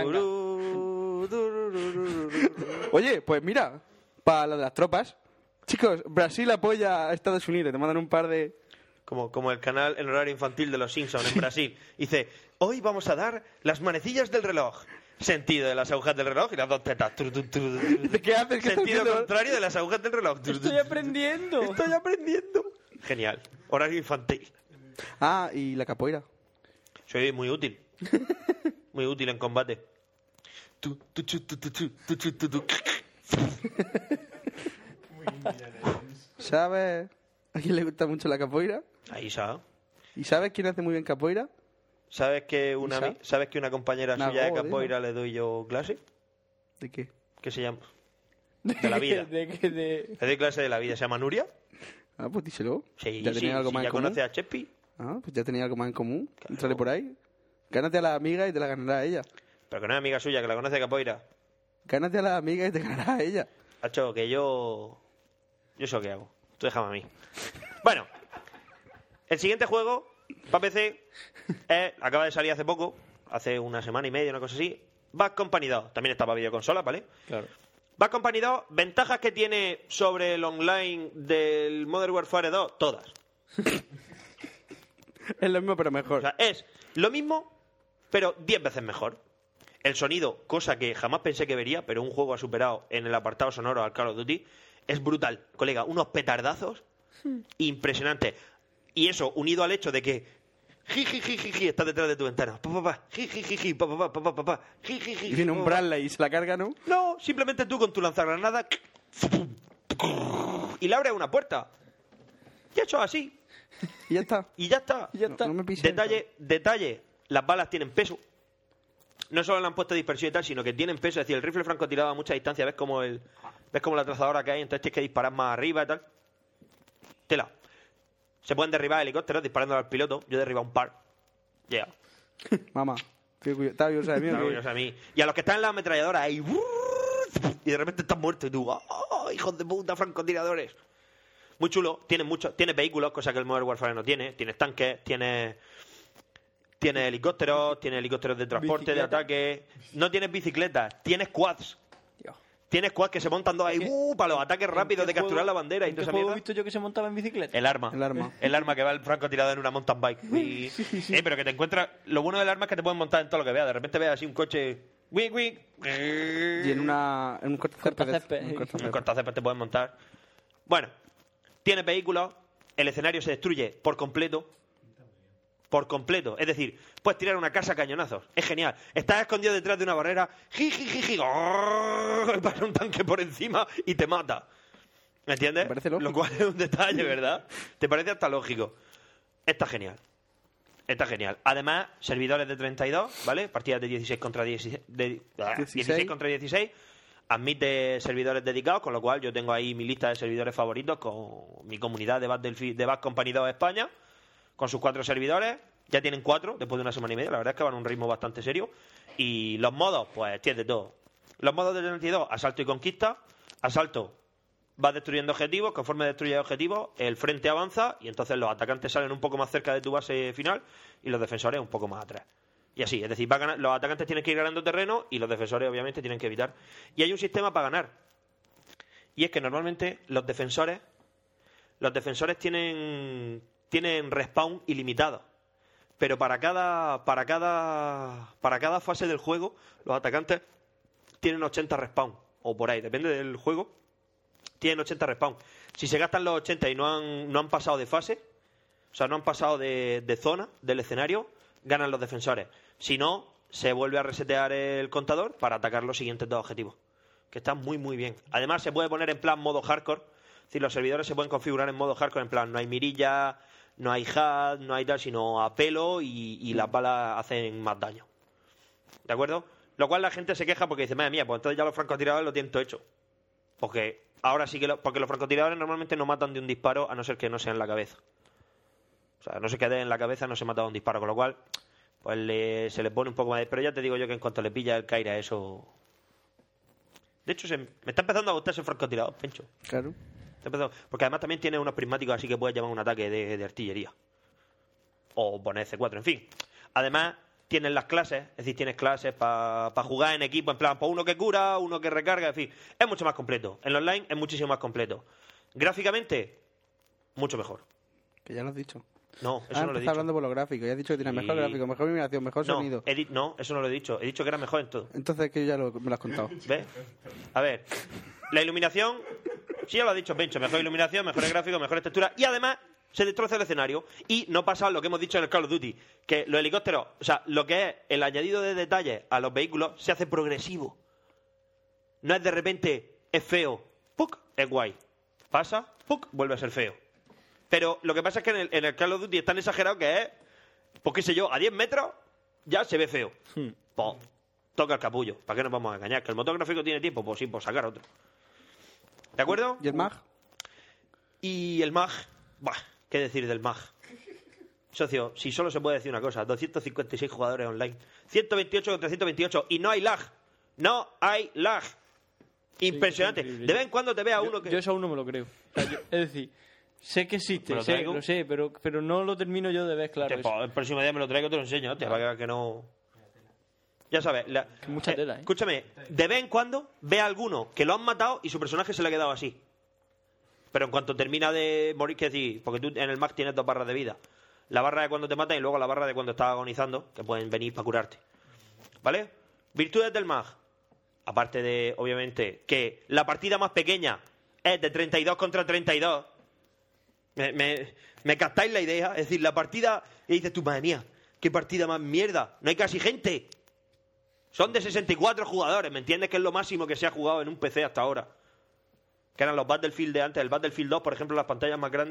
[SPEAKER 8] Oye, pues mira, para lo de las tropas, chicos, Brasil apoya a Estados Unidos. Te mandan un par de...
[SPEAKER 6] Como, como el canal en horario infantil de los Simpsons en Brasil. Dice, hoy vamos a dar las manecillas del reloj. Sentido de las agujas del reloj y las dos tetas.
[SPEAKER 8] ¿Qué haces? ¿Qué
[SPEAKER 6] Sentido contrario de las agujas del reloj.
[SPEAKER 9] Estoy aprendiendo.
[SPEAKER 6] Estoy aprendiendo. Genial. Horario infantil.
[SPEAKER 8] Ah, y la capoeira.
[SPEAKER 6] Soy muy útil. Muy útil en combate.
[SPEAKER 8] ¿Sabes a quién le gusta mucho la capoeira?
[SPEAKER 6] Ahí sabe.
[SPEAKER 8] ¿Y sabes quién hace muy bien capoeira?
[SPEAKER 6] ¿Sabes que una,
[SPEAKER 8] ¿Isa?
[SPEAKER 6] ¿sabes que una compañera
[SPEAKER 8] Nago,
[SPEAKER 6] suya de capoeira
[SPEAKER 8] dilo.
[SPEAKER 6] le doy yo clase?
[SPEAKER 8] ¿De qué?
[SPEAKER 6] ¿Qué se llama? De la vida.
[SPEAKER 9] ¿De qué? De...
[SPEAKER 6] Le doy clase de la vida. ¿Se llama Nuria?
[SPEAKER 8] Ah, pues díselo.
[SPEAKER 6] Sí,
[SPEAKER 8] ¿Ya
[SPEAKER 6] sí,
[SPEAKER 8] tenía algo
[SPEAKER 6] sí,
[SPEAKER 8] más
[SPEAKER 6] ya
[SPEAKER 8] en común?
[SPEAKER 6] conoce a Chespi.
[SPEAKER 8] Ah, pues ya tenía algo más en común. Claro. Sale por ahí. Gánate a la amiga y te la ganará a ella.
[SPEAKER 6] Pero que no es amiga suya, que la conoce de capoeira.
[SPEAKER 8] Gánate a la amiga y te ganará a ella.
[SPEAKER 6] Hacho, que yo... Yo sé lo que hago. Tú déjame a mí. Bueno. El siguiente juego, para P C, es, acaba de salir hace poco, hace una semana y media, una cosa así, Bad Company dos. También está para videoconsola, ¿vale?
[SPEAKER 9] Claro.
[SPEAKER 6] Bad Company dos, ventajas que tiene sobre el online del Modern Warfare dos, todas.
[SPEAKER 8] Es lo mismo, pero mejor.
[SPEAKER 6] O sea, es lo mismo, pero diez veces mejor. El sonido, cosa que jamás pensé que vería, pero un juego ha superado en el apartado sonoro al Call of Duty, es brutal. Colega, unos petardazos impresionantes. Y eso, unido al hecho de que jijijijiji está detrás de tu ventana. Pa, pa, pa, jijijiji, pa, pa, pa, pa, pa, pa, jijijiji,
[SPEAKER 8] y viene un
[SPEAKER 6] pa, pa, pa.
[SPEAKER 8] Bradley y se la carga, ¿no?
[SPEAKER 6] No, simplemente tú con tu lanzagranada y le abres una puerta. Y hecho así.
[SPEAKER 8] Y ya está.
[SPEAKER 6] Y ya está.
[SPEAKER 9] Y ya está.
[SPEAKER 8] No me pises.
[SPEAKER 6] Detalle, detalle, las balas tienen peso. No solo le han puesto dispersión y tal, sino que tienen peso. Es decir, el rifle francotirado a mucha distancia, ves como el, ves como la trazadora que hay, entonces tienes que disparar más arriba y tal. Tela. Se pueden derribar helicópteros disparando al piloto. Yo he derribado un par. Ya. Yeah.
[SPEAKER 8] Mamá. Está orgullosa de mí.
[SPEAKER 6] Está orgullosa de mí. Y a los que están en la ametralladora ahí. Y de repente están muertos y tú. ¡Oh, hijos de puta, francotiradores! Muy chulo. Tienes mucho, tienes vehículos, cosa que el Modern Warfare no tiene. Tienes tanques, tienes. Tienes helicópteros, tienes helicópteros de transporte,
[SPEAKER 9] Bicicleta.
[SPEAKER 6] de ataque. No tienes bicicletas, tienes quads.
[SPEAKER 9] Dios.
[SPEAKER 6] Tienes quads que se montan dos ahí
[SPEAKER 9] ¿Qué?
[SPEAKER 6] uh, para los ataques rápidos de
[SPEAKER 9] qué
[SPEAKER 6] capturar
[SPEAKER 9] juego-
[SPEAKER 6] la bandera y
[SPEAKER 9] ¿En
[SPEAKER 6] toda
[SPEAKER 9] qué
[SPEAKER 6] esa
[SPEAKER 9] juego he
[SPEAKER 6] mierda.
[SPEAKER 9] visto yo que se montaba en bicicleta?
[SPEAKER 6] El arma.
[SPEAKER 8] El arma.
[SPEAKER 6] El arma que va el francotirador en una mountain bike. Y, Eh, pero que te encuentras. Lo bueno del arma es que te pueden montar en todo lo que veas. De repente veas así un coche. Wing, wing.
[SPEAKER 8] Y en una en un cortacésped.
[SPEAKER 9] Cortacésped.
[SPEAKER 8] Un
[SPEAKER 6] En
[SPEAKER 8] cortacésped.
[SPEAKER 6] un cortacésped te pueden montar. Bueno, tienes vehículos. El escenario se destruye por completo. Por completo. Es decir, puedes tirar una casa a cañonazos. Es genial. Estás escondido detrás de una barrera. Jiji, jiji. Pasa un tanque por encima y te mata. ¿Me entiendes?
[SPEAKER 8] Me parece lógico.
[SPEAKER 6] Lo cual es un detalle, ¿verdad? Te parece hasta lógico. Está genial. Está genial. Además, servidores de treinta y dos, ¿vale? Partidas de dieciséis contra dieciséis. De, ah,
[SPEAKER 8] dieciséis.
[SPEAKER 6] dieciséis contra dieciséis. Admite servidores dedicados, con lo cual yo tengo ahí mi lista de servidores favoritos con mi comunidad de Battlefield, de Bad Company dos España, con sus cuatro servidores. Ya tienen cuatro después de una semana y media. La verdad es que van a un ritmo bastante serio. Y los modos, pues tienes de todo. Los modos de treinta y dos, asalto y conquista. Asalto, vas destruyendo objetivos. Conforme destruyes objetivos, el frente avanza y entonces los atacantes salen un poco más cerca de tu base final y los defensores un poco más atrás. Y así, es decir, va a ganar, los atacantes tienen que ir ganando terreno y los defensores obviamente tienen que evitar. Y hay un sistema para ganar. Y es que normalmente los defensores los defensores tienen tienen respawn ilimitado. Pero para cada para cada para cada fase del juego, los atacantes tienen ochenta respawn o por ahí, depende del juego. Tienen ochenta respawn. Si se gastan los ochenta y no han no han pasado de fase, o sea, no han pasado de, de zona del escenario, ganan los defensores. Si no, se vuelve a resetear el contador para atacar los siguientes dos objetivos. Que está muy, muy bien. Además, se puede poner en plan modo hardcore. Es decir, los servidores se pueden configurar en modo hardcore. En plan, no hay mirilla, no hay H U D, no hay tal, sino a pelo y, y las balas hacen más daño. ¿De acuerdo? Lo cual la gente se queja porque dice, madre mía, pues entonces ya los francotiradores lo tienen todo hecho. Porque ahora sí que... Lo, porque los francotiradores normalmente no matan de un disparo a no ser que no sea en la cabeza. O sea, no se quede en la cabeza, no se mata de un disparo. Con lo cual... pues le, se le pone un poco más de... Pero ya te digo yo que en cuanto le pilla el Kaira eso... De hecho, se, me está empezando a gustar ese francotirador, Pencho.
[SPEAKER 8] Claro.
[SPEAKER 6] Está empezando- porque además también tiene unos prismáticos así que puedes llamar un ataque de, de artillería. O poner C cuatro, en fin. Además, tienes las clases, es decir, tienes clases para pa jugar en equipo, en plan, pues uno que cura, uno que recarga, en fin. Es mucho más completo. En los online es muchísimo más completo. Gráficamente, mucho mejor.
[SPEAKER 8] Que ya lo has dicho.
[SPEAKER 6] No, eso
[SPEAKER 8] Ah,
[SPEAKER 6] no lo he
[SPEAKER 8] empezado
[SPEAKER 6] dicho.
[SPEAKER 8] hablando por lo gráfico. Ya has dicho que tiene
[SPEAKER 6] Sí.
[SPEAKER 8] mejor gráfico, mejor iluminación, mejor
[SPEAKER 6] No,
[SPEAKER 8] sonido.
[SPEAKER 6] he di- no, eso no lo he dicho. He dicho que era mejor en todo.
[SPEAKER 8] Entonces que ya lo, me lo has contado.
[SPEAKER 6] ¿Ves? A ver, la iluminación, sí ya lo ha dicho Pencho, mejor iluminación, mejores gráficos, mejores texturas y además se destroza el escenario y no pasa lo que hemos dicho en el Call of Duty, que los helicópteros, o sea, lo que es el añadido de detalles a los vehículos se hace progresivo. No es de repente, es feo, ¡puc! Es guay. Pasa, ¡puc! Vuelve a ser feo. Pero lo que pasa es que en el, en el Call of Duty es tan exagerado que es, pues qué sé yo, a diez metros ya se ve feo. Pues toca el capullo. ¿Para qué nos vamos a engañar? ¿Que el motor gráfico tiene tiempo? Pues sí, pues sacar otro. ¿De acuerdo?
[SPEAKER 8] ¿Y el mag?
[SPEAKER 6] Y el mag, bah, ¿qué decir del mag? Socio, si solo se puede decir una cosa, doscientos cincuenta y seis jugadores online, ciento veintiocho contra ciento veintiocho y no hay lag. No hay lag. Impresionante.
[SPEAKER 9] increíble.
[SPEAKER 6] De vez en cuando te vea
[SPEAKER 9] Yo-
[SPEAKER 6] uno que...
[SPEAKER 9] Yo eso aún no me lo creo. O sea, yo- es decir, sé que existe,
[SPEAKER 6] ¿Me lo
[SPEAKER 9] sé,
[SPEAKER 6] traigo?
[SPEAKER 9] lo sé, pero, pero no lo termino yo de ver claro.
[SPEAKER 6] Hostia,
[SPEAKER 9] eso.
[SPEAKER 6] pues el próximo día me lo traigo, te lo enseño, hostia, para que no... Ya sabes, la-
[SPEAKER 9] Mucha
[SPEAKER 6] eh,
[SPEAKER 9] tela, ¿eh?
[SPEAKER 6] escúchame, de vez en cuando ve a alguno que lo han matado y su personaje se le ha quedado así. Pero en cuanto termina de morir, que decir, porque tú en el mag tienes dos barras de vida. La barra de cuando te matan y luego la barra de cuando estás agonizando, que pueden venir para curarte. ¿Vale? Virtudes del mag. Aparte de, obviamente, que la partida más pequeña es de treinta y dos contra treinta y dos. Me, me, me captáis la idea. Es decir, la partida... Y dices tú, madre mía, qué partida más mierda. No hay casi gente. Son de sesenta y cuatro jugadores, ¿me entiendes? Que es lo máximo que se ha jugado en un P C hasta ahora. Que eran los Battlefield de antes. El Battlefield dos, por ejemplo, las pantallas más grandes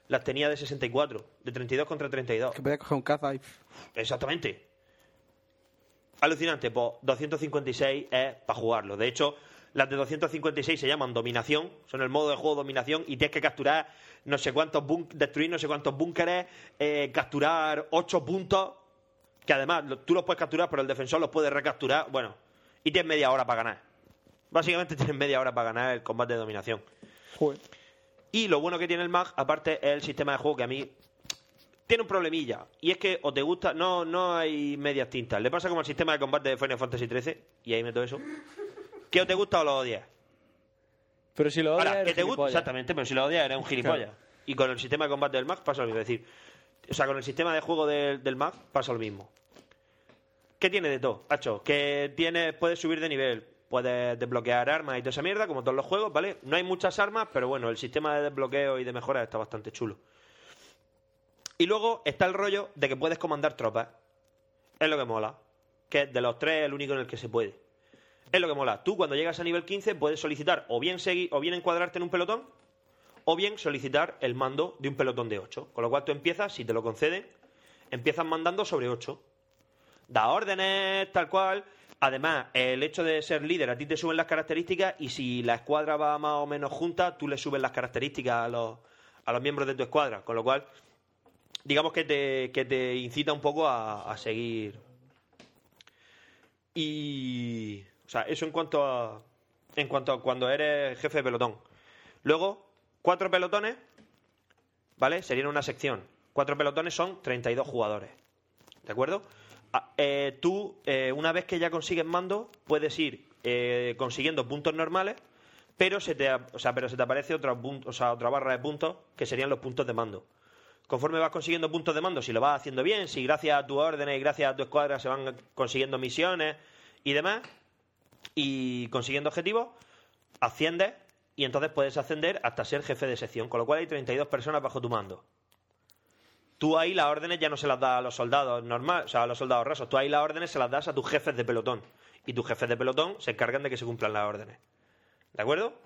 [SPEAKER 6] las tenía de sesenta y cuatro, de treinta y dos contra treinta y dos.
[SPEAKER 8] Que podía coger un caza y...
[SPEAKER 6] Exactamente. Alucinante, pues doscientos cincuenta y seis es para jugarlo. De hecho, las de doscientos cincuenta y seis se llaman dominación, son el modo de juego dominación y tienes que capturar no sé cuántos bunk destruir no sé cuántos búnkeres, eh, capturar ocho puntos, que además tú los puedes capturar, pero el defensor los puede recapturar. Bueno, y tienes media hora para ganar. Básicamente tienes media hora para ganar el combate de dominación.
[SPEAKER 9] Joder.
[SPEAKER 6] Y lo bueno que tiene el M A G, aparte, es el sistema de juego que a mí tiene un problemilla. Y es que o te gusta, no, no hay medias tintas. Le pasa como el sistema de combate de Final Fantasy trece, y ahí meto eso, que o te gusta o lo odias.
[SPEAKER 9] Pero si lo odias,
[SPEAKER 6] Ahora,
[SPEAKER 9] eres
[SPEAKER 6] que te gusta,
[SPEAKER 9] gilipollas.
[SPEAKER 6] exactamente, pero si lo odias eres un gilipollas.
[SPEAKER 9] Claro.
[SPEAKER 6] Y con el sistema de combate del M A G pasa lo mismo. Es decir, o sea, con el sistema de juego del, del M A G pasa lo mismo. ¿Qué tiene de todo, hacho? Que tiene, puedes subir de nivel, puedes desbloquear armas y toda esa mierda, como todos los juegos, ¿vale? No hay muchas armas, pero bueno, el sistema de desbloqueo y de mejora está bastante chulo. Y luego está el rollo de que puedes comandar tropas. Es lo que mola. Que de los tres es el único en el que se puede. Es lo que mola. Tú cuando llegas a nivel quince puedes solicitar o bien seguir, o bien encuadrarte en un pelotón, o bien solicitar el mando de un pelotón de ocho. Con lo cual tú empiezas, si te lo conceden, empiezas mandando sobre ocho. Da órdenes, tal cual. Además, el hecho de ser líder, a ti te suben las características, y si la escuadra va más o menos junta, tú le subes las características a los, a los miembros de tu escuadra. Con lo cual, digamos que te, que te incita un poco a, a seguir. Y... O sea, eso en cuanto a... En cuanto a cuando eres jefe de pelotón. Luego, cuatro pelotones, ¿vale? Serían una sección. Cuatro pelotones son treinta y dos jugadores. ¿De acuerdo? Ah, eh, tú, eh, una vez que ya consigues mando, puedes ir eh, consiguiendo puntos normales, pero se te, o sea, pero se te aparece otra, o sea, otra barra de puntos que serían los puntos de mando. Conforme vas consiguiendo puntos de mando, si lo vas haciendo bien, si gracias a tus órdenes y gracias a tu escuadra se van consiguiendo misiones y demás, y consiguiendo objetivos, asciendes y entonces puedes ascender hasta ser jefe de sección, con lo cual hay treinta y dos personas bajo tu mando. Tú ahí las órdenes ya no se las das a los soldados normales, o sea, a los soldados rasos. Tú ahí las órdenes se las das a tus jefes de pelotón. Y tus jefes de pelotón se encargan de que se cumplan las órdenes. ¿De acuerdo?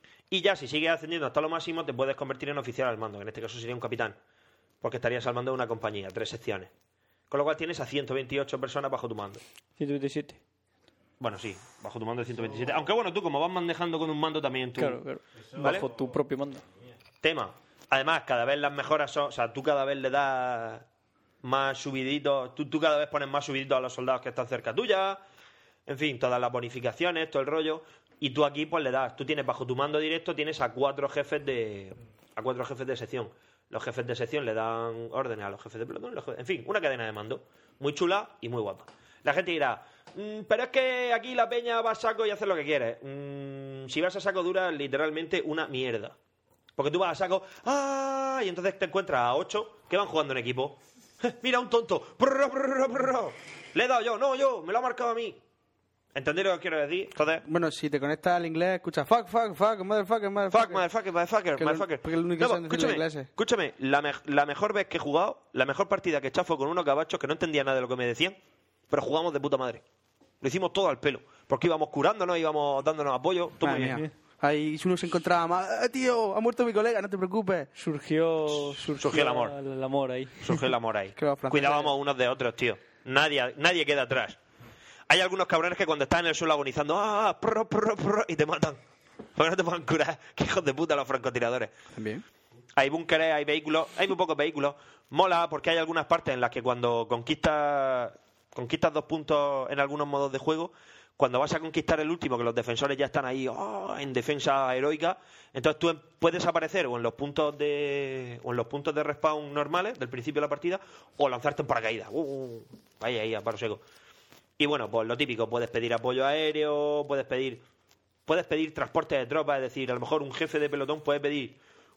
[SPEAKER 6] Y ya, si sigues ascendiendo hasta lo máximo, te puedes convertir en oficial al mando, que en este caso sería un capitán. Porque estarías al mando de una compañía, tres secciones. Con lo cual tienes a ciento veintiocho personas bajo tu mando.
[SPEAKER 9] ciento veintisiete.
[SPEAKER 6] Bueno, sí, bajo tu mando de ciento veintisiete. Aunque bueno, tú como vas manejando con un mando también tú...
[SPEAKER 9] Claro, claro.
[SPEAKER 6] ¿Vale?
[SPEAKER 9] Bajo tu propio mando.
[SPEAKER 6] Tema. Además, cada vez las mejoras son... O sea, tú cada vez le das más subiditos... Tú, tú cada vez pones más subiditos a los soldados que están cerca tuya. En fin, todas las bonificaciones, todo el rollo. Y tú aquí, pues le das... Tú tienes bajo tu mando directo, tienes a cuatro jefes de... A cuatro jefes de sección. Los jefes de sección le dan órdenes a los jefes de pelotón. Los jefes... En fin, una cadena de mando. Muy chula y muy guapa. La gente dirá... Mm, pero es que aquí la peña va a saco y hace lo que quiere. Mm, si vas a saco dura literalmente una mierda. Porque tú vas a saco, ¡ah! Y entonces te encuentras a ocho que van jugando en equipo. ¡Mira, un tonto! ¡Prrr, prrr, prrr! Le he dado yo, no, yo, me lo ha marcado a mí. ¿Entendéis lo que quiero decir? Entonces,
[SPEAKER 8] bueno, si te conectas al inglés, escucha fuck, fuck, fuck, motherfucker, motherfucker.
[SPEAKER 6] Fuck, motherfucker, motherfucker,
[SPEAKER 8] Que
[SPEAKER 6] motherfucker.
[SPEAKER 8] Lo, porque el único
[SPEAKER 6] Luego,
[SPEAKER 8] que saben decir
[SPEAKER 6] escúchame,
[SPEAKER 8] los ingleses.
[SPEAKER 6] escúchame la, me la mejor vez que he jugado, la mejor partida que he echado fue con unos gabachos que no entendían nada de lo que me decían, pero jugamos de puta madre. Lo hicimos todo al pelo, porque íbamos curándonos, íbamos dándonos apoyo, todo muy bien.
[SPEAKER 8] Ahí uno se encontraba más, eh, tío, ha muerto mi colega, no te preocupes.
[SPEAKER 9] Surgió, surgió,
[SPEAKER 6] surgió el amor.
[SPEAKER 9] El amor ahí.
[SPEAKER 6] Surgió el amor ahí. Cuidábamos unos de otros, tío. Nadie, nadie queda atrás. Hay algunos cabrones que cuando están en el suelo agonizando, ah, prro, prro, prro, y te matan. Porque no te pueden curar. Qué hijos de puta los francotiradores.
[SPEAKER 8] También.
[SPEAKER 6] Hay búnkeres, hay vehículos, hay muy pocos vehículos. Mola porque hay algunas partes en las que cuando conquistas, conquistas dos puntos en algunos modos de juego, cuando vas a conquistar el último, que los defensores ya están ahí oh, en defensa heroica, entonces tú puedes aparecer o en los puntos de o en los puntos de respawn normales del principio de la partida o lanzarte en paracaídas. Uh, ahí, ahí, a paro seco. Y bueno, pues lo típico, puedes pedir apoyo aéreo, puedes pedir puedes pedir transporte de tropas, es decir, a lo mejor un jefe de pelotón puede pedir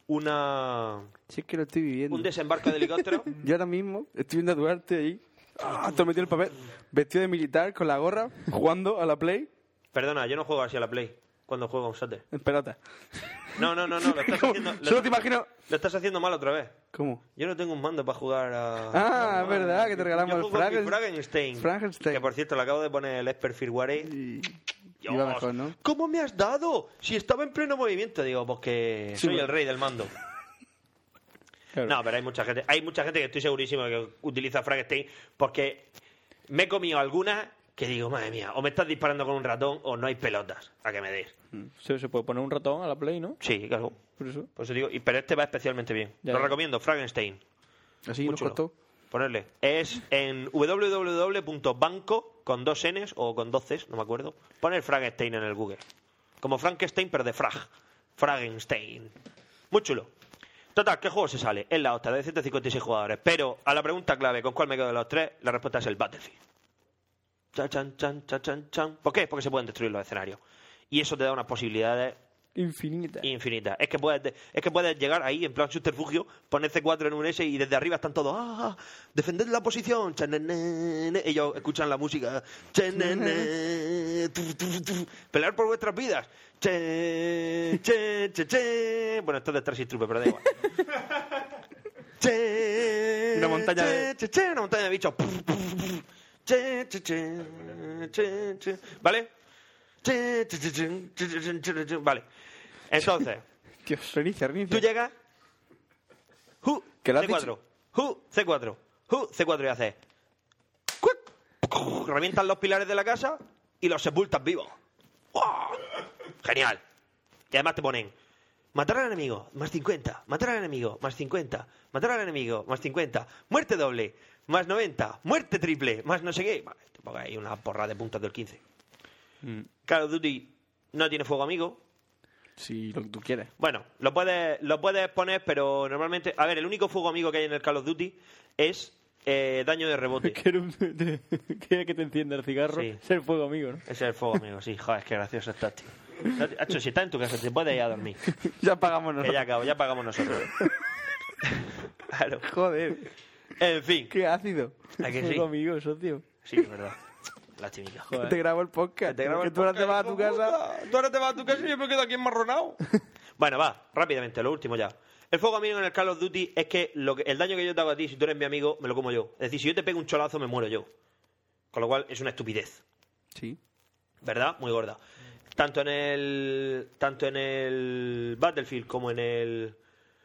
[SPEAKER 6] una
[SPEAKER 8] sí, es que lo estoy viviendo.
[SPEAKER 6] un desembarque de helicóptero.
[SPEAKER 8] Yo ahora mismo estoy viendo a Duarte ahí. Ah, te metió el papel. Vestido de militar, con la gorra, jugando a la Play.
[SPEAKER 6] Perdona, yo no juego así a la Play cuando juego a un shooter.
[SPEAKER 8] En pelota.
[SPEAKER 6] No, no, no, no, lo estás haciendo... Lo,
[SPEAKER 8] Solo te imagino...
[SPEAKER 6] Lo estás haciendo mal otra vez.
[SPEAKER 8] ¿Cómo?
[SPEAKER 6] Yo no tengo un mando para jugar a...
[SPEAKER 8] Ah, es verdad, que te regalamos el
[SPEAKER 6] Fragen... Frankenstein.
[SPEAKER 8] Frankenstein.
[SPEAKER 6] Que, por cierto, le acabo de poner el Esper Firmware.
[SPEAKER 8] Y... Iba mejor, ¿no?
[SPEAKER 6] ¿Cómo me has dado? Si estaba en pleno movimiento. Digo, pues que
[SPEAKER 8] sí,
[SPEAKER 6] soy
[SPEAKER 8] bueno.
[SPEAKER 6] el rey del mando. Claro. No, pero hay mucha gente, hay mucha gente que estoy segurísimo que utiliza Frankenstein porque me he comido algunas que digo, madre mía, o me estás disparando con un ratón o no hay pelotas a que me des.
[SPEAKER 9] Se, se puede poner un ratón a la Play, ¿no?
[SPEAKER 6] Sí, claro.
[SPEAKER 9] Por eso.
[SPEAKER 6] Por eso digo, y, pero este va especialmente bien.
[SPEAKER 9] Ya
[SPEAKER 6] Lo
[SPEAKER 9] ya.
[SPEAKER 6] recomiendo, Frankenstein.
[SPEAKER 8] Así nos costó.
[SPEAKER 6] Ponerle. Es en w w w punto banco con dos Ns o con dos Cs, no me acuerdo. Poner Frankenstein en el Google. Como Frankenstein, pero de Frag. Frankenstein. Muy chulo. Total, ¿qué juego se sale? Es la hostia de ciento cincuenta y seis jugadores. Pero a la pregunta clave, ¿con cuál me quedo de los tres? La respuesta es el Battlefield. Chan, chan, chan, chan, chan, chan. ¿Por qué? Porque se pueden destruir los escenarios. Y eso te da unas posibilidades
[SPEAKER 9] infinitas.
[SPEAKER 6] Infinitas. Es que puedes, es que puedes llegar ahí en plan subterfugio, poner C cuatro en un S y desde arriba están todos, ¡ah! Defended la posición. Chanene. Ellos escuchan la música. Chanene. Tu, tu, tu. Pelear por vuestras vidas. Che, che, che, che. Bueno, esto es de Starship Troopers, pero da igual. Che,
[SPEAKER 8] una montaña
[SPEAKER 6] che,
[SPEAKER 8] de...
[SPEAKER 6] che, che, una montaña de bichos. Che, che, che, che, che. ¿Vale? Che, che, che, che, che, che, che. Vale. Entonces,
[SPEAKER 8] Dios, reinicia, reinicia.
[SPEAKER 6] tú llegas, hu,
[SPEAKER 8] ¿Qué lo has
[SPEAKER 6] C cuatro, hu, C cuatro, hu, C cuatro y haces, ¡cuic! Revientas los pilares de la casa y los sepultas vivos. ¡Wow! Genial. Y además te ponen matar al enemigo, más cincuenta, matar al enemigo, más cincuenta, matar al enemigo, más cincuenta, muerte doble, más noventa, muerte triple, más no sé qué. Vale, te pongo ahí una porra de puntos del quince.
[SPEAKER 8] Mm.
[SPEAKER 6] Call of Duty no tiene fuego amigo.
[SPEAKER 8] Si lo que tú quieres.
[SPEAKER 6] Bueno, lo puedes, lo puedes poner, pero normalmente... A ver, el único fuego amigo que hay en el Call of Duty es eh, daño de rebote.
[SPEAKER 9] Que era un- de- que que te enciende el cigarro.
[SPEAKER 6] Sí.
[SPEAKER 9] Es el fuego amigo, ¿no?
[SPEAKER 6] Ese es el fuego amigo, sí. Joder, qué gracioso estás, tío. No, Hacho, si estás en tu casa, te puedes ir a dormir.
[SPEAKER 8] Ya pagamos
[SPEAKER 6] Que
[SPEAKER 8] nosotros.
[SPEAKER 6] ya acabo, ya pagamos nosotros. Claro.
[SPEAKER 8] Joder.
[SPEAKER 6] En fin.
[SPEAKER 8] Qué ácido.
[SPEAKER 6] ¿A que sí?
[SPEAKER 9] Fuego amigo, socio.
[SPEAKER 6] Sí, es verdad. Lástima.
[SPEAKER 8] Que te grabo el podcast.
[SPEAKER 6] Que te grabo
[SPEAKER 8] que
[SPEAKER 6] el
[SPEAKER 8] tú ahora te vas a tu
[SPEAKER 6] podcast,
[SPEAKER 8] casa.
[SPEAKER 6] Tú ahora te vas a tu casa y yo me quedo aquí enmarronado. Bueno, va, rápidamente, lo último ya. El fuego amigo en el Call of Duty es que, lo que el daño que yo te hago a ti, si tú eres mi amigo, me lo como yo. Es decir, si yo te pego un cholazo, me muero yo. Con lo cual, es una estupidez.
[SPEAKER 8] Sí.
[SPEAKER 6] ¿Verdad? Muy gorda. Tanto en el tanto en el Battlefield como en el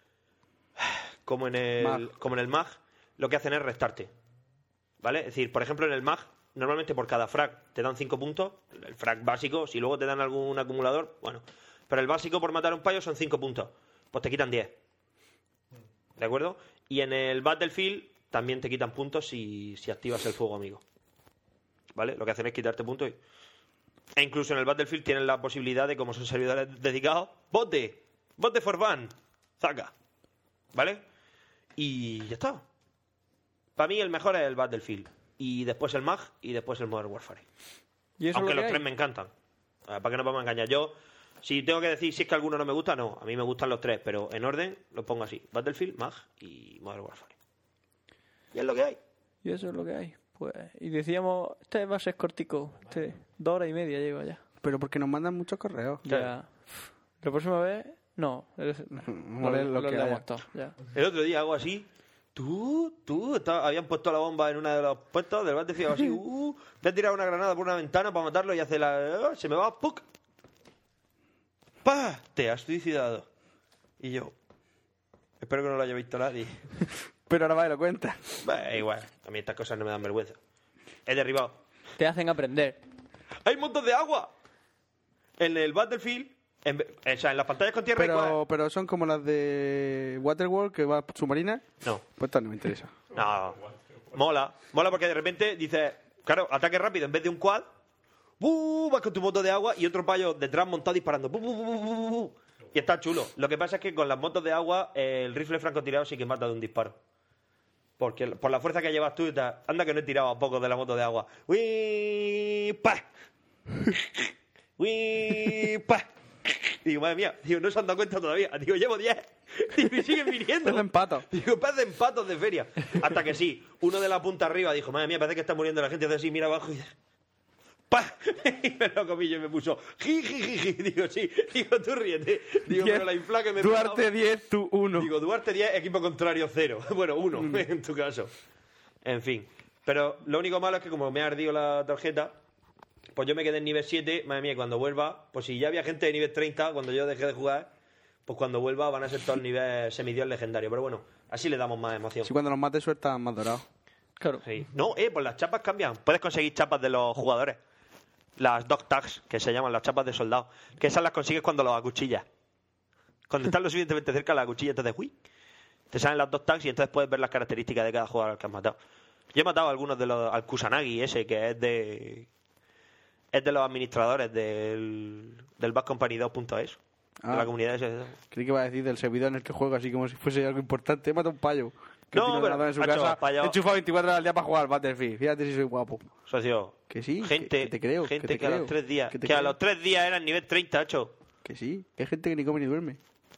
[SPEAKER 6] como en el
[SPEAKER 8] Mag.
[SPEAKER 6] como en el Mag, lo que hacen es restarte. ¿Vale? Es decir, por ejemplo, en el Mag, normalmente por cada frag te dan cinco puntos, el frag básico, si luego te dan algún acumulador, bueno, pero el básico por matar a un payo son cinco puntos. Pues te quitan diez. ¿De acuerdo? Y en el Battlefield también te quitan puntos si, si activas el fuego amigo. ¿Vale? Lo que hacen es quitarte puntos y... E incluso en el Battlefield tienen la posibilidad de, como son servidores dedicados, bote, bote for fun, zaca, ¿vale? Y ya está. Para mí el mejor es el Battlefield, y después el Mag, y después el Modern Warfare.
[SPEAKER 9] ¿Y eso
[SPEAKER 6] Aunque
[SPEAKER 9] es lo
[SPEAKER 6] los
[SPEAKER 9] que
[SPEAKER 6] tres
[SPEAKER 9] hay?
[SPEAKER 6] me encantan. ¿Para qué nos vamos a engañar? Yo, si tengo que decir si es que alguno no me gusta, no. A mí me gustan los tres, pero en orden los pongo así. Battlefield, Mag y Modern Warfare. Y es lo que hay.
[SPEAKER 9] Y eso es lo que hay. Pues, y decíamos, este va a ser cortico. Este, dos horas y media lleva ya.
[SPEAKER 8] Pero porque nos mandan muchos correos.
[SPEAKER 9] Ya. La próxima vez, no. Es-
[SPEAKER 8] Vamos a ver lo que
[SPEAKER 9] leemos
[SPEAKER 8] haya.
[SPEAKER 9] todo, ya.
[SPEAKER 6] El otro día hago así. Tú, tú, estaba- habían puesto la bomba en uno de los puestos del Battlefield, hago así. Uh, voy a tirar una granada por una ventana para matarlo y hace la. Se me va, ¡puc! ¡Pah! Te has suicidado. Y yo. Espero que no lo haya visto nadie.
[SPEAKER 8] Pero ahora va y lo cuenta.
[SPEAKER 6] Bah, igual, a mí estas cosas no me dan vergüenza. He derribado.
[SPEAKER 9] Te hacen aprender.
[SPEAKER 6] ¡Hay montos de agua! En el Battlefield, en, ve- o sea, en las pantallas con tierra hay
[SPEAKER 8] Pero,
[SPEAKER 6] cua-
[SPEAKER 8] pero son como las de Waterworld, que va submarina.
[SPEAKER 6] No.
[SPEAKER 8] Pues esta no me interesa.
[SPEAKER 6] No, mola. Mola porque de repente dices, claro, ataque rápido en vez de un quad. ¡Uh! Vas con tu moto de agua y otro payo detrás montado disparando. ¡Bu, bu, bu, bu, bu, bu! Y está chulo. Lo que pasa es que con las motos de agua eh, el rifle francotirado sí que mata de un disparo. Porque por la fuerza que llevas tú, te- anda que no he tirado a poco de la moto de agua. ¡Uy! ¡Pa! ¡Uy! ¡Pa! Y digo, madre mía, digo, no se han dado cuenta todavía. Digo, llevo diez. Digo, y siguen viniendo.
[SPEAKER 8] Hacen patos.
[SPEAKER 6] Digo, pez de empatos de feria. Hasta que sí, uno de la punta arriba dijo, madre mía, parece que está muriendo la gente. Hace así, mira abajo y... ¡Pa! Y me lo comí yo y me puso... Ji, ji, ji, ji. Digo, sí. Digo, tú ríete. Digo,
[SPEAKER 8] Diez.
[SPEAKER 6] pero la infla que me he
[SPEAKER 8] Duarte
[SPEAKER 6] pegado-
[SPEAKER 8] diez, tú uno.
[SPEAKER 6] Digo, Duarte diez, equipo contrario cero. Bueno, uno,
[SPEAKER 8] Mm.
[SPEAKER 6] en tu caso. En fin. Pero lo único malo es que como me ha ardido la tarjeta, pues yo me quedé en nivel siete. Madre mía, y cuando vuelva, pues si ya había gente de nivel treinta, cuando yo dejé de jugar, pues cuando vuelva van a ser todos niveles semidios legendarios. Pero bueno, Así le damos más emoción.
[SPEAKER 8] Si cuando los mates sueltan más dorados.
[SPEAKER 9] Claro.
[SPEAKER 6] Sí. No, eh, pues las chapas cambian. Puedes conseguir chapas de los jugadores. Las dog tags, que se llaman las chapas de soldados. Que esas las consigues cuando los acuchillas. Cuando estás lo suficientemente cerca de la cuchilla, entonces, uy, te salen las dog tags y entonces puedes ver las características de cada jugador que has matado. Yo he matado a algunos de los... Al Kusanagi ese, que es de... Es de los administradores del... Del Bad Company dos punto es.
[SPEAKER 8] Ah.
[SPEAKER 6] De la comunidad ese.
[SPEAKER 8] Creí que iba a decir del servidor en el que juego, así como si fuese algo importante. He matado un payo. Que
[SPEAKER 6] No,
[SPEAKER 8] tiene un
[SPEAKER 6] pero,
[SPEAKER 8] ordenador en su
[SPEAKER 6] macho,
[SPEAKER 8] casa.
[SPEAKER 6] payo-
[SPEAKER 8] He enchufado veinticuatro horas al día para jugar al Battlefield. Fíjate si soy guapo.
[SPEAKER 6] Socio.
[SPEAKER 8] Que sí,
[SPEAKER 6] Gente,
[SPEAKER 8] que, que te creo.
[SPEAKER 6] gente
[SPEAKER 8] que, te
[SPEAKER 6] que a
[SPEAKER 8] creo,
[SPEAKER 6] los tres días...
[SPEAKER 8] Que,
[SPEAKER 6] Que,
[SPEAKER 8] te
[SPEAKER 6] a
[SPEAKER 8] creo.
[SPEAKER 6] los tres días eran nivel treinta, hecho.
[SPEAKER 8] Que sí, que hay gente que ni come ni duerme.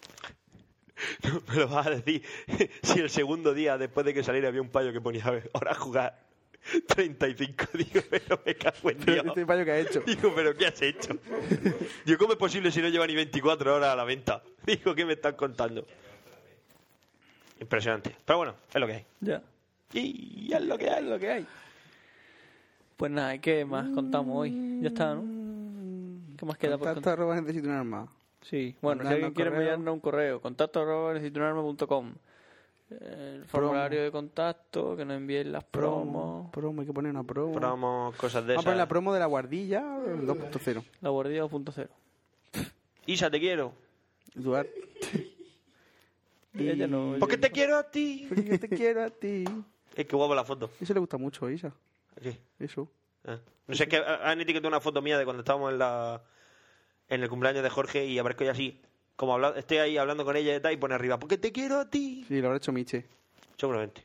[SPEAKER 6] Me lo vas a decir si el segundo día después de que saliera había un payo que ponía ahora a jugar treinta y cinco. Digo, pero me cago en Dios.
[SPEAKER 8] Pero este payo que ha hecho.
[SPEAKER 6] Digo, pero ¿qué has hecho? Digo, ¿cómo es posible si no lleva ni veinticuatro horas a la venta? Digo, ¿qué me están contando? Impresionante. Pero bueno, es lo que hay.
[SPEAKER 9] Ya.
[SPEAKER 6] Y es lo que hay.
[SPEAKER 9] Es lo que hay. Pues nada, ¿qué más contamos hoy? Ya está, ¿no? ¿Qué más queda por
[SPEAKER 8] Contacto
[SPEAKER 9] contar?
[SPEAKER 8] arroba necesito un arma.
[SPEAKER 9] Sí, bueno, si
[SPEAKER 8] Mandadnos
[SPEAKER 9] alguien quiere
[SPEAKER 8] correo.
[SPEAKER 9] enviarnos un correo, contacto arroba necesito un arma punto com. El formulario de contacto, que nos envíen las promos.
[SPEAKER 8] Promo, hay que poner una promo.
[SPEAKER 6] Promo, cosas de
[SPEAKER 8] Vamos a poner la
[SPEAKER 6] esas.
[SPEAKER 8] promo de la guardilla el dos punto cero.
[SPEAKER 9] La guardia dos punto cero.
[SPEAKER 6] Isa, te quiero.
[SPEAKER 8] Duarte.
[SPEAKER 9] Y ella no.
[SPEAKER 6] Porque te quiero a ti.
[SPEAKER 8] Porque te quiero a ti.
[SPEAKER 6] Es que guapo la foto.
[SPEAKER 8] Eso le gusta mucho a Isa.
[SPEAKER 6] ¿Qué?
[SPEAKER 8] Eso.
[SPEAKER 6] Ah. No sé, es que han etiquetado una foto mía de cuando estábamos en la en el cumpleaños de Jorge y aparezco yo así, como habla, estoy ahí hablando con ella y tal, y pone arriba, porque te quiero a ti.
[SPEAKER 8] Sí, lo habrá hecho Miche.
[SPEAKER 6] Seguramente.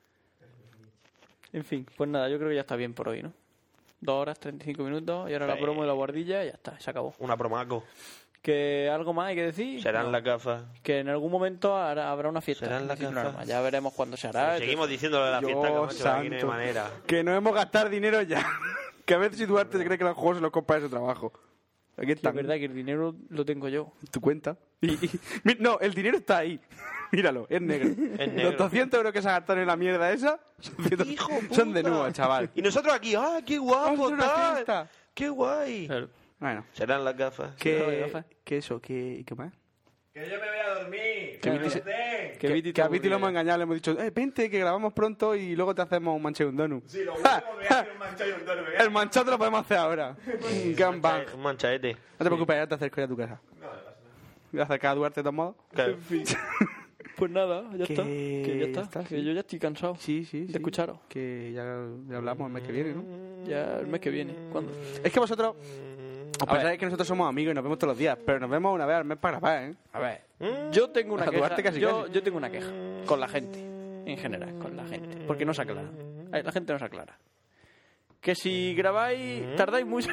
[SPEAKER 9] En fin, pues nada, yo creo que ya está bien por hoy, ¿no? Dos horas, treinta y cinco minutos, y ahora la
[SPEAKER 6] Sí.
[SPEAKER 9] promo de la guardilla y ya está, se acabó.
[SPEAKER 6] Una promaco.
[SPEAKER 9] Que algo más hay que decir.
[SPEAKER 6] Serán
[SPEAKER 9] No.
[SPEAKER 6] las gafas.
[SPEAKER 9] Que en algún momento hará- habrá una fiesta.
[SPEAKER 6] Serán las
[SPEAKER 9] Necesito un
[SPEAKER 6] gafas.
[SPEAKER 9] arma. Ya veremos cuándo se hará.
[SPEAKER 6] Seguimos diciéndole a la fiesta que macho, aquí no hay manera.
[SPEAKER 8] Que no hemos gastado dinero ya. Que a veces si Duarte se cree que los juegos se los compra de su trabajo. Aquí
[SPEAKER 9] Sí,
[SPEAKER 8] está.
[SPEAKER 9] es verdad que el dinero lo tengo yo.
[SPEAKER 8] Tu cuenta. Y, y- mi- no, el dinero está ahí. Míralo, es negro.
[SPEAKER 6] negro.
[SPEAKER 8] Los doscientos euros que se gastaron en la mierda esa son, ciento- son de nuevo, chaval.
[SPEAKER 6] Y nosotros aquí, ¡ah, qué guapo,
[SPEAKER 8] Vamos a hacer una
[SPEAKER 6] tal!
[SPEAKER 8] fiesta.
[SPEAKER 6] ¡Qué guay!
[SPEAKER 8] Bueno,
[SPEAKER 6] Serán las gafas.
[SPEAKER 8] que, que eso, que, ¿qué más?
[SPEAKER 14] Que yo me voy a dormir.
[SPEAKER 8] Que
[SPEAKER 14] Que
[SPEAKER 8] Viti se-
[SPEAKER 14] me
[SPEAKER 8] Que,
[SPEAKER 9] Viti
[SPEAKER 8] que a
[SPEAKER 9] te
[SPEAKER 8] Viti lo
[SPEAKER 9] aburría.
[SPEAKER 8] hemos engañado, le hemos dicho, eh, vente, que grabamos pronto y luego te hacemos un mancheo y un donut.
[SPEAKER 14] Sí, lo último me voy a hacer un manchado y un tono.
[SPEAKER 8] El manchado te lo podemos hacer ahora. Un gangbang.
[SPEAKER 6] Un manchaete.
[SPEAKER 8] No te preocupes, ya te acerco ya a tu casa. Voy a acercar a Duarte de todos modos.
[SPEAKER 6] Claro.
[SPEAKER 9] Pues nada, ya
[SPEAKER 8] Que
[SPEAKER 9] está. Que ya está.
[SPEAKER 8] está,
[SPEAKER 9] que
[SPEAKER 8] sí.
[SPEAKER 9] yo ya estoy cansado
[SPEAKER 8] Sí, sí,
[SPEAKER 9] de
[SPEAKER 8] sí.
[SPEAKER 9] escucharos.
[SPEAKER 8] Que ya, ya hablamos el mes que viene, ¿no?
[SPEAKER 9] Ya el mes que viene. ¿Cuándo?
[SPEAKER 8] Es que vosotros... Os
[SPEAKER 9] A
[SPEAKER 8] pensáis
[SPEAKER 9] ver.
[SPEAKER 8] que nosotros somos amigos y nos vemos todos los días, pero nos vemos una vez al mes para grabar, ¿eh?
[SPEAKER 9] A ver, yo tengo una
[SPEAKER 8] A
[SPEAKER 9] queja.
[SPEAKER 8] Duarte casi,
[SPEAKER 9] yo,
[SPEAKER 8] casi.
[SPEAKER 9] yo tengo una queja con la gente, en general, con la gente. Porque no se aclara. Ay, La gente no se aclara. Que si grabáis, tardáis mucho.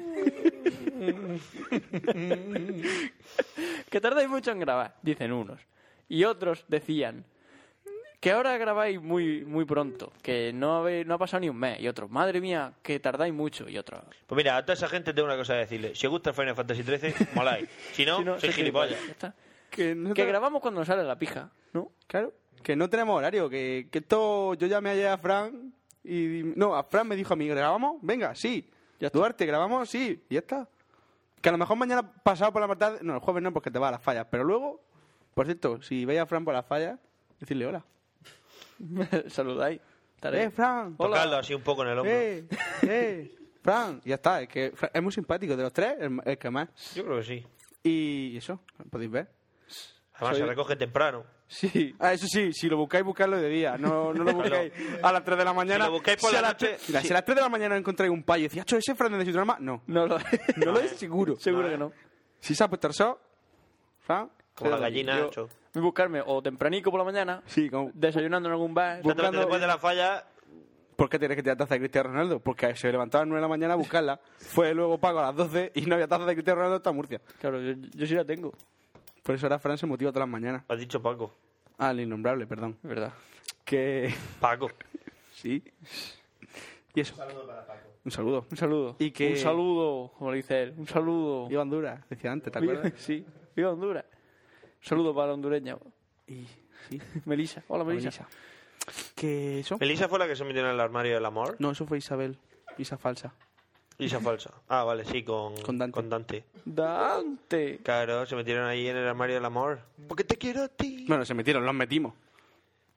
[SPEAKER 9] que tardáis mucho en grabar, dicen unos. Y otros decían que ahora grabáis muy muy pronto, que no, habéis, no ha pasado ni un mes. Y otros, madre mía, que tardáis mucho. Y otros,
[SPEAKER 6] Pues mira, a toda esa gente tengo una cosa que decirle. Si os gusta el Final Fantasy trece, moláis. Si no,
[SPEAKER 9] si no,
[SPEAKER 6] soy
[SPEAKER 9] sois
[SPEAKER 6] gilipollas.
[SPEAKER 9] Ya está.
[SPEAKER 8] Que, nosotros-
[SPEAKER 9] Que grabamos cuando nos sale la pija, ¿no?
[SPEAKER 8] Claro, que no tenemos horario, que, que esto... Yo llamé ayer a Fran y... No, a Fran me dijo a mí, ¿grabamos? Venga, sí.
[SPEAKER 9] Ya está.
[SPEAKER 8] Duarte, ¿grabamos? Sí. Y ya está. Que a lo mejor mañana pasado por la tarde... No, el jueves no, porque te va a las fallas. Pero luego, por cierto, si veis a Fran por las fallas, decirle hola.
[SPEAKER 9] Saludáis. Estaré.
[SPEAKER 8] ¡Eh, Fran!
[SPEAKER 9] Hola.
[SPEAKER 6] Tocarlo así un poco en el hombro.
[SPEAKER 8] ¡Eh! ¡Eh! Fran, y ya está. Es que Fran es muy simpático. De los tres, el, el que más.
[SPEAKER 6] Yo creo que sí.
[SPEAKER 8] Y eso, podéis ver.
[SPEAKER 6] Además
[SPEAKER 8] Soy-
[SPEAKER 6] se recoge temprano.
[SPEAKER 8] Sí. Ah, eso sí, si lo buscáis, buscadlo de día. No, no lo buscáis a las tres de la mañana.
[SPEAKER 6] Si lo buscáis por
[SPEAKER 8] Si
[SPEAKER 6] la
[SPEAKER 8] a las
[SPEAKER 6] noche,
[SPEAKER 8] tres- Mira,
[SPEAKER 6] sí.
[SPEAKER 8] si a las tres de la mañana encontráis un payo y decís, "Acho, ese Fran de Necesito un Arma", no.
[SPEAKER 9] No lo
[SPEAKER 8] No lo es seguro.
[SPEAKER 9] Seguro que no.
[SPEAKER 8] Si se ha puesto el sol, Fran.
[SPEAKER 6] Como la
[SPEAKER 8] se-
[SPEAKER 6] gallina.
[SPEAKER 9] Yo-
[SPEAKER 6] Nacho.
[SPEAKER 9] Voy a buscarme o tempranico por la mañana,
[SPEAKER 8] Sí, como...
[SPEAKER 9] desayunando en algún bar.
[SPEAKER 6] Tanto que
[SPEAKER 8] buscando-
[SPEAKER 6] después de la falla,
[SPEAKER 8] ¿Por qué tienes que tirar taza de Cristiano Ronaldo? Porque se levantaba a las nueve de la mañana a buscarla. Fue luego pago a las doce y no había taza de Cristiano Ronaldo hasta Murcia.
[SPEAKER 9] Claro, yo, yo sí la tengo.
[SPEAKER 8] Por eso ahora Fran se motiva todas las mañanas.
[SPEAKER 6] has dicho Paco.
[SPEAKER 8] Ah, el innombrable, perdón.
[SPEAKER 9] Es verdad.
[SPEAKER 8] Que...
[SPEAKER 6] Paco.
[SPEAKER 8] Sí. Y eso. Un saludo.
[SPEAKER 9] Un saludo.
[SPEAKER 8] Y que-
[SPEAKER 9] Un saludo, como le dice él. Un saludo.
[SPEAKER 8] Viva Honduras, decía antes, ¿te acuerdas?
[SPEAKER 9] Sí. Viva Honduras. Un saludo para la hondureña.
[SPEAKER 8] Y sí.
[SPEAKER 9] Melissa. Hola, Melissa.
[SPEAKER 8] Melissa. Que eso.
[SPEAKER 6] Elisa fue la que se metió en el armario del amor.
[SPEAKER 8] No, eso fue Isabel. Isa falsa.
[SPEAKER 6] Elisa falsa. Ah, vale, sí, con,
[SPEAKER 8] Con Dante.
[SPEAKER 6] con Dante.
[SPEAKER 9] Dante.
[SPEAKER 6] Claro, se metieron ahí en el armario del amor. Porque te quiero a ti.
[SPEAKER 8] Bueno, se metieron, los metimos.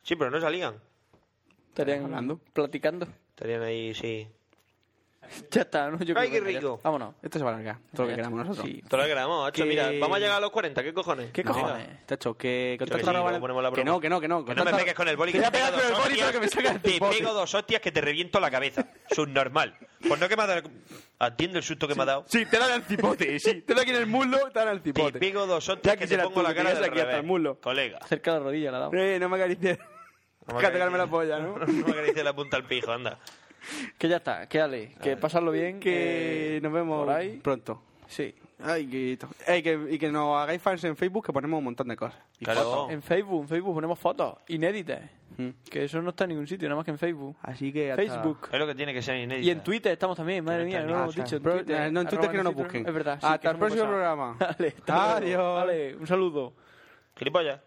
[SPEAKER 6] Sí, pero no salían.
[SPEAKER 9] Estarían hablando, platicando.
[SPEAKER 6] Estarían ahí, sí.
[SPEAKER 9] Ya está, ¿no? Yo
[SPEAKER 6] Ay,
[SPEAKER 9] creo
[SPEAKER 6] qué
[SPEAKER 9] que ya
[SPEAKER 6] rico.
[SPEAKER 9] está. Vámonos.
[SPEAKER 8] Esto se va a alargar. Todo lo que queramos nosotros.
[SPEAKER 9] Sí.
[SPEAKER 6] Todo lo que queramos, macho.
[SPEAKER 8] Que-
[SPEAKER 6] Mira, vamos a llegar a los cuarenta. ¿Qué cojones?
[SPEAKER 9] ¿Qué cojones?
[SPEAKER 8] Tacho, que... con
[SPEAKER 6] Yo que
[SPEAKER 8] tanta
[SPEAKER 6] sí,
[SPEAKER 8] broma-
[SPEAKER 6] luego ponemos la
[SPEAKER 8] que
[SPEAKER 6] broma.
[SPEAKER 8] no, que no, que no.
[SPEAKER 6] Que
[SPEAKER 8] con
[SPEAKER 6] no me
[SPEAKER 8] tanta-
[SPEAKER 6] pegues con el boli,
[SPEAKER 8] Te
[SPEAKER 6] que
[SPEAKER 8] voy
[SPEAKER 6] te
[SPEAKER 8] a
[SPEAKER 6] pego
[SPEAKER 8] pegar con
[SPEAKER 6] dos
[SPEAKER 8] el boli, pero que me saca el
[SPEAKER 6] Te
[SPEAKER 8] cipote.
[SPEAKER 6] pego dos hostias que te reviento la cabeza. Subnormal. Pues no que me ha dado... Atiende el susto que me ha dado.
[SPEAKER 8] Sí, te dan el cipote, sí. Te dan aquí en el muslo, te dan el
[SPEAKER 6] Te
[SPEAKER 8] cipote.
[SPEAKER 6] pego dos
[SPEAKER 8] Ya
[SPEAKER 6] hostias que te
[SPEAKER 8] quisieras
[SPEAKER 6] pongo
[SPEAKER 8] tú
[SPEAKER 6] la
[SPEAKER 8] que
[SPEAKER 6] cara
[SPEAKER 8] tuvieras
[SPEAKER 6] del
[SPEAKER 8] aquí hasta
[SPEAKER 6] revés.
[SPEAKER 8] el muslo.
[SPEAKER 6] Colega.
[SPEAKER 9] Cerca de la rodilla la ha dado.
[SPEAKER 8] Eh, no me acaricies.
[SPEAKER 6] No me
[SPEAKER 8] Que tocarme la
[SPEAKER 6] acaricies-
[SPEAKER 8] polla, ¿no?
[SPEAKER 6] No me acaricies la punta al pijo, anda.
[SPEAKER 9] Que ya está, quédale. Que pasarlo bien.
[SPEAKER 8] Que
[SPEAKER 9] eh,
[SPEAKER 8] nos vemos
[SPEAKER 9] por ahí.
[SPEAKER 8] pronto.
[SPEAKER 9] Sí.
[SPEAKER 8] Ay, que... Ay, que... Y que nos hagáis fans en Facebook, que ponemos un montón de cosas. Y
[SPEAKER 6] Claro.
[SPEAKER 8] fotos.
[SPEAKER 9] En Facebook, en Facebook ponemos fotos inéditas.
[SPEAKER 8] Mm.
[SPEAKER 9] Que eso no está en ningún sitio, nada más que en Facebook.
[SPEAKER 8] Así que hasta-
[SPEAKER 9] Facebook.
[SPEAKER 6] Es lo que tiene que ser inédito.
[SPEAKER 9] Y en Twitter estamos también, madre
[SPEAKER 6] Que no
[SPEAKER 9] mía,
[SPEAKER 6] está
[SPEAKER 9] no lo
[SPEAKER 6] ni-
[SPEAKER 9] hemos
[SPEAKER 8] Ah,
[SPEAKER 9] dicho. En
[SPEAKER 8] Pro-
[SPEAKER 9] Twitter,
[SPEAKER 8] no, en Twitter
[SPEAKER 9] arroba
[SPEAKER 8] que no nos
[SPEAKER 9] Necesito-
[SPEAKER 8] busquen.
[SPEAKER 9] Es verdad. sí,
[SPEAKER 8] Hasta
[SPEAKER 9] que
[SPEAKER 8] el
[SPEAKER 9] nos hemos
[SPEAKER 8] próximo
[SPEAKER 9] pasado.
[SPEAKER 8] programa.
[SPEAKER 9] Vale, hasta luego.
[SPEAKER 8] Adiós.
[SPEAKER 9] Vale, un saludo.
[SPEAKER 6] Gilipollas.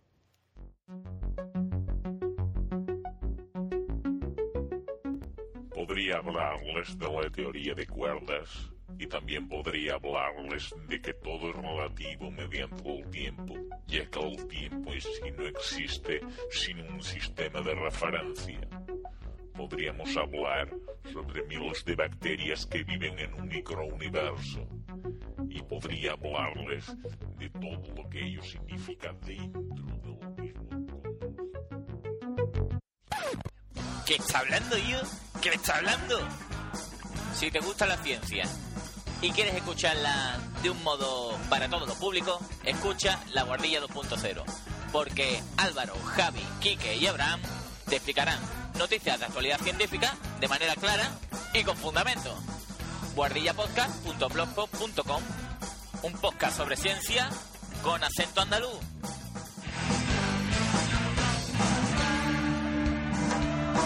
[SPEAKER 5] Podría hablarles de la teoría de cuerdas y también podría hablarles de que todo es relativo mediante el tiempo, ya que el tiempo en sí no existe sin un sistema de referencia. Podríamos hablar sobre miles de bacterias que viven en un microuniverso y podría hablarles de todo lo que ello significa dentro del mismo.
[SPEAKER 15] ¿Qué está hablando yo? ¿Qué está hablando? Si te gusta la ciencia y quieres escucharla de un modo para todo lo público, escucha La Guardilla dos punto cero, porque Álvaro, Javi, Quique y Abraham te explicarán noticias de actualidad científica de manera clara y con fundamento. guardillapodcast punto blogspot punto com, un podcast sobre ciencia con acento andaluz.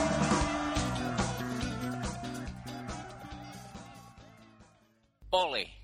[SPEAKER 15] Ole.